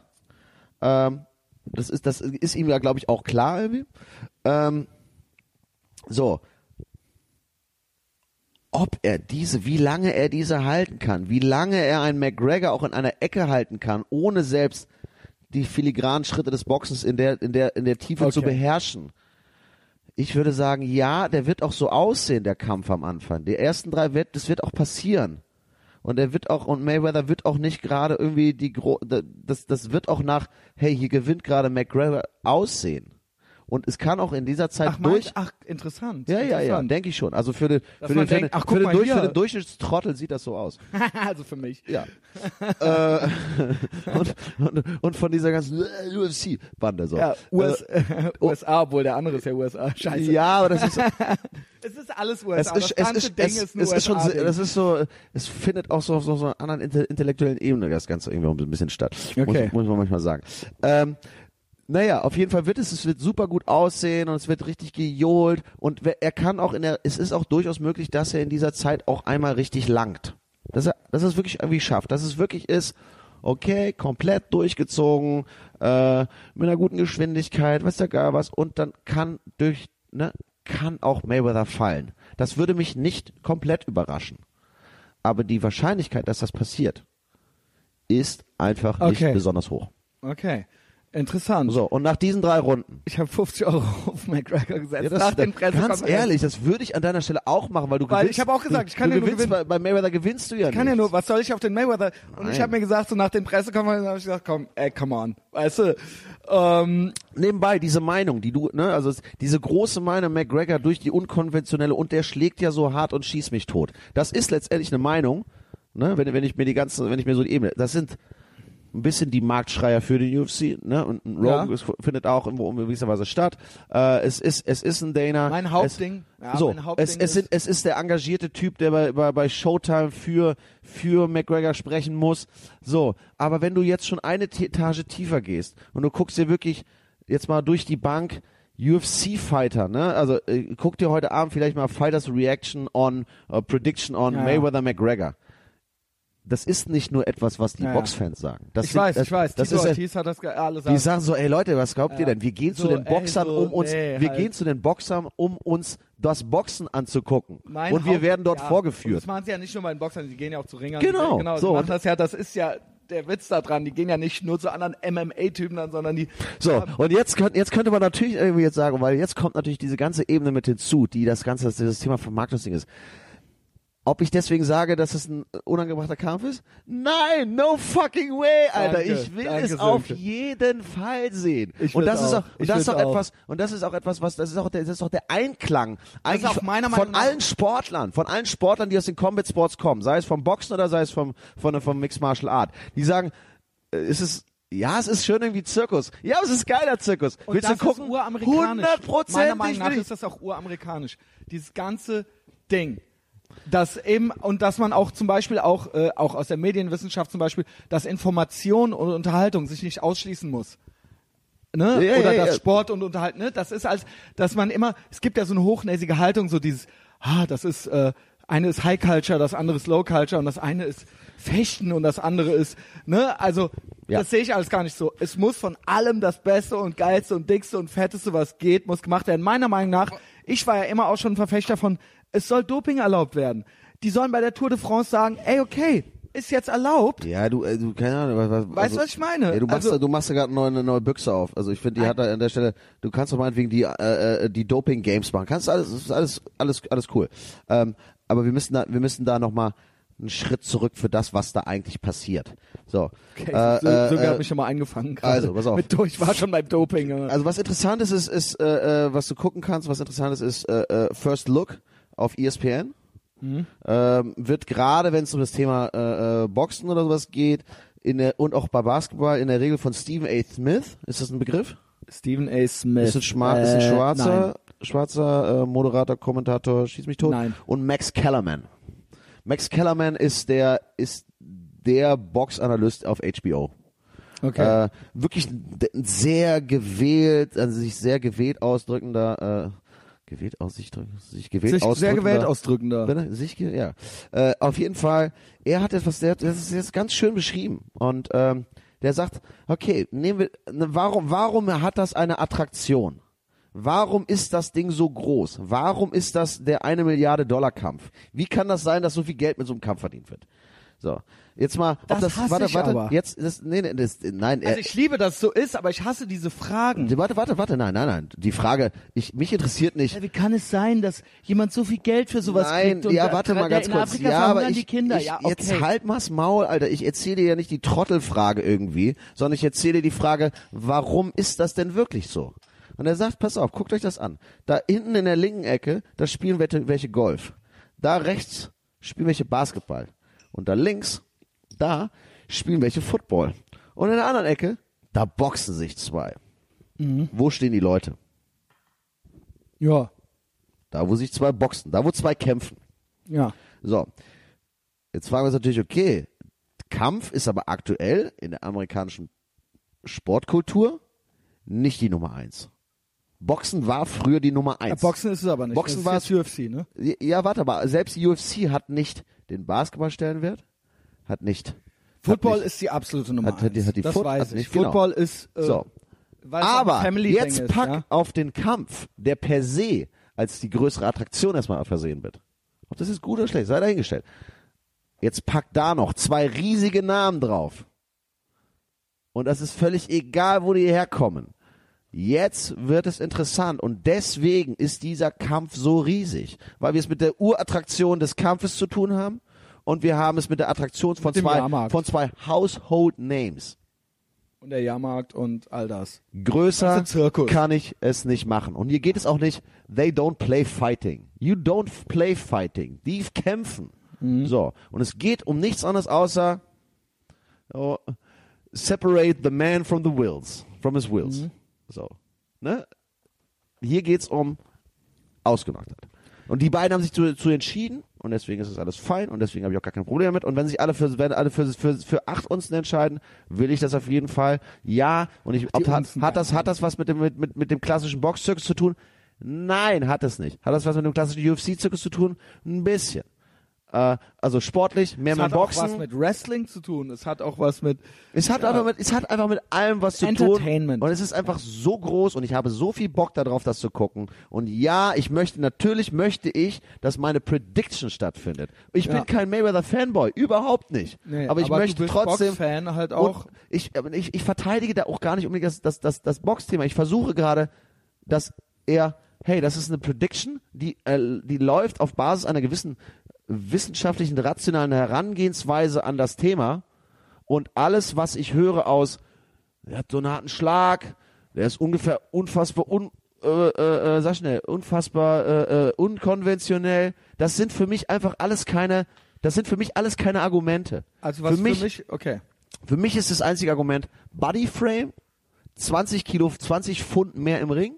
Ähm, das ist, das ist ihm ja, glaube ich, auch klar irgendwie. Ähm, so. Ob er diese, wie lange er diese halten kann, wie lange er einen McGregor auch in einer Ecke halten kann, ohne selbst die filigranen Schritte des Boxens in der, in der, in der Tiefe Okay. zu beherrschen. Ich würde sagen, ja, der wird auch so aussehen, der Kampf am Anfang. Die ersten drei wird, das wird auch passieren. Und er wird auch, und Mayweather wird auch nicht gerade irgendwie die, Gro das, das wird auch nach, hey, hier gewinnt gerade McGregor aussehen. Und es kann auch in dieser Zeit Ach, durch, meint, ach, interessant. ja, ja, ja, interessant. denke ich schon. Also für den, Dass für den, man für den, denkt, ach, für guck den, mal durch, hier. für den Durchschnittstrottel sieht das so aus. Also für mich. Ja. äh, und, und, und von dieser ganzen U F C-Bande so. Ja, U S, Äh, U S A, obwohl der andere ist ja U S A. Scheiße. ja, aber das ist, Es ist alles U es S A. ist, das es ganze ist, Ding es, ist ein es ist schon, U S A sehr- das ist so, es findet auch so auf so, so einer anderen inte- intellektuellen Ebene das Ganze irgendwie auch ein bisschen statt. Okay. Muss, muss man manchmal sagen. Ähm, Naja, auf jeden Fall wird es, es wird super gut aussehen und es wird richtig gejohlt und wer- er kann auch in der, es ist auch durchaus möglich, dass er in dieser Zeit auch einmal richtig langt. Dass er, dass er es wirklich irgendwie schafft, dass es wirklich ist, okay, komplett durchgezogen, äh, mit einer guten Geschwindigkeit, weiß der gar was und dann kann durch, ne, kann auch Mayweather fallen. Das würde mich nicht komplett überraschen. Aber die Wahrscheinlichkeit, dass das passiert, ist einfach nicht Okay. besonders hoch. Okay. Interessant. So, und nach diesen drei Runden, Ich habe fünfzig Euro auf McGregor gesetzt. ja, das, nach den ganz Pressekonferenzen. ehrlich, das würde ich an deiner Stelle auch machen, weil du Weil gewinnst. ich habe auch gesagt, du, ich kann du ja nur gewinnst gewinnen. Bei, bei Mayweather gewinnst du ja Ich kann ja nichts. nur, was soll ich auf den Mayweather? Und ich Nein. habe mir gesagt, so nach den Pressekonferenzen habe ich gesagt, komm, ey, come on. Weißt du, ähm, Nebenbei, diese Meinung, die du, ne, also es- diese große Meinung McGregor durch die unkonventionelle und der schlägt ja so hart und schießt mich tot. Das ist letztendlich eine Meinung, ne, wenn, wenn ich mir die ganze, wenn ich mir so die Ebene, das sind ein bisschen die Marktschreier für den U F C, ne? Und ein Rogan ja. findet auch in gewisser Weise statt. Äh, es ist, es ist ein Dana. Mein Hauptding. Es, ja, so, mein Hauptding es, es, sind, es ist der engagierte Typ, der bei, bei, bei Showtime für, für McGregor sprechen muss. So, aber wenn du jetzt schon eine Etage tiefer gehst und du guckst dir wirklich jetzt mal durch die Bank U F C-Fighter, ne? Also äh, guck dir heute Abend vielleicht mal Fighters Reaction on, uh, Prediction on ja, Mayweather McGregor. Das ist nicht nur etwas, was die ja, Boxfans sagen. Das ich sind, weiß, das, ich weiß. Das Tito ist, Ortiz hat das ge- alles die sagen so, ey Leute, was glaubt ja. ihr denn? Wir gehen so, zu den Boxern, ey, so, um uns, nee, wir halt. gehen zu den Boxern, um uns das Boxen anzugucken. Mein und wir Haupt- werden dort ja. vorgeführt. Und das machen sie ja nicht nur bei den Boxern, die gehen ja auch zu Ringern. Genau, genau so. Die machen das ja, das ist ja der Witz da dran. Die gehen ja nicht nur zu anderen M M A-Typen dann, sondern die... So, ja, und jetzt, könnt, jetzt könnte man natürlich irgendwie jetzt sagen, weil jetzt kommt natürlich diese ganze Ebene mit hinzu, die das ganze, das Thema Vermarktungsding ist. Ob ich deswegen sage, dass es ein unangebrachter Kampf ist? Nein, no fucking way, Alter. Danke, ich will danke, es Sönke. auf jeden Fall sehen. Ich und will's das ist auch. auch, und Ich das ist will's auch auch. etwas, und das ist auch etwas, was, das ist auch der, das ist auch der Einklang. Eigentlich auch meiner Meinung von nach- allen Sportlern, von allen Sportlern, die aus den Combat Sports kommen, sei es vom Boxen oder sei es vom, von, vom Mixed Martial Art. Die sagen, äh, es ist, ja, es ist schön irgendwie Zirkus. Ja, es ist geiler Zirkus. Und Willst das du gucken? ist uramerikanisch. hundert Prozent. Meiner Meinung nach ist das auch uramerikanisch. Dieses ganze Ding. Dass eben, und dass man auch zum Beispiel auch, äh, auch aus der Medienwissenschaft zum Beispiel, dass Information und Unterhaltung sich nicht ausschließen muss. Ne? Ja, Oder ja, dass ja. Sport und Unterhaltung, ne? Das ist als, dass man immer, es gibt ja so eine hochnäsige Haltung, so dieses, ah, das ist, äh, eine ist High Culture, das andere ist Low Culture und das eine ist Fechten und das andere ist, ne? Also, Ja. das sehe ich alles gar nicht so. Es muss von allem das Beste und Geilste und Dickste und Fetteste, was geht, muss gemacht werden. Meiner Meinung nach, ich war ja immer auch schon ein Verfechter von, es soll Doping erlaubt werden. Die sollen bei der Tour de France sagen, ey, okay, ist jetzt erlaubt. Ja, du, äh, du, keine Ahnung, was, was, Weißt du, was ich meine? Ja, du machst, Also- da, du machst da gerade eine neue, eine neue Büchse auf. Also ich finde, die hat da an der Stelle, du kannst doch meinetwegen die, äh, äh, die Doping Games machen. Kannst alles, das ist alles, alles, alles cool. Ähm, aber wir müssen da, wir müssen da nochmal einen Schritt zurück für das, was da eigentlich passiert. So. Okay, äh, so, äh, so äh, hat mich schon mal angefangen. gerade. also, pass auf. Mit, ich war schon beim Doping. ja. Also was interessant ist, ist, ist äh, äh, was du gucken kannst, was interessant ist, ist äh, äh, First Look auf E S P N. Mhm. Ähm, wird gerade, wenn es um das Thema äh, äh, Boxen oder sowas geht, in der, und auch bei Basketball in der Regel von Stephen A. Smith. Ist das ein Begriff? Stephen A. Smith. Ist ein, Schma ist ein Äh, schwarzer, nein. schwarzer äh, Moderator, Kommentator, schieß mich tot. Nein. Und Max Kellerman. Max Kellerman ist der ist der Boxanalyst auf H B O. Okay. Äh, wirklich ein, ein sehr gewählt, also sich sehr gewählt ausdrückender, äh, gewählt aus sich, drücken- sich gewählt Sich ausdrückender. sehr gewählt ausdrückender. Bitte? Sich, ge- ja. Äh, auf jeden Fall, er hat etwas, der, das ist jetzt ganz schön beschrieben. Und ähm, der sagt, okay, nehmen wir, ne, warum, warum hat das eine Attraktion? Warum ist das Ding so groß? Warum ist das der eine Milliarde Dollar Kampf? Wie kann das sein, dass so viel Geld mit so einem Kampf verdient wird? So, jetzt mal, ob Das das, hasse warte, ich warte, aber. jetzt, das, nee, nee, das, nein, er, Also ich liebe, dass es so ist, aber ich hasse diese Fragen. warte, warte, warte, nein, nein, nein, die Frage, ich, mich interessiert nicht, Ja, wie kann es sein, dass jemand so viel Geld für sowas Nein, kriegt? Und ja, da- warte mal der ganz in kurz. Afrika Ja, aber verhungern ich, die Kinder. ich ja, okay. jetzt halt mal's Maul, Alter. Ich erzähle dir ja nicht die Trottelfrage irgendwie, sondern ich erzähle dir die Frage, warum ist das denn wirklich so? Und er sagt, pass auf, guckt euch das an. Da hinten in der linken Ecke, da spielen welche, welche Golf. Da rechts spielen welche Basketball. Und da links, da spielen welche Football. Und in der anderen Ecke, da boxen sich zwei. Mhm. Wo stehen die Leute? Ja, Da, wo sich zwei boxen, da, wo zwei kämpfen. ja. So, jetzt fragen wir uns natürlich, okay, Kampf ist aber aktuell in der amerikanischen Sportkultur nicht die Nummer eins. Boxen war früher die Nummer Ja, eins. Boxen ist es aber nicht. Boxen das war ist jetzt U F C, ne? Ja, warte, aber selbst die U F C hat nicht den Basketballstellenwert, hat nicht. Football hat nicht, ist die absolute Nummer hat- hat die- eins. hat die das Foot- weiß hat ich. nicht, genau. Football ist, äh, So. weil es auch ein Aber Family jetzt Thing ist, pack ja? auf den Kampf, der per se als die größere Attraktion erstmal versehen wird. Ob das ist gut oder schlecht, sei dahingestellt. Jetzt pack da noch zwei riesige Namen drauf. Und das ist völlig egal, wo die herkommen. Jetzt wird es interessant und deswegen ist dieser Kampf so riesig, weil wir es mit der Urattraktion des Kampfes zu tun haben und wir haben es mit der Attraktion von dem zwei, Jahrmarkt. von zwei Household Names. Und der Jahrmarkt und all das. Größer Das ist ein Zirkus. kann ich es nicht machen. Und hier geht es auch nicht, they don't play fighting. You don't play fighting. Die kämpfen. Mhm. So. Und es geht um nichts anderes außer, oh, separate the man from the wills, from his wills. Mhm. So, ne? Hier geht's um Ausgenochtheit. Und die beiden haben sich zu, zu entschieden und deswegen ist es alles fein und deswegen habe ich auch gar kein Problem damit. Und wenn sich alle für, wenn alle für, für, für acht Unzen entscheiden, will ich das auf jeden Fall. Ja, und ich, ob, hat, hat das, hat das was mit dem, mit, mit, mit dem klassischen Boxzirkus zu tun? Nein, hat es nicht. Hat das was mit dem klassischen U F C-Zirkus zu tun? Ein bisschen. Äh, also sportlich, mehr es mit hat Boxen. auch was mit Wrestling zu tun. Es hat auch was mit... Es hat, ja, einfach mit, es hat einfach mit allem was zu tun. Entertainment. Und es ist einfach so groß und ich habe so viel Bock darauf, das zu gucken. Und ja, ich möchte, natürlich möchte ich, dass meine Prediction stattfindet. Ich Ja. bin kein Mayweather-Fanboy, überhaupt nicht. Nee, aber ich aber möchte du bist trotzdem... Boxfan halt auch. Und ich, aber ich, ich verteidige da auch gar nicht unbedingt das, das, das, das Boxthema. Ich versuche gerade, dass er, hey, das ist eine Prediction, die, äh, die läuft auf Basis einer gewissen wissenschaftlichen, rationalen Herangehensweise an das Thema. Und alles, was ich höre aus, der hat so einen harten Schlag, der ist ungefähr unfassbar un, äh, äh, äh, sag schnell, unfassbar äh, äh, unkonventionell, das sind für mich einfach alles keine, das sind für mich alles keine Argumente. Also was für mich, für mich okay. Für mich ist das einzige Argument Bodyframe, zwanzig Kilo, zwanzig Pfund mehr im Ring.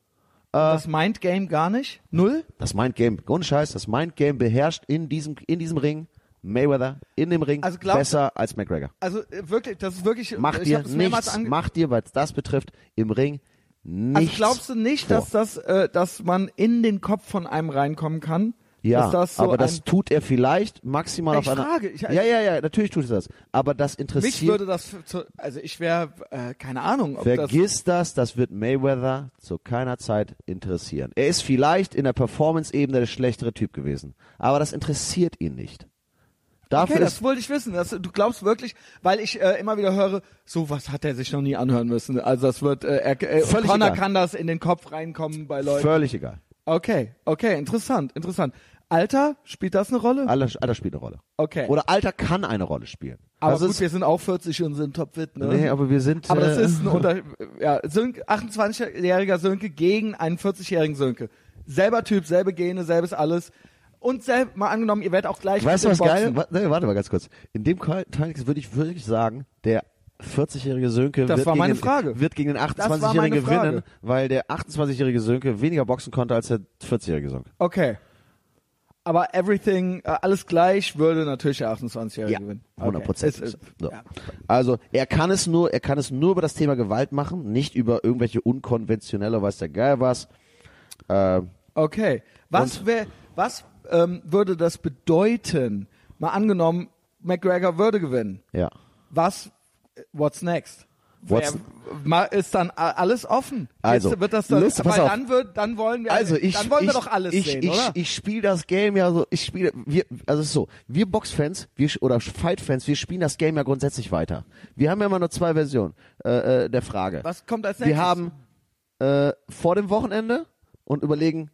Das Mindgame gar nicht? Null? Das Mindgame, ohne Scheiß, das Mindgame beherrscht in diesem, in diesem Ring Mayweather in dem Ring Also glaub- besser als McGregor. Also äh, wirklich, das ist wirklich... Mach ich dir hab das mehrmals nichts, ange- mach dir, was das betrifft, im Ring nichts. Also glaubst du nicht, vor. dass das, äh, dass man in den Kopf von einem reinkommen kann? Ja, dass das so aber das ein, tut er vielleicht maximal Ich auf einer... frage, ich- ja, ja, ja, natürlich tut er das. Aber das interessiert... mich würde das, für- zu, also ich wäre, äh, keine Ahnung, ob das... Vergiss das, das wird Mayweather zu keiner Zeit interessieren. Er ist vielleicht in der Performance-Ebene der schlechtere Typ gewesen, aber das interessiert ihn nicht. Dafür Okay, ist, das wollte ich wissen. Das, du glaubst wirklich, weil ich äh, immer wieder höre, so was hat er sich noch nie anhören müssen. Also das wird, äh, er, äh, Völlig Conor egal. kann das in den Kopf reinkommen bei Leuten. völlig egal. Okay, okay, interessant, interessant. Alter, spielt das eine Rolle? Alter, Alter spielt eine Rolle. Okay. Oder Alter kann eine Rolle spielen. aber das gut, ist, wir sind auch vierzig und sind topfit, ne? nee, aber wir sind... Aber das äh, ist ein Unter ja, Sönke, achtundzwanzigjähriger Sönke gegen einen vierzigjährigen Sönke. Selber Typ, selbe Gene, selbes alles. Und selb, mal angenommen, ihr werdet auch gleich Weißt du, mit was dem geil? Boxen. Wa- Nee, warte mal ganz kurz. In dem Kontext würde ich wirklich sagen, der vierzigjährige Sönke Das wird, war gegen meine den, Frage. wird gegen den war achtundzwanzigjährigen meine Frage. gewinnen, weil der achtundzwanzigjährige Sönke weniger boxen konnte als der vierzigjährige Sönke. Okay. Aber everything, äh, alles gleich, würde natürlich der achtundzwanzigjährige Ja, gewinnen. hundert Prozent. Ist, äh, So. ja. Also er kann es nur, er kann es nur über das Thema Gewalt machen, nicht über irgendwelche unkonventionelle, weiß der Geil was. Äh, Okay. Was wär, was ähm, würde das bedeuten? Mal angenommen, McGregor würde gewinnen. ja. Was? What's next? What's- Wer, mal ist dann a- alles offen. Also, Jetzt wird das dann, Lust- pass weil auf. dann wird, dann wollen wir, Also ich, dann wollen ich, wir doch alles ich, sehen, ich, oder? Ich spiele das Game ja so, ich spiele, wir, also es ist so, wir Boxfans, wir oder Fight-Fans, wir spielen das Game ja grundsätzlich weiter. Wir haben ja immer nur zwei Versionen äh, äh, der Frage. Was kommt als nächstes? Wir haben äh, vor dem Wochenende und überlegen,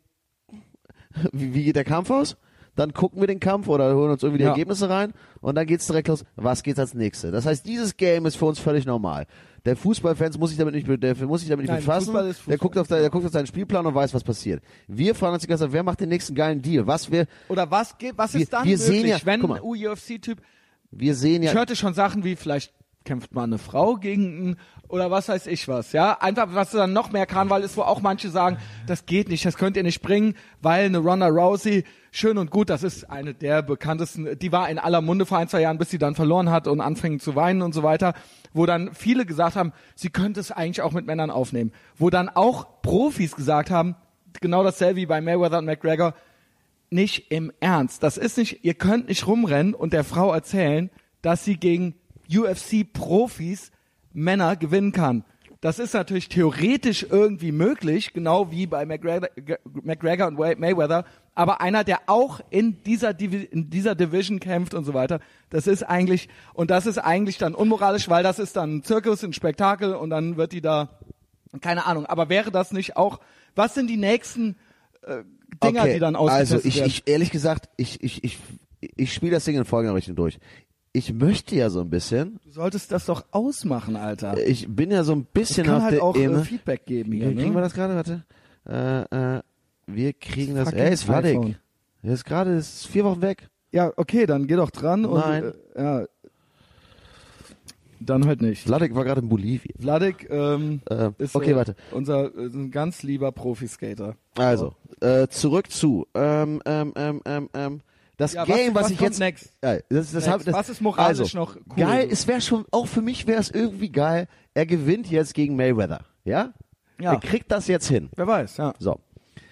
wie, wie geht der Kampf aus? Dann gucken wir den Kampf oder holen uns irgendwie die Ja. Ergebnisse rein und dann geht's direkt los. Was geht's als nächstes? Das heißt, dieses Game ist für uns völlig normal. Der Fußballfans muss sich damit nicht, be- der muss sich damit nicht Nein, befassen. Fußball ist Fußball. Der guckt auf, der, der guckt auf seinen Spielplan und weiß, was passiert. Wir fragen uns die ganze Zeit, wer macht den nächsten geilen Deal? Was wir, Oder was geht, was Wir- ist dann wir möglich, sehen ja- wenn guck mal. ein U F C-Typ, wir sehen ich ja, hörte schon Sachen wie, vielleicht kämpft mal eine Frau gegen einen, oder was weiß ich was, ja? Einfach, was dann noch mehr Karneval ist, wo auch manche sagen, das geht nicht, das könnt ihr nicht bringen, weil eine Ronda Rousey, schön und gut, das ist eine der bekanntesten, die war in aller Munde vor ein, zwei Jahren, bis sie dann verloren hat und anfing zu weinen und so weiter, wo dann viele gesagt haben, sie könnte es eigentlich auch mit Männern aufnehmen. Wo dann auch Profis gesagt haben, genau dasselbe wie bei Mayweather und McGregor, nicht im Ernst. Das ist nicht, ihr könnt nicht rumrennen und der Frau erzählen, dass sie gegen U F C-Profis Männer gewinnen kann. Das ist natürlich theoretisch irgendwie möglich, genau wie bei McGregor, McGregor und Mayweather, aber einer, der auch in dieser, Divi- in dieser Division kämpft und so weiter, das ist eigentlich, und das ist eigentlich dann unmoralisch, weil das ist dann ein Zirkus, ein Spektakel und dann wird die da, keine Ahnung, aber wäre das nicht auch, was sind die nächsten äh, Dinger, okay, die dann ausgetestet also ich, werden? ich, ehrlich gesagt, ich, ich, ich, ich spiele das Ding in folgender Richtung durch. Ich möchte ja so ein bisschen, Du solltest das doch ausmachen, Alter. ich bin ja so ein Ich bisschen kann auf halt der auch äh, Ebene. Feedback geben hier. Kriegen Ne? wir das gerade? Warte. Äh, äh, wir kriegen das. Fucking Er ist fertig. iPhone. Er ist gerade, ist vier Wochen weg. Ja, okay, dann geh doch dran Nein. und äh, ja. Dann halt nicht. Vladek war gerade in Bolivien. Vladek ähm, Äh, ist okay, äh, warte. unser äh, ein ganz lieber Profiskater. Also, äh, zurück zu ähm, ähm, ähm, ähm, ähm, das Ja, Game, was- was, was ich kommt jetzt next? Ja, das, das Next. hab, das, Was ist moralisch also, noch cool? geil. Es wäre schon auch für mich wäre es irgendwie geil. Er gewinnt jetzt gegen Mayweather, ja? Ja. Er kriegt das jetzt hin. Wer weiß, ja. So.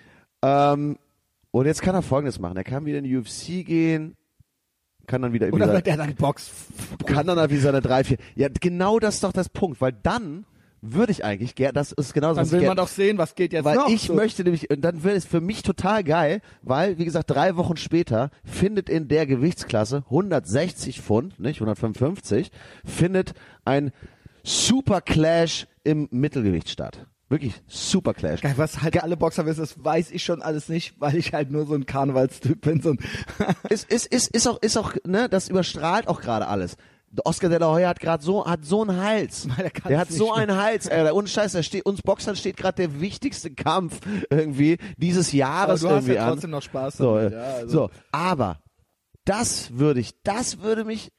Ähm, und jetzt kann er Folgendes machen. Er kann wieder in die U F C gehen, kann dann wieder irgendwie Oder seine- wird der dann Box? kann dann halt wie seine drei, vier. Ja, genau das ist doch das Punkt, weil dann würde ich eigentlich gerne, das ist genau das, Dann was will ich man gern- doch sehen, was geht jetzt weil noch. ich so. möchte nämlich, und dann wäre es für mich total geil, weil, wie gesagt, drei Wochen später findet in der Gewichtsklasse hundertsechzig Pfund, nicht hundertfünfundfünfzig, findet ein Super Clash im Mittelgewicht statt. Wirklich Super Clash. Geil, was halt alle Boxer wissen, das weiß ich schon alles nicht, weil ich halt nur so ein Karnevalstyp bin. So ein ist, ist, ist, ist auch, ist auch, ne, das überstrahlt auch gerade alles. Oscar de la Hoya hat gerade so, hat so einen Hals. Der kann's Der hat nicht so mehr. einen Hals, Alter. Ohne Scheiß, da steht, uns Boxern steht gerade der wichtigste Kampf irgendwie dieses Aber Jahres du hast irgendwie ja an. trotzdem noch Spaß So, damit. äh, Ja, also. so, aber das würde ich, das würde mich,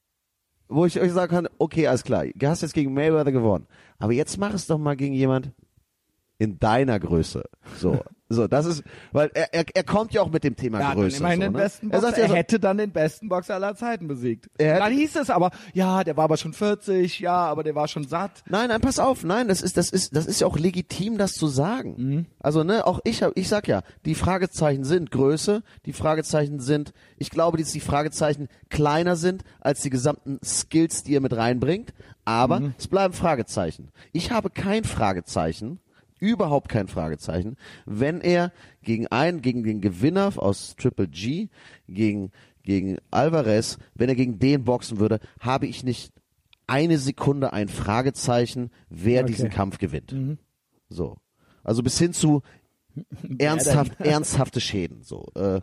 wo ich euch sagen kann, okay, alles klar, du hast jetzt gegen Mayweather gewonnen, aber jetzt mach es doch mal gegen jemand in deiner Größe. So, so, das ist, weil er, er, er kommt ja auch mit dem Thema Er hat dann Größe. immerhin so, den ne? besten er Boxer. sagt ja Er so, hätte dann den besten Boxer aller Zeiten besiegt. Er hätte- Dann hieß es aber, ja, der war aber schon vierzig, ja, aber der war schon satt. Nein, nein, pass auf, nein, das ist, das ist, das ist ja auch legitim, das zu sagen. Mhm. Also, ne, auch ich hab, ich sag ja, die Fragezeichen sind Größe, die Fragezeichen sind, ich glaube, dass die Fragezeichen kleiner sind als die gesamten Skills, die er mit reinbringt, aber Mhm. es bleiben Fragezeichen. Ich habe kein Fragezeichen, überhaupt kein Fragezeichen, wenn er gegen einen, gegen den Gewinner aus Triple G, gegen, gegen Alvarez, wenn er gegen den boxen würde, habe ich nicht eine Sekunde ein Fragezeichen, wer Okay. diesen Kampf gewinnt. So. Also bis hin zu ernsthaft, ernsthafte Schäden. So. Äh,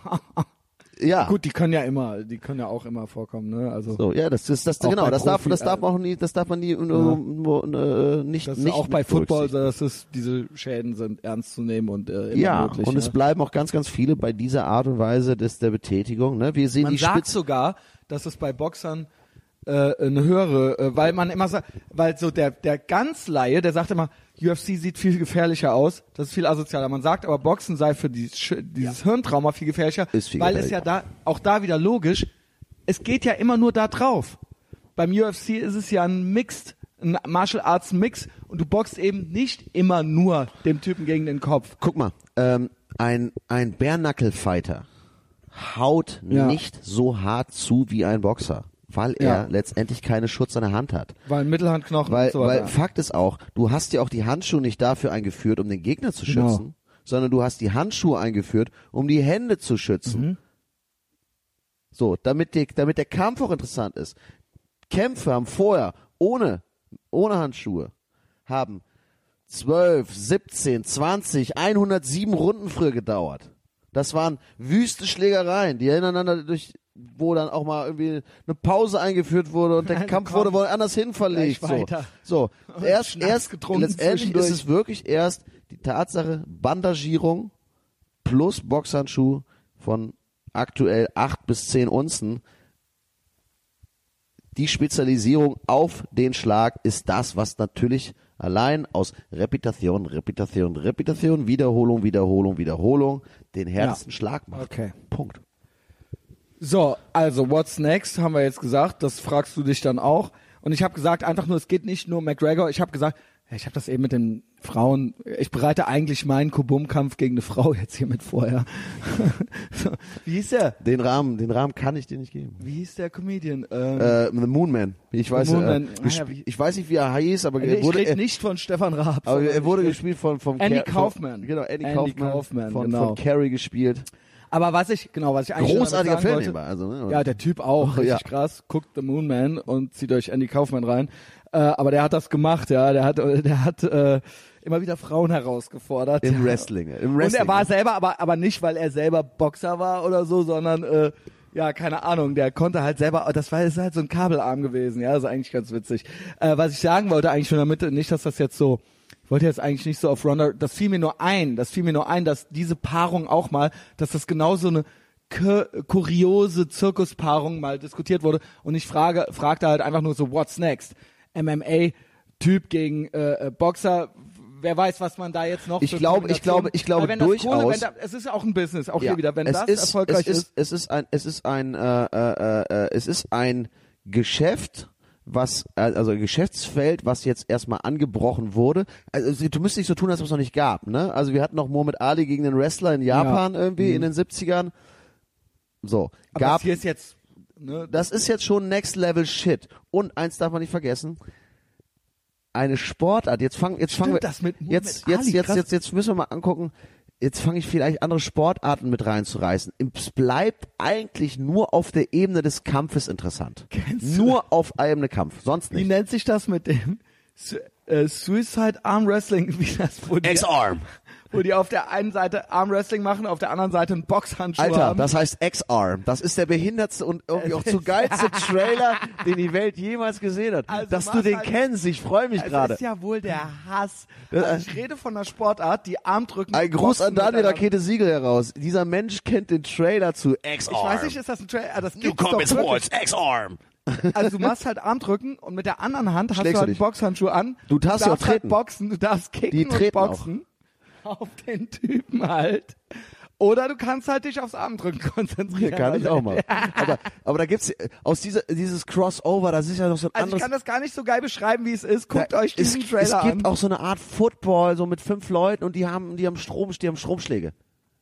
ja. Gut, die können ja immer, die können ja auch immer vorkommen, ne? Also So, ja, das ist das Auch genau, bei das darf Profi- das darf man auch nie, das darf man nie äh, äh, nicht das ist nicht auch bei mit Football, berücksichtigen. so, dass es diese Schäden sind ernst zu nehmen und äh, immer Ja, möglich. und ja. es bleiben auch ganz ganz viele bei dieser Art und Weise des der Betätigung, ne? Wir sehen Man die sagt Spitze. sogar, dass es bei Boxern äh, eine höhere, äh, weil man immer sagt, weil so der der ganz Laie, der sagt immer, U F C sieht viel gefährlicher aus, das ist viel asozialer. Man sagt aber, Boxen sei für die, Sch- dieses Hirntrauma viel gefährlicher, Ist viel weil es ja da auch da wieder logisch, es geht ja immer nur da drauf. Beim U F C ist es ja ein Mixed, ein Martial Arts Mix und du boxst eben nicht immer nur dem Typen gegen den Kopf. Guck mal, ähm, ein ein Bare-Knuckle Fighter haut Ja. nicht so hart zu wie ein Boxer, weil er Ja. letztendlich keine Schutz an der Hand hat. Weil Mittelhandknochen Weil, und so weiter. weil Fakt ist auch, du hast ja auch die Handschuhe nicht dafür eingeführt, um den Gegner zu Genau. schützen, sondern du hast die Handschuhe eingeführt, um die Hände zu schützen. Mhm. So, damit, die, damit der Kampf auch interessant ist. Kämpfe haben vorher ohne, ohne Handschuhe, haben zwölf, siebzehn, zwanzig, hundertsieben Runden früher gedauert. Das waren wüste Schlägereien, die hintereinander durch, wo dann auch mal irgendwie eine Pause eingeführt wurde und der Nein, Kampf komm. wurde woanders hin verlegt. Gleich So, weiter. so. erst, Schnaps erst getrunken letztendlich ist zwischendurch. es wirklich erst die Tatsache Bandagierung plus Boxhandschuh von aktuell acht bis zehn Unzen. Die Spezialisierung auf den Schlag ist das, was natürlich allein aus Reputation, Reputation, Reputation, Wiederholung, Wiederholung, Wiederholung den härtesten Schlag macht. Okay. Punkt. So, also what's next, haben wir jetzt gesagt, das fragst du dich dann auch. Und ich habe gesagt, einfach nur, es geht nicht nur um McGregor, ich habe gesagt, ja, ich habe das eben mit den Frauen, ich bereite eigentlich meinen Kubum-Kampf gegen eine Frau jetzt hiermit vorher. So, wie hieß der? Den Rahmen, den Rahmen kann ich dir nicht geben. Wie hieß der Comedian? Ähm, Äh, The Moonman. Ich weiß, Moonman. Äh, Ah, gesp- ja, wie- ich weiß nicht, wie er hieß, aber nee, er ich wurde, rede er, nicht von Stefan Raab. aber sondern er wurde ich red- gespielt von, vom Andy Car- Kaufman. Von, genau, Andy, Andy Kaufman, Kaufman, von, genau. von Carrie gespielt. Aber was ich, genau, was ich eigentlich Großartiger damit sagen Filmnehmer. wollte, Also, ne? ja, der Typ auch, Oh, richtig ja. krass. Guckt The Moon Man und zieht euch Andy Kaufman rein. Äh, aber der hat das gemacht, ja. Der hat, der hat äh, immer wieder Frauen herausgefordert. Im ja. Wrestling. Im Wrestling. Und er war selber, aber aber nicht, weil er selber Boxer war oder so, sondern äh, ja, keine Ahnung. Der konnte halt selber. Das war ist halt so ein Kabelarm gewesen. Ja, das ist eigentlich ganz witzig. Äh, was ich sagen wollte eigentlich schon damit, nicht, dass das jetzt so. Ich wollte jetzt eigentlich nicht so auf Ronda. Das fiel mir nur ein. Das fiel mir nur ein, dass diese Paarung auch mal, dass das genau so eine ku- kuriose Zirkuspaarung mal diskutiert wurde und ich frage, fragte halt einfach nur so, what's next? M M A-Typ gegen äh, Boxer, wer weiß, was man da jetzt noch Ich für glaube, ich glaube, ich glaube Weil wenn das durchaus. Kohle, wenn da, es ist ja auch ein Business, auch Ja, hier wieder, wenn es das ist, erfolgreich es ist, ist, es ist ein, es ist ein, äh, äh, äh, es ist ein Geschäft, was, also ein Geschäftsfeld, was jetzt erstmal angebrochen wurde. Also du müsst nicht so tun, als ob es noch nicht gab, ne? Also wir hatten noch Muhammad Ali gegen einen Wrestler in Japan Ja. irgendwie Mhm. in den siebzigern. So, aber gab, das hier ist jetzt, ne, das ist jetzt schon Next Level Shit. Und eins darf man nicht vergessen, eine Sportart, jetzt fangen, jetzt Stimmt fangen wir, das mit Muhammad jetzt, jetzt, Ali, jetzt, krass. jetzt, jetzt müssen wir mal angucken, jetzt fange ich vielleicht andere Sportarten mit reinzureißen. Es bleibt eigentlich nur auf der Ebene des Kampfes interessant. Kennst du- Nur auf Ebene Kampf, sonst wie nicht. nennt sich das mit dem Su äh, Suicide Arm Wrestling, wie das, wo die, X-Arm. wo die auf der einen Seite Arm Wrestling machen, auf der anderen Seite einen Boxhandschuh Alter, haben. das heißt X-Arm. Das ist der behindertste und irgendwie auch zu geilste Trailer, den die Welt jemals gesehen hat. Also Dass was du den halt- kennst, ich freue mich Das gerade. ist ja wohl der Hass. Also ich rede von einer Sportart, die Armdrücken. Ein Gruß Boxen an Daniel miteinander. Rakete Siegel heraus. Dieser Mensch kennt den Trailer zu X-Arm. Ich weiß nicht, ist das ein Trailer? Ah, das You gibt's doch Combat wirklich. Sports, X-Arm. Also du machst halt Armdrücken und mit der anderen Hand hast Schlägst du du halt einen dich. Boxhandschuh an. Du darfst ja auch halt treten. boxen, du darfst kicken Die treten und boxen. Auf den Typen halt. Oder du kannst halt dich aufs Armdrücken konzentrieren. Kann ich Also, auch mal. Aber, aber da gibt's, aus dieser, dieses Crossover, das ist ja noch so ein Also ich anderes. kann das gar nicht so geil beschreiben, wie es ist. Guckt Ja, euch diesen es, Trailer es gibt an. auch so eine Art Football, so mit fünf Leuten und die haben, die haben Strom, die haben Stromschläge.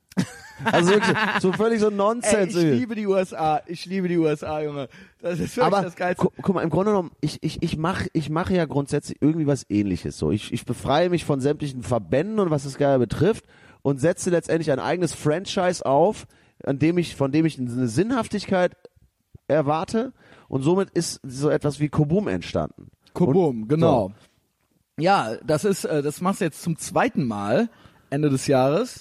Also wirklich, so völlig so Ey, Nonsens. ich liebe die U S A. Ich liebe die U S A, Junge. Das ist wirklich Aber das Geilste. gu guck mal, im Grunde genommen, ich, ich, ich mache ich mache ja grundsätzlich irgendwie was Ähnliches. So, ich, ich befreie mich von sämtlichen Verbänden und was das Geil betrifft und setze letztendlich ein eigenes Franchise auf, an dem ich, von dem ich eine Sinnhaftigkeit erwarte und somit ist so etwas wie Kobum entstanden. Kobum, Und- genau. Ja, das ist, äh, das machst du jetzt zum zweiten Mal Ende des Jahres.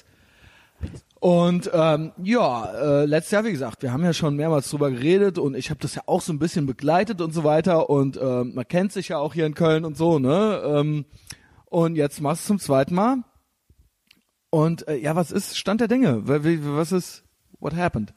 Und ähm, ja, äh, letztes Jahr, wie gesagt, wir haben ja schon mehrmals drüber geredet und ich habe das ja auch so ein bisschen begleitet und so weiter und ähm, man kennt sich ja auch hier in Köln und so, ne? Ähm, und jetzt machst du es zum zweiten Mal. Und äh, ja, was ist Stand der Dinge? Wa- wie- Was ist, what happened?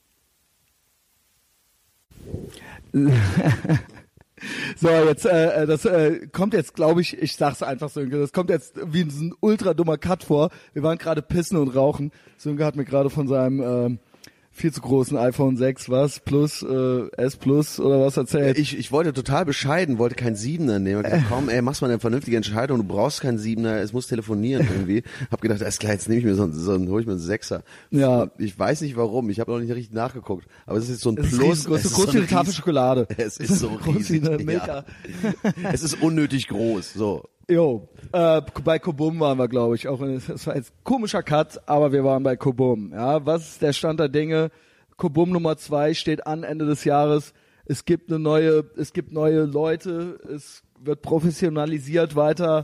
So, jetzt, äh, das äh, kommt jetzt, glaube ich, ich sag's einfach, Sönke, das kommt jetzt wie ein ultra dummer Cut vor. Wir waren gerade pissen und rauchen. Sönke hat mir gerade von seinem ähm, viel zu großen iPhone sechs, was, Plus, äh, S Plus oder was erzählt. Ich, ich wollte total bescheiden, wollte keinen Siebener nehmen. Hab gedacht, komm, ey, mach's mal eine vernünftige Entscheidung. Du brauchst keinen Siebener, es muss telefonieren irgendwie. Hab gedacht, alles klar, jetzt nehme ich mir so, einen- so einen, hol ich mir einen Sechser. Ja. Ich weiß nicht warum, ich habe noch nicht richtig nachgeguckt. Aber es ist so ein Es ist Plus. riesengroß, es so ist groß so wie ein eine Tafel Ries- Schokolade. Es ist so groß riesig. wie eine Ja. Milka. Es ist unnötig groß, so. Jo, äh, bei Kobum waren wir, glaube ich, auch. In, das war jetzt ein komischer Cut, aber wir waren bei Kobum. Ja, was ist der Stand der Dinge? Kobum Nummer zwei steht an Ende des Jahres. Es gibt eine neue, es gibt neue Leute. Es wird professionalisiert weiter.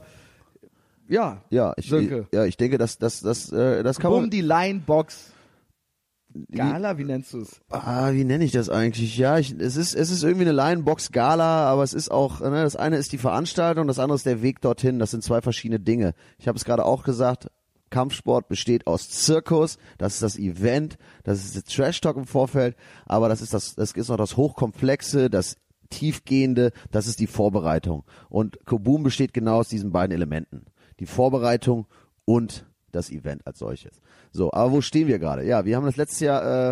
Ja, Ja, ich, Sönke. ja, ich denke, dass das, das, äh, das kann Kobum, man. die Line-Box. Gala, wie nennst du es? Ah, wie nenne ich das eigentlich? Ja, ich, es ist, es ist irgendwie eine Lionbox-Gala, aber es ist auch, ne, das eine ist die Veranstaltung, das andere ist der Weg dorthin. Das sind zwei verschiedene Dinge. Ich habe es gerade auch gesagt. Kampfsport besteht aus Zirkus, das ist das Event, das ist der Trash-Talk im Vorfeld, aber das ist das, das ist noch das Hochkomplexe, das Tiefgehende, das ist die Vorbereitung. Und Kobum besteht genau aus diesen beiden Elementen. Die Vorbereitung und das Event als solches. So, aber wo stehen wir gerade? Ja, wir haben das letztes Jahr äh,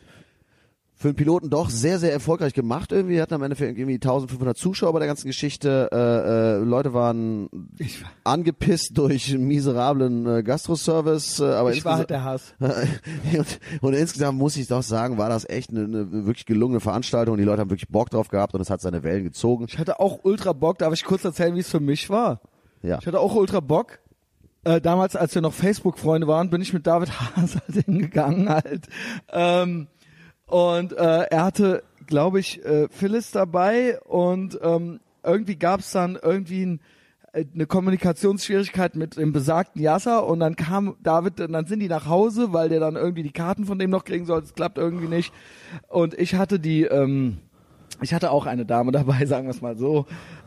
für den Piloten doch sehr, sehr erfolgreich gemacht irgendwie. Wir hatten am Ende für irgendwie eintausendfünfhundert Zuschauer bei der ganzen Geschichte. Äh, äh, Leute waren Ich war, angepisst durch einen miserablen äh, Gastroservice. Äh, aber ich war halt insgesamt- der Hass. und, und insgesamt muss ich doch sagen, war das echt eine, eine wirklich gelungene Veranstaltung. Die Leute haben wirklich Bock drauf gehabt und es hat seine Wellen gezogen. Ich hatte auch ultra Bock. Darf ich kurz erzählen, wie es für mich war? Ja. Ich hatte auch ultra Bock. Äh, damals, als wir noch Facebook-Freunde waren, bin ich mit David Haas halt hingegangen halt. Ähm, und äh, er hatte, glaube ich, äh, Phyllis dabei und ähm, irgendwie gab es dann irgendwie ein, äh, eine Kommunikationsschwierigkeit mit dem besagten Yasser und dann kam David, und dann sind die nach Hause, weil der dann irgendwie die Karten von dem noch kriegen soll. Es klappt irgendwie nicht. Und ich hatte die, ähm, ich hatte auch eine Dame dabei, sagen wir es mal so.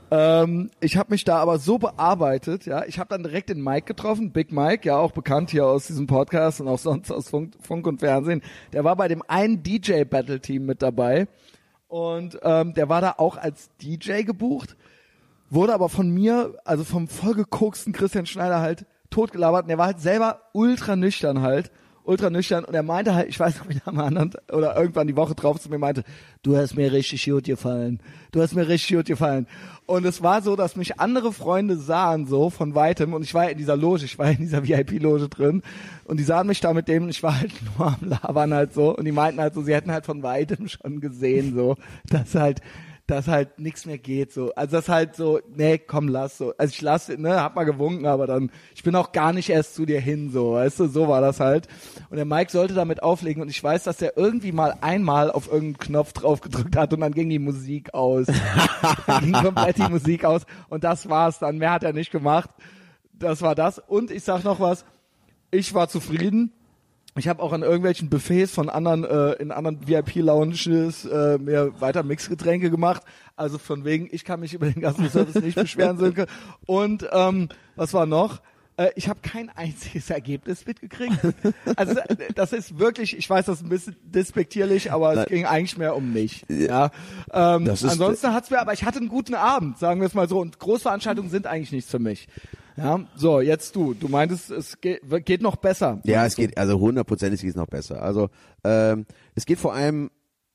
Ähm, ich habe mich da aber so bearbeitet, ja. Ich habe dann direkt den Mike getroffen, Big Mike, ja auch bekannt hier aus diesem Podcast und auch sonst aus Funk, Funk und Fernsehen. Der war bei dem einen D J-Battle-Team mit dabei und ähm, der war da auch als D J gebucht, wurde aber von mir, also vom vollgekoksten Christian Schneider halt totgelabert und der war halt selber ultra nüchtern halt. ultra nüchtern und er meinte halt, ich weiß noch, wie der am anderen oder irgendwann die Woche drauf zu mir meinte, du hast mir richtig gut gefallen, du hast mir richtig gut gefallen. Und es war so, dass mich andere Freunde sahen so von weitem und ich war in dieser Loge, ich war in dieser V I P-Loge drin und die sahen mich da mit dem und ich war halt nur am Labern halt so und die meinten halt so, sie hätten halt von weitem schon gesehen so, dass halt dass halt nichts mehr geht, so. Also das halt so, nee, komm, lass so. Also ich lass, ne, hab mal gewunken, aber dann, ich bin auch gar nicht erst zu dir hin, so, weißt du, so war das halt. Und der Mike sollte damit auflegen und ich weiß, dass er irgendwie mal einmal auf irgendeinen Knopf drauf gedrückt hat und dann ging die Musik aus. Dann ging komplett die Musik aus und das war's dann. Mehr hat er nicht gemacht. Das war das. Und ich sag noch was, ich war zufrieden. Ich habe auch an irgendwelchen Buffets von anderen, äh, in anderen V I P-Lounges äh, mir weiter Mixgetränke gemacht. Also von wegen, ich kann mich über den Gastservice nicht beschweren, Sönke. Und ähm, was war noch? Äh, ich habe kein einziges Ergebnis mitgekriegt. Also das ist wirklich, ich weiß, das ist ein bisschen despektierlich, aber es ging eigentlich mehr um mich. Ja. Ähm, Das ist ansonsten hat's mir, aber ich hatte einen guten Abend, sagen wir es mal so. Und Großveranstaltungen sind eigentlich nichts für mich. Ja, so, jetzt du. Du meintest, es geht, geht noch besser. Ja, es geht, also hundertprozentig geht es noch besser. Also ähm, es geht vor allem,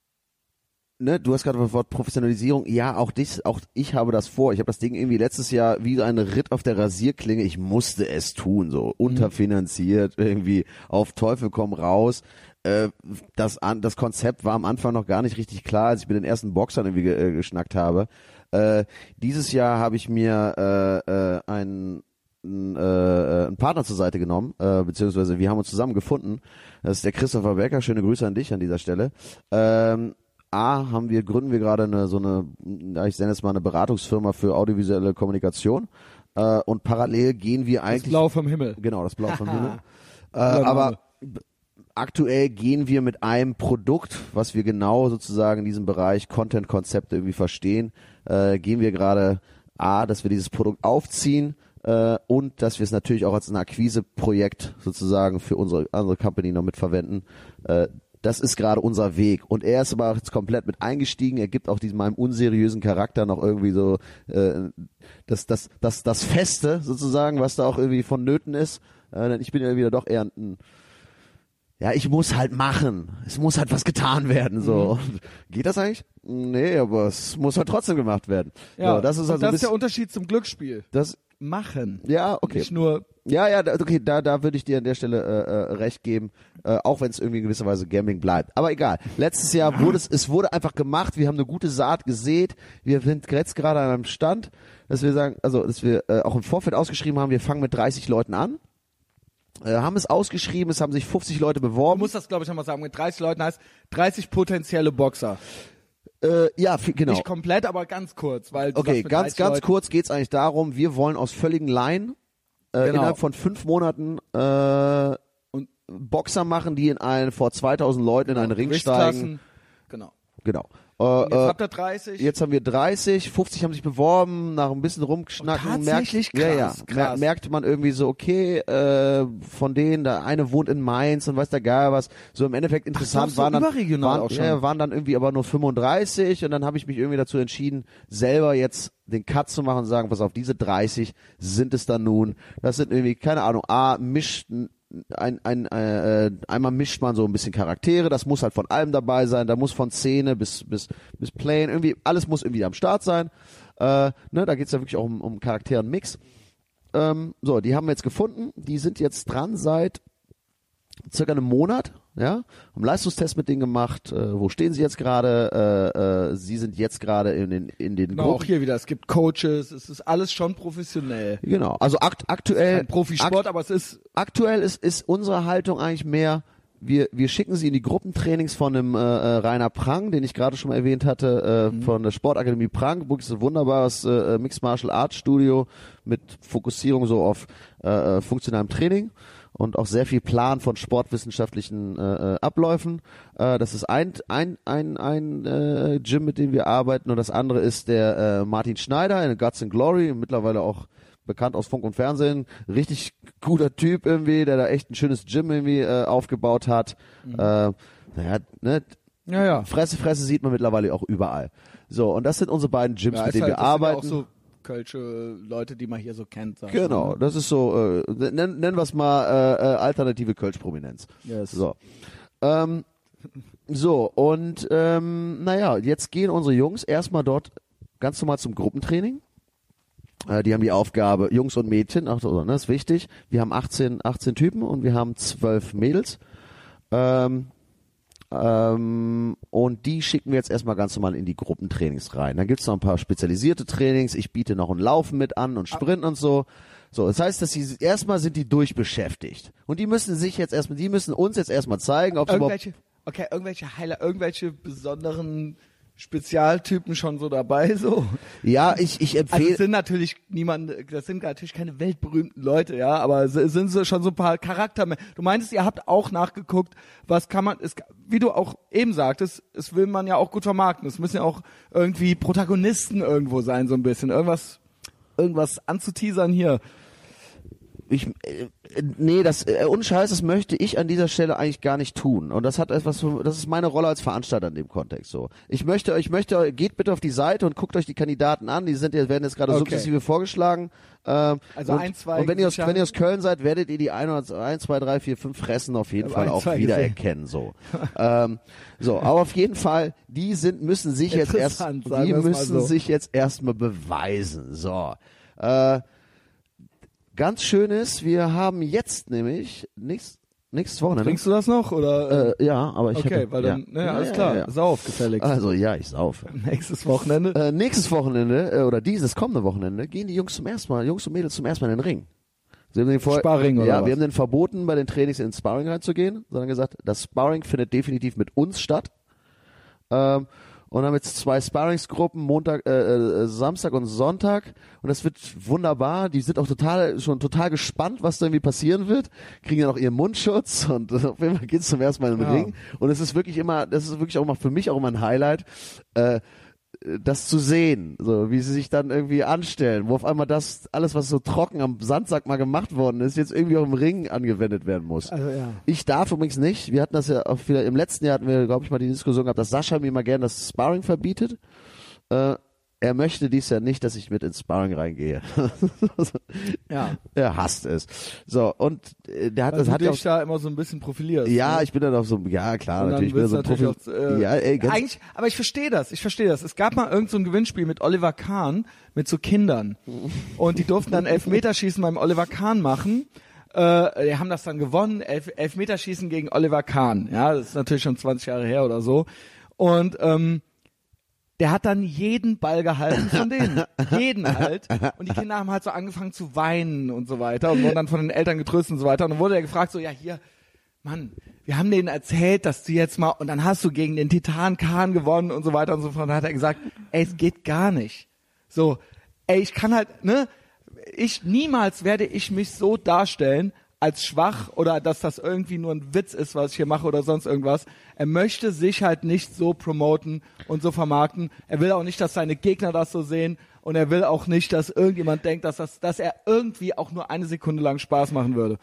ne, du hast gerade das Wort Professionalisierung, ja, auch dich, auch ich habe das vor. Ich habe das Ding irgendwie letztes Jahr wie ein Ritt auf der Rasierklinge, ich musste es tun, so unterfinanziert, irgendwie auf Teufel komm raus. Äh, das, an, das Konzept war am Anfang noch gar nicht richtig klar, als ich mit den ersten Boxern irgendwie ge, äh, geschnackt habe. Äh, dieses Jahr habe ich mir äh, äh, einen Einen, äh, einen Partner zur Seite genommen, äh, beziehungsweise wir haben uns zusammen gefunden. Das ist der Christopher Becker. Schöne Grüße an dich an dieser Stelle. Ähm, A, haben wir, gründen wir gerade eine, so eine, ja, ich nenne jetzt mal eine Beratungsfirma für audiovisuelle Kommunikation. Äh, und parallel gehen wir eigentlich. Das Blau vom Himmel. Genau, das Blau vom Himmel. Äh, aber aktuell gehen wir mit einem Produkt, was wir genau sozusagen in diesem Bereich Content-Konzepte irgendwie verstehen, äh, gehen wir gerade A, dass wir dieses Produkt aufziehen, Uh, und dass wir es natürlich auch als ein Akquiseprojekt sozusagen für unsere andere Company noch mit verwenden. Uh, das ist gerade unser Weg. Und er ist aber auch jetzt komplett mit eingestiegen. Er gibt auch diesem meinem unseriösen Charakter noch irgendwie so uh, das, das, das, das Feste sozusagen, was da auch irgendwie vonnöten ist. Uh, denn ich bin ja wieder doch eher ein ja, ich muss halt machen. Es muss halt was getan werden, so. Mhm. Geht das eigentlich? Nee, aber es muss halt trotzdem gemacht werden. Ja, so, das ist, also das ist der Unterschied zum Glücksspiel. Das machen. Ja, okay. Nicht nur. Ja, ja, da, okay, da, da würde ich dir an der Stelle äh, äh, recht geben, äh, auch wenn es irgendwie in gewisser Weise Gambling bleibt. Aber egal. Letztes Jahr wurde es, es wurde einfach gemacht. Wir haben eine gute Saat gesät. Wir sind jetzt gerade an einem Stand, dass wir sagen, also, dass wir äh, auch im Vorfeld ausgeschrieben haben, wir fangen mit dreißig Leuten an. Äh, haben es ausgeschrieben, es haben sich fünfzig Leute beworben. Du musst das, glaube ich, nochmal sagen. Mit dreißig Leuten heißt dreißig potenzielle Boxer. Äh, ja, genau. Nicht komplett, aber ganz kurz, weil du okay, sagst, ganz, ganz Leuten kurz geht's eigentlich darum, wir wollen aus völligen Laien äh, genau. innerhalb von fünf Monaten äh, und Boxer machen, die in einen vor zweitausend Leuten in einen Ring steigen. Genau. Genau. Und jetzt äh, habt ihr dreißig. Jetzt haben wir dreißig, fünfzig haben sich beworben, nach ein bisschen rumgeschnacken, oh, merkt, krass, ja, ja, krass. merkte man irgendwie so, okay, äh, von denen, der eine wohnt in Mainz und weiß der Geil was, so im Endeffekt interessant Ach, so, waren, dann, überregional waren, auch schon. Ja, waren dann irgendwie aber nur fünfunddreißig und dann habe ich mich irgendwie dazu entschieden, selber jetzt den Cut zu machen und sagen, pass auf, diese dreißig sind es dann nun, das sind irgendwie, keine Ahnung, A, mischt ein, ein, äh, einmal mischt man so ein bisschen Charaktere, das muss halt von allem dabei sein, da muss von Szene bis bis bis Plane, irgendwie, alles muss irgendwie am Start sein. Äh, ne, da geht's ja wirklich auch um, um Charakteren-Mix. Ähm, so, die haben wir jetzt gefunden, die sind jetzt dran seit circa einem Monat, ja, haben Leistungstest mit denen gemacht, äh, wo stehen sie jetzt gerade, äh, äh, sie sind jetzt gerade in den in den genau, Gruppen. auch hier wieder, es gibt Coaches, es ist alles schon professionell. Genau, also akt aktuell Kein Profisport, akt aber es ist aktuell ist ist unsere Haltung eigentlich mehr, wir wir schicken sie in die Gruppentrainings von dem äh, Rainer Prang, den ich gerade schon mal erwähnt hatte, äh, mhm. von der Sportakademie Prang, wirklich ein wunderbares äh, Mixed Martial Arts Studio mit Fokussierung so auf äh, funktionalem Training. und auch sehr viel Plan von sportwissenschaftlichen äh, Abläufen. Äh, das ist ein ein ein ein äh, Gym, mit dem wir arbeiten, und das andere ist der äh, Martin Schneider in Guts and Glory, mittlerweile auch bekannt aus Funk und Fernsehen, richtig guter Typ irgendwie, der da echt ein schönes Gym irgendwie äh, aufgebaut hat. Mhm. Äh, naja, ne, ja, ja. Fresse, Fresse sieht man mittlerweile auch überall. So, und das sind unsere beiden Gyms, ja, mit denen halt, wir das arbeiten. Sind ja auch so kölsche Leute, die man hier so kennt. Sag Genau, mal. das ist so, äh, nennen, nennen wir es mal äh, äh, alternative Kölsch-Prominenz. Yes. So. Ähm, so, und ähm, naja, jetzt gehen unsere Jungs erstmal dort ganz normal zum Gruppentraining. Äh, die haben die Aufgabe, Jungs und Mädchen, ach so, ne, ist wichtig. Wir haben achtzehn, achtzehn Typen und wir haben zwölf Mädels. Ähm, Ähm, und die schicken wir jetzt erstmal ganz normal in die Gruppentrainings rein. Dann gibt's noch ein paar spezialisierte Trainings. Ich biete noch ein Laufen mit an und Sprint und so. So, das heißt, dass sie erstmal sind die durchbeschäftigt. Und die müssen sich jetzt erstmal, die müssen uns jetzt erstmal zeigen, ob sie überhaupt. Irgendwelche, okay, irgendwelche Heiler, irgendwelche besonderen Spezialtypen schon so dabei, so. Ja, ich, ich Also empfehle. es sind natürlich niemand, das sind natürlich keine weltberühmten Leute, ja, aber es sind so schon so ein paar Charakter. Du meintest, ihr habt auch nachgeguckt, was kann man, es, wie du auch eben sagtest, es will man ja auch gut vermarkten. Es müssen ja auch irgendwie Protagonisten irgendwo sein, so ein bisschen. Irgendwas, irgendwas anzuteasern hier. Ich, äh, nee, das, äh, ohne Scheiß, das möchte ich an dieser Stelle eigentlich gar nicht tun. Und das hat etwas, das ist meine Rolle als Veranstalter in dem Kontext so. Ich möchte, ich möchte, geht bitte auf die Seite und guckt euch die Kandidaten an. Die sind, werden jetzt gerade Okay. sukzessive vorgeschlagen. Ähm, Also und, ein, zwei Und wenn ihr aus, sicher- wenn ihr aus Köln seid, werdet ihr die ein, oder ein, zwei, drei, vier, fünf Fressen auf jeden Ich hab Fall ein, auch zwei wiedererkennen, so. ähm, so, aber auf jeden Fall, die sind, müssen sich jetzt erst, Interessant, sagen die wir's mal müssen so. sich jetzt erstmal beweisen, so. Äh, Ganz schön ist, wir haben jetzt nämlich nächst, nächstes Wochenende. Trinkst du das noch, oder? Äh, ja, aber ich okay, hätte, weil dann, ja. naja, Ja, alles ja, klar, ja, ja. sauf gefälligst. Also ja, ich saufe. Nächstes Wochenende. Äh, nächstes Wochenende äh, oder dieses kommende Wochenende gehen die Jungs zum ersten Mal, Jungs und Mädels zum ersten Mal in den Ring. Sie haben den vor, Sparring oder ja, was? wir haben den verboten, bei den Trainings ins Sparring reinzugehen, sondern gesagt, das Sparring findet definitiv mit uns statt. Ähm, und haben jetzt zwei Sparringsgruppen, Montag, äh, äh, Samstag und Sonntag. Und das wird wunderbar. Die sind auch total, schon total gespannt, was da irgendwie passieren wird. Kriegen dann auch ihren Mundschutz und äh, auf jeden Fall geht's zum ersten Mal in den Ja. Ring. Und es ist wirklich immer, das ist wirklich auch immer für mich auch immer ein Highlight, äh, das zu sehen, so wie sie sich dann irgendwie anstellen, wo auf einmal das alles, was so trocken am Sandsack mal gemacht worden ist, jetzt irgendwie auch im Ring angewendet werden muss. Also ja. Ich darf übrigens nicht. Wir hatten das ja auch wieder im letzten Jahr hatten wir, glaube ich, mal die Diskussion gehabt, dass Sascha mir mal gerne das Sparring verbietet. Äh, er möchte dies Jahr nicht, dass ich mit ins Sparring reingehe. Ja. Er hasst es. So, und äh, der hat Weil das du hat ja dich da immer so ein bisschen profilierst. ja, ne? ich bin dann auch so, ja klar, Und dann natürlich, ich bin wird's so ein natürlich Profi. auch, äh, ja, ey, ganz, eigentlich, aber ich verstehe das, ich verstehe das. Es gab mal irgend so ein Gewinnspiel mit Oliver Kahn, mit so Kindern. Und die durften dann Elfmeterschießen beim Oliver Kahn machen. Äh, die haben das dann gewonnen, Elf, Elfmeterschießen gegen Oliver Kahn. Ja, das ist natürlich schon zwanzig Jahre her oder so. Und ähm, der hat dann jeden Ball gehalten von denen. Jeden halt. Und die Kinder haben halt so angefangen zu weinen und so weiter und wurden dann von den Eltern getröstet und so weiter. Und dann wurde er gefragt, so, ja hier, Mann, wir haben denen erzählt, dass du jetzt mal, und dann hast du gegen den Titan Kahn gewonnen und so weiter und so fort. Und dann hat er gesagt, ey, es geht gar nicht. So, ey, ich kann halt, ne, ich, niemals werde ich mich so darstellen, als schwach oder dass das irgendwie nur ein Witz ist, was ich hier mache oder sonst irgendwas. Er möchte sich halt nicht so promoten und so vermarkten. Er will auch nicht, dass seine Gegner das so sehen und er will auch nicht, dass irgendjemand denkt, dass das, dass er irgendwie auch nur eine Sekunde lang Spaß machen würde.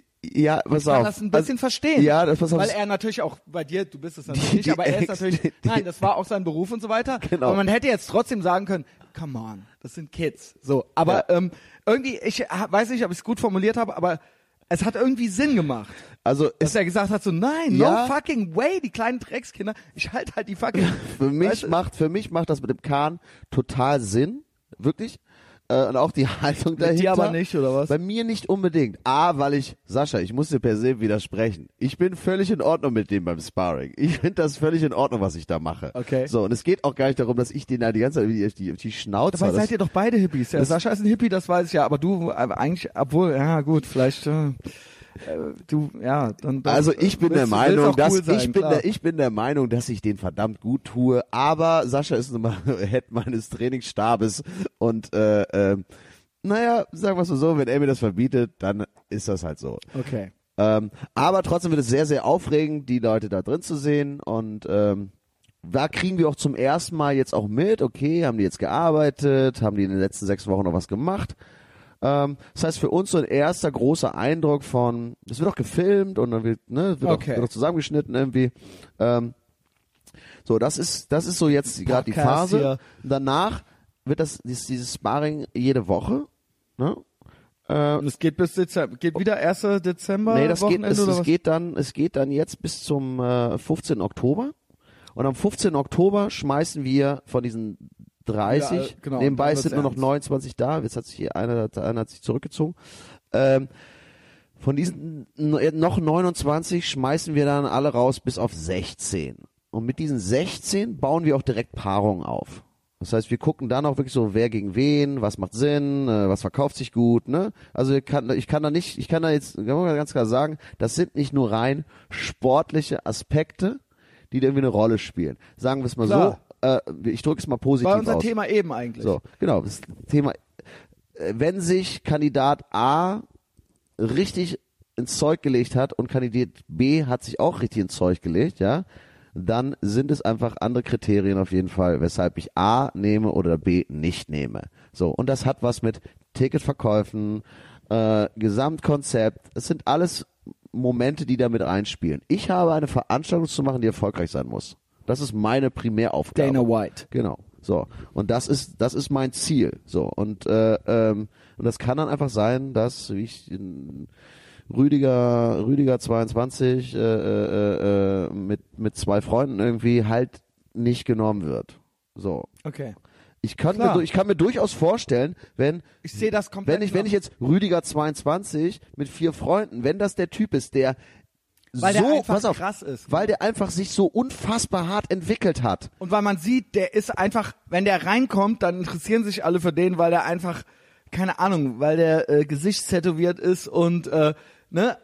ja, pass Ich kann auf. das ein bisschen Also, verstehen. Ja, das pass auf. Weil er natürlich auch, bei dir, du bist es natürlich Die- nicht, aber er ist die- natürlich, die- nein, das war auch sein Beruf und so weiter. Genau. Aber man hätte jetzt trotzdem sagen können, come on, das sind Kids. So, aber Ja. ähm, irgendwie, ich ha- weiß nicht, ob ich es gut formuliert habe, aber es hat irgendwie Sinn gemacht. Also Dass er gesagt hat so, nein, Ja. no fucking way, die kleinen Dreckskinder, ich halte halt die fucking... für mich Weißt du? macht, für mich macht das mit dem Kahn total Sinn, wirklich. Äh, und auch die Haltung dahinter. dir aber nicht, oder was? Bei mir nicht unbedingt. A, weil ich, Sascha, ich muss dir per se widersprechen. Ich bin völlig in Ordnung mit dem beim Sparring. Ich finde das völlig in Ordnung, was ich da mache. Okay. So, und es geht auch gar nicht darum, dass ich den da die ganze Zeit die, die, die Schnauze... Dabei das- seid ihr doch beide Hippies. Ja, Sascha ist ein Hippie, das weiß ich ja, aber du äh, eigentlich, obwohl, ja gut, vielleicht... Äh, äh, du, ja, dann doch, Also ich bin willst- der Meinung, willst auch dass cool sein, ich bin klar. der, ich bin der Meinung, dass ich den verdammt gut tue. Aber Sascha ist nun mal Head meines Trainingsstabes und äh, äh, naja, sagen wir es mal so, wenn er mir das verbietet, dann ist das halt so. Okay. Ähm, aber trotzdem wird es sehr, sehr aufregend, die Leute da drin zu sehen und ähm, da kriegen wir auch zum ersten Mal jetzt auch mit, okay, haben die jetzt gearbeitet, haben die in den letzten sechs Wochen noch was gemacht. Ähm, das heißt für uns so ein erster großer Eindruck von, das wird auch gefilmt und dann wird, ne, wird, Okay. auch, wird auch zusammengeschnitten irgendwie. Ähm, so, das ist, das ist so jetzt gerade die Podcast Phase. hier. Danach wird das, dieses, dieses Sparring jede Woche, ne? Äh, Und es geht bis Dezember, geht wieder erster Dezember nee, das geht, Wochenende es, oder es was? geht dann, es geht dann jetzt bis zum äh, fünfzehnten Oktober. Und am fünfzehnten Oktober schmeißen wir von diesen dreißig, Ja, äh, genau, nebenbei dann sind nur noch wird's neunundzwanzig da, jetzt hat sich hier einer, einer hat sich zurückgezogen. Ähm, von diesen n- noch neunundzwanzig schmeißen wir dann alle raus bis auf sechzehn. Und mit diesen sechzehn bauen wir auch direkt Paarungen auf. Das heißt, wir gucken dann auch wirklich so, wer gegen wen, was macht Sinn, äh, was verkauft sich gut, ne? Also ich kann, ich kann da nicht, ich kann da jetzt ganz klar sagen, das sind nicht nur rein sportliche Aspekte, die da irgendwie eine Rolle spielen. Sagen wir es mal Klar. so, äh, ich drücke es mal positiv War unser aus. Thema eben eigentlich. So, genau, das Thema, äh, wenn sich Kandidat A richtig ins Zeug gelegt hat und Kandidat B hat sich auch richtig ins Zeug gelegt, ja, dann sind es einfach andere Kriterien auf jeden Fall, weshalb ich A nehme oder B nicht nehme. So, und das hat was mit Ticketverkäufen, äh, Gesamtkonzept, es sind alles Momente, die damit einspielen. Ich habe eine Veranstaltung zu machen, die erfolgreich sein muss. Das ist meine Primäraufgabe. Dana White. Genau. So. Und das ist, das ist mein Ziel. So. Und, äh, ähm, und das kann dann einfach sein, dass wie ich in Rüdiger, Rüdiger zweiundzwanzig äh, äh, äh, mit, mit zwei Freunden irgendwie halt nicht genommen wird. So. Okay. Ich kann, Klar. mir, ich kann mir durchaus vorstellen, wenn, Ich sehe das komplett. wenn ich, wenn ich jetzt Rüdiger zweiundzwanzig mit vier Freunden, wenn das der Typ ist, der Weil so, der einfach pass auf, krass ist. weil der einfach sich so unfassbar hart entwickelt hat. Und weil man sieht, der ist einfach, wenn der reinkommt, dann interessieren sich alle für den, weil der einfach, keine Ahnung, weil der äh, gesichtstätowiert ist und äh, ne,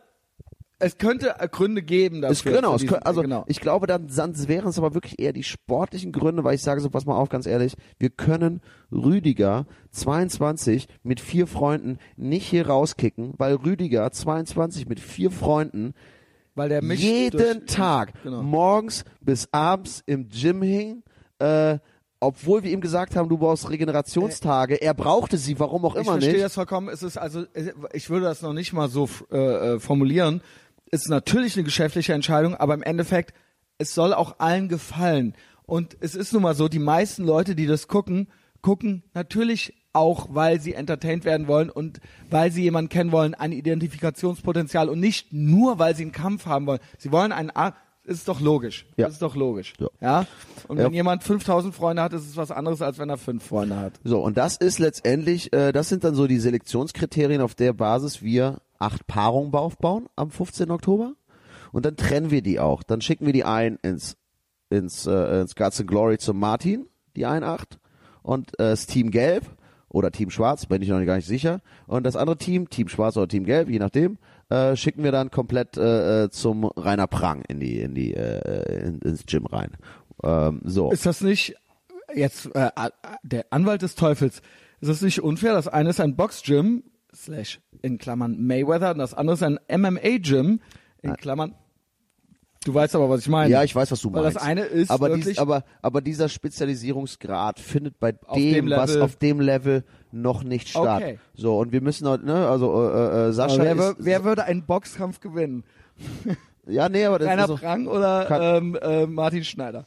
es könnte äh, Gründe geben dafür. Es, genau, für es diesen- kö- also genau. ich glaube, dann, dann wären es aber wirklich eher die sportlichen Gründe, weil ich sage so, pass mal auf, ganz ehrlich, wir können Rüdiger zweiundzwanzig mit vier Freunden nicht hier rauskicken, weil Rüdiger zweiundzwanzig mit vier Freunden weil der mich jeden durch, Tag genau. morgens bis abends im Gym hing, äh, obwohl wir ihm gesagt haben, du brauchst Regenerationstage. Er brauchte sie, warum auch Ich immer verstehe nicht. das vollkommen. Es ist also, ich würde das noch nicht mal so äh, äh, formulieren. Ist natürlich eine geschäftliche Entscheidung, aber im Endeffekt, es soll auch allen gefallen. Und es ist nun mal so, die meisten Leute, die das gucken, gucken natürlich auch, weil sie entertained werden wollen und weil sie jemanden kennen wollen, ein Identifikationspotenzial und nicht nur, weil sie einen Kampf haben wollen. Sie wollen einen, A ist doch logisch. Ja. Das ist doch logisch. Ja. Ja. Und Ja. wenn jemand fünftausend Freunde hat, ist es was anderes, als wenn er fünf Freunde hat. So, und das ist letztendlich, äh, das sind dann so die Selektionskriterien, auf der Basis wir acht Paarungen aufbauen am fünfzehnten Oktober. Und dann trennen wir die auch. Dann schicken wir die ein ins, ins, äh, ins Guts and Glory zum Martin, die ein acht. Und äh, das Team Gelb oder Team Schwarz, bin ich noch gar nicht sicher. Und das andere Team, Team Schwarz oder Team Gelb, je nachdem, äh, schicken wir dann komplett äh, zum Rainer Prang in die, in die, äh, in, ins Gym rein. Ähm, so. Ist das nicht jetzt äh, der Anwalt des Teufels? Ist das nicht unfair? Das eine ist ein Boxgym slash in Klammern Mayweather und das andere ist ein M M A-Gym in Klammern. Du weißt aber, was ich meine. Ja, ich weiß, was du Weil meinst. das eine ist aber, wirklich dies, aber, aber dieser Spezialisierungsgrad findet bei Auf dem, dem was Level- auf dem Level noch nicht statt. Okay. So, und wir müssen halt, ne, also äh, äh, Sascha aber wer, ist, wür- wer würde einen Boxkampf gewinnen? ja, nee, aber das Rainer ist so, Prang oder Kann- ähm, äh, Martin Schneider?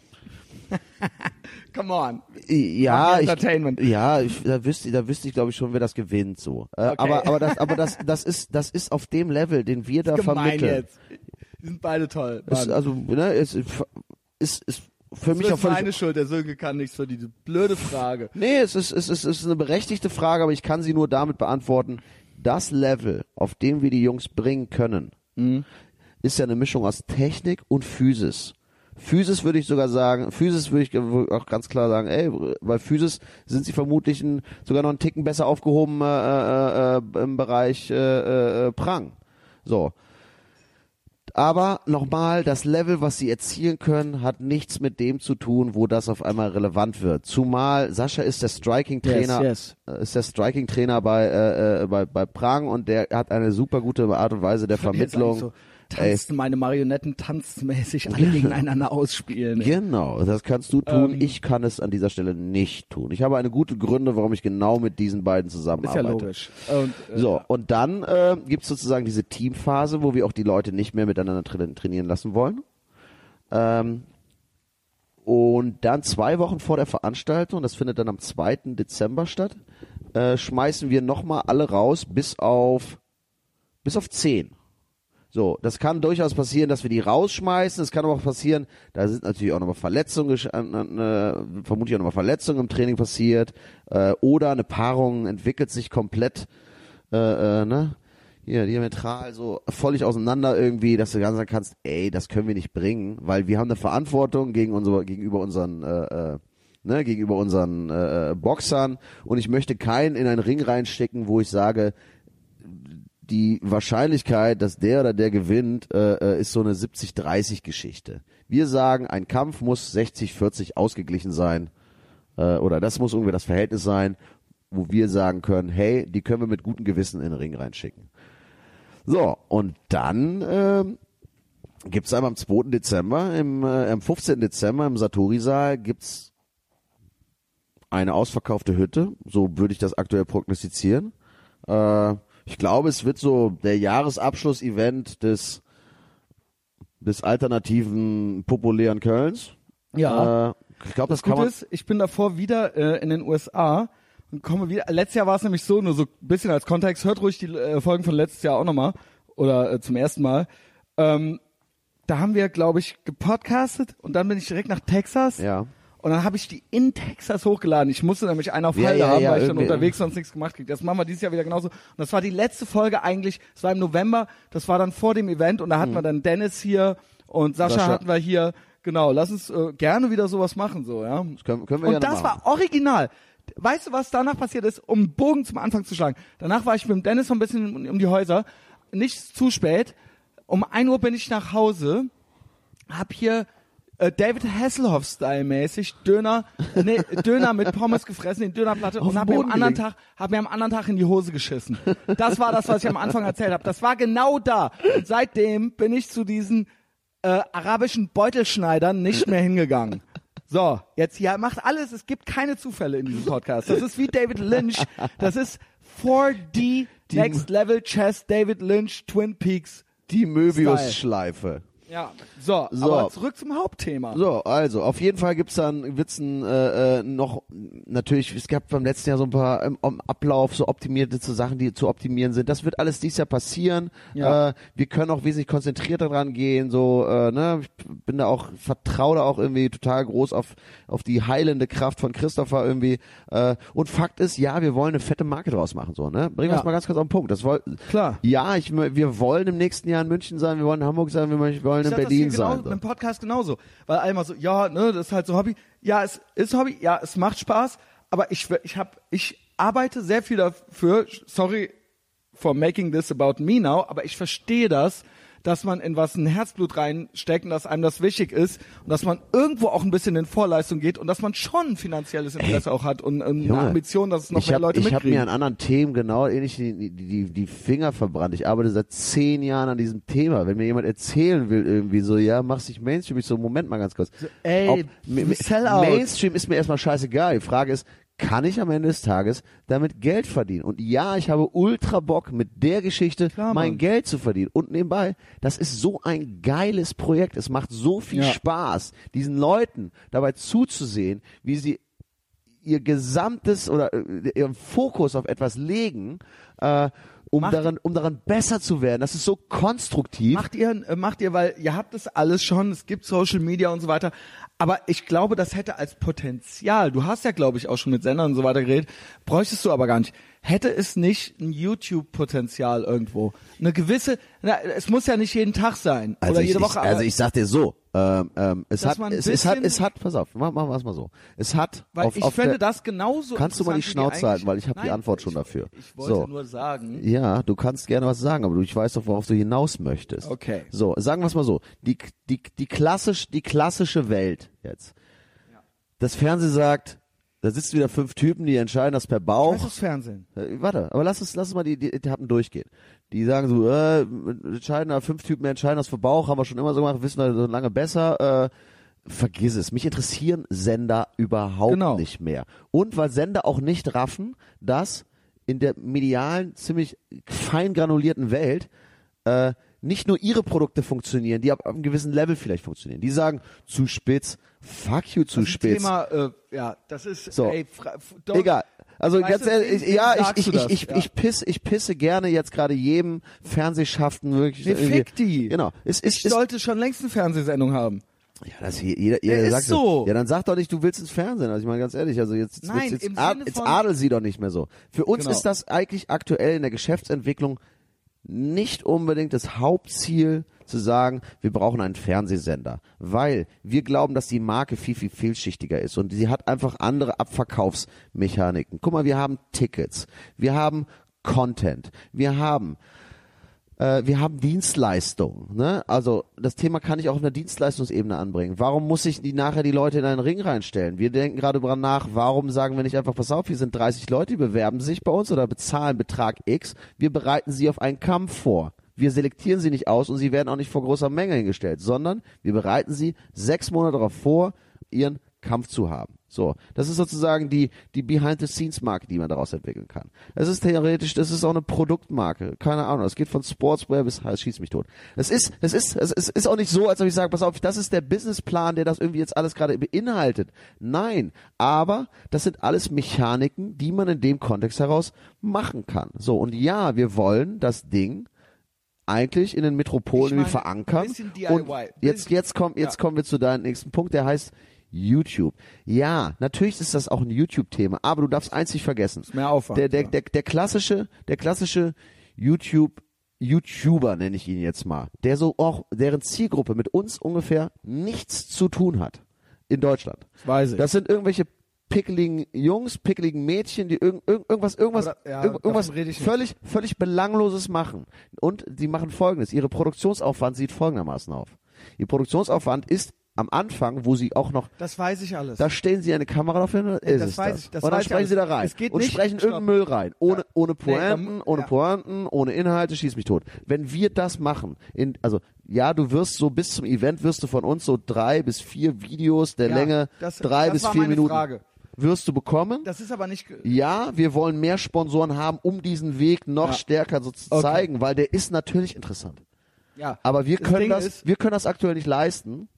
Come on. ja, Mach ich, Entertainment. ja, ich, da wüsste, da wüsste ich, glaube ich, schon, wer das gewinnt, so. Äh, Okay. Aber, aber das, aber das, das ist, das ist auf dem Level, den wir da Gemein vermitteln. jetzt. Die sind beide toll. Ist, Mann. also, ne, ist, ist, ist für mich auch das ist völlig meine Schuld, der Sönke kann nichts für diese blöde Frage. Nee, es ist, es ist, es ist eine berechtigte Frage, aber ich kann sie nur damit beantworten. Das Level, auf dem wir die Jungs bringen können, Mhm. ist ja eine Mischung aus Technik und Physis. Physis würde ich sogar sagen, Physis würde ich auch ganz klar sagen, ey, bei Physis sind sie vermutlich ein, sogar noch einen Ticken besser aufgehoben äh, äh, äh, im Bereich äh, äh, Prang. So. Aber nochmal, das Level, was sie erzielen können, hat nichts mit dem zu tun, wo das auf einmal relevant wird. Zumal Sascha ist der Striking-Trainer, yes, yes. ist der Striking-Trainer bei, äh, bei bei Prang und der hat eine super gute Art und Weise der Vermittlung. So, tanzen meine Marionetten tanzmäßig alle gegeneinander ausspielen. Ey. Genau, das kannst du tun. Ähm, ich kann es an dieser Stelle nicht tun. Ich habe eine gute Gründe, warum ich genau mit diesen beiden zusammenarbeite. Ist ja logisch. Und, äh, So, und dann äh, gibt es sozusagen diese Teamphase, wo wir auch die Leute nicht mehr miteinander tra trainieren lassen wollen. Ähm, und dann zwei Wochen vor der Veranstaltung, das findet dann am zweiten Dezember statt, äh, schmeißen wir nochmal alle raus bis auf bis auf zehn. So, das kann durchaus passieren, dass wir die rausschmeißen. Es kann aber auch passieren, da sind natürlich auch nochmal Verletzungen, äh, äh, vermutlich auch nochmal Verletzungen im Training passiert, äh, oder eine Paarung entwickelt sich komplett, äh, äh, ne, hier diametral so völlig auseinander irgendwie, dass du ganz sagen kannst, ey, das können wir nicht bringen, weil wir haben eine Verantwortung gegen unsere, gegenüber unseren, äh, äh, ne, gegenüber unseren äh, Boxern und ich möchte keinen in einen Ring reinstecken, wo ich sage, die Wahrscheinlichkeit, dass der oder der gewinnt, äh, ist so eine siebzig dreißig Geschichte. Wir sagen, ein Kampf muss sechzig vierzig ausgeglichen sein, äh, oder das muss irgendwie das Verhältnis sein, wo wir sagen können, hey, die können wir mit gutem Gewissen in den Ring reinschicken. So, und dann äh, gibt's einmal am zweiten Dezember, im, äh, am fünfzehnten Dezember im Satori-Saal gibt's eine ausverkaufte Hütte, so würde ich das aktuell prognostizieren. Äh, Ich glaube, es wird so der Jahresabschluss-Event des, des alternativen populären Kölns. Ja. Äh, ich glaube, das, das kann Gute man. ist, ich bin davor wieder äh, in den U S A und komme wieder. Letztes Jahr war es nämlich so, nur so ein bisschen als Kontext, hört ruhig die äh, Folgen von letztes Jahr auch nochmal oder äh, zum ersten Mal. Ähm, da haben wir, glaube ich, gepodcastet und dann bin ich direkt nach Texas. Ja. Und dann habe ich die in Texas hochgeladen. Ich musste nämlich einen auf Ja, Halde ja, haben, ja, weil ich dann irgendwie. unterwegs sonst nichts gemacht kriege. Das machen wir dieses Jahr wieder genauso. Und das war die letzte Folge eigentlich, das war im November, das war dann vor dem Event und da hatten wir dann Dennis hier und Sascha, Sascha. hatten wir hier. Genau, lass uns äh, gerne wieder sowas machen, so, ja. Das können, können wir Und gerne das machen. war original. Weißt du, was danach passiert ist? Um einen Bogen zum Anfang zu schlagen. Danach war ich mit dem Dennis so ein bisschen um, um die Häuser. Nicht zu spät. Um ein Uhr bin ich nach Hause, hab hier äh, David Hasselhoff-Style-mäßig Döner, äh, nee, Döner mit Pommes gefressen, in Dönerplatte Auf und den hab mir am Boden anderen gelegt. Tag, hab mir am anderen Tag in die Hose geschissen. Das war das, was ich am Anfang erzählt habe. Das war genau da. Und seitdem bin ich zu diesen äh, arabischen Beutelschneidern nicht mehr hingegangen. So, jetzt hier macht alles, es gibt keine Zufälle in diesem Podcast. Das ist wie David Lynch, das ist four D Next Level Chess, David Lynch, Twin Peaks. Die Möbius-Schleife. Ja, so, So. aber zurück zum Hauptthema. So, also auf jeden Fall gibt's dann Witzen äh, äh, noch natürlich, es gab beim letzten Jahr so ein paar im, im Ablauf so optimierte so Sachen, die zu optimieren sind. Das wird alles dieses Jahr passieren. Ja. Äh, wir können auch wesentlich konzentrierter dran gehen. So, äh, ne, ich bin da auch, vertraue da auch irgendwie total groß auf auf die heilende Kraft von Christopher irgendwie. Äh, und Fakt ist, ja, wir wollen eine fette Marke draus machen. So, ne, bringen wir Ja. es mal ganz kurz auf den Punkt. Das woll, Klar. Ja, ich, wir wollen im nächsten Jahr in München sein, wir wollen in Hamburg sein, wir wollen in Ich sag Berlin das hier sein. genau, im Podcast genauso. Weil einmal so, ja, ne, das ist halt so Hobby. Ja, es ist Hobby, ja, es macht Spaß, aber ich, ich hab, ich arbeite sehr viel dafür, sorry for making this about me now, aber ich verstehe das, dass man in was ein Herzblut reinsteckt und dass einem das wichtig ist und dass man irgendwo auch ein bisschen in Vorleistung geht und dass man schon ein finanzielles Interesse auch hat und, und Junge, eine Ambition, dass es noch ich mehr hab, Leute ich habe mitkriegen. mir an anderen Themen genau ähnlich die, die, die, die Finger verbrannt. Ich arbeite seit zehn Jahren an diesem Thema. Wenn mir jemand erzählen will irgendwie so, ja, machst dich Mainstream, ich so, Moment mal ganz kurz. ey, Ob- du M- bist Sellout. Mainstream ist mir erstmal scheißegal. Die Frage ist, kann ich am Ende des Tages damit Geld verdienen? Und ja, ich habe ultra Bock, mit der Geschichte Klar, mein Mann. Geld zu verdienen. Und nebenbei, das ist so ein geiles Projekt. Es macht so viel Ja. Spaß, diesen Leuten dabei zuzusehen, wie sie ihr gesamtes oder äh, ihren Fokus auf etwas legen, äh, um Macht- daran, um daran besser zu werden. Das ist so konstruktiv. Macht ihr, äh, macht ihr, weil ihr habt das alles schon, es gibt Social Media und so weiter, aber ich glaube, das hätte als Potenzial, du hast ja, glaube ich, auch schon mit Sendern und so weiter geredet, bräuchtest du aber gar nicht. Hätte es nicht ein YouTube-Potenzial irgendwo? Eine gewisse, na, es muss ja nicht jeden Tag sein Also oder ich, jede ich, Woche, aber also ich sag dir so, Ähm, ähm, es Dass hat, man ein es, es hat, bisschen- es hat, pass auf, machen wir es mal so. Es hat Weil auf, ich auf fände der, das genauso Kannst du mal die interessant wie Schnauze eigentlich- halten, weil ich habe die Nein, Antwort schon ich, dafür. Ich wollte So. nur sagen. Ja, du kannst gerne was sagen, aber du, ich weiß doch, worauf du hinaus möchtest. Okay. So, sagen wir es mal so. Die, die, die, klassisch, die klassische Welt jetzt. Das Fernsehen sagt, da sitzen wieder fünf Typen, die entscheiden das per Das Bauch. ist Fernsehen. Äh, Warte, aber lass uns, lass uns mal die, die Etappen durchgehen. Die sagen so, äh, entscheiden da, fünf Typen entscheiden das für Bauch, haben wir schon immer so gemacht, wissen wir so lange besser. Äh, vergiss es. Mich interessieren Sender überhaupt Genau. nicht mehr. Und weil Sender auch nicht raffen, dass in der medialen, ziemlich fein granulierten Welt äh, nicht nur ihre Produkte funktionieren, die ab einem gewissen Level vielleicht funktionieren. Die sagen, zu spitz, fuck you, zu Das ist ein spitz. Thema, äh, ja, das ist, So. ey, fra- f- doch, Egal. Also Weißt ganz du, ehrlich, wem- ja, wem ich sagst ich du ich das? ich, Ja. ich pisse ich pisse gerne jetzt gerade jedem Fernsehschaften wirklich Nee, irgendwie- fick die. Genau. Es ist, Ich ist sollte schon längst eine Fernsehsendung haben. ja, das hier, jeder, jeder ist sagt so. Ja, dann sag doch nicht, du willst ins Fernsehen. Also ich meine ganz ehrlich, also jetzt jetzt, Nein, jetzt, im ad, Sinne jetzt von- adel sie doch nicht mehr so. Für uns Genau. ist das eigentlich aktuell in der Geschäftsentwicklung nicht unbedingt das Hauptziel zu sagen, wir brauchen einen Fernsehsender, weil wir glauben, dass die Marke viel, viel vielschichtiger ist und sie hat einfach andere Abverkaufsmechaniken. Guck mal, wir haben Tickets, wir haben Content, wir haben äh, wir haben Dienstleistungen, ne? Also das Thema kann ich auch auf einer Dienstleistungsebene anbringen. Warum muss ich die nachher die Leute in einen Ring reinstellen? Wir denken gerade dran nach, warum sagen wir nicht einfach, pass auf, hier sind dreißig Leute, die bewerben sich bei uns oder bezahlen Betrag X, wir bereiten sie auf einen Kampf vor. Wir selektieren sie nicht aus und sie werden auch nicht vor großer Menge hingestellt, sondern wir bereiten sie sechs Monate darauf vor, ihren Kampf zu haben. So, das ist sozusagen die die Behind-the-Scenes-Marke, die man daraus entwickeln kann. Es ist theoretisch, das ist auch eine Produktmarke, keine Ahnung. Es geht von Sportswear bis heiß schieß mich tot. Es ist, es ist, es ist, ist auch nicht so, als ob ich sage, pass auf, das ist der Businessplan, der das irgendwie jetzt alles gerade beinhaltet. Nein, aber das sind alles Mechaniken, die man in dem Kontext heraus machen kann. So, und ja, wir wollen das Ding eigentlich in den Metropolen Ich meine, irgendwie verankern. ein bisschen D I Y. Und jetzt, jetzt kommt, jetzt Ja. kommen wir zu deinem nächsten Punkt, der heißt YouTube. Ja, natürlich ist das auch ein YouTube-Thema, aber du darfst eins nicht vergessen. Ist mehr Aufwand, Der, der, ja. der, der klassische, der klassische YouTube, YouTuber nenne ich ihn jetzt mal, der so auch, deren Zielgruppe mit uns ungefähr nichts zu tun hat in Deutschland. Das weiß ich. Das sind irgendwelche pickeligen Jungs, pickeligen Mädchen, die irgend, irgend, irgendwas, irgendwas, Aber da- ja, irgend, irgendwas davon rede ich nicht. völlig, völlig Belangloses machen. Und sie machen Folgendes. Ihre Produktionsaufwand sieht folgendermaßen auf. Ihr Produktionsaufwand ist am Anfang, wo sie auch noch, Das weiß ich alles. da stellen sie eine Kamera drauf hin, ist das es weiß das. ich, das und dann weiß ich sprechen alles. sie da rein Es geht und nicht- sprechen stopp. irgendeinen Müll rein. Ohne, Ja. ohne Nee, da Pointen, mu- ohne ja. Pointen, ohne Inhalte, schieß mich tot. Wenn wir das machen, in, also, ja, du wirst so bis zum Event wirst du von uns so drei bis vier Videos der Ja, Länge, das- drei das bis war vier meine Minuten Frage. wirst du bekommen. Das ist aber nicht. ge- Ja, wir wollen mehr Sponsoren haben, um diesen Weg noch Ja. stärker so zu Okay. zeigen, weil der ist natürlich interessant. Ja. Aber wir Das können Ding das, ist- wir können das aktuell nicht leisten.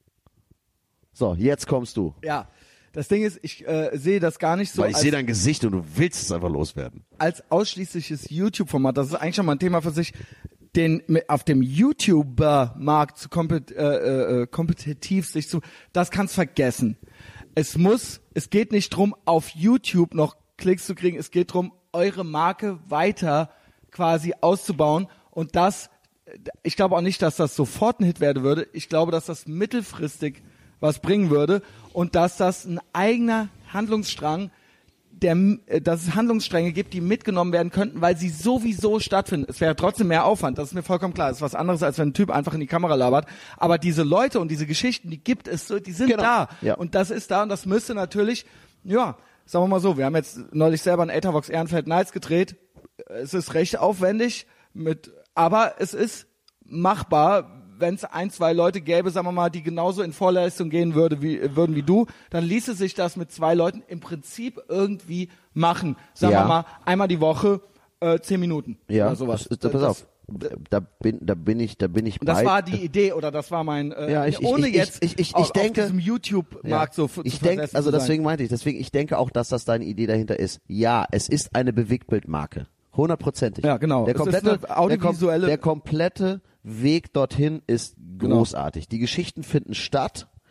So, jetzt kommst du. Ja. Das Ding ist, ich äh, sehe das gar nicht so Weil ich als, sehe dein Gesicht und du willst es einfach loswerden. als ausschließliches YouTube-Format. Das ist eigentlich schon mal ein Thema für sich. Den mit- auf dem YouTuber-Markt zu kompet, äh, äh, kompetitiv sich zu, das kannst vergessen. Es muss, es geht nicht drum, auf YouTube noch Klicks zu kriegen. Es geht drum, eure Marke weiter quasi auszubauen und das. Ich glaube auch nicht, dass das sofort ein Hit werden würde. Ich glaube, dass das mittelfristig was bringen würde und dass das ein eigener Handlungsstrang, der, äh, dass es Handlungsstränge gibt, die mitgenommen werden könnten, weil sie sowieso stattfinden. Es wäre trotzdem mehr Aufwand, das ist mir vollkommen klar. Das ist was anderes, als wenn ein Typ einfach in die Kamera labert. Aber diese Leute und diese Geschichten, die gibt es, so, die sind Genau. da. Ja. Und das ist da und das müsste natürlich, ja, sagen wir mal so, wir haben jetzt neulich selber ein Ethervox Ehrenfeld Nights gedreht. Es ist recht aufwendig, mit, aber es ist machbar. Wenn es ein, zwei Leute gäbe, sagen wir mal, die genauso in Vorleistung gehen würde wie, würden wie du, dann ließe sich das mit zwei Leuten im Prinzip irgendwie machen. Sagen Ja. wir mal, einmal die Woche, äh, zehn Minuten Ja, oder sowas. das, das, pass Das- auf. Da bin, da bin ich, da bin ich Und das bei. war die Idee oder das war mein, äh, Ja, ich- ich- ohne ich- jetzt ich- ich- ich auf, denke- auf diesem YouTube-Markt so f- ich zu denke, versessen also zu sein. deswegen meinte ich, deswegen, ich denke auch, dass das deine Idee dahinter ist. Ja, es ist eine Bewegtbildmarke. Hundertprozentig. Ja, genau. Der Es ist komplette, eine audiovisuelle- der, kom der komplette Weg dorthin ist Genau. großartig. Die Geschichten finden statt.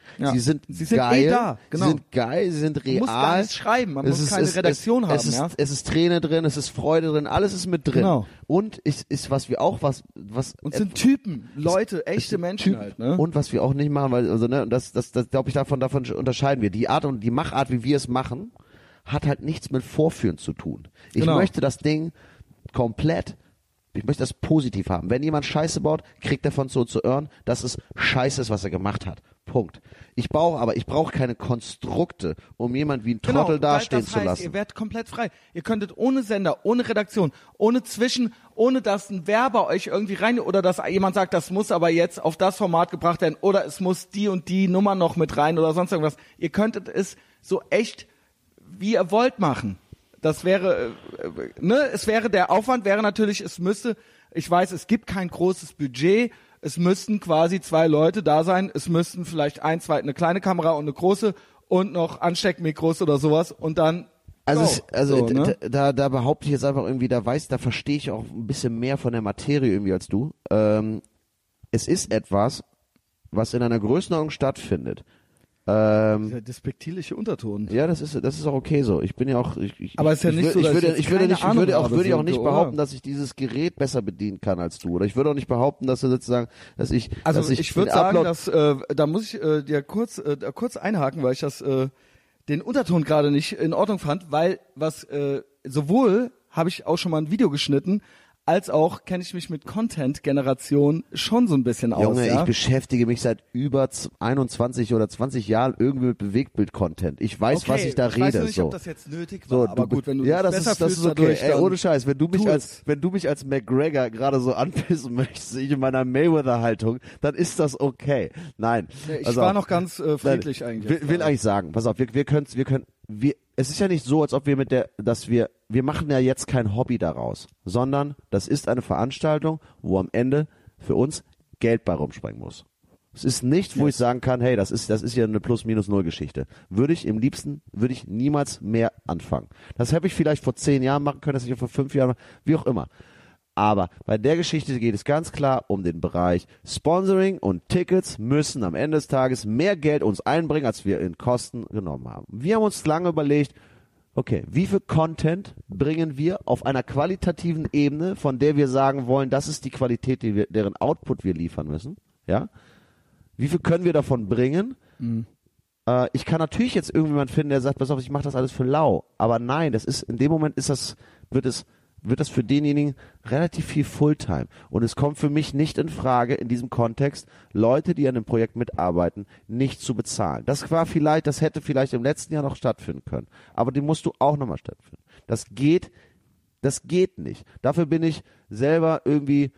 Ja. Sie sind, Sie sind geil, eh da, genau. sie sind geil, sie sind real. Man muss gar nichts schreiben, man es muss ist, keine es, Redaktion es, haben. Es ist, ja? es ist Träne drin, es ist Freude drin, alles ist mit drin. Genau. Und ist, ist was wir auch, was, was Und sind Typen, Leute, echte sind Menschen Typen. halt. Ne? Und was wir auch nicht machen, weil, also, ne, und das, das, das glaube ich, davon, davon unterscheiden wir. Die Art und die Machart, wie wir es machen, hat halt nichts mit Vorführen zu tun. Ich Genau. möchte das Ding komplett, ich möchte das positiv haben. Wenn jemand Scheiße baut, kriegt er von so zu hören, dass es Scheiße ist, was er gemacht hat. Punkt. Ich brauche aber, ich brauche keine Konstrukte, um jemanden wie ein Trottel Genau, dastehen das zu heißt, lassen. Ihr werdet komplett frei. Ihr könntet ohne Sender, ohne Redaktion, ohne Zwischen, ohne dass ein Werber euch irgendwie rein oder dass jemand sagt, das muss aber jetzt auf das Format gebracht werden oder es muss die und die Nummer noch mit rein oder sonst irgendwas. Ihr könntet es so echt, wie ihr wollt, machen. Das wäre, äh, ne, es wäre, der Aufwand wäre natürlich, es müsste, ich weiß, es gibt kein großes Budget, es müssten quasi zwei Leute da sein, es müssten vielleicht ein, zwei, eine kleine Kamera und eine große und noch Ansteckmikros oder sowas und dann Also, go. es, also so, d- ne? d- da, da behaupte ich jetzt einfach irgendwie, da weiß, da verstehe ich auch ein bisschen mehr von der Materie irgendwie als du. Ähm, es ist etwas, was in einer Größenordnung stattfindet. Ähm, Dieser despektierliche Unterton. Ja, das ist das ist auch okay so. Ich bin ja auch ich, ich, Aber es ist ja ich, nicht ich, so, dass ich würde ich jetzt ich würde keine nicht ich Ahnung würde auch habe, würde ich auch Sönke, nicht oder? behaupten, dass ich dieses Gerät besser bedienen kann als du, oder ich würde auch nicht behaupten, dass du sozusagen, dass ich Also dass ich, ich, würde den sagen, Upload- dass äh, da muss ich äh, dir kurz äh, da kurz einhaken, weil ich das äh, den Unterton gerade nicht in Ordnung fand, weil was äh, sowohl habe ich auch schon mal ein Video geschnitten, als auch kenne ich mich mit Content-Generation schon so ein bisschen aus. Junge, ja? ich beschäftige mich seit über z- einundzwanzig oder zwanzig Jahren irgendwie mit Bewegtbild-Content. Ich weiß, Okay, was ich da ich rede. weiß nur nicht, so. ob das jetzt nötig war, So, aber du, gut, wenn du ja, dich das besser ist, das fühlst ist okay. dadurch, Ey, dann ohne Scheiß, wenn du mich tu als, es. wenn du mich als McGregor gerade so anpissen möchtest, ich in meiner Mayweather-Haltung, dann ist das okay. Nein. Nee, ich also, war noch ganz äh, friedlich nein, eigentlich. Will, will eigentlich sagen, pass auf, wir, wir können, wir können, wir, es ist ja nicht so, als ob wir mit der, dass wir, wir machen ja jetzt kein Hobby daraus, sondern das ist eine Veranstaltung, wo am Ende für uns Geld bei rumspringen muss. Es ist nicht, wo Yes. ich sagen kann, hey, das ist, das ist ja eine Plus-Minus-Null-Geschichte. Würde ich im liebsten, würde ich niemals mehr anfangen. Das hätte ich vielleicht vor zehn Jahren machen können, das hätte ich vor fünf Jahren, wie auch immer. Aber bei der Geschichte geht es ganz klar um den Bereich Sponsoring, und Tickets müssen am Ende des Tages mehr Geld uns einbringen, als wir in Kosten genommen haben. Wir haben uns lange überlegt, okay, wie viel Content bringen wir auf einer qualitativen Ebene, von der wir sagen wollen, das ist die Qualität, die wir, deren Output wir liefern müssen, ja? Wie viel können wir davon bringen? Mhm. Äh, ich kann natürlich jetzt irgendjemand finden, der sagt, pass auf, ich mache das alles für lau. Aber nein, das ist, in dem Moment ist das, wird es, wird das für denjenigen relativ viel Fulltime. Und es kommt für mich nicht in Frage, in diesem Kontext, Leute, die an dem Projekt mitarbeiten, nicht zu bezahlen. Das war vielleicht, das hätte vielleicht im letzten Jahr noch stattfinden können. Aber die musst du auch nochmal stattfinden. Das geht, das geht nicht. Dafür bin ich selber irgendwie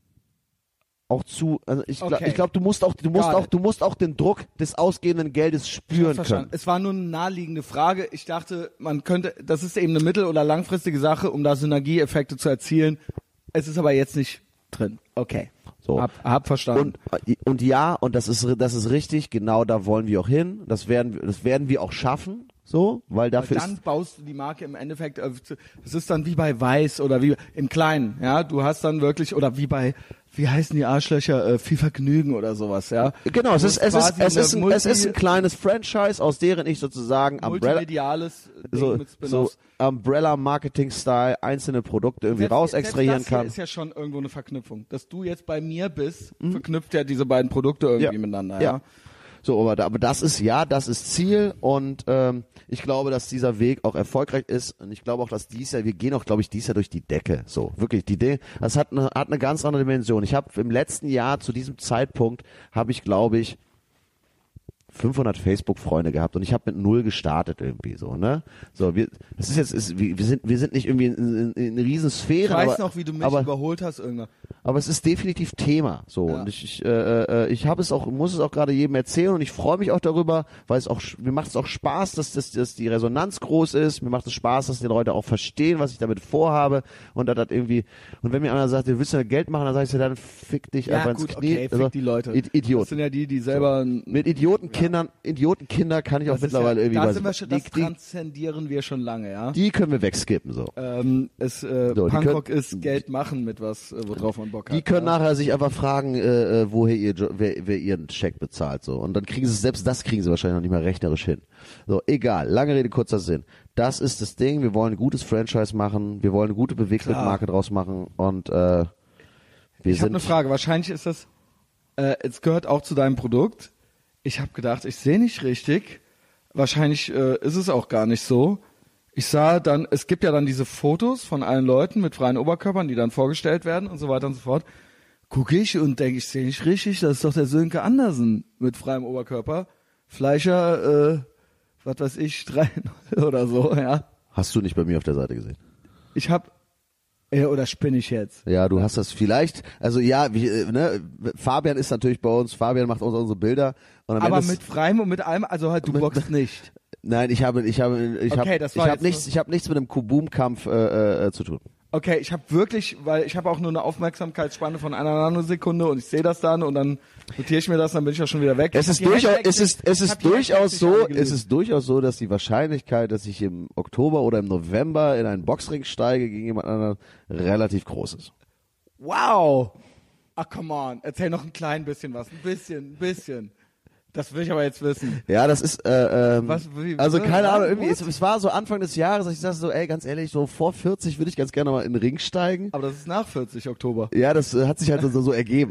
auch zu, also ich glaube, Okay. ich glaube, du musst auch, du musst Got auch, it. du musst auch den Druck des ausgehenden Geldes spüren Verstanden. können. Es war nur eine naheliegende Frage. Ich dachte, man könnte, das ist eben eine mittel- oder langfristige Sache, um da Synergieeffekte zu erzielen. Es ist aber jetzt nicht drin. Okay. So. Hab, hab verstanden. Und, und ja, und das ist, das ist richtig, genau da wollen wir auch hin. Das werden, wir- das werden wir auch schaffen, so, weil dafür dann ist, baust du die Marke im Endeffekt, äh, es ist dann wie bei Weiß oder wie im Kleinen, ja, du hast dann wirklich, oder wie bei, wie heißen die Arschlöcher, äh, viel Vergnügen oder sowas, ja. genau, es Du ist, hast es ist, quasi es ist, ein, eine es ist ein Multi- kleines Franchise, aus deren ich sozusagen Umbrella, multimediales Ding so, mit so Spin-offs. Umbrella Marketing Style, einzelne Produkte irgendwie raus extrahieren selbst das hier kann. ist ja schon irgendwo eine Verknüpfung. Dass du jetzt bei mir bist, verknüpft ja diese beiden Produkte irgendwie Ja. miteinander, Ja. ja. So, aber, da- aber das ist, ja, das ist Ziel, und ähm, ich glaube, dass dieser Weg auch erfolgreich ist, und ich glaube auch, dass dies Jahr, wir gehen auch, glaube ich, dies Jahr durch die Decke, so, wirklich, die Idee, das hat eine, hat eine ganz andere Dimension. Ich habe im letzten Jahr zu diesem Zeitpunkt, habe ich, glaube ich, fünfhundert Facebook-Freunde gehabt, und ich habe mit null gestartet irgendwie so, ne? So, wir, das ist jetzt, ist, wir wir sind, wir sind nicht irgendwie in, in, in eine Riesensphäre, Ich weiß aber, noch, wie du mich aber, überholt hast irgendwann. aber es ist definitiv Thema, so, Ja. und ich, ich, äh, äh, ich habe es auch, muss es auch gerade jedem erzählen, und ich freue mich auch darüber, weil es auch, mir macht es auch Spaß, dass, dass, dass die Resonanz groß ist, mir macht es Spaß, dass die Leute auch verstehen, was ich damit vorhabe, und dass das irgendwie, und wenn mir einer sagt, du willst ja Geld machen, dann sag ich so, dann fick dich Ja einfach gut, ins Knie. okay, fick Also, die Leute. I- Idioten. Das sind ja die, die selber... Mit Idioten Idiotenkindern, Idiotenkinder kann ich auch Das ist mittlerweile ja, irgendwie da weiß- sind wir schon, die, das die, transzendieren wir schon lange, ja. die können wir wegskippen so. Ähm, es, äh, So, die Punkrock können- ist Geld machen mit was, äh, worauf man Bock hat. Die können ja. nachher sich einfach fragen, äh, äh, woher ihr Jo- wer, wer ihren Scheck bezahlt so und dann kriegen sie selbst das kriegen sie wahrscheinlich noch nicht mehr rechnerisch hin. So, egal, lange Rede kurzer Sinn. Das ist das Ding, wir wollen ein gutes Franchise machen, wir wollen eine gute Bewegtbildmarke draus machen und äh, wir Ich habe sind eine Frage, wahrscheinlich ist das, äh, es gehört auch zu deinem Produkt. Ich habe gedacht, ich sehe nicht richtig. Wahrscheinlich äh, ist es auch gar nicht so. Ich sah dann, es gibt ja dann diese Fotos von allen Leuten mit freien Oberkörpern, die dann vorgestellt werden und so weiter und so fort. Gucke ich und denke, ich sehe nicht richtig, das ist doch der Sönke Andersen mit freiem Oberkörper. Fleischer, äh, was weiß ich, drei oder so, ja. Hast du nicht bei mir auf der Seite gesehen? Ich habe, äh, oder spinne ich jetzt? Ja, du hast das vielleicht, also ja, wie, äh, ne, Fabian ist natürlich bei uns, Fabian macht uns unsere Bilder. Und am Aber Ende mit freiem und mit allem, also halt, du Mit- boxst nicht. Nein, ich habe, ich habe, ich Okay, habe, das ich war habe jetzt nichts, nur- ich habe nichts mit dem Kubum-Kampf äh, äh, zu tun. Okay, ich habe wirklich, weil ich habe auch nur eine Aufmerksamkeitsspanne von einer Nanosekunde und ich sehe das dann und dann notiere ich mir das, dann bin ich ja schon wieder weg. Es Ich ist hab die durchaus, Hashtags es ist, nicht- es ich ist hab die Hashtags durchaus nicht so, alle es gelesen. ist durchaus so, dass die Wahrscheinlichkeit, dass ich im Oktober oder im November in einen Boxring steige gegen jemand anderen, relativ groß ist. Wow! Ach, come on, erzähl noch ein klein bisschen was, ein bisschen, ein bisschen. Das will ich aber jetzt wissen. Ja, das ist, äh, ähm, Was, wie- also was? keine Ahnung, irgendwie, What? es, es war so Anfang des Jahres, dass ich dachte so, ey, ganz ehrlich, so vor vierzig würde ich ganz gerne mal in den Ring steigen. Aber das ist nach vierzig Oktober. Ja, das äh, hat sich halt so, so ergeben.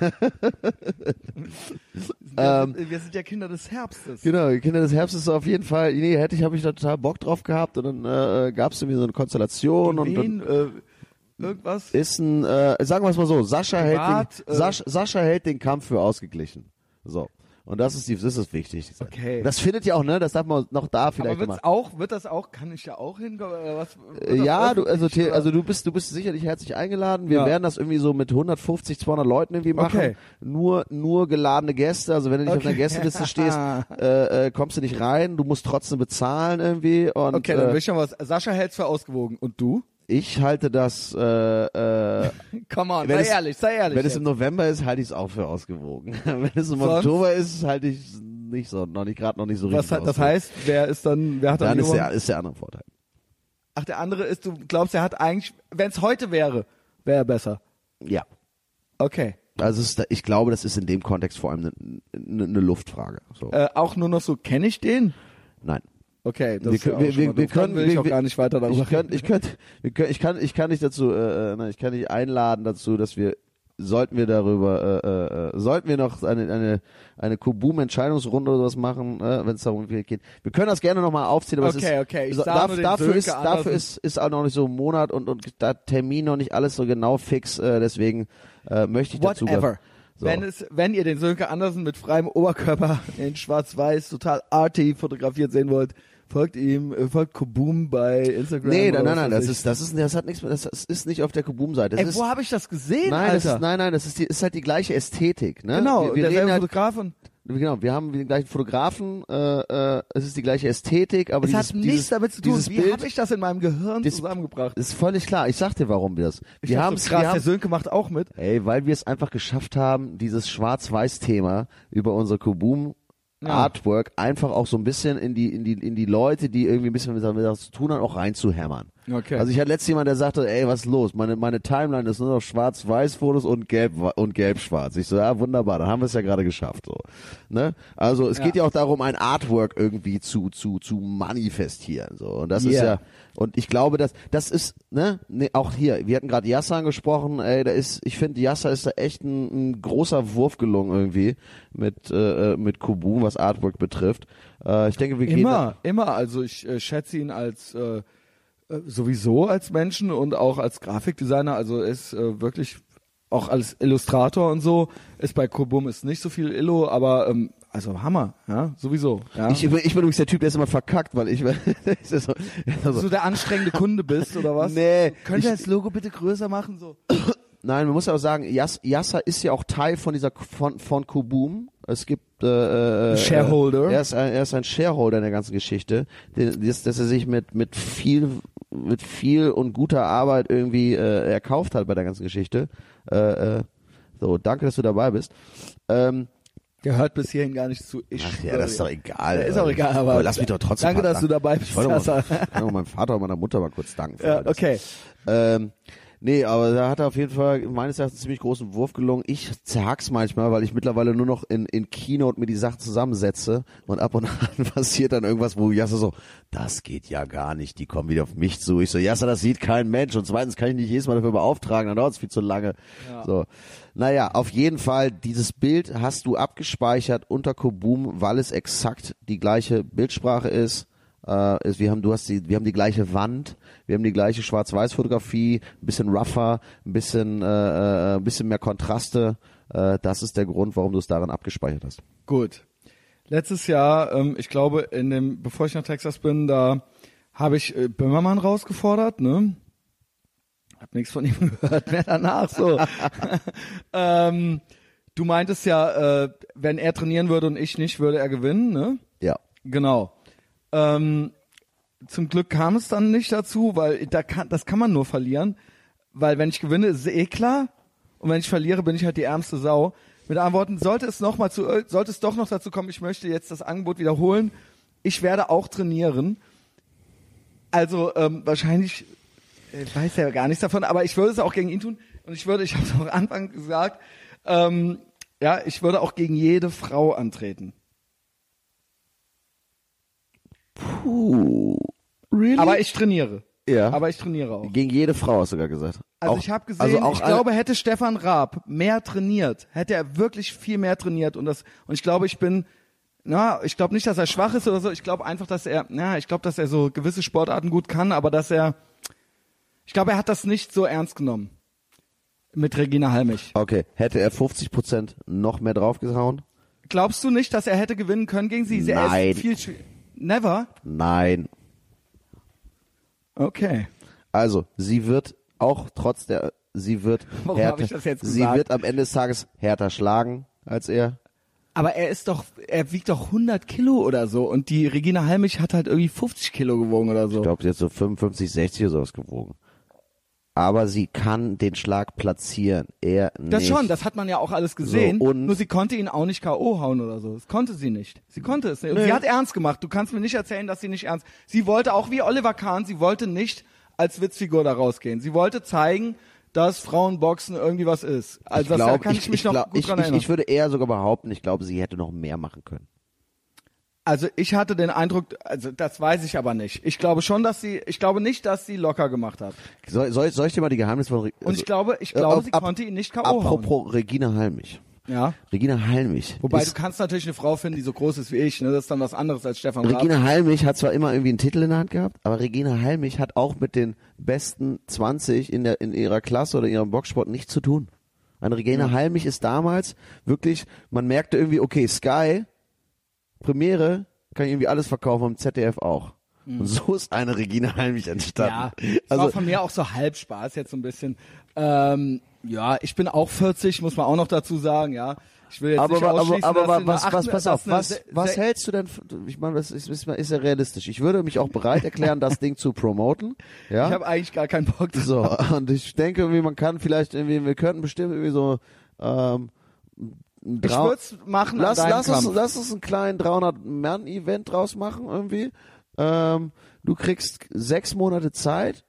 Ähm, Wir sind ja Kinder des Herbstes. Genau, die Kinder des Herbstes so auf jeden Fall. Nee, hätte ich, habe ich da total Bock drauf gehabt und dann äh, gab es irgendwie so eine Konstellation und Wen, dann äh, irgendwas? ist ein, äh, sagen wir es mal so, Sascha hält, Privat, den, äh, Sascha, Sascha hält den Kampf für ausgeglichen. So. Und das ist die, das ist wichtig. Okay. Das findet ja auch, ne, das darf man noch da vielleicht Aber wird's machen. auch, wird das auch, kann ich ja auch hinkommen, oder was? Wird Äh, das Ja, du, also, öffentlich, The- oder? also du bist, du bist sicherlich herzlich eingeladen. Wir Ja. werden das irgendwie so mit hundertfünfzig, zweihundert Leuten irgendwie machen. Okay. Nur, nur geladene Gäste. Also wenn du nicht auf Okay. einer Gästeliste stehst, äh, äh, kommst du nicht rein. Du musst trotzdem bezahlen irgendwie. Und Okay, dann will äh, ich schon was. Sascha hält's für ausgewogen. Und du? ich halte das, äh, äh, Come on, Wenn sei es- ehrlich, sei ehrlich. wenn es im jetzt. November ist, halte ich es auch für ausgewogen. wenn es im Sonst? Oktober ist, halte ich es nicht so, noch nicht gerade noch nicht so richtig. was hat, das ausgewogen. heißt, wer ist dann, wer hat dann, dann die ist Ohren? der, ist der andere Vorteil. Ach, der andere ist, du glaubst, er hat eigentlich, wenn es heute wäre, wäre er besser. Ja. Okay. Also es ist, ich glaube, das ist in dem Kontext vor allem eine, eine, eine Luftfrage. So. Äh, auch nur noch so, kenne ich den? Nein. Okay, das Wir ist ja können- auch wir- schon wir- mal wir doof. Dann können- will ich wir- auch gar nicht weiter darüber Ich könnte, ich könnte, wir können, ich kann, ich kann nicht dazu, äh, äh, nein, ich kann nicht einladen dazu, dass wir, sollten wir darüber, äh, äh, sollten wir noch eine, eine, eine Kubum-Entscheidungsrunde oder sowas machen, äh, wenn es darum geht. Wir können das gerne nochmal aufziehen, aber es Okay, ist, okay, ich so, sah darf, nur den dafür Sönke ist, Andersen. dafür ist, ist auch noch nicht so ein Monat und, und da Termin noch nicht alles so genau fix, äh, deswegen, äh, möchte ich dazu. Whatever. So. Wenn es, wenn ihr den Sönke Andersen mit freiem Oberkörper in schwarz-weiß total arty fotografiert sehen wollt, folgt ihm, äh, folgt Kubum bei Instagram. Nee, oder nein, was nein, weiß das ich. ist, das ist, das hat nichts, das ist nicht auf der Kubum-Seite. Das Ey, ist, wo habe ich das gesehen, Nein, das Alter? ist, nein, nein, das ist, die, ist halt die gleiche Ästhetik, ne? Genau, wir, wir derselbe reden halt, Fotograf und genau, wir haben den gleichen Fotografen, äh, äh, es ist die gleiche Ästhetik, aber es dieses, hat nichts dieses, damit zu tun. dieses Wie Bild habe ich das in meinem Gehirn das- zusammengebracht? ist völlig klar. Ich sag dir, warum wir das. Ich Wir dachte haben so, es, krass, wir der haben, Sönke macht auch mit. ey, weil wir es einfach geschafft haben, dieses Schwarz-Weiß-Thema über unser Kubum Ja. Artwork einfach auch so ein bisschen in die, in die, in die Leute, die irgendwie ein bisschen mit das zu tun haben, auch reinzuhämmern. Okay. Also ich hatte letztens jemand, der sagte, ey, was ist los? Meine, meine Timeline ist nur noch Schwarz-Weiß-Fotos und Gelb und Gelb-Schwarz. Ich so, ja, wunderbar, dann haben wir es ja gerade geschafft, so. Ne? Also es Ja. geht ja auch darum, ein Artwork irgendwie zu, zu, zu manifestieren, so. Und das ist Yeah. ja, und ich glaube, dass, das ist, ne, ne, auch hier, wir hatten gerade Yasser angesprochen, ey, da ist, ich finde, Yasser ist da echt ein, ein großer Wurf gelungen irgendwie mit, äh, mit Kubum, was Artwork betrifft. Äh, ich denke, wir gehen da, Immer, immer. Also ich äh, schätze ihn als äh, äh, sowieso als Menschen und auch als Grafikdesigner. Also er ist äh, wirklich auch als Illustrator und so. Ist bei Kubum ist nicht so viel Illo, aber ähm, also Hammer, ja, sowieso. Ja. ich, ich bin übrigens der Typ, der ist immer verkackt, weil ich, ist ja so, Dass du der anstrengende Kunde bist oder was? Nee, Könnt ihr ich- das Logo bitte größer machen so? Nein, man muss ja auch sagen, Yas, Yasser ist ja auch Teil von dieser von von Kubum. Es gibt äh, äh, Shareholder. Äh, er ist ein er ist ein Shareholder in der ganzen Geschichte, den, dass, dass er sich mit mit viel mit viel und guter Arbeit irgendwie äh, erkauft hat bei der ganzen Geschichte. Äh, äh, so, danke, dass du dabei bist. Ähm, Der hört bis hierhin gar nicht zu. Ich Ach ja, das ist doch egal. Ja, ist auch egal, aber, aber lass mich doch trotzdem danke, mal dass du dabei bist. Ich wollte mal, ich wollte meinem Vater und meiner Mutter mal kurz danken. Für Ja, alles. okay. Ähm, nee, aber da hat er auf jeden Fall meines Erachtens einen ziemlich großen Wurf gelungen. Ich zerhack's manchmal, weil ich mittlerweile nur noch in, in Keynote mir die Sachen zusammensetze und ab und an passiert dann irgendwas, wo Jasse so, das geht ja gar nicht, die kommen wieder auf mich zu. Ich so, Jasse, das sieht kein Mensch und zweitens kann ich nicht jedes Mal dafür beauftragen, dann dauert's viel zu lange. Ja. So. Naja, auf jeden Fall, dieses Bild hast du abgespeichert unter Koboom, weil es exakt die gleiche Bildsprache ist. Äh, ist wir haben, du hast die, wir haben die gleiche Wand, wir haben die gleiche Schwarz-Weiß-Fotografie, ein bisschen rougher, ein bisschen, äh, ein bisschen mehr Kontraste. Äh, das ist der Grund, warum du es darin abgespeichert hast. Gut. Letztes Jahr, ähm, ich glaube, in dem, bevor ich nach Texas bin, da habe ich äh, Böhmermann rausgefordert, ne? Hab nichts von ihm gehört mehr danach, so. ähm, du meintest ja, äh, wenn er trainieren würde und ich nicht, würde er gewinnen, ne? Ja. Genau. Ähm, zum Glück kam es dann nicht dazu, weil da kann, das kann man nur verlieren, weil wenn ich gewinne, ist es eh klar und wenn ich verliere, bin ich halt die ärmste Sau. Mit anderen Worten, sollte es noch mal zu, sollte es doch noch dazu kommen, ich möchte jetzt das Angebot wiederholen, ich werde auch trainieren. Also ähm, wahrscheinlich, ich weiß ja gar nichts davon, aber ich würde es auch gegen ihn tun und ich würde, ich habe es am Anfang gesagt, ähm, ja, ich würde auch gegen jede Frau antreten. Puh. Really? Aber ich trainiere. Ja. Aber ich trainiere auch. Gegen jede Frau hast du sogar gesagt. Also auch, ich habe gesehen, also auch ich glaube, hätte Stefan Raab mehr trainiert, hätte er wirklich viel mehr trainiert und das und ich glaube, ich bin na, ich glaube nicht, dass er schwach ist oder so, ich glaube einfach, dass er, na, ich glaube, dass er so gewisse Sportarten gut kann, aber dass er ich glaube, er hat das nicht so ernst genommen mit Regina Halmich. Okay, hätte er fünfzig Prozent noch mehr draufgehauen? Glaubst du nicht, dass er hätte gewinnen können gegen sie? Er Nein. ist viel schw- Never? Nein. Okay. Also, sie wird auch trotz der, sie wird Warum härter, hab ich das jetzt sie gesagt? wird am Ende des Tages härter schlagen als er. Aber er ist doch, er wiegt doch hundert Kilo oder so und die Regina Halmich hat halt irgendwie fünfzig Kilo gewogen oder so. Ich glaube, sie hat so fünfundfünfzig, sechzig oder sowas gewogen. Aber sie kann den Schlag platzieren. Er nicht. Das schon, das hat man ja auch alles gesehen. So, und- nur sie konnte ihn auch nicht K O hauen oder so. Das konnte sie nicht. Sie konnte es nicht. Und Nee. sie hat ernst gemacht. Du kannst mir nicht erzählen, dass sie nicht ernst. Sie wollte auch wie Oliver Kahn, sie wollte nicht als Witzfigur da rausgehen. Sie wollte zeigen, dass Frauenboxen irgendwie was ist. Also ich das glaub, da kann ich, ich, mich ich, noch glaub, gut ich, dran ich, erinnern. ich würde eher sogar behaupten, ich glaube, sie hätte noch mehr machen können. Also ich hatte den Eindruck, also das weiß ich aber nicht. Ich glaube schon, dass sie, ich glaube nicht, dass sie locker gemacht hat. Soll, soll, soll ich dir mal die Geheimnisse von Re- Und also, ich glaube, ich äh, glaube, ab- sie ab- konnte ihn nicht K O hauen. Apropos Regina Halmich. Ja. Regina Halmich. Wobei ist, du kannst natürlich eine Frau finden, die so groß ist wie ich. Ne? Das ist dann was anderes als Stefan Raab. Regina Halmich hat zwar immer irgendwie einen Titel in der Hand gehabt, aber Regina Halmich hat auch mit den besten zwanzig in der in ihrer Klasse oder ihrem Boxsport nichts zu tun. Eine Regina Ja. Halmich ist damals wirklich, man merkte irgendwie, okay, Sky, Premiere, kann ich irgendwie alles verkaufen, am Z D F auch. Und so ist eine Regina Halmich entstanden. Ja, das war von mir auch so halb Spaß jetzt so ein bisschen. Ähm, ja, ich bin auch vierzig, muss man auch noch dazu sagen, ja. Ich will jetzt aber nicht aber, ausschließen, aber, dass aber eine was, acht- was, pass dass auf, eine was, se- was se- hältst du denn, f- ich meine, das ist, ist, ist ja realistisch. Ich würde mich auch bereit erklären, das Ding zu promoten, ja. Ich habe eigentlich gar keinen Bock drauf. So, und ich denke irgendwie, man kann vielleicht irgendwie, wir könnten bestimmt irgendwie so, ähm, ein Ich Drau- würde es machen lass, an deinem lass, uns, Kampf. lass uns einen kleinen dreihundert-Mann-Event draus machen irgendwie. Ähm, du kriegst sechs Monate Zeit.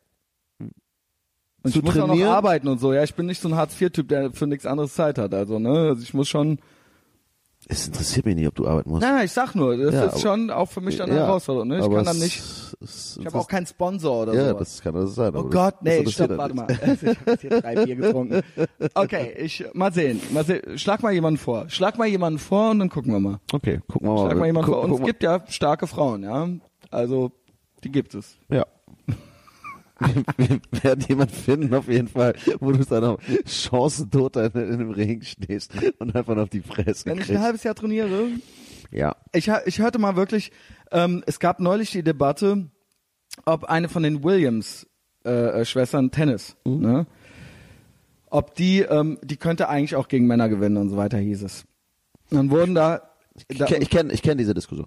Und zu ich muss auch noch trainieren. arbeiten und so. Ja, ich bin nicht so ein Hartz vier Typ, der für nichts anderes Zeit hat. Also, ne, also ich muss schon. Es interessiert mich nicht, ob du arbeiten musst. Nein, nein, ich sag nur, das Ja, ist aber- schon auch für mich dann eine Ja, Herausforderung. Ne? Ich aber kann dann es- nicht. es- Ich habe auch keinen Sponsor oder Ja, so. das kann das sein. Oh aber Gott, das, nee, das stopp, interessiert warte halt mal. nicht. Ich habe jetzt hier drei Bier getrunken. Okay, ich mal sehen, mal sehen. Schlag mal jemanden vor. Schlag mal jemanden vor und dann gucken wir mal. Okay, gucken wir mal. Schlag mal jemanden Guck- vor. Und guck es gibt ja starke Frauen, ja. Also die gibt es. Ja. Wir werden jemanden finden, auf jeden Fall, wo du dann auf Chancentod in, in dem Regen stehst und einfach noch auf die Fresse Wenn ich kriegst. ein halbes Jahr trainiere, Ja. ich, ha- ich hörte mal wirklich, ähm, es gab neulich die Debatte, ob eine von den Williams-Schwestern äh, Tennis, Mhm. ne? Ob die, ähm, die könnte eigentlich auch gegen Männer gewinnen und so weiter, hieß es. Und dann wurden da, Ich da kenne ich kenn, ich kenn diese Diskussion.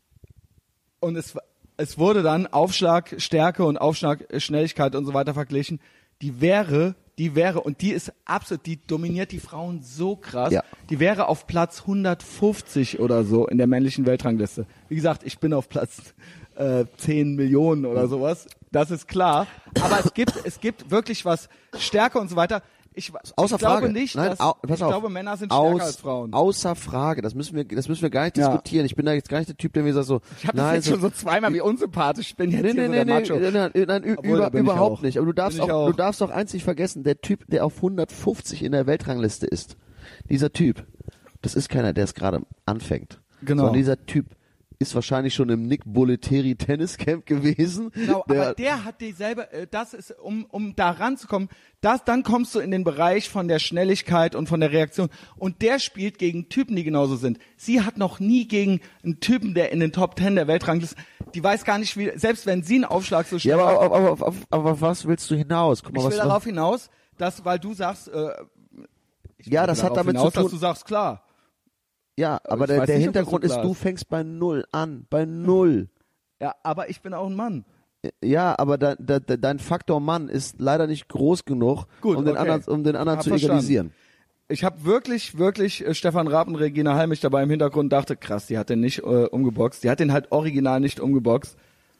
und es, es wurde dann Aufschlagstärke und Aufschlagschnelligkeit und so weiter verglichen. Die wäre die wäre, und die ist absolut, die dominiert die Frauen so krass, Ja. die wäre auf Platz hundertfünfzig oder so in der männlichen Weltrangliste. Wie gesagt, ich bin auf Platz äh, zehn Millionen oder sowas, das ist klar. Aber es gibt, es gibt wirklich was Stärke und so weiter. Ich, Außer ich glaube Frage. nicht, Nein, dass, au, pass ich auf. glaube, Männer sind stärker Aus, als Frauen. Außer Frage. Das müssen wir, das müssen wir gar nicht Ja. diskutieren. Ich bin da jetzt gar nicht der Typ, der mir sagt so, Ich habe das nein, jetzt schon so zweimal, wie unsympathisch ich bin jetzt Nee, hier nee, so nee, der nee, Macho. nein, nein, nein, ü- Obwohl, da über, bin ich überhaupt auch. nicht. Aber du darfst Bin ich auch, auch. du darfst auch eins nicht vergessen, der Typ, der auf hundertfünfzig in der Weltrangliste ist, dieser Typ, das ist keiner, der es gerade anfängt. Genau. Sondern dieser Typ ist wahrscheinlich schon im Nick Bollettieri Tenniscamp gewesen. Genau, der, aber der hat dieselbe, äh, das ist, um, um da ranzukommen, das, dann kommst du in den Bereich von der Schnelligkeit und von der Reaktion. Und der spielt gegen Typen, die genauso sind. Sie hat noch nie gegen einen Typen, der in den Top Ten der Weltrangliste, die weiß gar nicht, wie, selbst wenn sie einen Aufschlag so schnell ja, aber, macht, aber, aber, aber, aber auf was willst du hinaus? Guck mal, ich was will darauf hinaus, dass, weil du sagst, äh, ich Ja, will das hat darauf damit hinaus, zu tun- dass du sagst, klar. Ja, aber ich der, weiß der nicht, ob das Hintergrund so ist, klar du ist. fängst bei Null an, bei Null. Ja, aber ich bin auch ein Mann. Ja, aber de, de, de, dein Faktor Mann ist leider nicht groß genug, Gut, um den okay. anderen, um den anderen Hab zu verstanden. egalisieren. Ich habe wirklich, wirklich äh, Stefan Raab und Regina Halmich dabei im Hintergrund, dachte, krass, die hat den nicht äh, umgeboxt. Die hat den halt original nicht umgeboxt.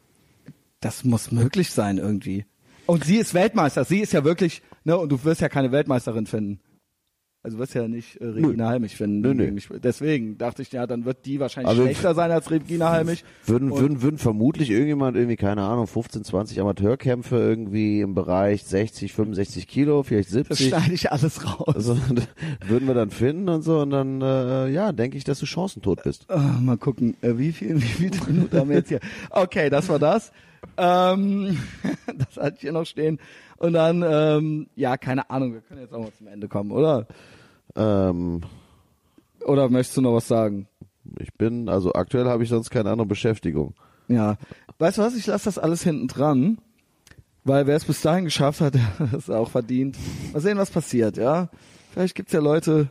Das muss möglich sein irgendwie. Und sie ist Weltmeister. Sie ist ja wirklich, ne, und du wirst ja keine Weltmeisterin finden. Also wirst ja nicht äh, Regina Halmich finden. Nö, nö. gegen mich. Deswegen dachte ich, ja, dann wird die wahrscheinlich Also schlechter sein als Regina Halmich. Würden, Und- würden, würden vermutlich irgendjemand irgendwie, keine Ahnung, fünfzehn, zwanzig Amateurkämpfe irgendwie im Bereich sechzig, fünfundsechzig Kilo, vielleicht Das siebzig. schneide ich alles raus. Also, würden wir dann finden und so und dann, äh, ja, denke ich, dass du chancentot bist. Ah, mal gucken, äh, wie viel, wie viele Minuten haben wir jetzt hier? Okay, das war das. Ähm, das hatte ich hier noch stehen. Und dann, ähm, ja, keine Ahnung, wir können jetzt auch mal zum Ende kommen, oder? Ähm, Oder möchtest du noch was sagen? ich bin, also aktuell habe ich sonst keine andere Beschäftigung. Ja. Weißt du was, ich lasse das alles hinten dran, weil wer es bis dahin geschafft hat, der hat es auch verdient. Mal sehen, was passiert, ja? Vielleicht gibt's ja Leute...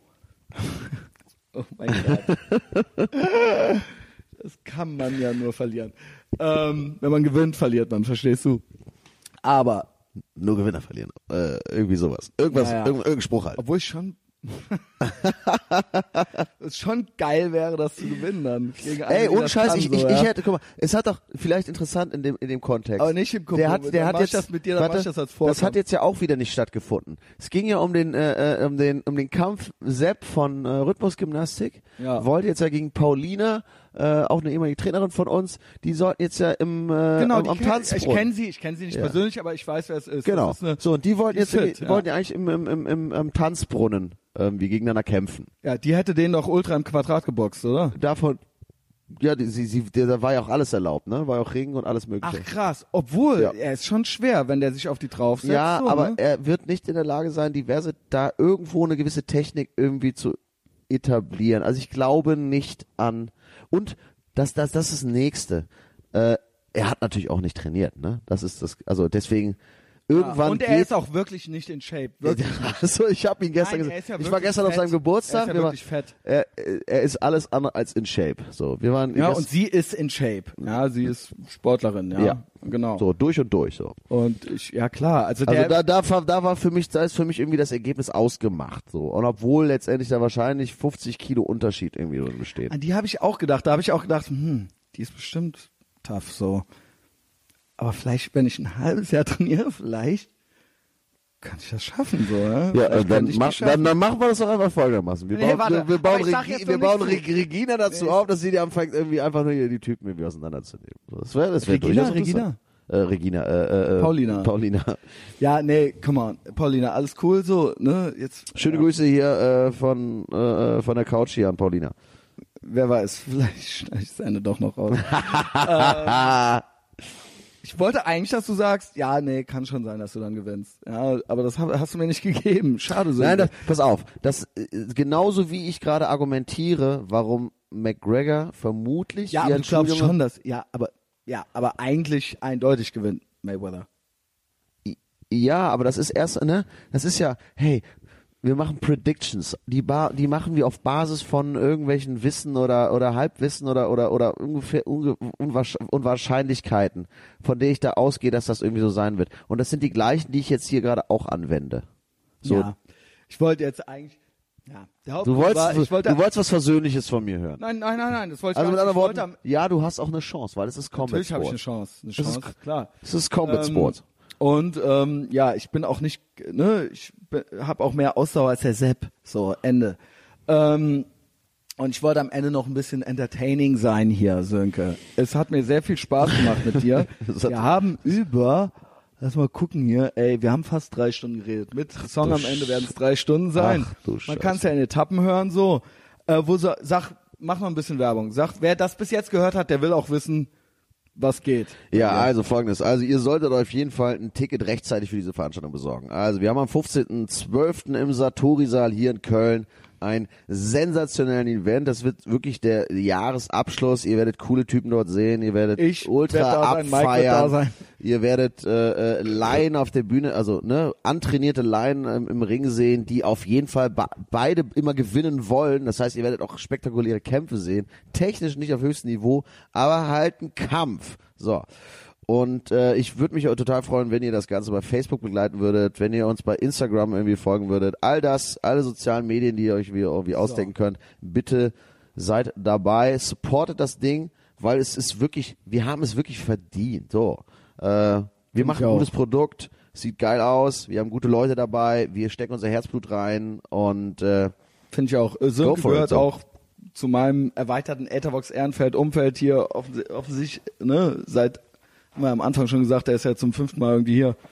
Oh mein Gott. Das kann man ja nur verlieren. Ähm, wenn man gewinnt, verliert man, verstehst du? Aber, Nur Gewinner verlieren. Äh, irgendwie sowas. Irgendwas, Ja, ja. Irgend, irgendein Spruch halt. obwohl ich schon... es schon geil wäre, das zu gewinnen dann. Gegen einen, Ey, die ohne das Scheiß, kann, ich, so, ich, ja? ich hätte, guck mal, es hat doch vielleicht interessant in dem, in dem Kontext. Aber nicht im Kumpel. Der hat, der Dann hat mach ich jetzt, das mit dir, dann warte, mach ich das als Vorkampf. das hat jetzt ja auch wieder nicht stattgefunden. Es ging ja um den, äh, äh, um den, um den Kampf Sepp von äh, Rhythmusgymnastik. Ja. Wollte jetzt ja gegen Paulina, äh, auch eine ehemalige Trainerin von uns, die sollten jetzt ja im, äh, Genau, am, die am kenn, ich Tanzbrunnen. kenne sie, ich kenne sie nicht Ja. persönlich, aber ich weiß, wer es ist. Genau. Das ist eine, So, und die wollten die jetzt, ist irgendwie- fit, ja. wollten ja eigentlich im, im, im, im, im Tanzbrunnen irgendwie gegeneinander kämpfen. ja, die hätte den doch ultra im Quadrat geboxt, oder? Davon, ja, die, sie, sie, da war ja auch alles erlaubt, ne? War ja auch Ring und alles Ach mögliche. krass, obwohl, Ja. er ist schon schwer, wenn der sich auf die draufsetzt. Ja, so, aber ne? er wird nicht in der Lage sein, diverse, da irgendwo eine gewisse Technik irgendwie zu etablieren. Also ich glaube nicht an, und das, das, das ist das Nächste. Äh, er hat natürlich auch nicht trainiert, ne? Das ist das, also deswegen, irgendwann ja, und er geht, ist auch wirklich nicht in Shape. Wirklich. also ich habe ihn gestern Nein, gesehen. er ist ja ich war wirklich gestern auf fett. seinem Geburtstag. Er ist ja wir wirklich waren, fett. Er, er ist alles andere als in Shape. So, wir waren Ja, gest- und sie ist in Shape. Ja, sie ist Sportlerin, ja. Ja. Genau. so durch und durch so. Und ich, ja klar, also, Also der, da, da, war- da war für mich, da ist für mich irgendwie das Ergebnis ausgemacht. So. Und obwohl letztendlich da wahrscheinlich fünfzig Kilo Unterschied irgendwie drin besteht. an die habe ich auch gedacht. Da habe ich auch gedacht, hm, die ist bestimmt tough so. Aber vielleicht, wenn ich ein halbes Jahr trainiere, vielleicht kann ich das schaffen so. Ja, Ja, Vielleicht äh, dann, könnte ich mach, die schaffen. dann, dann machen wir das doch einfach folgendermaßen. Wir Nee, bauen, warte, wir, wir bauen, aber ich sag Regi jetzt wir noch bauen nicht Reg Regina dazu Nee. auf, dass sie die anfängt, irgendwie einfach nur hier die Typen irgendwie auseinanderzunehmen. So, Das wäre das wär Regina, durchaus Regina? interessant. Äh, Regina, äh, äh, Paulina. Paulina. Ja, nee, come on, Paulina, alles cool so, ne? Jetzt Schöne ja, Grüße hier äh, von, äh, von der Couch hier an Paulina. Wer weiß, vielleicht schneide ich das Ende doch noch raus. Ah, Ich wollte eigentlich, dass du sagst, ja, nee, kann schon sein, dass du dann gewinnst. Ja, aber das hab, hast du mir nicht gegeben. Schade so. Nein, das, pass auf. Das äh, genauso wie ich gerade argumentiere, warum McGregor vermutlich ja, wie aber ein du glaubst Schuljunge- schon, dass, ja, aber, ja, aber eigentlich eindeutig gewinnt Mayweather. Ja, aber das ist erst, ne? Das ist ja, hey, wir machen Predictions. Die, ba- die machen wir auf Basis von irgendwelchen Wissen oder, oder Halbwissen oder, oder, oder ungefähr unge- Unwahrsch- Unwahrscheinlichkeiten, von denen ich da ausgehe, dass das irgendwie so sein wird. Und das sind die gleichen, die ich jetzt hier gerade auch anwende. So. Ja. Ich wollte jetzt eigentlich, ja, der Du Hauptgrund wolltest, war, ich wollte, du wolltest was Versöhnliches von mir hören. nein, nein, nein, nein, das wollte ich Also mit gar nicht. anderen Ich wollte Worten, am, ja, du hast auch eine Chance, weil es ist Combat natürlich habe ich eine Sport. Chance, eine Das ist- Chance, klar. Es ist Combat Ähm, Sport. Und ähm, ja, ich bin auch nicht, ne, ich habe auch mehr Ausdauer als der Sepp. So, Ende. Ähm, und ich wollte am Ende noch ein bisschen entertaining sein hier, Sönke. Es hat mir sehr viel Spaß gemacht mit dir. Das hat- Wir haben über, lass mal gucken hier, ey, wir haben fast drei Stunden geredet. Mit Song du am Ende werden es drei Stunden sein. Ach, du Man kann es ja in Etappen hören, so. Äh, wo so, sag, mach mal ein bisschen Werbung. Sag, wer das bis jetzt gehört hat, der will auch wissen, was geht. Ja, also folgendes. Also ihr solltet euch auf jeden Fall ein Ticket rechtzeitig für diese Veranstaltung besorgen. Also wir haben am fünfzehnten zwölften im Satori-Saal hier in Köln ein sensationellen Event. Das wird wirklich der Jahresabschluss. Ihr werdet coole Typen dort sehen. Ihr werdet Ich ultra werd da sein, Mike wird abfeiern. da sein. Ihr werdet äh, äh, Laien auf der Bühne, also ne, antrainierte Laien ähm, im Ring sehen, die auf jeden Fall ba- beide immer gewinnen wollen. Das heißt, ihr werdet auch spektakuläre Kämpfe sehen. Technisch nicht auf höchstem Niveau, aber halt ein Kampf. So. Und äh, ich würde mich auch total freuen, wenn ihr das Ganze bei Facebook begleiten würdet, wenn ihr uns bei Instagram irgendwie folgen würdet. All das, alle sozialen Medien, die ihr euch irgendwie ausdenken könnt, bitte seid dabei, supportet das Ding, weil es ist wirklich, wir haben es wirklich verdient. So, äh, wir machen ein auch. gutes Produkt, sieht geil aus, wir haben gute Leute dabei, wir stecken unser Herzblut rein und äh, Finde ich auch. Äh, Go Sönke for it, gehört so. auch zu meinem erweiterten Ethervox Ehrenfeld Umfeld hier offens- offensichtlich, ne, seit, haben wir am Anfang schon gesagt, der ist ja zum fünften Mal irgendwie hier.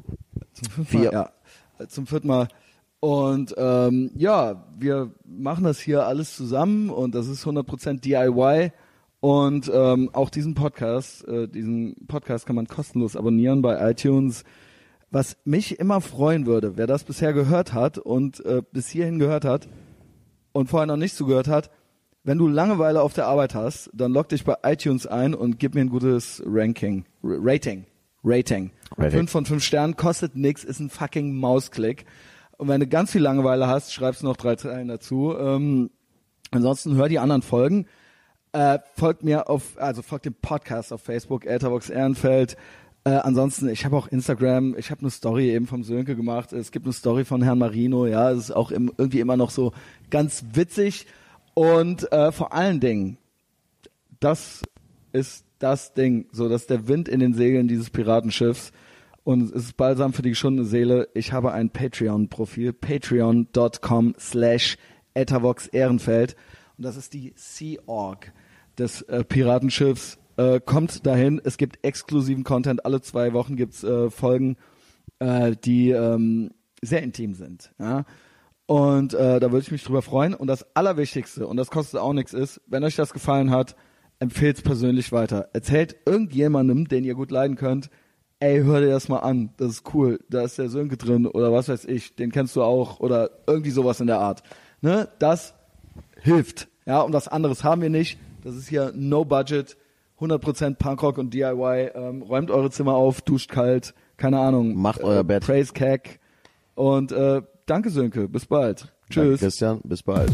Zum fünften Vier. Mal? Ja, äh, zum vierten Mal. Und ähm, ja, wir machen das hier alles zusammen und das ist hundert Prozent D I Y. Und ähm, auch diesen Podcast, äh, diesen Podcast kann man kostenlos abonnieren bei iTunes. Was mich immer freuen würde, wer das bisher gehört hat und äh, bis hierhin gehört hat und vorher noch nicht zugehört hat, wenn du Langeweile auf der Arbeit hast, dann log dich bei iTunes ein und gib mir ein gutes Ranking, R- Rating, Rating. Rating. Fünf von fünf Sternen, kostet nix, ist ein fucking Mausklick. Und wenn du ganz viel Langeweile hast, schreibst du noch drei Zeilen dazu. Ähm, ansonsten hör die anderen Folgen. Äh, folgt mir auf, also folgt dem Podcast auf Facebook, Ethervox Ehrenfeld. Äh, ansonsten, ich habe auch Instagram, ich habe eine Story eben vom Sönke gemacht. Es gibt eine Story von Herrn Marino, ja, es ist auch im, irgendwie immer noch so ganz witzig. Und äh, vor allen Dingen, das ist das Ding, so dass der Wind in den Segeln dieses Piratenschiffs und es ist balsam für die geschundene Seele. Ich habe ein Patreon-Profil, patreon.com slash Ethervox Ehrenfeld und das ist die Sea Org des äh, Piratenschiffs. Äh, kommt dahin, es gibt exklusiven Content, alle zwei Wochen gibt's äh, Folgen, äh, die ähm, sehr intim sind, ja. Und äh, da würde ich mich drüber freuen. Und das Allerwichtigste, und das kostet auch nichts, ist, wenn euch das gefallen hat, empfehlt es persönlich weiter. Erzählt irgendjemandem, den ihr gut leiden könnt, ey, hör dir das mal an, das ist cool, da ist der Sönke drin oder was weiß ich, den kennst du auch oder irgendwie sowas in der Art. Ne? Das hilft. Ja, und was anderes haben wir nicht. Das ist hier no budget, hundert Prozent Punkrock und D I Y. Ähm, räumt eure Zimmer auf, duscht kalt, keine Ahnung. Macht euer äh, Bett. Praise Cack. Und äh, danke Sönke, bis bald. danke, Tschüss. Christian, bis bald.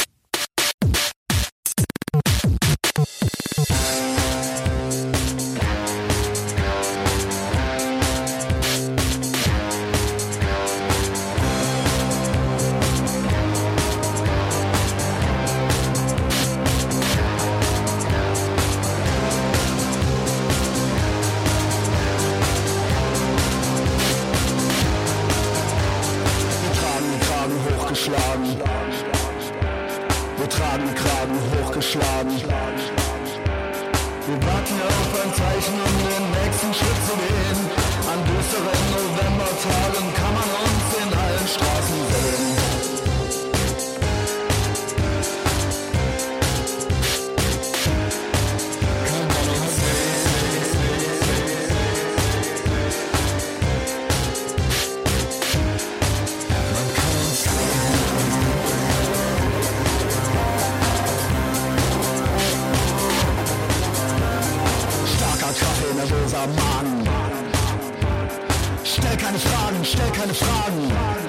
Wir tragen den Kragen hochgeschlagen. Wir tragen den Kragen hochgeschlagen. Wir warten auf ein Zeichen, um den nächsten Schritt zu gehen. An düsteren Novembertagen kann man uns in allen Straßen sehen. Kann man uns Man kann uns starker Kaffee, nervöser Magen. Stell keine Fragen, stell keine Fragen.